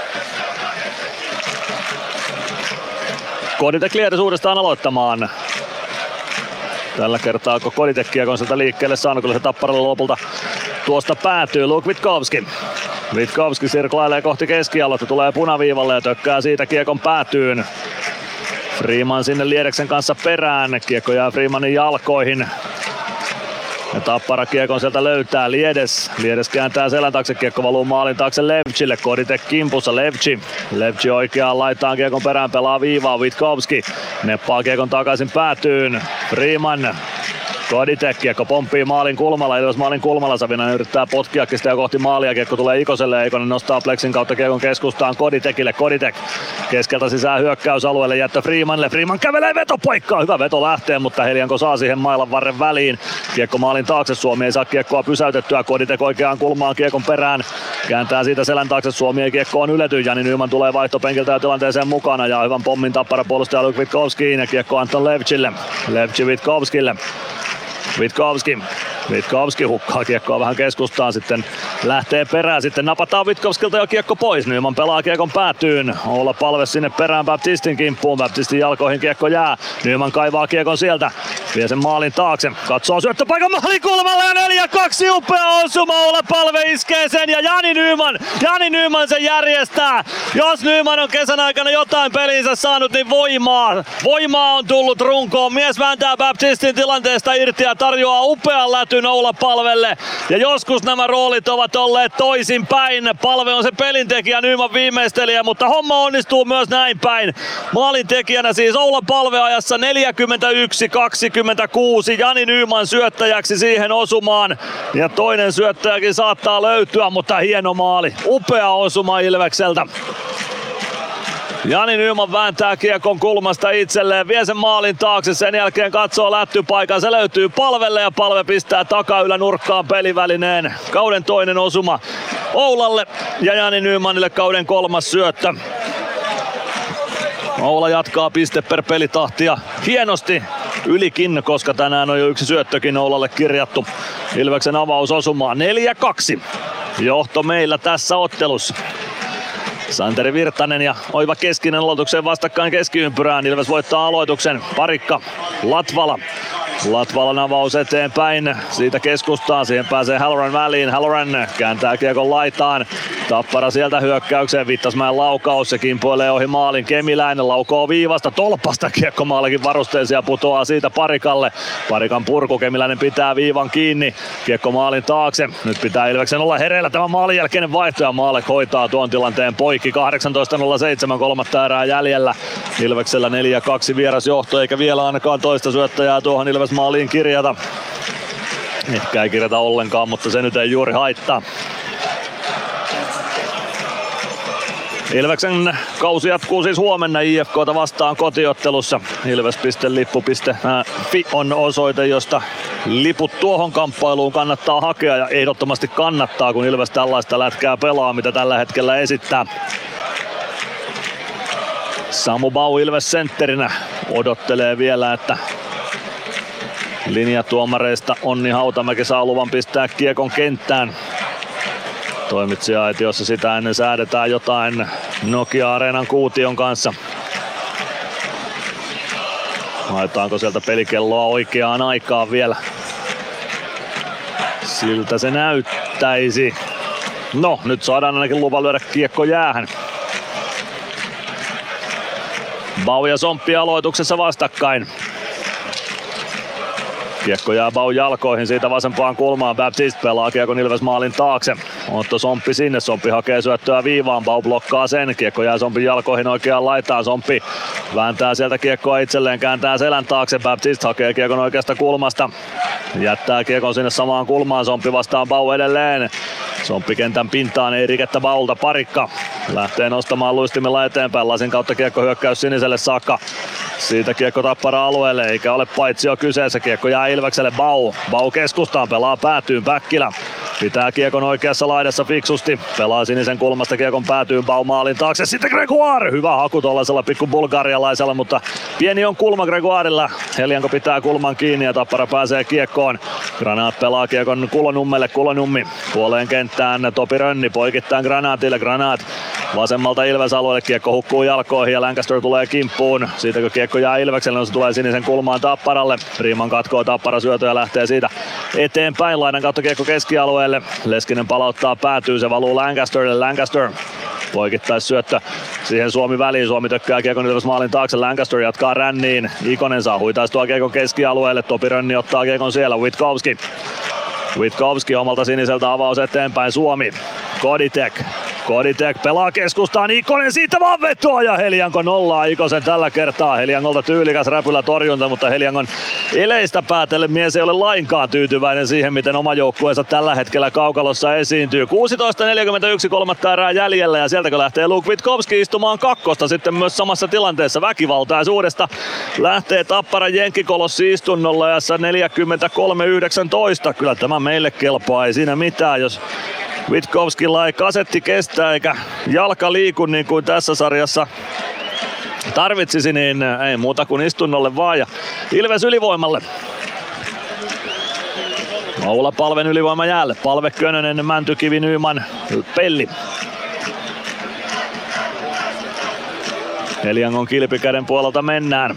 Koditek Liedes uudestaan aloittamaan. Tällä kertaa kun Koditek kiekon sieltä liikkeelle saanut, kyllä se Tapparalla lopulta tuosta päätyy. Luke Witkowski. Witkowski sirklailee kohti keskialuetta, tulee punaviivalle ja tökkää siitä kiekon päätyyn. Freeman sinne Liedeksen kanssa perään. Kiekko jää Freemanin jalkoihin. Ja Tappara kiekon sieltä löytää Liedes. Liedes kääntää selän taakse, kiekko valuu maalin taakse Levcille. Koditek kimpussa, Levci. Levci oikeaan laitaan kiekon perään, pelaa viivaa Witkowski. Neppaa kiekon takaisin päätyyn. Freeman. Koditek, kiekko pomppii maalin kulmalla, Ilves maalin kulmalla, Savinainen yrittää potkiakin sitä kohti maalia, kiekko tulee Ikoselle ja Ikonen nostaa Plexin kautta kiekon keskustaan Koditekille, Koditek keskeltä sisään hyökkäysalueelle, jättö Freemanille, Freeman kävelee vetopaikkaan, hyvä veto lähtee, mutta Helianko saa siihen mailan varren väliin, kiekko maalin taakse, Suomi ei saa kiekkoa pysäytettyä, Koditek oikeaan kulmaan kiekon perään, kääntää siitä selän taakse, Suomi ei kiekkoon ylety, Jani Nyman tulee vaihtopenkiltä ja tilanteeseen mukana ja hyvän pommin Tappara puolustaja Luke Witkowskiin ja kiekko Anton Levcille, Levci Witkowskille. Witkowski Witkowski hukkaa kiekkoa vähän keskustaan, sitten lähtee perään, sitten napataan Witkowskilta jo kiekko pois. Nyman pelaa kiekon päätyyn, Oula Palve sinne perään Baptistin kimppuun, Baptistin jalkoihin kiekko jää. Nyman kaivaa kiekon sieltä, vie sen maalin taakse, katsoo syöttöpaikan maalin kulmalla ja neljä kaksi upea osuma, Oula Palve iskee sen ja Jani Nyman, Jani Nyman sen järjestää. Jos Nyman on kesän aikana jotain peliinsä saanut, niin voimaa, voimaa on tullut runkoon. Mies vääntää Baptistin tilanteesta irti ja tarjoaa upean lätyn Oula Palvelle. Ja joskus nämä roolit ovat olleet toisinpäin. Palve on se pelintekijä, Nyman viimeistelijä, mutta homma onnistuu myös näin päin. Maalintekijänä siis Oula Palve ajassa neljäkymmentäyksi kaksikymmentäkuusi. Jani Nyman syöttäjäksi siihen osumaan. Ja toinen syöttäjäkin saattaa löytyä, mutta hieno maali. Upea osuma Ilvekseltä. Jani Nyman vääntää kiekon kulmasta itselleen, vie sen maalin taakse, sen jälkeen katsoo lättypaikan, se löytyy Palvelle ja Palve pistää takaylä nurkkaan pelivälineen. Kauden toinen osuma Oulalle ja Jani Nymanille kauden kolmas syöttö. Oula jatkaa piste per pelitahtia hienosti ylikin, koska tänään on jo yksi syöttökin Oulalle kirjattu. Ilveksen avausosuma neljä kaksi. Johto meillä tässä ottelussa. Santeri Virtanen ja Oiva Keskinen aloitukseen vastakkain keskiympyrään. Ilves voittaa aloituksen. Parikka, Latvala. Latvalan avaus eteenpäin. Siitä keskustaan. Siihen pääsee Halloran väliin. Halloran kääntää kiekon laitaan. Tappara sieltä hyökkäykseen. Vittasmäen laukaus. Se kimpoilee ohi maalin. Kemiläinen laukoo viivasta. Tolpasta kiekko maalikin varusteisia putoaa siitä Parikalle. Parikan purku. Kemiläinen pitää viivan kiinni. Kiekko maalin taakse. Nyt pitää Ilveksen olla hereillä. Tämä maalin jälkeinen vaihto ja Maalek hoitaa tuon tilanteen poikki. kahdeksantoista nolla seitsemän kolmatta erää jäljellä. Ilveksellä neljä kaksi vierasjohto eikä vielä ainakaan toista syöttäjää tuohon Ilves maaliin kirjata. Ehkä ei kirjata ollenkaan, mutta se nyt ei juuri haittaa. Ilveksen kausi jatkuu siis huomenna I F K:ta vastaan kotiottelussa. Ilves piste lippu piste fi on osoite, josta liput tuohon kamppailuun kannattaa hakea ja ehdottomasti kannattaa, kun Ilves tällaista lätkää pelaa, mitä tällä hetkellä esittää. Samu Bau Ilves sentterinä odottelee vielä, että linjatuomareista Onni Hautamäki saa luvan pistää kiekon kenttään. Toimitsija-aitiossa sitä ennen säädetään jotain Nokia-areenan kuution kanssa. Haetaanko sieltä pelikelloa oikeaan aikaan vielä? Siltä se näyttäisi. No, nyt saadaan ainakin lupa lyödä kiekko jäähän. Bau ja Somppi aloituksessa vastakkain. Kiekko jää Baun jalkoihin siitä vasempaan kulmaan. Baptiste pelaa kiekon Ilves maalin taakse. Otto Somppi sinne. Somppi hakee syöttöä viivaan. Bau blokkaa sen. Kiekko jää Sompin jalkoihin oikeaan laitaan. Somppi vääntää sieltä kiekkoa itselleen. Kääntää selän taakse. Baptiste hakee kiekon oikeasta kulmasta. Jättää kiekon sinne samaan kulmaan. Somppi vastaan Bau edelleen. Somppi kentän pintaan. Ei rikettä Baulta. Parikka lähtee nostamaan luistimella eteenpäin. Lasin kautta kiekko hyökkäys siniselle saakka. Siitä kiekko Tappara alueelle, eikä ole paitsio kyseessä. Kiekko jää Ilvekselle. Bau. Bau keskustaan, pelaa päätyyn. Päkkilä pitää kiekon oikeassa laidassa fiksusti. Pelaa sinisen kulmasta kiekon päätyyn. Bau maalin taakse. Sitten Gregoire. Hyvä haku tuollaisella pikku bulgarialaisella, mutta pieni on kulma Gregoirella. Helianko pitää kulman kiinni ja Tappara pääsee kiekkoon. Granaat pelaa kiekon Kulonummelle. Kulonummi puoleen kenttään. Topi Rönni poikittain Granaatille. Granaat vasemmalta Ilves alueelle. Kiekko hukkuu jalkoihin ja Lancaster tulee kimppuun. Siitä kun kiekko jää Ilvekselle, no se tulee sinisen kulmaan Tapparalle. Priiman katkoo Tappara syötö ja lähtee siitä eteenpäin. Laidan kautta kiekko keskialueelle. Leskinen palauttaa päätyy, se valuu Lancasterille. Lancaster poikittais syöttö siihen Suomi väliin. Suomi tökkää kiekon Ilves maalin taakse. Lancaster jatkaa ränniin. Ikonen saa huitaistua kiekon keskialueelle. Topi Rönni ottaa kiekon siellä. Witkowski. Witkowski omalta siniseltä avaus eteenpäin. Suomi. Koditek. Koditek pelaa keskustaan, Ikonen siitä vaan vetoa ja Helianko nollaa Ikosen tällä kertaa. Heliangolta tyylikäs räpylä torjunta, mutta Heliangon eleistä päätellen mies ei ole lainkaan tyytyväinen siihen, miten oma joukkueensa tällä hetkellä kaukalossa esiintyy. kuusitoista neljäkymmentäyksi kolmatta erää jäljellä ja sieltäkö lähtee Luke Witkowski istumaan kakkosta sitten myös samassa tilanteessa väkivaltaisuudesta. Lähtee Tapparan Jenkkikolossi istunnolla ja neljäkymmentäkolme yhdeksäntoista. Kyllä tämä meille kelpaa, ei siinä mitään, jos Witkowskilla ei kasetti kestä eikä jalka liiku niin kuin tässä sarjassa tarvitsisi, niin ei muuta kuin istunnolle vaan ja Ilves ylivoimalle. Oula Palven ylivoima jäälle. Palve, Könönen, Mäntykivi, Nyman, Pelli. Eliangon kilpikäden puolelta mennään.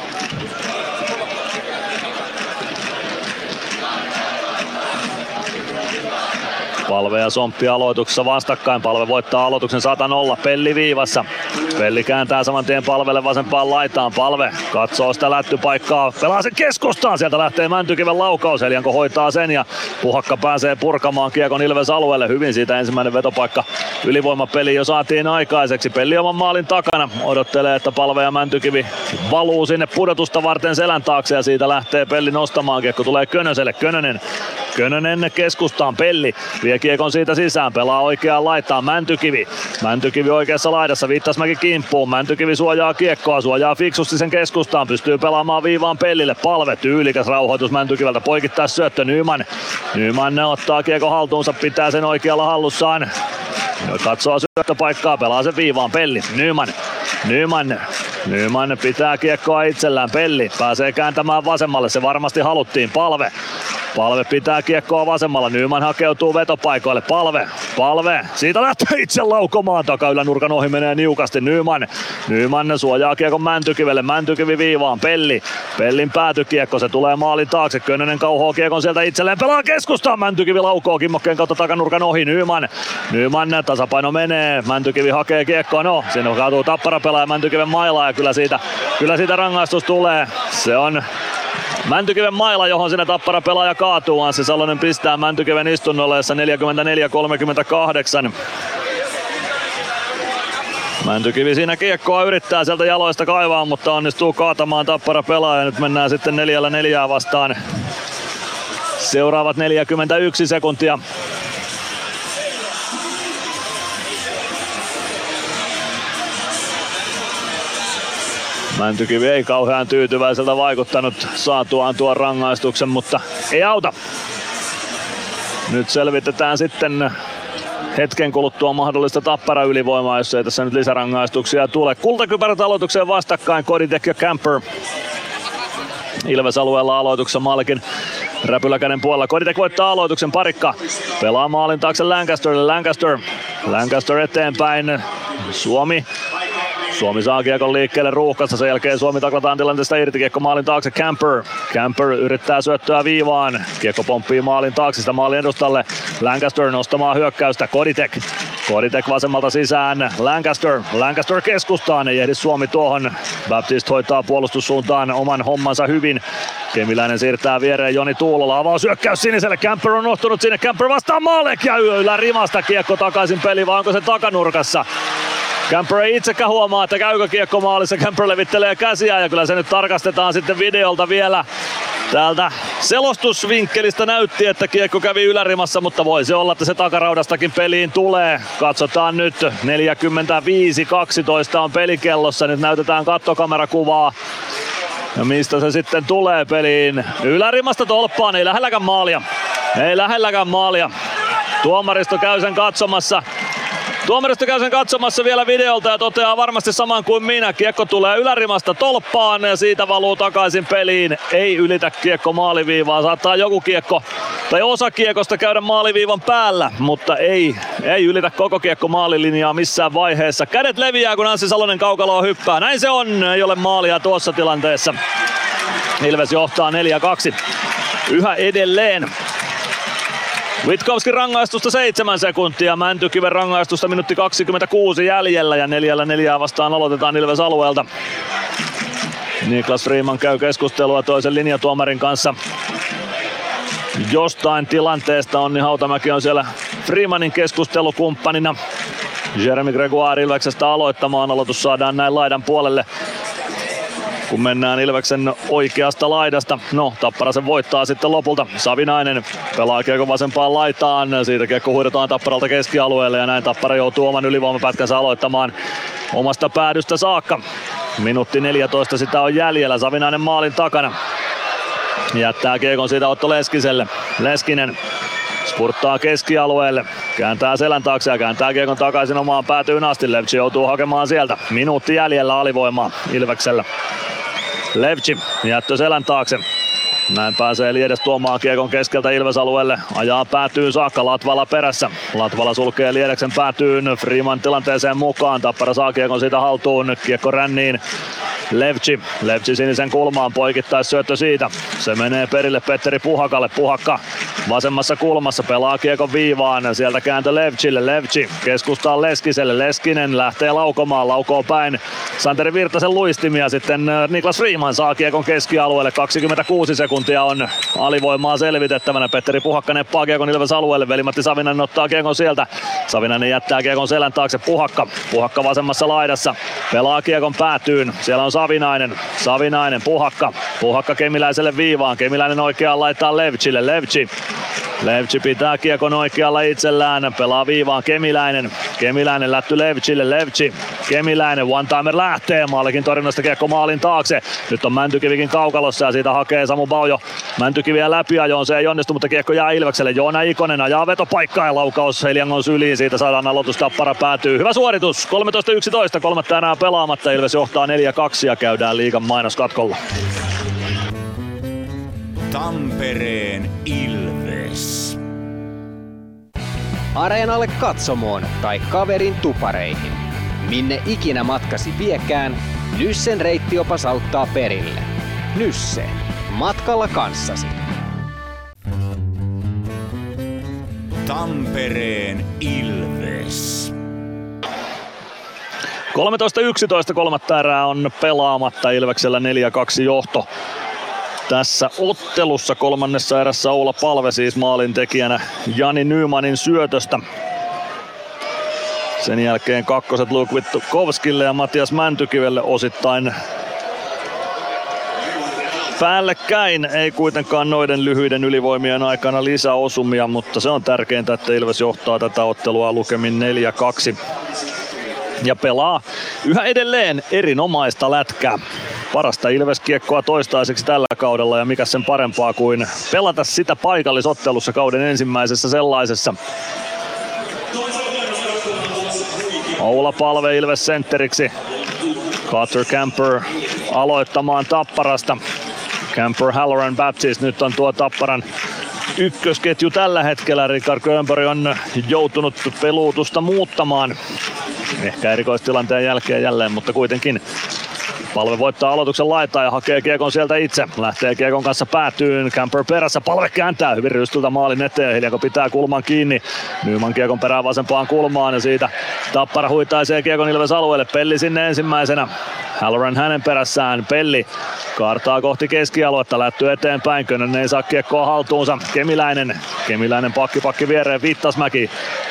Palve ja Somppi aloituksessa vastakkain. Palve voittaa aloituksen sata nolla. Pelli viivassa. Pelli kääntää saman tien Palvelle vasempaan laitaan. Palve katsoo sitä lättypaikkaa. Pelaa sen keskustaan. Sieltä lähtee Mäntykiven laukaus. Elianko hoitaa sen ja Puhakka pääsee purkamaan kiekon Ilves alueelle. Hyvin siitä ensimmäinen vetopaikka. Ylivoimapeli jo saatiin aikaiseksi. Pelli oman maalin takana. Odottelee, että Palve ja Mäntykivi valuu sinne pudotusta varten selän taakse ja siitä lähtee Pelli nostamaan. Kiekko tulee Könöselle. Könönen. Könönen keskustaan. Pelli vie kiekon siitä sisään, pelaa oikeaan laitaan Mäntykivi. Mäntykivi oikeassa laidassa, Viittasmäki kimppuun. Mäntykivi suojaa kiekkoa, suojaa fiksusti sen keskustaan, pystyy pelaamaan viivaan Pellille. Palve, tyylikäs rauhoitus Mäntykiveltä, poikittaa syöttö Nyman. Nyman ottaa kiekon haltuunsa, pitää sen oikealla hallussaan. Katsoo syöttöpaikkaa, pelaa sen viivaan Pelli. Nyman. Nyman. Nyman pitää kiekkoa itsellään. Pelli pääsee kääntämään vasemmalle, se varmasti haluttiin. Palve. Palve pitää kiekkoa vasemmalla. Nyman hakeutuu vetopaikoille. Palve. Palve. Siitä lähtee itse laukomaan. Takaylänurkan ohi menee niukasti. Nyman. Nyman suojaa kiekon Mäntykivelle. Mäntykivi viivaan. Pelli. Pellin päätykiekko. Se tulee maalin taakse. Könönen kauhoo kiekon sieltä itselleen. Pelaa keskustaan. Mäntykivi laukoo kimmokkeen kautta takanurkan ohi. Nyman. Nyman tasapaino menee. Mäntykivi hakee kiekkoa. No, siinä kaatuu Tappara pelaaja Mäntykiven mailaa ja kyllä siitä, kyllä siitä rangaistus tulee. Se on Mäntykiven maila, johon sinne Tappara pelaaja kaatuu. Anssi Salonen pistää Mäntykiven istunnolle, jossa neljäkymmentäneljä kolmekymmentäkahdeksan. Mäntykivi siinä kiekkoa yrittää sieltä jaloista kaivaa, mutta onnistuu kaatamaan Tappara pelaaja. Nyt mennään sitten neljällä neljää vastaan. Seuraavat neljäkymmentäyksi sekuntia. Mäntykivi ei kauhean tyytyväiseltä vaikuttanut saatuaan tuon rangaistuksen, mutta ei auta. Nyt selvitetään sitten hetken kuluttua mahdollista Tappara ylivoimaa, jos ei tässä nyt lisärangaistuksia tule. Kultakypärät aloitukseen vastakkain, Koditek ja Camper. Ilves alueella aloituksessa Malkin räpyläkäden puolella. Koditek voittaa aloituksen, Parikka pelaa maalin taakse Lancasterille. Lancaster, Lancaster eteenpäin. Suomi. Suomi saa kiekon liikkeelle ruuhkassa, sen jälkeen Suomi taklataan tilanteesta irti, kiekko maalin taakse, Camper. Camper yrittää syöttöä viivaan, kiekko pomppii maalin taakse, sitä maalin edustalle. Lancaster nostamaan hyökkäystä, Koditek. Koditek vasemmalta sisään, Lancaster. Lancaster keskustaan, ei ehdi Suomi tuohon. Baptist hoitaa puolustussuuntaan oman hommansa hyvin. Kemiläinen siirtää viereen Joni Tuulola, avaus hyökkäys siniselle, Camper on ohtunut sinne, Camper vastaa Malek ja yllä rimasta kiekko takaisin peli, vai onko se takanurkassa? Camper ei itsekään huomaa, että käykö kiekko maalissa. Camper levittelee käsiä ja kyllä se nyt tarkastetaan sitten videolta vielä. Täältä selostusvinkkelistä näytti, että kiekko kävi ylärimassa, mutta voi se olla, että se takaraudastakin peliin tulee. Katsotaan nyt, neljäkymmentäviisi kaksitoista on pelikellossa. Nyt näytetään kattokamerakuvaa. Ja mistä se sitten tulee peliin? Ylärimasta tolppaan, ei lähelläkään maalia. Ei lähelläkään maalia. Tuomaristo käy sen katsomassa. Tuomaristo käy sen katsomassa vielä videolta ja toteaa varmasti saman kuin minä. Kiekko tulee ylärimasta tolppaan ja siitä valuu takaisin peliin. Ei ylitä kiekko maaliviivaa. Saattaa joku kiekko tai osa kiekosta käydä maaliviivan päällä, mutta ei, ei ylitä koko kiekko maalilinjaa missään vaiheessa. Kädet leviää, kun Anssi Salonen kaukaloa hyppää. Näin se on. Ei ole maalia tuossa tilanteessa. Ilves johtaa neljä kaksi. Yhä edelleen. Witkowskin rangaistusta seitsemän sekuntia, Mäntykiven rangaistusta minuutti kaksikymmentäkuusi jäljellä ja neljällä neljää vastaan aloitetaan Ilves alueelta. Niklas Freeman käy keskustelua toisen linjatuomarin kanssa jostain tilanteesta. Onni Hautamäki on siellä Freemanin keskustelukumppanina. Jeremy Gregoire Ilveksestä aloittamaan, aloitus saadaan näin laidan puolelle. Kun mennään Ilveksen oikeasta laidasta. No, Tappara sen voittaa sitten lopulta. Savinainen pelaa kiekko vasempaan laitaan. Siitä kiekko huidetaan Tapparalta keskialueelle ja näin Tappara joutuu oman ylivoimapätkänsä aloittamaan omasta päädystä saakka. Minuutti neljätoista sitä on jäljellä. Savinainen maalin takana. Jättää kiekon siitä Otto Leskiselle. Leskinen spurttaa keskialueelle. Kääntää selän taakse ja kääntää kiekon takaisin omaan päätyyn asti. Levci joutuu hakemaan sieltä. Minuutti jäljellä alivoimaa Ilveksellä. Levci jättö selän taakse. Näin pääsee Liedes tuomaan kiekon keskeltä Ilves-alueelle. Ajaa päätyyn saakka, Latvala perässä. Latvala sulkee Liedeksen päätyyn. Freeman tilanteeseen mukaan. Tappara saa kiekon siitä haltuun. Kiekko ränniin. Levci. Levci sinisen kulmaan, poikittais syöttö siitä. Se menee perille Petteri Puhakalle. Puhakka vasemmassa kulmassa pelaa kiekon viivaan. Sieltä kääntö Levcille. Levci keskustaa Leskiselle. Leskinen lähtee laukomaan. Laukoo päin Santeri Virtasen luistimia. Sitten Niklas Freeman saa kiekon keskialueelle. kaksikymmentäkuusi sekuntia on alivoimaa selvitettävänä. Petteri Puhakka neppaa kiekon Ilves alueelle. Veli-Matti Savinainen ottaa kiekon sieltä. Savinainen jättää kiekon selän taakse. Puhakka. Puhakka vasemmassa laidassa. Pelaa kiekon päätyyn. Siellä on Savinainen. Savinainen. Puhakka. Puhakka Kemiläiselle viivaan. Kemiläinen oikeaan laittaa Levcille. Levci. Levci pitää kiekon oikealla itsellään. Pelaa viivaan Kemiläinen. Kemiläinen lätty Levcille. Levci. Kemiläinen. One-timer lähtee. Maalikin torjunnasta kiekko maalin taakse. Nyt on Mäntykivikin kaukalossa ja siitä hakee Samu Baujo Mäntykiviä läpiajoon. Se ei onnistu, mutta kiekko jää Ilvekselle. Joona Ikonen ajaa vetopaikkaa ja laukaus Heliangon syliin. Siitä saadaan aloitus. Tappara päätyy. Hyvä suoritus. kolmetoista yksitoista. Kolmatta enää pelaamatta. Ilves johtaa neljä kaksi ja käydään liigan mainoskatkolla. Tampereen Ilves. Areenalle katsomoon tai kaverin tupareihin. Minne ikinä matkasi viekään, Nyssen reittiopas auttaa perille. Nysse. Matkalla kanssasi. Tampereen Ilves. kolmetoista yksitoista kolmatta erää on pelaamatta. Ilveksellä neljä kaksi johto. Tässä ottelussa kolmannessa erässä Oula Palve siis maalintekijänä Jani Nymanin syötöstä. Sen jälkeen kakkoset Luke Witkowskille ja Matias Mäntykivelle osittain päällekkäin. Ei kuitenkaan noiden lyhyiden ylivoimien aikana lisäosumia, mutta se on tärkeintä, että Ilves johtaa tätä ottelua lukemin neljä kaksi. Ja pelaa yhä edelleen erinomaista lätkää. Parasta Ilves-kiekkoa toistaiseksi tällä kaudella ja mikä sen parempaa kuin pelata sitä paikallisottelussa kauden ensimmäisessä sellaisessa. Oula Palve Ilves sentteriksi. Carter Camper aloittamaan Tapparasta. Camper, Halloran, Baptist. Nyt on tuo Tapparan ykkösketju tällä hetkellä. Rickard Grönborg on joutunut peluutusta muuttamaan. Ehkä erikoistilanteen jälkeen jälleen, mutta kuitenkin. Palve voittaa aloituksen laitaa ja hakee kiekon sieltä itse. Lähtee kiekon kanssa päätyyn. Camper perässä. Palve kääntää hyvin rystyltä maalin eteen. Hiljanko pitää kulman kiinni. Nyman kiekon perään vasempaan kulmaan ja siitä Tappara huitaisee kiekon Ilves alueelle. Pelli sinne ensimmäisenä. Halloran hänen perässään. Pelli kaartaa kohti keskialuetta. Lätty eteenpäin. Könönen ei saa kiekkoa haltuunsa. Kemiläinen. Kemiläinen pakki pakki viereen. Viittasmäki.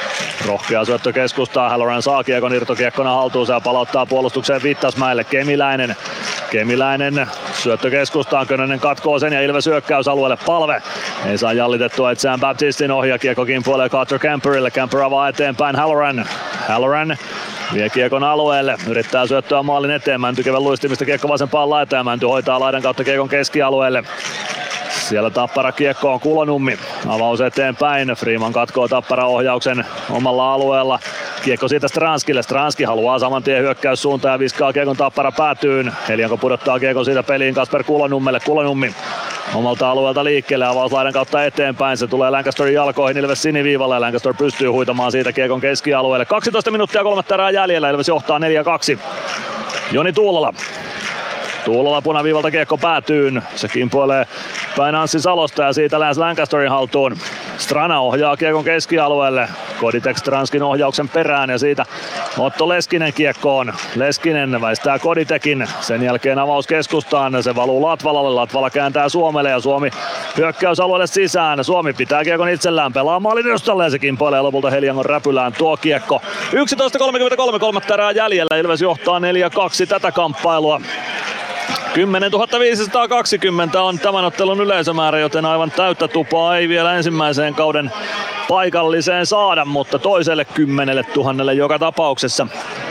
Rohkea syöttö keskustaa. Halloran saa kiekon irtokiekkona haltuunsa ja palauttaa puolustukseen Viittasmäelle. Kemiläinen. Kemiläinen syöttö keskustaan. Könönen katkoo sen ja Ilves hyökkäysalueelle. Palve ei saa jallitettua itseään Baptistin ohi ja kiekko kimpoilee Carter Camperille. Camper avaa eteenpäin Halloran. Halloran vie kiekon alueelle. Yrittää syöttöä maalin eteen. Mäntykivän luistimista kiekko vasempaan laitaan ja Mänty hoitaa laidan kautta kiekon keskialueelle. Siellä Tappara kiekko on Kulonummi. Avaus eteenpäin. Freeman katkoo Tappara ohjauksen omalla alueella. Kiekko siitä Stranskille. Stranski haluaa saman tien hyökkäyssuuntaan ja viskaa kiekon Tappara päätyyn. Helianko pudottaa kiekon siitä peliin Kasper Kulonummelle. Kulonummi omalta alueelta liikkeelle. Avaus laidan kautta eteenpäin. Se tulee Lancasterin jalkoihin Ilves siniviivalle. Lancaster pystyy huitamaan siitä kiekon keskialueelle. kaksitoista minuuttia kolmatta erää jäljellä. Ilves johtaa neljä kaksi. Joni Tuulola. Tuulola punaviivalta kiekko päätyyn. Se kimpoilee päin Anssi Salosta ja siitä Lance Lancasterin haltuun. Strana ohjaa kiekon keskialueelle. Koditek Stranskin ohjauksen perään ja siitä Otto Leskinen kiekkoon. Leskinen väistää Koditekin. Sen jälkeen avaus keskustaan. Se valuu Latvalalle. Latvala kääntää Suomelle ja Suomi hyökkäysalueelle sisään. Suomi pitää kiekon itsellään. Pelaa maalin edustalle ja se kimpoilee lopulta Heliangon räpylään tuo kiekko. yksitoista kolmekymmentäkolme kolmatta erää jäljellä. Ilves johtaa neljä kaksi tätä kamppailua. kymmenentuhatta viisisataakaksikymmentä on tämän ottelun yleisömäärä, joten aivan täyttä tupaa ei vielä ensimmäiseen kauden paikalliseen saada, mutta toiselle kymmenelle tuhannelle joka tapauksessa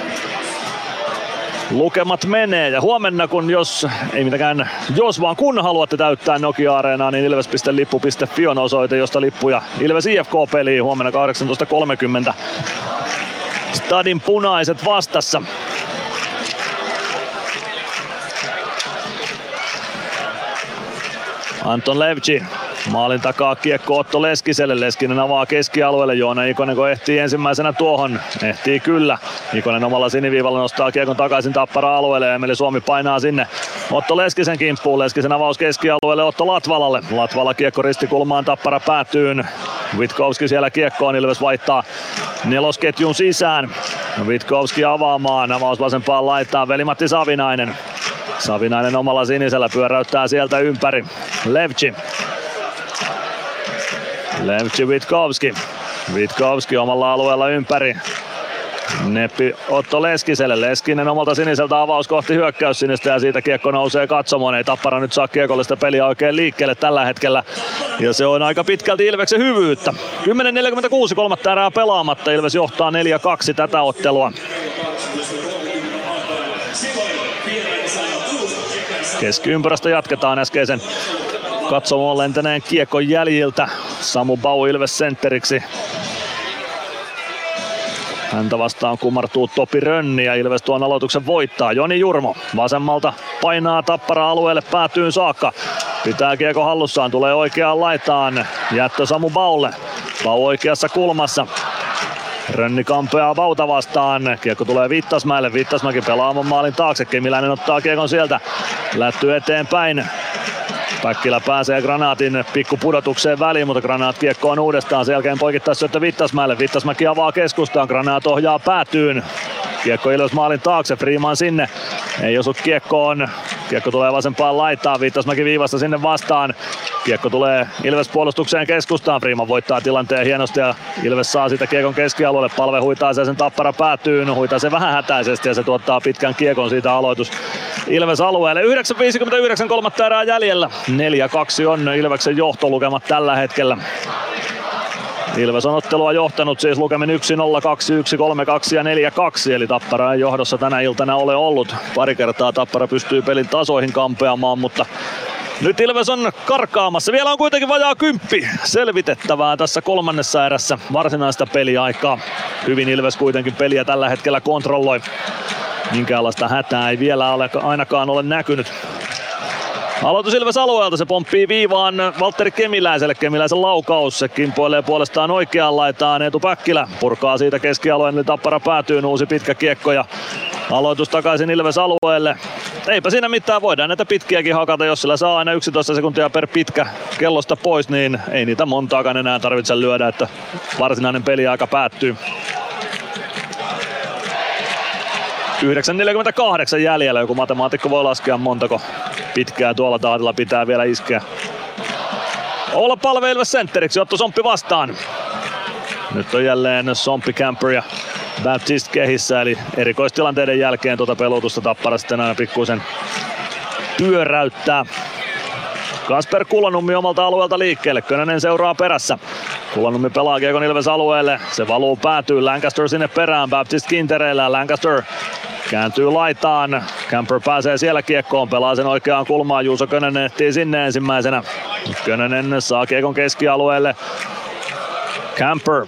lukemat menee. Ja huomenna, kun jos, ei mitäkään jos vaan kun haluatte täyttää Nokia-areenaa, niin ilves piste lippu piste fi on osoite, josta lippuja Ilves I F K-peliin huomenna kahdeksantoista kolmekymmentä. Stadin punaiset vastassa. Anton Levci. Maalin takaa kiekko Otto Leskiselle. Leskinen avaa keskialueelle. Joona Ikonen kun ehtii ensimmäisenä tuohon. Ehtii kyllä. Ikonen omalla siniviivalla nostaa kiekon takaisin Tappara alueelle. Ja Emeli Suomi painaa sinne Otto Leskisen kimppuun. Leskisen avaus keskialueelle Otto Latvalalle. Latvala kiekko ristikulmaan Tappara päätyyn. Witkowski siellä kiekkoon. Ilves vaihtaa nelosketjun sisään. Witkowski avaamaan. Avaus vasempaan laitaan Veli-Matti Savinainen. Savinainen omalla sinisellä pyöräyttää sieltä ympäri. Levci. Levci Witkowski. Witkowski omalla alueella ympäri. Neppi Otto Leskiselle. Leskinen omalta siniseltä avaus kohti hyökkäys sinistä ja siitä kiekko nousee katsomoon. Ei Tappara nyt saa kiekollista peliä oikein liikkeelle tällä hetkellä. Ja se on aika pitkälti Ilveksen hyvyyttä. kymmenen neljäkymmentäkuusi kolmatta erää pelaamatta. Ilves johtaa neljä kaksi tätä ottelua. Keskiympyrästä jatketaan äskeisen katsomoon lentäneen kiekon jäljiltä. Samu Bau Ilves sentteriksi. Häntä vastaan kumartuu Topi Rönni ja Ilves tuon aloituksen voittaa. Joni Jurmo vasemmalta painaa Tappara alueelle päätyyn saakka. Pitää kiekko hallussaan, tulee oikeaan laitaan. Jättö Samu Baulle. Bau oikeassa kulmassa. Rönni kampeaa Bauta vastaan. Kiekko tulee Vittasmäelle. Vittasmäki pelaa oman maalin taakse. Kemiläinen ottaa kiekon sieltä. Lätty eteenpäin. Päkkilä pääsee Granaatin pikkupudotukseen väliin, mutta Granaat kiekkoon uudestaan. Sen jälkeen poikittaa syöttö Vittasmäelle. Vittasmäki avaa keskustaan. Granaat ohjaa päätyyn. Kiekko Ilves maalin taakse. Freeman sinne. Ei osu kiekkoon. Kiekko tulee vasempaan laitaan. Vittasmäki viivasta sinne vastaan. Kiekko tulee Ilves puolustukseen keskustaan. Freeman voittaa tilanteen hienosti ja Ilves saa sitä kiekon keskialueelle. Palve huitaa sen Tappara päätyyn. Huitaa se vähän hätäisesti ja se tuottaa pitkän kiekon siitä aloitus Ilves alueelle. yhdeksän viisikymmentäyhdeksän kolmatta erää jäljellä. neljä kaksi on Ilveksen johtolukemat tällä hetkellä. Ilves on ottelua johtanut siis lukemin yksi nolla, kaksi yksi, kolme kaksi ja neljä kaksi, eli Tappara ei johdossa tänä iltana ole ollut. Pari kertaa Tappara pystyy pelin tasoihin kampeamaan, mutta nyt Ilves on karkaamassa. Vielä on kuitenkin vajaa kymppi selvitettävää tässä kolmannessa erässä varsinaista peliaikaa. Hyvin Ilves kuitenkin peliä tällä hetkellä kontrolloi. Minkäänlaista hätää ei vielä ole, ainakaan ole näkynyt. Aloitus Ilves alueelta, se pomppii viivaan Valtteri Kemiläiselle. Kemiläisen laukaus, se kimpoilee puolestaan oikeaan laitaan. Eetu Päkkilä purkaa siitä keskialueen, eli Tappara päätyy, uusi pitkä kiekko ja aloitus takaisin Ilves alueelle. Eipä siinä mitään, voidaan näitä pitkiäkin hakata, jos sillä saa aina yksitoista sekuntia per pitkä kellosta pois, niin ei niitä montaakaan enää tarvitse lyödä, että varsinainen peliaika päättyy. yhdeksän neljäkymmentäkahdeksan jäljellä, joku matemaatikko voi laskea montako pitkää tuolla tahdilla pitää vielä iskeä. Olla Palve Ilves sentteriksi, Otto Somppi vastaan. Nyt on jälleen Somppi, Camper ja Baptist kehissä, eli erikoistilanteiden jälkeen tuota pelutusta Tappara sitten aina pikkuisen pyöräyttää. Kasper Kulanummi omalta alueelta liikkeelle, Könönen seuraa perässä. Kulanummi pelaa kiekon Ilves alueelle, se valuu päätyy, Lancaster sinne perään, Baptist kintereillä, Lancaster kääntyy laitaan, Camper pääsee siellä kiekkoon, pelaa sen oikeaan kulmaan, Juuso Könönen ehtii sinne ensimmäisenä. Könönen saa kiekon keskialueelle, Camper.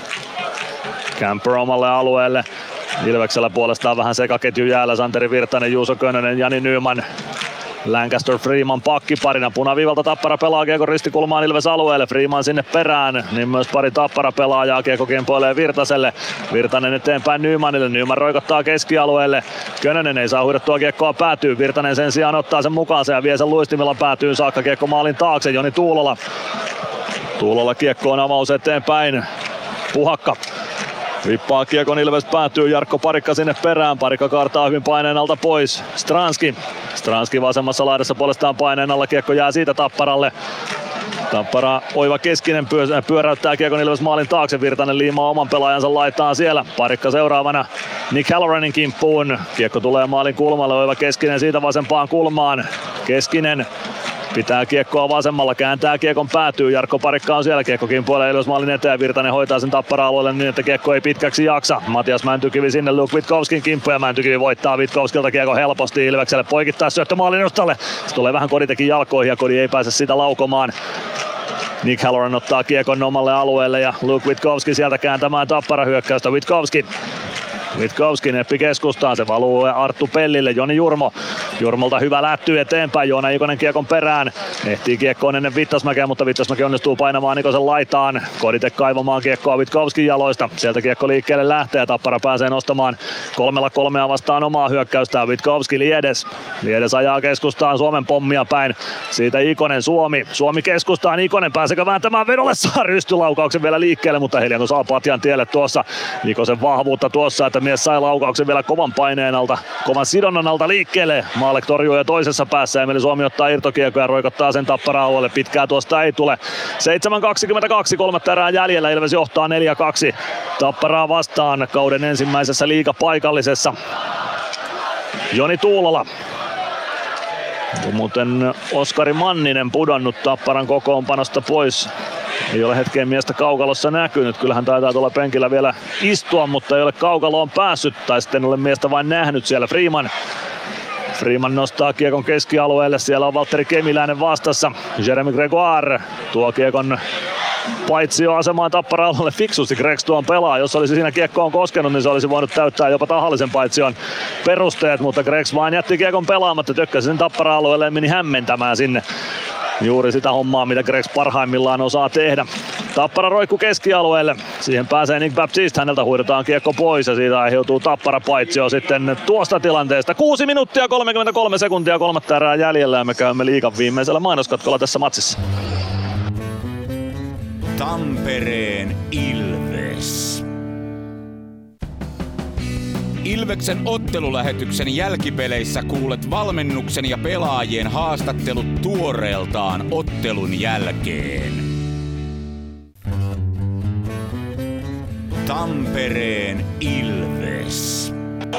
Camper omalle alueelle. Ilveksellä puolestaan vähän sekaketju jäällä, Santeri Virtanen, Juuso Könönen, Jani Nyman. Lancaster Freeman pakkiparina, punaviivalta Tappara pelaa kiekon ristikulmaan Ilves alueelle, Freeman sinne perään, niin myös pari Tappara pelaajaa, kiekko kimpoilee Virtaselle, Virtanen eteenpäin Nymanille, Nyman roikottaa keskialueelle, Könönen ei saa huidettua kiekkoa päätyy, Virtanen sen sijaan ottaa sen mukaansa ja vie sen luistimilla päätyyn saakka kiekko maalin taakse, Joni Tuulola. Tuulola kiekkoon avaus eteenpäin, Puhakka. Vippaa kiekon Ilves päätyy, Jarkko Parikka sinne perään, Parikka kaartaa hyvin paineen alta pois, Stranski. Stranski vasemmassa laidassa puolestaan paineen alla, kiekko jää siitä Tapparalle. Tappara Oiva Keskinen pyöräyttää kiekon Ilves maalin taakse, Virtanen liimaa oman pelaajansa laitaan siellä. Parikka seuraavana Nick Halloranin kimppuun, kiekko tulee maalin kulmalle, Oiva Keskinen siitä vasempaan kulmaan. Keskinen pitää kiekkoa vasemmalla, kääntää kiekon päätyy, Jarkko Parikka on siellä, kiekko kimpoilee Ilves maalin eteen, Virtanen hoitaa sen Tappara-alueelle niin, että kiekko ei pitkäksi jaksa. Matias Mäntykivi sinne Luke Witkowskin kimppu ja Mäntykivi voittaa Witkowskilta kiekko helposti Ilvekselle, poikittaa syöttö maalin edustalle. Se tulee vähän Koditekin jalkoihin ja Kodi ei pääse sitä laukomaan. Nick Halloran ottaa kiekon omalle alueelle ja Luke Witkowski sieltä kääntämään Tappara hyökkäystä. Witkowski. Witkowski neppi keskustaan, se valuu Arttu Pellille, Joni Jurmo Jurmolta hyvä lätty eteenpäin, Joona Ikonen kiekon perään. Ehtii kiekkoon ennen Vittasmäkeä, mutta Vittasmäki onnistuu painamaan Nikosen laitaan. Kodite kaivamaan kiekkoa Vitkovskin jaloista. Sieltä kiekko liikkeelle lähtee, Tappara pääsee nostamaan kolmella kolmea vastaan omaa hyökkäystään. Vitkovski Liedes. Liedes ajaa keskustaan Suomen pommia päin. Siitä Ikonen Suomi. Suomi keskustaan, Ikonen pääseekö vääntämään vedolle? Saa rystylaukauksen vielä liikkeelle, mutta Helianko saa patjan tielle tuossa. Ikosen vahvuutta tuossa, että mies sai laukauksen vielä kovan paineen alta, kovan sidonnan alta liikkeelle. Maalek torjuu jo toisessa päässä, Emeli Suomi ottaa irtokiekkoa ja roikottaa sen Tappara alueelle. Pitkää tuosta ei tule. seitsemän kaksikymmentäkaksi, kolmatta erää jäljellä, Ilves johtaa neljä kaksi Tapparaa vastaan kauden ensimmäisessä liigapaikallisessa. Joni Tuulola. Muuten Oskari Manninen pudonnut Tapparan kokoonpanosta pois. Ei ole hetkeen miestä kaukalossa näkynyt. Kyllähän taitaa tuolla penkillä vielä istua, mutta ei ole kaukaloon päässyt. Tai sitten ole miestä vain nähnyt siellä. Freeman. Freeman nostaa kiekon keskialueelle. Siellä on Valtteri Kemiläinen vastassa. Jeremy Gregoire tuo kiekon paitsioasemaan Tappara-alueelle. Fiksusti Gregs tuon pelaa. Jos olisi siinä kiekkoon koskenut, niin se olisi voinut täyttää jopa tahallisen paitsion perusteet. Mutta Gregs vain jätti kiekon pelaamatta. Tökkäsi sen Tappara-alueelle ja meni hämmentämään sinne. Juuri sitä hommaa, mitä Gregs parhaimmillaan osaa tehdä. Tappara roikku keskialueelle. Siihen pääsee Nick Baptiste. Häneltä huidetaan kiekko pois ja siitä aiheutuu Tappara paitsio sitten tuosta tilanteesta. kuusi minuuttia kolmekymmentäkolme sekuntia kolmatta erää jäljellä ja me käymme liigan viimeisellä mainoskatkolla tässä matsissa. Tampereen Ilves. Ilveksen ottelulähetyksen jälkipeleissä kuulet valmennuksen ja pelaajien haastattelut tuoreeltaan ottelun jälkeen. Tampereen Ilves.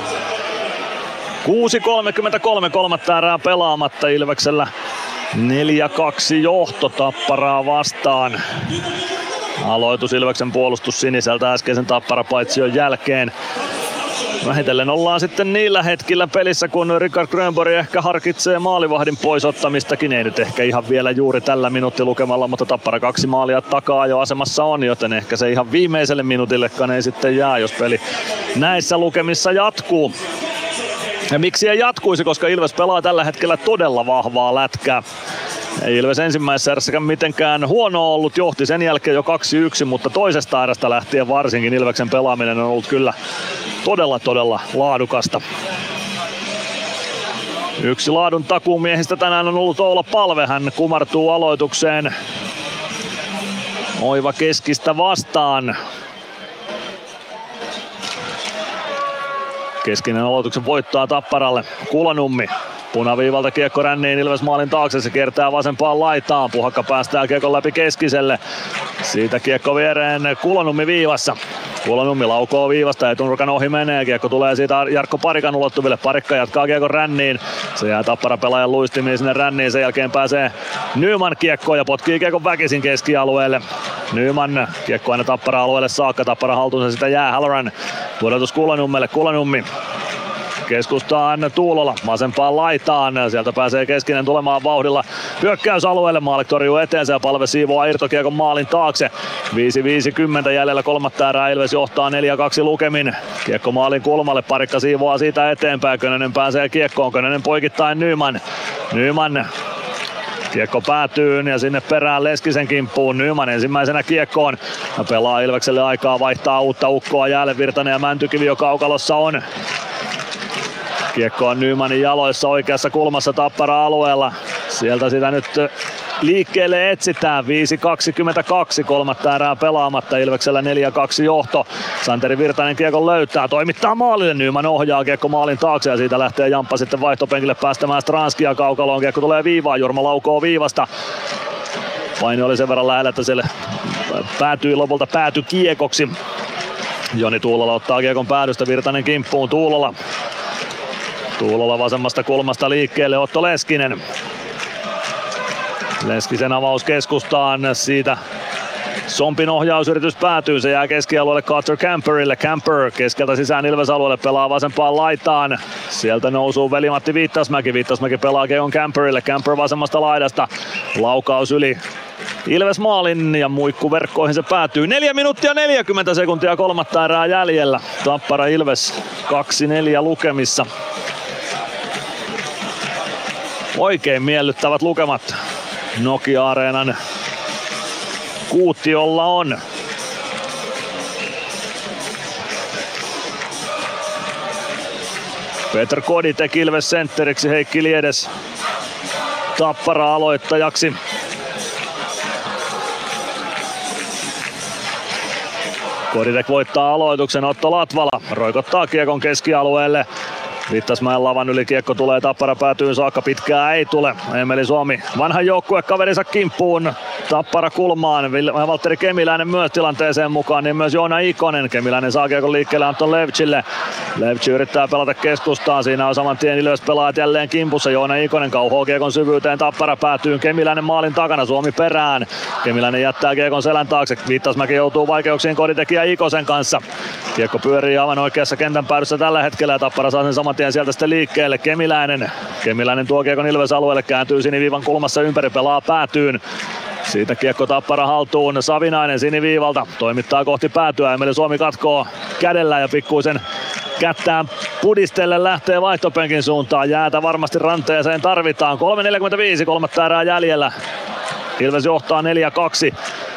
kuusi kolmekymmentäkolme, kolmatta erää pelaamatta, Ilveksellä neljä kaksi johto Tapparaa vastaan. Aloitus Ilveksen puolustus siniseltä äskeisen Tappara-paitsion jälkeen. Vähitellen ollaan sitten niillä hetkillä pelissä, kun Rickard Grönborg ehkä harkitsee maalivahdin poisottamistakin. Ei nyt ehkä ihan vielä juuri tällä minuuttilukemalla, mutta Tappara kaksi maalia takaa jo asemassa on, joten ehkä se ihan viimeiselle minuutillekaan ei sitten jää, jos peli näissä lukemissa jatkuu. Ja miksi ei jatkuisi, koska Ilves pelaa tällä hetkellä todella vahvaa lätkää. Ei Ilves ensimmäisessä erässäkään mitenkään huono ollut, johti sen jälkeen jo kaksi yksi, mutta toisesta erästä lähtien varsinkin Ilveksen pelaaminen on ollut kyllä todella todella laadukasta. Yksi laadun takuumiehistä tänään on ollut Oula Palve, hän kumartuu aloitukseen Oiva Keskistä vastaan. Keskinen aloituksen voittaa Tapparalle Kulanummi. Punaviivalta kiekko ränniin Ilves maalin taakse, se kiertää vasempaan laitaan. Puhakka päästää kiekon läpi Keskiselle. Siitä kiekko viereen Kulanummi viivassa. Kulanummi laukoo viivasta, etunurkan ohi menee. Kiekko tulee siitä Jarkko Parikan ulottuville. Parikka jatkaa kiekon ränniin. Se jää Tappara pelaajan luistimiin sinne ränniin. Sen jälkeen pääsee Nyman kiekkoon ja potkii kiekon väkisin keskialueelle. Nyman kiekko aina Tappara-alueelle saakka. Tappara haltuunsa sitä jää Halloran. Pudotus Kulanummelle. Kulanummi. Keskustaan Tuulola vasempaan laitaan. Sieltä pääsee Keskinen tulemaan vauhdilla hyökkäysalueelle. Maalek torjuu eteensä ja Palve siivoaa irtokiekon maalin taakse. viisi viisikymmentä jäljellä kolmatta erää. Ilves johtaa neljä kaksi lukemin. Kiekko maalin kulmalle. Parikka siivoaa siitä eteenpäin. Könönen pääsee kiekkoon. Könönen poikittain Nyman. Nyman. Kiekko päätyy ja sinne perään Leskisen kimppuun. Nyman ensimmäisenä kiekkoon. Ja pelaa Ilvekselle aikaa vaihtaa uutta ukkoa. Jäälle Virtanen ja Mäntykivi jo kaukalossa on. Kiekko on Nymanin jaloissa oikeassa kulmassa Tappara-alueella. Sieltä sitä nyt liikkeelle etsitään. viisi kaksikymmentäkaksi, kolmatta erää pelaamatta. Ilveksellä neljä kaksi johto. Santeri Virtanen kiekon löytää, toimittaa maalille. Nyman ohjaa kiekko maalin taakse ja siitä lähtee Jamppa sitten vaihtopenkille päästämään Stranskia kaukaloon. Kiekko tulee viivaan, Jorma laukoo viivasta. Paini oli sen verran lähellä, että siellä päätyi lopulta pääty kiekoksi. Joni Tuulola ottaa kiekon päädystä, Virtanen kimppuun. Tuulola. Tuulola vasemmasta kulmasta liikkeelle, Otto Leskinen. Leskisen avaus keskustaan, siitä Sompin ohjausyritys päätyy, se jää keskialueelle Carter Camperille. Camper keskeltä sisään Ilves-alueelle, pelaa vasempaan laitaan. Sieltä nousuu Veli-Matti Viittasmäki, Viittasmäki pelaa Keon Camperille. Camper vasemmasta laidasta, laukaus yli Ilves maalin ja muikku verkkoihin se päätyy. neljä minuuttia neljäkymmentä sekuntia kolmatta erää jäljellä. Tappara Ilves kaksi neljä lukemissa. Oikein miellyttävät lukemat Nokia-areenan kuutiolla on. Petr Koditek Ilves sentteriksi, Heikki Liedes Tappara aloittajaksi. Koditek voittaa aloituksen, Otto Latvala roikottaa kiekon keskialueelle. Vittasmäen lavan yli kiekko tulee Tappara päätyyn saakka, pitkää ei tule. Emeli Suomi vanhan joukkuekaverinsa kimppuun. Tappara kulmaan, Valtteri Kemiläinen myös tilanteeseen mukaan, niin myös Joona Ikonen. Kemiläinen saa kiekon liikkeelle Anton Levchille. Levchi yrittää pelata keskustaan, siinä on saman tien Ilves pelaajat jälleen kimpussa. Joona Ikonen kauhoo kiekon syvyyteen, Tappara päätyy, Kemiläinen maalin takana, Suomi perään. Kemiläinen jättää kiekon selän taakse, Vittasmäki joutuu vaikeuksiin Koditekijä Ikosen kanssa. Kiekko pyörii aivan oikeassa kentän päädyssä tällä hetkellä ja Tappara saa sen saman tien sieltä sitten liikkeelle. Kemiläinen, Kemiläinen tuo kiekon Ilves alueelle, kääntyy siniviivan kulmassa ympäri, pelaa päätyyn. Siitä kiekko Tappara haltuun, Savinainen siniviivalta toimittaa kohti päätyä, Emeli Suomi katkoo kädellä ja pikkuisen kättään pudistelle lähtee vaihtopenkin suuntaan. Jäätä varmasti ranteeseen tarvitaan. kolme neljäkymmentäviisi, kolmatta erää jäljellä. Ilves johtaa neljä kaksi.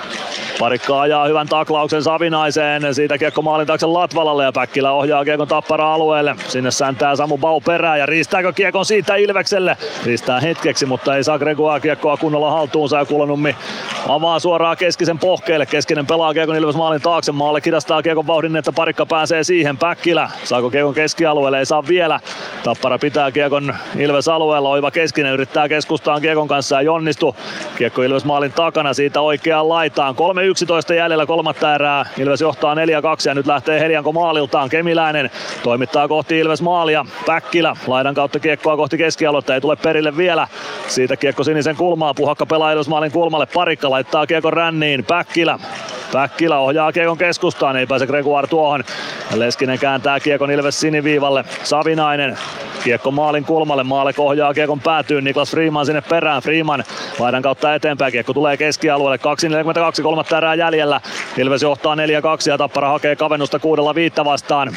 Parikka ajaa hyvän taklauksen Savinaiseen, siitä kiekko maalin taakse Latvalalle ja Päkkilä ohjaa kiekon Tappara alueelle. Sinne säntää Samu Bau perään ja riistääkö kiekon siitä Ilvekselle? Riistää hetkeksi, mutta ei saa Gregoire kiekkoa kunnolla haltuunsa ja Kulanummi avaa suoraan keskisen pohkeelle. Keskinen pelaa kiekon Ilves maalin taakse, maalle kidastaa kiekon vauhdin, että Parikka pääsee siihen. Päkkilä saako kiekon keskialueelle? Ei saa vielä. Tappara pitää kiekon Ilves alueella, Oiva Keskinen yrittää keskustaan kiekon kanssa ja ei onnistu. Kiekko Ilves maalin takana, siitä oikeaan laitaan. kolme yksitoista jäljellä kolmatta erää. Ilves johtaa neljä kaksi ja nyt lähtee Helianko maaliltaan. Kemiläinen toimittaa kohti Ilves maalia. Päkkilä laidan kautta kiekkoa kohti keskialuetta, ei tule perille vielä. Siitä kiekko sinisen kulmaa, Puhakka pelaa Ilves maalin kulmalle. Parikka laittaa kiekon ränniin. Päkkilä. Päkkilä ohjaa kiekon keskustaan, ei pääse Gregoire tuohon. Leskinen kääntää kiekon Ilves siniviivalle. Savinainen. Kiekko maalin kulmalle, Maale ohjaa kiekon päätyyn, Niklas Freeman sinne perään, Freeman laidan kautta eteenpäin, kiekko tulee keskialueelle, kaksi neljäkymmentäkaksi, kolmatta erää jäljellä, Ilves johtaa neljä kaksi ja Tappara hakee kavennusta kuudella viittä vastaan.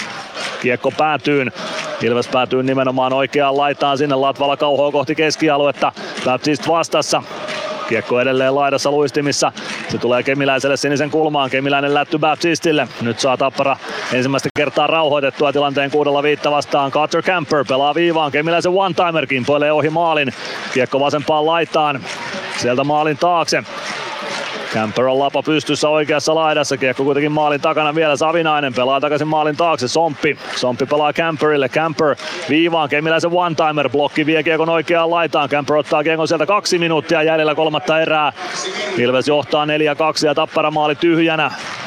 Kiekko päätyyn, Ilves päätyy nimenomaan oikeaan laitaan sinne, Latvala kauhoo kohti keskialuetta, Baptist vastassa. Kiekko edelleen laidassa luistimissa. Se tulee Kemiläiselle sinisen kulmaan. Kemiläinen lätty Baptistille. Nyt saa Tappara ensimmäistä kertaa rauhoitettua tilanteen kuudella viittä vastaan. Carter Camper pelaa viivaan. Kemiläisen one-timer kimpoilee ohi maalin. Kiekko vasempaan laitaan. Sieltä maalin taakse. Camper on lapa pystyssä oikeassa laidassa. Kiekko kuitenkin maalin takana vielä. Savinainen pelaa takaisin maalin taakse. Somppi. Somppi pelaa Camperille. Camper viivaan. Kemiläisen one-timer. Blokki vie kiekon oikeaan laitaan. Camper ottaa kiekon sieltä kaksi minuuttia jäljellä kolmatta erää. Ilves johtaa neljä kaksi ja Tappara maali tyhjänä.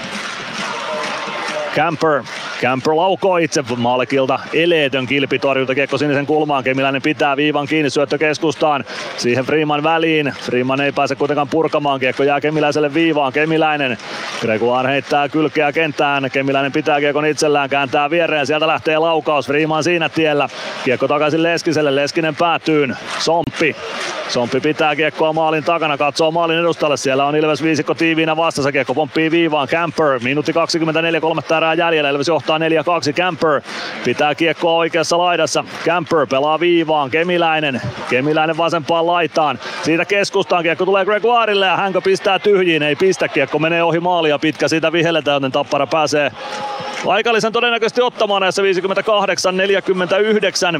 Camper. Camper laukoo itse Maalekilta eleetön kilpitorjunta, kiekko sinisen kulmaan, Kemiläinen pitää viivan kiinni, syöttö keskustaan, siihen Freeman väliin, Freeman ei pääse kuitenkaan purkamaan, kiekko jää Kemiläiselle viivaan, Kemiläinen, Gregoire heittää kylkeä kenttään, Kemiläinen pitää kiekon itsellään, kääntää viereen, sieltä lähtee laukaus, Freeman siinä tiellä, kiekko takaisin Leskiselle, Leskinen päätyyn, Somppi, Somppi pitää kiekkoa maalin takana, katsoo maalin edustalle, siellä on Ilves viisikko tiiviinä vastassa, kiekko pomppii viivaan, Camper, minuutti kaksikymmentäneljä, kolmatta erää jäljellä, Ilves johtaa neljä kaksi, Camper pitää kiekkoa oikeassa laidassa, Camper pelaa viivaan, Kemiläinen, Kemiläinen vasempaan laitaan, siitä keskustaan kiekko tulee Gregoirelle ja hänkö pistää tyhjiin, ei pistä, kiekko menee ohi maalia, pitkä siitä vihelletään, joten Tappara pääsee paikallisen todennäköisesti ottamaan näissä viisikymmentäkahdeksan neljäkymmentäyhdeksän.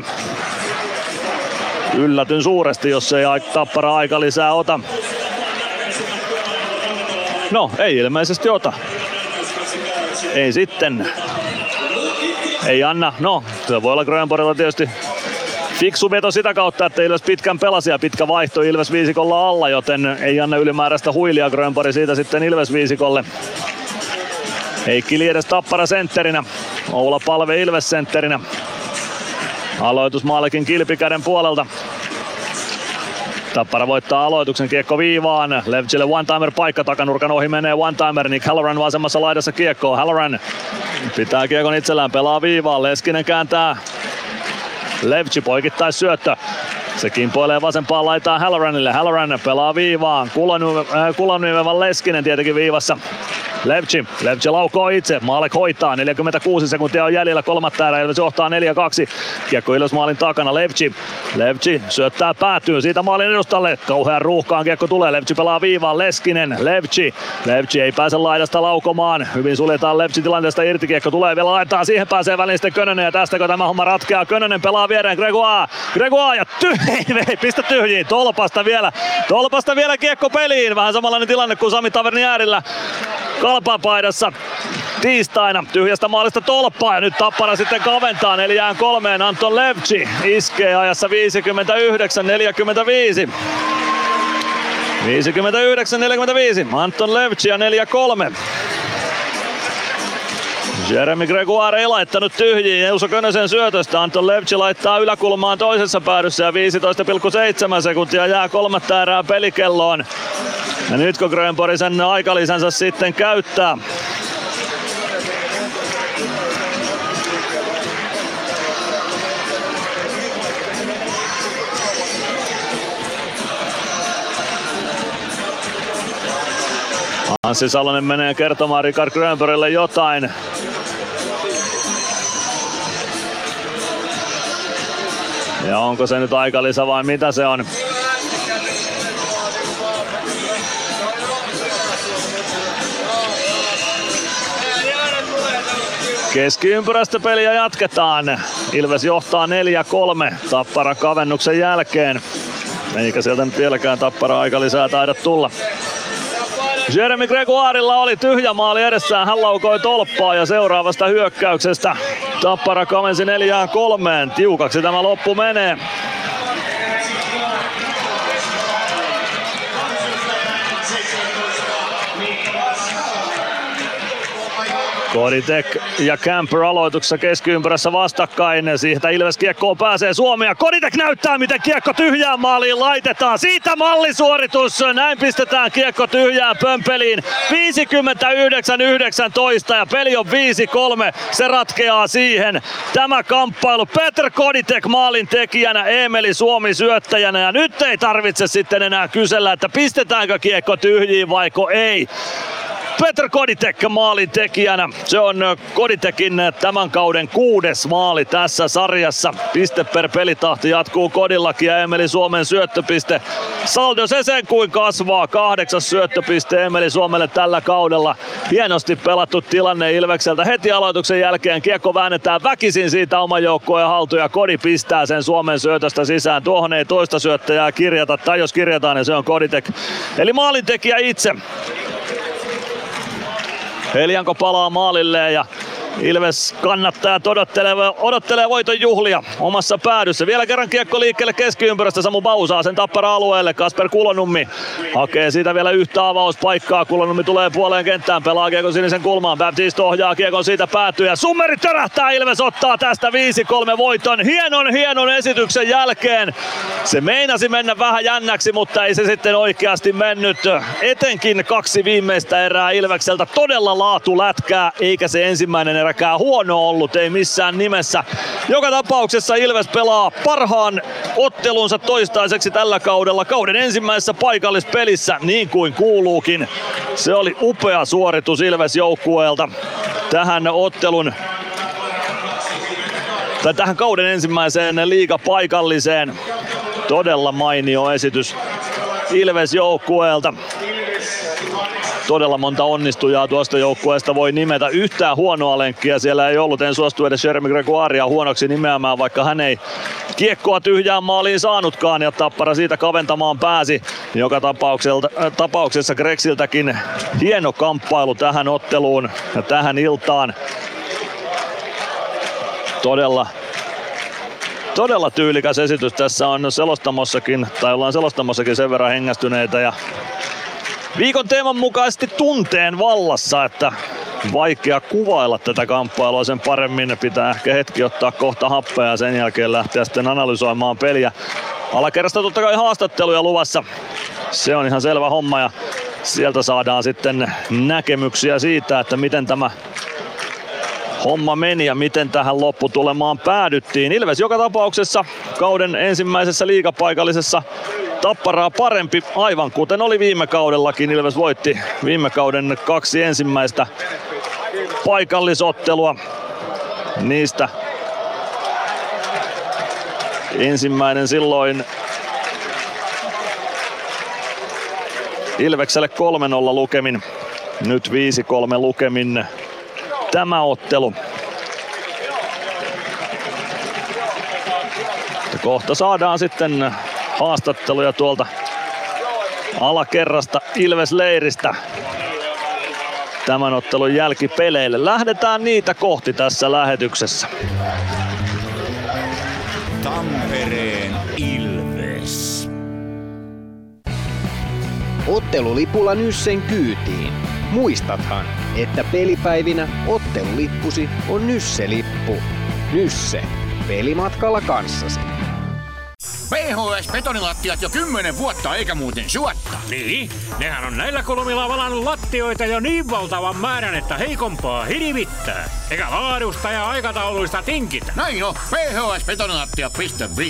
Yllätyn suuresti, jos ei Tappara aika lisää ota. No, ei ilmeisesti ota. Ei sitten. Ei anna. No, se voi olla Grönborgilla tietysti fiksu veto sitä kautta, että Ilves pitkän pelasi ja pitkä vaihto Ilves viisikolla alla, joten ei anna ylimääräistä huilia Grönborg siitä sitten Ilves viisikolle. Heikki Liedes Tappara sentterinä, Oula Palve Ilves sentterinä. Aloitus Maalekin Kilpikäden puolelta. Tappara voittaa aloituksen, kiekko viivaan. Levchille one-timer paikka, takanurkan ohi menee one-timer. Nick Halloran vasemmassa laidassa kiekkoa. Halloran pitää kiekon itsellään, pelaa viivaan. Leskinen kääntää. Levchi poikittais syöttö. Se kimpoilee vasempaan laitaan Halloranille. Halloran pelaa viivaan. Kulanniemen Leskinen tietenkin viivassa. Levci. Levci laukoo itse. Maalek hoitaa. neljäkymmentäkuusi sekuntia on jäljellä kolmatta erää. Ilves johtaa neljä kaksi. Kiekko Ilves maalin takana. Levci. Levci syöttää päätyy siitä maalin edustalle. Kauhean ruuhkaan kiekko tulee. Levci pelaa viivaan. Leskinen. Levci. Levci ei pääse laidasta laukomaan. Hyvin suljetaan Levci tilanteesta irti. Kiekko tulee vielä laittaa. Siihen pääsee väliin sitten Könönen. Ja tästäkö tämä homma ratkeaa. Könönen pelaa viereen Gregoire. Gregoire ja tyh- ei pistä tyhjiin. Tolpasta vielä. Tolpasta vielä kiekko peliin. Vähän samanlainen tilanne kuin Sami Taverniärillä Kalpan paidassa tiistaina. Tyhjästä maalista tolppaa ja nyt Tappara sitten kaventaa neljään kolmeen. Anton Levci iskee ajassa viisikymmentäyhdeksän neljäkymmentäviisi. viisikymmentäyhdeksän neljäkymmentäviisi. Anton Levci ja neljä kolme. Jeremy Gregoire ei laittanut tyhjiin Juuso Könösen syötöstä. Anton Levci laittaa yläkulmaan toisessa päädyssä ja viisitoista pilkku seitsemän sekuntia jää kolmatta erää pelikelloon. Ja nyt kun Grönborg sen aikalisänsä sitten käyttää. Anssi Salonen menee kertomaan Rickard Grönborgille jotain. Ja onko se nyt aikalisä vai mitä se on? Keskiympyrästä peliä jatketaan. Ilves johtaa neljä kolme Tappara kavennuksen jälkeen. Eikä sieltä nyt vieläkään Tappara aikalisää taida tulla. Jeremy Gregoirella oli tyhjä maali edessään, hän laukoi tolppaa ja seuraavasta hyökkäyksestä Tappara kavensi neljään kolmeen. Tiukaksi tämä loppu menee. Koditek ja Camper aloituksessa keskiympyrässä vastakkain. Siitä Ilves kiekkoon pääsee Suomi ja Koditek näyttää miten kiekko tyhjään maaliin laitetaan. Siitä mallisuoritus. Näin pistetään kiekko tyhjään pömpeliin. viisikymmentäyhdeksän yhdeksäntoista ja peli on viisi kolme. Se ratkeaa siihen. Tämä kamppailu Petr Koditek maalin tekijänä, Eemeli Suomi syöttäjänä ja nyt ei tarvitse sitten enää kysellä, että pistetäänkö kiekko tyhjiin vaiko ei. Petr Koditek maalin tekijänä. Se on Koditekin tämän kauden kuudes maali tässä sarjassa. Piste per pelitahti jatkuu Kodillakin ja Emeli Suomen syöttöpiste. Saldo se sen kuin kasvaa. Kahdeksas syöttöpiste Emeli Suomelle tällä kaudella. Hienosti pelattu tilanne Ilvekseltä. Heti aloituksen jälkeen kiekko väännetään väkisin siitä oman joukkueen haltuun ja Kodi pistää sen Suomen syötöstä sisään. Tuohon ei toista syöttäjää kirjata, tai jos kirjataan, niin se on Koditek. Eli maalintekijä itse. Helianko palaa maalilleen ja Ilves kannattajat odottelee, odottelee voiton juhlia omassa päädyssä. Vielä kerran kiekko liikkeelle keskiympyrästä. Samu Bausaa sen Tappara alueelle. Kasper Kulonummi hakee siitä vielä yhtä avauspaikkaa. Kulonummi tulee puoleen kenttään. Pelaa kiekon sinisen kulmaan. Baptiste ohjaa kiekon siitä päätyy. Ja Summeri törähtää. Ilves ottaa tästä viisi kolme voiton. Hienon hienon esityksen jälkeen. Se meinasi mennä vähän jännäksi, mutta ei se sitten oikeasti mennyt. Etenkin kaksi viimeistä erää Ilvekseltä. Todella laatu lätkää, eikä se ensimmäinen eräkään huono ollut, ei missään nimessä. Joka tapauksessa Ilves pelaa parhaan ottelunsa toistaiseksi tällä kaudella. Kauden ensimmäisessä paikallispelissä, niin kuin kuuluukin. Se oli upea suoritus Ilves joukkueelta tähän ottelun tai tähän kauden ensimmäiseen liigapaikalliseen. Todella mainio esitys Ilves joukkueelta. Todella monta onnistujaa tuosta joukkueesta voi nimetä. Yhtään huonoa lenkkiä siellä ei ollut. En suostu edes Jeremy Gregoirea huonoksi nimeämään, vaikka hän ei kiekkoa tyhjään maaliin saanutkaan ja Tappara siitä kaventamaan pääsi. Joka tapauksessa Greksiltäkin hieno kamppailu tähän otteluun ja tähän iltaan. Todella Todella tyylikäs esitys. Tässä on selostamossakin, tai ollaan selostamossakin sen verran hengästyneitä ja viikon teeman mukaisesti tunteen vallassa, että vaikea kuvailla tätä kamppailua sen paremmin. Pitää ehkä hetki ottaa kohta happea ja sen jälkeen lähteä sitten analysoimaan peliä. Alakerrasta totta kai haastatteluja luvassa. Se on ihan selvä homma ja sieltä saadaan sitten näkemyksiä siitä, että miten tämä homma meni ja miten tähän lopputulemaan päädyttiin. Ilves joka tapauksessa kauden ensimmäisessä liigapaikallisessa Tapparaa parempi, aivan kuten oli viime kaudellakin. Ilves voitti viime kauden kaksi ensimmäistä paikallisottelua. Niistä ensimmäinen silloin Ilvekselle kolme nolla lukemin. Nyt viisi kolme lukemin tämä ottelu. Kohta saadaan sitten haastatteluja tuolta alakerrasta Ilves-leiristä tämän ottelun jälkipeleille. Lähdetään niitä kohti tässä lähetyksessä. Tampereen Ilves. Ottelulipulla Nyssen kyytiin. Muistathan, että pelipäivinä ottelulippusi on Nysse-lippu. Nysse. Pelimatkalla kanssasi. P H S-betonilattiat jo kymmenen vuotta eikä muuten suotta. Niin, nehän on näillä kolmilla valannut lattioita jo niin valtavan määrän, että heikompaa hirvittää. Eikä laadusta ja aikatauluista tinkitä. Näin on, p h s betonilattia piste f i.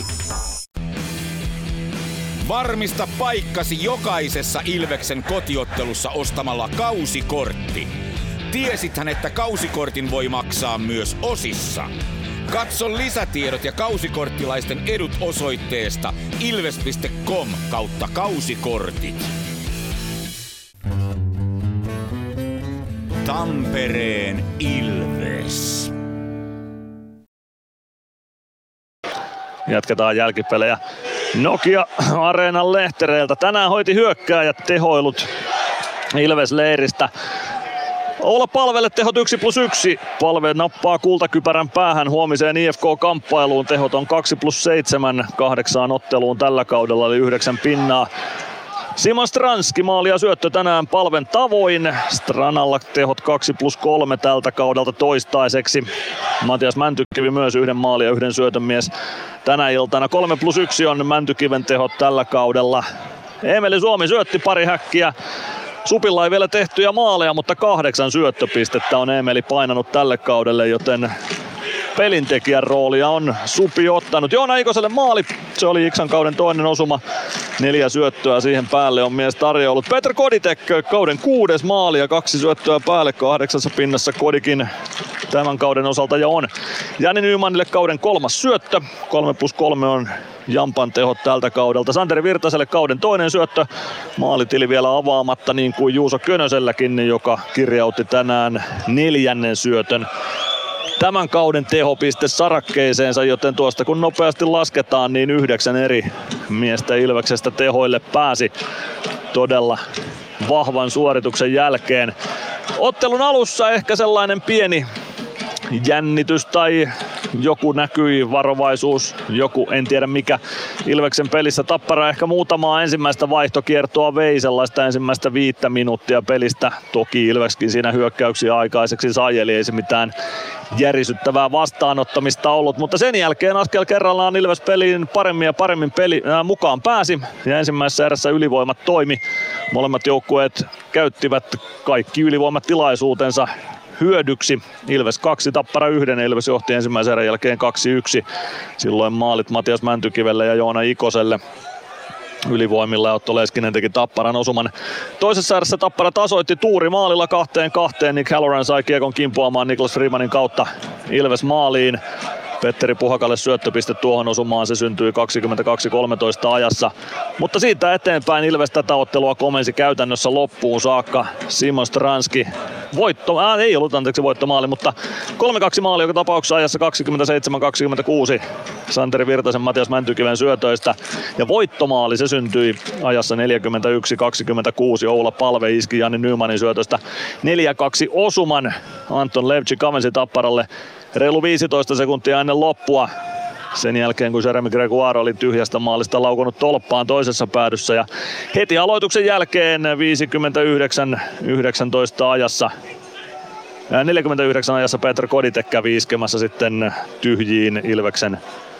Varmista paikkasi jokaisessa Ilveksen kotiottelussa ostamalla kausikortti. Tiesithän, että kausikortin voi maksaa myös osissa. Katso lisätiedot ja kausikorttilaisten edut osoitteesta ilves piste com kautta kausikortit. Tampereen Ilves. Jatketaan jälkipelejä Nokia-areenan lehtereiltä. Tänään hoiti hyökkääjät tehoilut Ilves-leiristä. Oula Palvelle tehot yksi plus yksi. Palve nappaa kultakypärän päähän huomiseen I F K-kamppailuun. Tehot on kaksi plus seitsemän. Kahdeksaan otteluun tällä kaudella oli yhdeksän pinnaa. Simon Stranski maali ja syöttö tänään Palven tavoin. Stranalla tehot kaksi plus kolme tältä kaudelta toistaiseksi. Matias Mäntykivi myös yhden maali ja yhden syötön mies tänä iltana. kolme plus yksi on Mäntykiven tehot tällä kaudella. Emeli Suomi syötti pari häkkiä. Supilla ei vielä tehtyjä maaleja, mutta kahdeksan syöttöpistettä on Emeli painanut tälle kaudelle, joten pelintekijän roolia on Supi ottanut. Joona Ikoselle maali, se oli Iksan kauden toinen osuma. Neljä syöttöä siihen päälle on mies tarjoullut. Petr Koditek kauden kuudes maali ja kaksi syöttöä päälle. Kahdeksassa pinnassa Kodikin tämän kauden osalta jo on. Jani Nymannille kauden kolmas syöttö. Kolme plus kolme on Jampan tehot tältä kaudelta. Santeri Virtaselle kauden toinen syöttö. Maalitili vielä avaamatta niin kuin Juuso Könöselläkin, joka kirjautti tänään neljännen syötön tämän kauden tehopiste sarakkeeseensa, joten tuosta kun nopeasti lasketaan, niin yhdeksän eri miestä Ilveksestä tehoille pääsi todella vahvan suorituksen jälkeen. Ottelun alussa ehkä sellainen pieni jännitys tai joku näkyi, varovaisuus, joku en tiedä mikä Ilveksen pelissä. Tappara ehkä muutamaa ensimmäistä vaihtokiertoa vei, sellaista ensimmäistä viittä minuuttia pelistä. Toki Ilvekskin siinä hyökkäyksiä aikaiseksi sai, eli ei se mitään järisyttävää vastaanottamista ollut, mutta sen jälkeen askel kerrallaan Ilves peliin paremmin ja paremmin peli, äh, mukaan pääsi ja ensimmäisessä erässä ylivoimat toimi. Molemmat joukkueet käyttivät kaikki ylivoimatilaisuutensa hyödyksi. Ilves kaksi, Tappara yhden. Ilves johti ensimmäisen erän jälkeen kaksi yksi. Silloin maalit Matias Mäntykivelle ja Joona Ikoselle ylivoimilla, ja Otto Leskinen teki Tapparan osuman. Toisessa erässä Tappara tasoitti Tuuri maalilla kahteen kahteen. Nick Halloran sai kiekon kimpoamaan Niklas Freemanin kautta Ilves maaliin. Petteri Puhakalle syöttöpiste tuohon osumaan, se syntyi kaksikymmentäkaksi kolmetoista ajassa. Mutta siitä eteenpäin Ilves tätä ottelua komensi käytännössä loppuun saakka. Simon Stranski voitto, äh, ei ollut anteeksi voittomaali, mutta kolme kaksi maali joka tapauksessa ajassa kaksikymmentäseitsemän kaksikymmentäkuusi Santeri Virtasen Matias Mäntykiven syötöistä. Ja voittomaali se syntyi ajassa neljäkymmentäyksi kaksikymmentäkuusi. Oula Palve iski Jani Nymanin syötöstä neljä kaksi osuman. Anton Levci kavensi Tapparalle reilu viisitoista sekuntia ennen loppua. Sen jälkeen kun Jeremy Gregoire oli tyhjästä maalista laukonut tolppaan toisessa päädyssä. Ja heti aloituksen jälkeen viisikymmentäyhdeksän yhdeksäntoista ajassa neljäkymmentäyhdeksän ajassa Petr Koditek kävi iskemässä sitten tyhjiin Ilveksen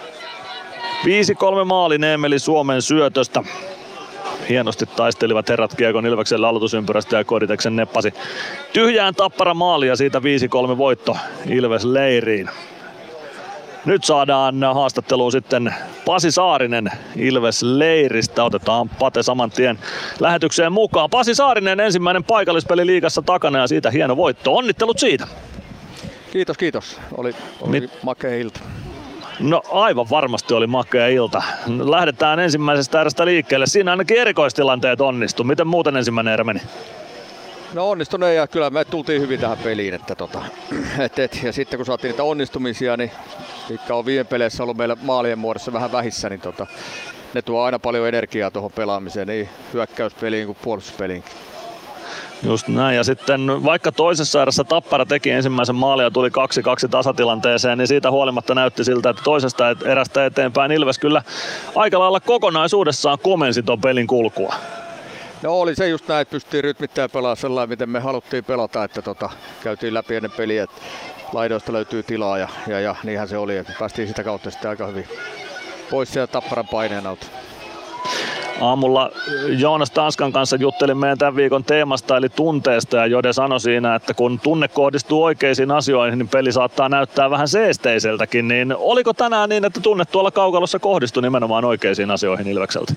viisi kolme maalin Emeli Suomen syötöstä. Hienosti taistelivat herrat kiekon Ilvekselle aloitusympyrästä ja Koditek sen neppasi tyhjään Tappara maali ja siitä viisi kolme voitto Ilves leiriin. Nyt saadaan haastatteluun sitten Pasi Saarinen Ilves-leiristä. Otetaan Pate saman tien lähetykseen mukaan. Pasi Saarinen, ensimmäinen paikallispeli liigassa takana ja siitä hieno voitto. Onnittelut siitä. Kiitos, kiitos. Oli, oli Mit... makea ilta. No aivan varmasti oli makea ilta. Lähdetään ensimmäisestä erästä liikkeelle. Siinä ainakin erikoistilanteet onnistu. Miten muuten ensimmäinen erä meni? No onnistuneen ja kyllä me tultiin hyvin tähän peliin. Että tota, et, et, ja sitten kun saatiin niitä onnistumisia, niin mitkä on viime peleissä ollut meillä maalien muodossa vähän vähissä, niin tota, ne tuo aina paljon energiaa tuohon pelaamiseen, niin hyökkäyspeliin kuin puolustuspeliinkin. Just näin, ja sitten vaikka toisessa erässä Tappara teki ensimmäisen maalin ja tuli kaksi kaksi tasatilanteeseen, niin siitä huolimatta näytti siltä, että toisesta erästä eteenpäin Ilves kyllä aika lailla kokonaisuudessaan komensi ton pelin kulkua. No oli se just näin, että pystyttiin rytmittämään pelaamaan sellainen, miten me haluttiin pelata, että tota, käytiin läpi ennen peliä, että laidoista löytyy tilaa ja, ja, ja niinhän se oli, että päästiin sitä kautta sitten aika hyvin pois sieltä Tapparan paineen alta. Aamulla Joonas Tanskan kanssa juttelin meidän tämän viikon teemasta eli tunteesta ja Jode sanoi siinä, että kun tunne kohdistuu oikeisiin asioihin, niin peli saattaa näyttää vähän seesteiseltäkin. Niin oliko tänään niin, että tunne tuolla kaukalossa kohdistui nimenomaan oikeisiin asioihin Ilvekseltä?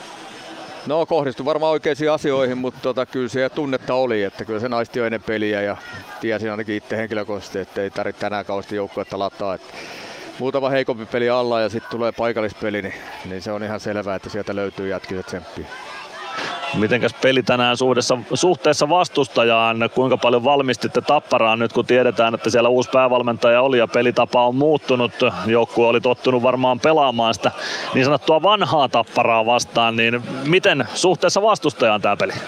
No kohdistui varmaan oikeisiin asioihin, mutta tota, kyllä se tunnetta oli, että kyllä se naisti jo ennen peliä ja tiesin ainakin itse henkilökohtaisesti, että ei tarvitse tänään kauheasti joukkuetta lataa. Että muutama heikompi peli alla ja sitten tulee paikallispeli, niin, niin se on ihan selvää, että sieltä löytyy jätkistä tsemppiä. Mitenkäs peli tänään suhteessa, suhteessa vastustajaan? Kuinka paljon valmistitte Tapparaan nyt, kun tiedetään, että siellä uusi päävalmentaja oli ja pelitapa on muuttunut? Joukkue oli tottunut varmaan pelaamaan sitä niin sanottua vanhaa Tapparaa vastaan, niin miten suhteessa vastustajaan tämä peli?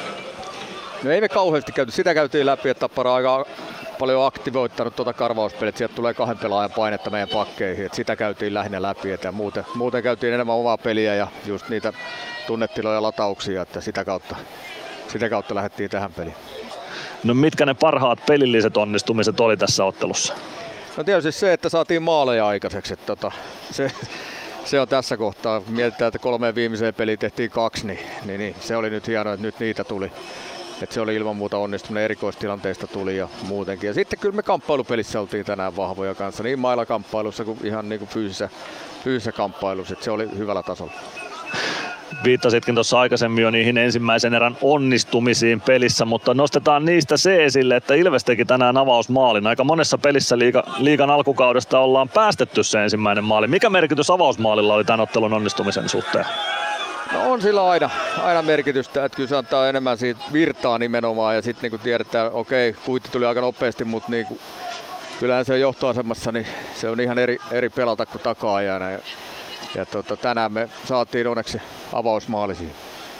No ei me kauheasti käyty. Sitä käytiin läpi, että Tappara on aika paljon aktivoittanut tuota karvauspelit. Sieltä tulee kahden pelaajan painetta meidän pakkeihin. Et sitä käytiin lähinnä läpi. Et muuten, muuten käytiin enemmän omaa peliä ja just niitä tunnetiloja ja latauksia. Että sitä kautta, sitä kautta lähdettiin tähän peliin. No mitkä ne parhaat pelilliset onnistumiset oli tässä ottelussa? No tietysti se, että saatiin maaleja aikaiseksi. Että tota, se, se on tässä kohtaa. Mietitään, että kolmeen viimeiseen peliin tehtiin kaksi, niin, niin, niin se oli nyt hienoa, että nyt niitä tuli. Et se oli ilman muuta onnistunut, erikoistilanteista tuli ja muutenkin. Ja sitten kyllä me kamppailupelissä oltiin tänään vahvoja kanssa, niin mailakamppailussa kuin ihan niin kuin fyysisessä, fyysisessä kamppailussa. Et se oli hyvällä tasolla. Viittasitkin tuossa aikaisemmin jo niihin ensimmäisen erän onnistumisiin pelissä, mutta nostetaan niistä se esille, että Ilves teki tänään avausmaalin. Aika monessa pelissä liiga, liigan alkukaudesta ollaan päästetty se ensimmäinen maali. Mikä merkitys avausmaalilla oli tämän ottelun onnistumisen suhteen? No on sillä aina, aina merkitystä, että kyllä se antaa enemmän siitä virtaa nimenomaan ja sitten niin tiedetään, okei, puitti tuli aika nopeasti, mutta niin kuin, kyllähän se on johtoasemassa, niin se on ihan eri, eri pelata kuin taka-ajana. Ja, ja tota, tänään me saatiin onneksi avausmaali siihen.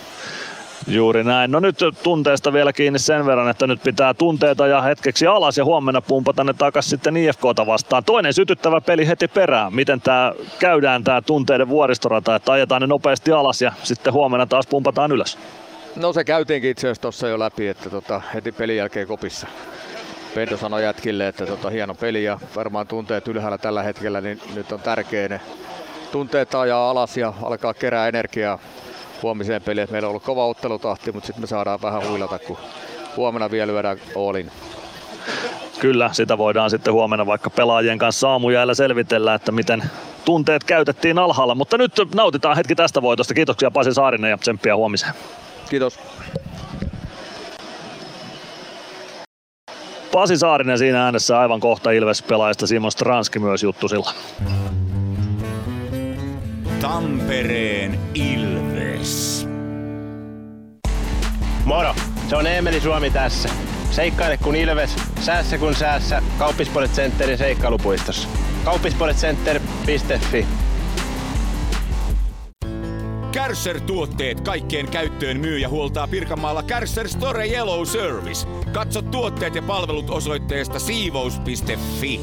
Juuri näin. No nyt tunteesta vielä kiinni sen verran, että nyt pitää tunteita ja hetkeksi alas ja huomenna pumpata ne takas sitten I F K:ta vastaan. Toinen sytyttävä peli heti perään. Miten tää käydään tää tunteiden vuoristorata, että ajetaan ne nopeasti alas ja sitten huomenna taas pumpataan ylös? No se käytiinkin itse asiassa tuossa jo läpi, että tota, heti pelin jälkeen kopissa. Pento sanoi jätkille, että tota, hieno peli ja varmaan tunteet ylhäällä tällä hetkellä, niin nyt on tärkeä ne tunteet ajaa alas ja alkaa kerää energiaa huomiseen peliin. Meillä on ollut kova ottelutahti, mutta sitten me saadaan vähän huilata, kun huomenna vielä lyödään Oolin. Kyllä, sitä voidaan sitten huomenna vaikka pelaajien kanssa aamujäällä selvitellä, että miten tunteet käytettiin alhaalla. Mutta nyt nautitaan hetki tästä voitosta. Kiitoksia Pasi Saarinen ja tsemppiä huomiseen. Kiitos. Pasi Saarinen siinä äänessä aivan kohta Ilves-pelaajista, Simon Stranski myös juttusilla. Tampereen Ilves. Moro, se on Eemeli Suomi tässä. Seikkaile kun Ilves, säässä kun säässä. Kauppisports Centerin seikkailupuistossa. kauppisports center piste fi. Kärcher-tuotteet kaikkeen käyttöön myy ja huoltaa Pirkanmaalla Kärcher Store Yellow Service. Katso tuotteet ja palvelut osoitteesta siivous piste fi.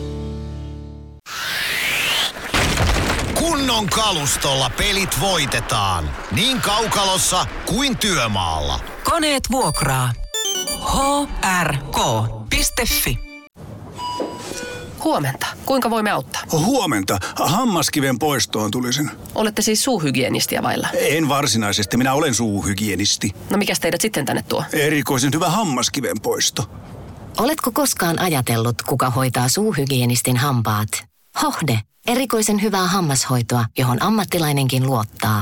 Kunnon kalustolla pelit voitetaan. Niin kaukalossa kuin työmaalla. Koneet vuokraa. h r k piste f i. Huomenta. Kuinka voimme auttaa? Huomenta. Hammaskiven poistoon tulisin. Olette siis suuhygienistiä vailla? En varsinaisesti. Minä olen suuhygienisti. No mikäs teidät sitten tänne tuo? Erikoisen hyvä hammaskiven poisto. Oletko koskaan ajatellut, kuka hoitaa suuhygienistin hampaat? Hohde. Erikoisen hyvää hammashoitoa, johon ammattilainenkin luottaa.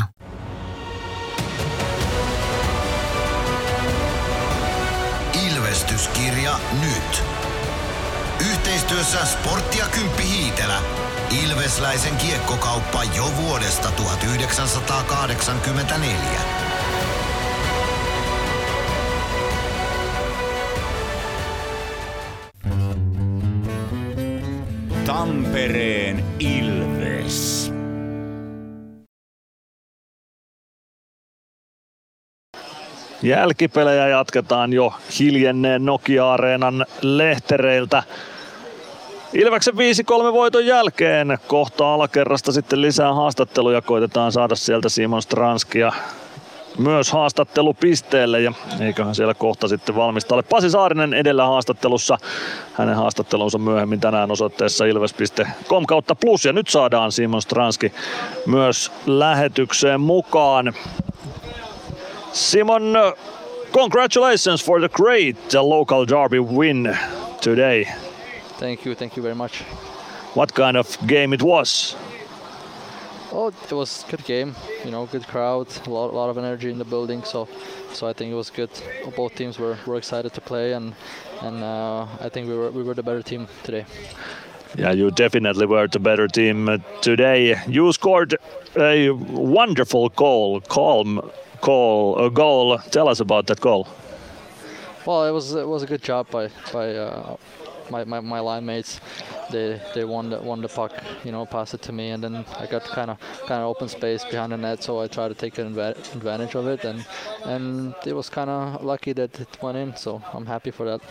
Ilvestyskirja nyt. Yhteistyössä Sportti ja Kymppi Hiitelä. Ilvesläisen kiekkokauppa jo vuodesta tuhatyhdeksänsataakahdeksankymmentäneljä. Tampereen Ilves. Jälkipelejä jatketaan jo hiljenneen Nokia-areenan lehtereiltä. Ilveksen viisi kolme voiton jälkeen kohta alakerrasta sitten lisää haastatteluja. Koitetaan saada sieltä Simon Stranskia myös haastattelupisteelle ja eiköhän siellä kohta sitten valmista ole. Pasi Saarinen edellä haastattelussa. Hänen haastattelunsa myöhemmin tänään osoitteessa ilves piste com kautta plus ja nyt saadaan Simon Stranski myös lähetykseen mukaan. Simon, congratulations for the great local derby win today. Thank you, thank you very much. What kind of game it was? Oh, it was a good game. You know, good crowd, a lot, a lot of energy in the building. So, so I think it was good. Both teams were, were excited to play, and and uh, I think we were we were the better team today. Yeah, you definitely were the better team today. You scored a wonderful goal, calm goal. A goal. Tell us about that goal. Well, it was it was a good job by by uh, my, my my line mates. They they won the won the puck, you know, passed it to me, and then I got kind of kind of open space behind the net, so I tried to take advantage of it, and and it was kind of lucky that it went in, so I'm happy for that.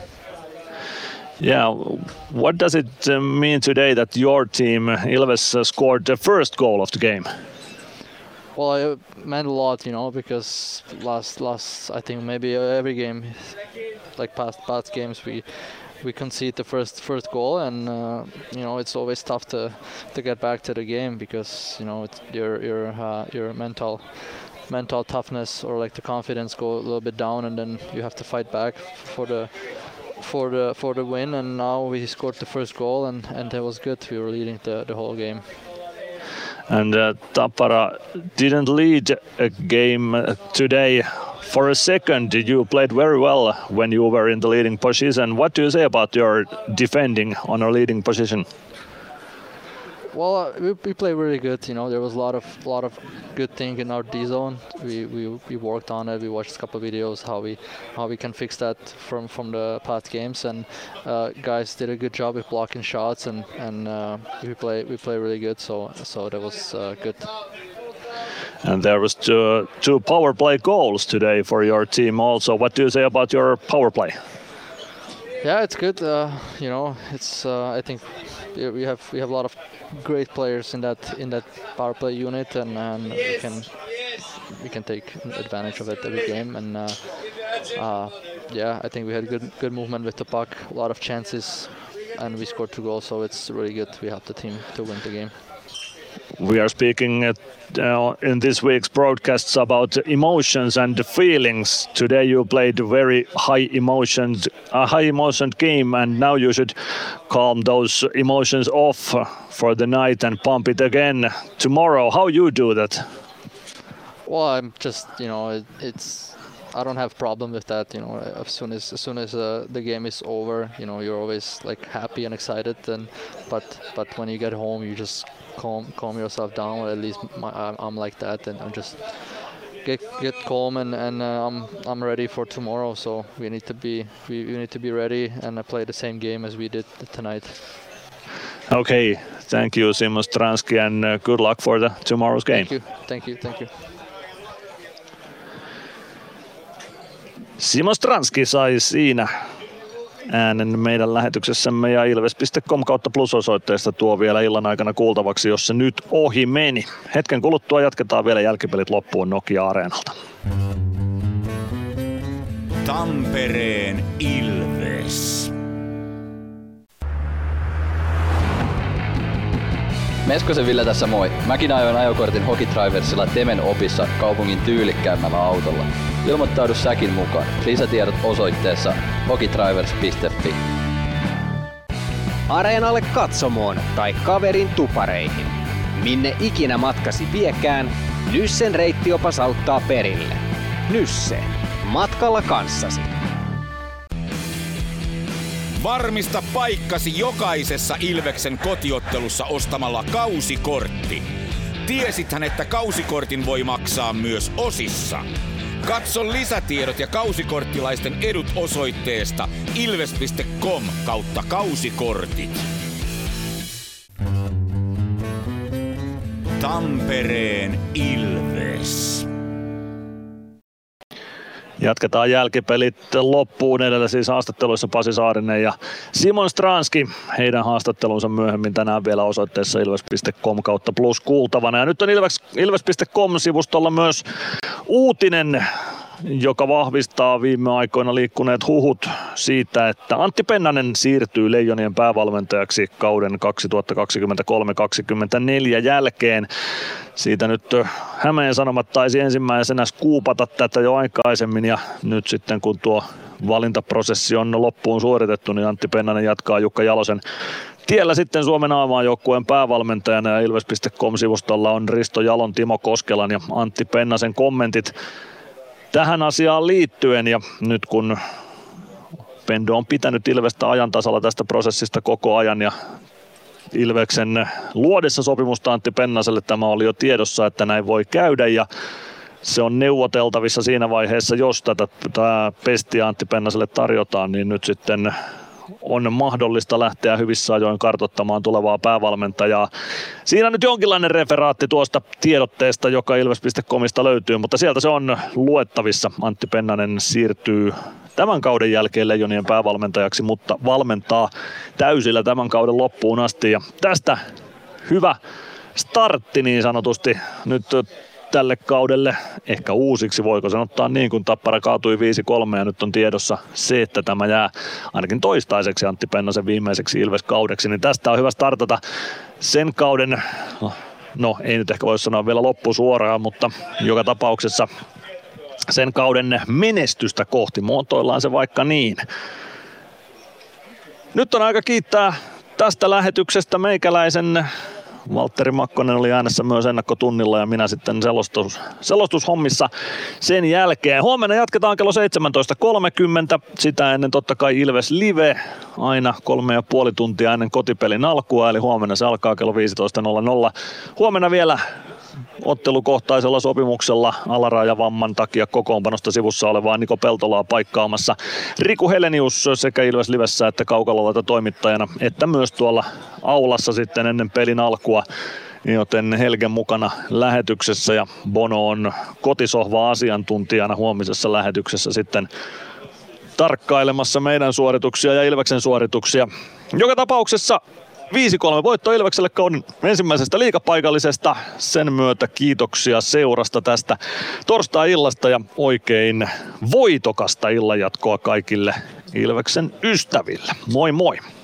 Yeah, what does it mean today that your team Ilves scored the first goal of the game? Well, it meant a lot, you know, because last last I think maybe every game, like past past games, we. we concede the first first goal, and uh, you know it's always tough to to get back to the game because you know it's your your uh, your mental mental toughness or like the confidence go a little bit down, and then you have to fight back for the for the for the win. And now we scored the first goal, and and it was good. We were leading the the whole game. And uh, Tappara didn't lead a game today. For a second, you played very well when you were in the leading position. What do you say about your defending on a leading position? Well, uh, we, we played really good. You know, there was a lot of lot of good thing in our D zone. We, we we worked on it. We watched a couple of videos how we how we can fix that from from the past games. And uh, guys did a good job with blocking shots, and and uh, we play we play really good. So so that was uh, good. And there was two, two power play goals today for your team also. What do you say about your power play? Yeah, it's good. Uh, you know, it's uh, I think we have we have a lot of great players in that in that power play unit, and, and we can we can take advantage of it every game. And uh, uh, yeah, I think we had good good movement with the puck, a lot of chances, and we scored two goals. So it's really good. We helped the team to win the game. We are speaking uh, in this week's broadcasts about emotions and feelings. Today you played a very high emotions, a high emotion game, and now you should calm those emotions off for the night and pump it again tomorrow. How you do that? Well, I'm just, you know, it, it's I don't have problem with that. You know, as soon as as soon as uh, the game is over, you know, you're always like happy and excited. And but but when you get home, you just calm calm yourself down. Or at least my, I'm like that, and I'm just get get calm and and uh, I'm I'm ready for tomorrow. So we need to be we, we need to be ready and uh, play the same game as we did tonight. Okay, thank you, Simon Stransky, and uh, good luck for the tomorrow's game. Thank you, thank you, thank you. Simon Stransky sai siinä äänen meidän lähetyksessämme ja ilves piste com kautta plus osoitteesta tuo vielä illan aikana kuultavaksi, jos se nyt ohi meni. Hetken kuluttua jatketaan vielä jälkipelit loppuun Nokia-areenalta. Tampereen Ilves. Meskosen Ville tässä moi. Mäkin ajoin ajokortin Hokitriversilla Temen opissa kaupungin tyylikkäämmällä autolla. Ilmoittaudu säkin mukaan. Lisätiedot osoitteessa hokitrivers piste fi. areenalle katsomoon tai kaverin tupareihin. Minne ikinä matkasi viekään, Nyssen reittiopas auttaa perille. Nysse. Matkalla kanssasi. Varmista paikkasi jokaisessa Ilveksen kotiottelussa ostamalla kausikortti. Tiesithän, että kausikortin voi maksaa myös osissa. Katso lisätiedot ja kausikorttilaisten edut osoitteesta ilves piste com kautta kausikortit. Tampereen Ilves. Jatketaan jälkipelit loppuun. Edellä siis haastatteluissa Pasi Saarinen ja Simon Stranski. Heidän haastattelunsa myöhemmin tänään vielä osoitteessa ilves piste com kautta plus kuultavana. Ja nyt on ilves, ilves piste com-sivustolla myös uutinen, joka vahvistaa viime aikoina liikkuneet huhut siitä, että Antti Pennanen siirtyy Leijonien päävalmentajaksi kauden kaksituhattakaksikymmentäkolme kaksikymmentäneljä jälkeen. Siitä nyt Hämeen Sanomat taisi ensimmäisenä skuupata tätä jo aikaisemmin ja nyt sitten kun tuo valintaprosessi on loppuun suoritettu, niin Antti Pennanen jatkaa Jukka Jalosen tiellä sitten Suomen A-maajoukkueen päävalmentajana ja ilves piste com-sivustolla on Risto Jalon, Timo Koskelan ja Antti Pennasen kommentit tähän asiaan liittyen ja nyt kun Pendo on pitänyt Ilvestä ajan tasalla tästä prosessista koko ajan ja Ilveksen luodessa sopimusta Antti Pennaselle tämä oli jo tiedossa, että näin voi käydä ja se on neuvoteltavissa siinä vaiheessa, jos tätä, tätä pestiä Antti Pennaselle tarjotaan, niin nyt sitten on mahdollista lähteä hyvissä ajoin kartoittamaan tulevaa päävalmentajaa. Siinä nyt jonkinlainen referaatti tuosta tiedotteesta, joka ilves piste comista löytyy, mutta sieltä se on luettavissa. Antti Pennanen siirtyy tämän kauden jälkeen Leijonien päävalmentajaksi, mutta valmentaa täysillä tämän kauden loppuun asti. Ja tästä hyvä startti niin sanotusti nyt tälle kaudelle, ehkä uusiksi, voiko sen ottaa niin, kun Tappara kaatui viisi kolme ja nyt on tiedossa se, että tämä jää ainakin toistaiseksi Antti Pennasen viimeiseksi Ilves-kaudeksi, niin tästä on hyvä startata sen kauden, no, no ei nyt ehkä voi sanoa vielä loppusuoraan, mutta joka tapauksessa sen kauden menestystä kohti, muotoillaan se vaikka niin. Nyt on aika kiittää tästä lähetyksestä meikäläisen. Valtteri Makkonen oli äänessä myös ennakkotunnilla ja minä sitten selostus, selostushommissa sen jälkeen. Huomenna jatketaan kello seitsemäntoista kolmekymmentä. Sitä ennen totta kai Ilves Live aina kolme ja puoli tuntia ennen kotipelin alkua. Eli huomenna se alkaa kello viisitoista nolla nolla. Huomenna vielä ottelukohtaisella sopimuksella alarajavamman takia kokoonpanosta sivussa olevaa Niko Peltolaa paikkaamassa Riku Helenius sekä Ilves Livessä että Kaukalolta toimittajana, että myös tuolla aulassa sitten ennen pelin alkua, joten Helgen mukana lähetyksessä ja Bono on kotisohva asiantuntijana huomisessa lähetyksessä sitten tarkkailemassa meidän suorituksia ja Ilveksen suorituksia. Joka tapauksessa viisi kolme voitto Ilvekselle kauden ensimmäisestä liigapaikallisesta. Sen myötä kiitoksia seurasta tästä torstai-illasta ja oikein voitokasta illanjatkoa kaikille Ilveksen ystäville. Moi moi!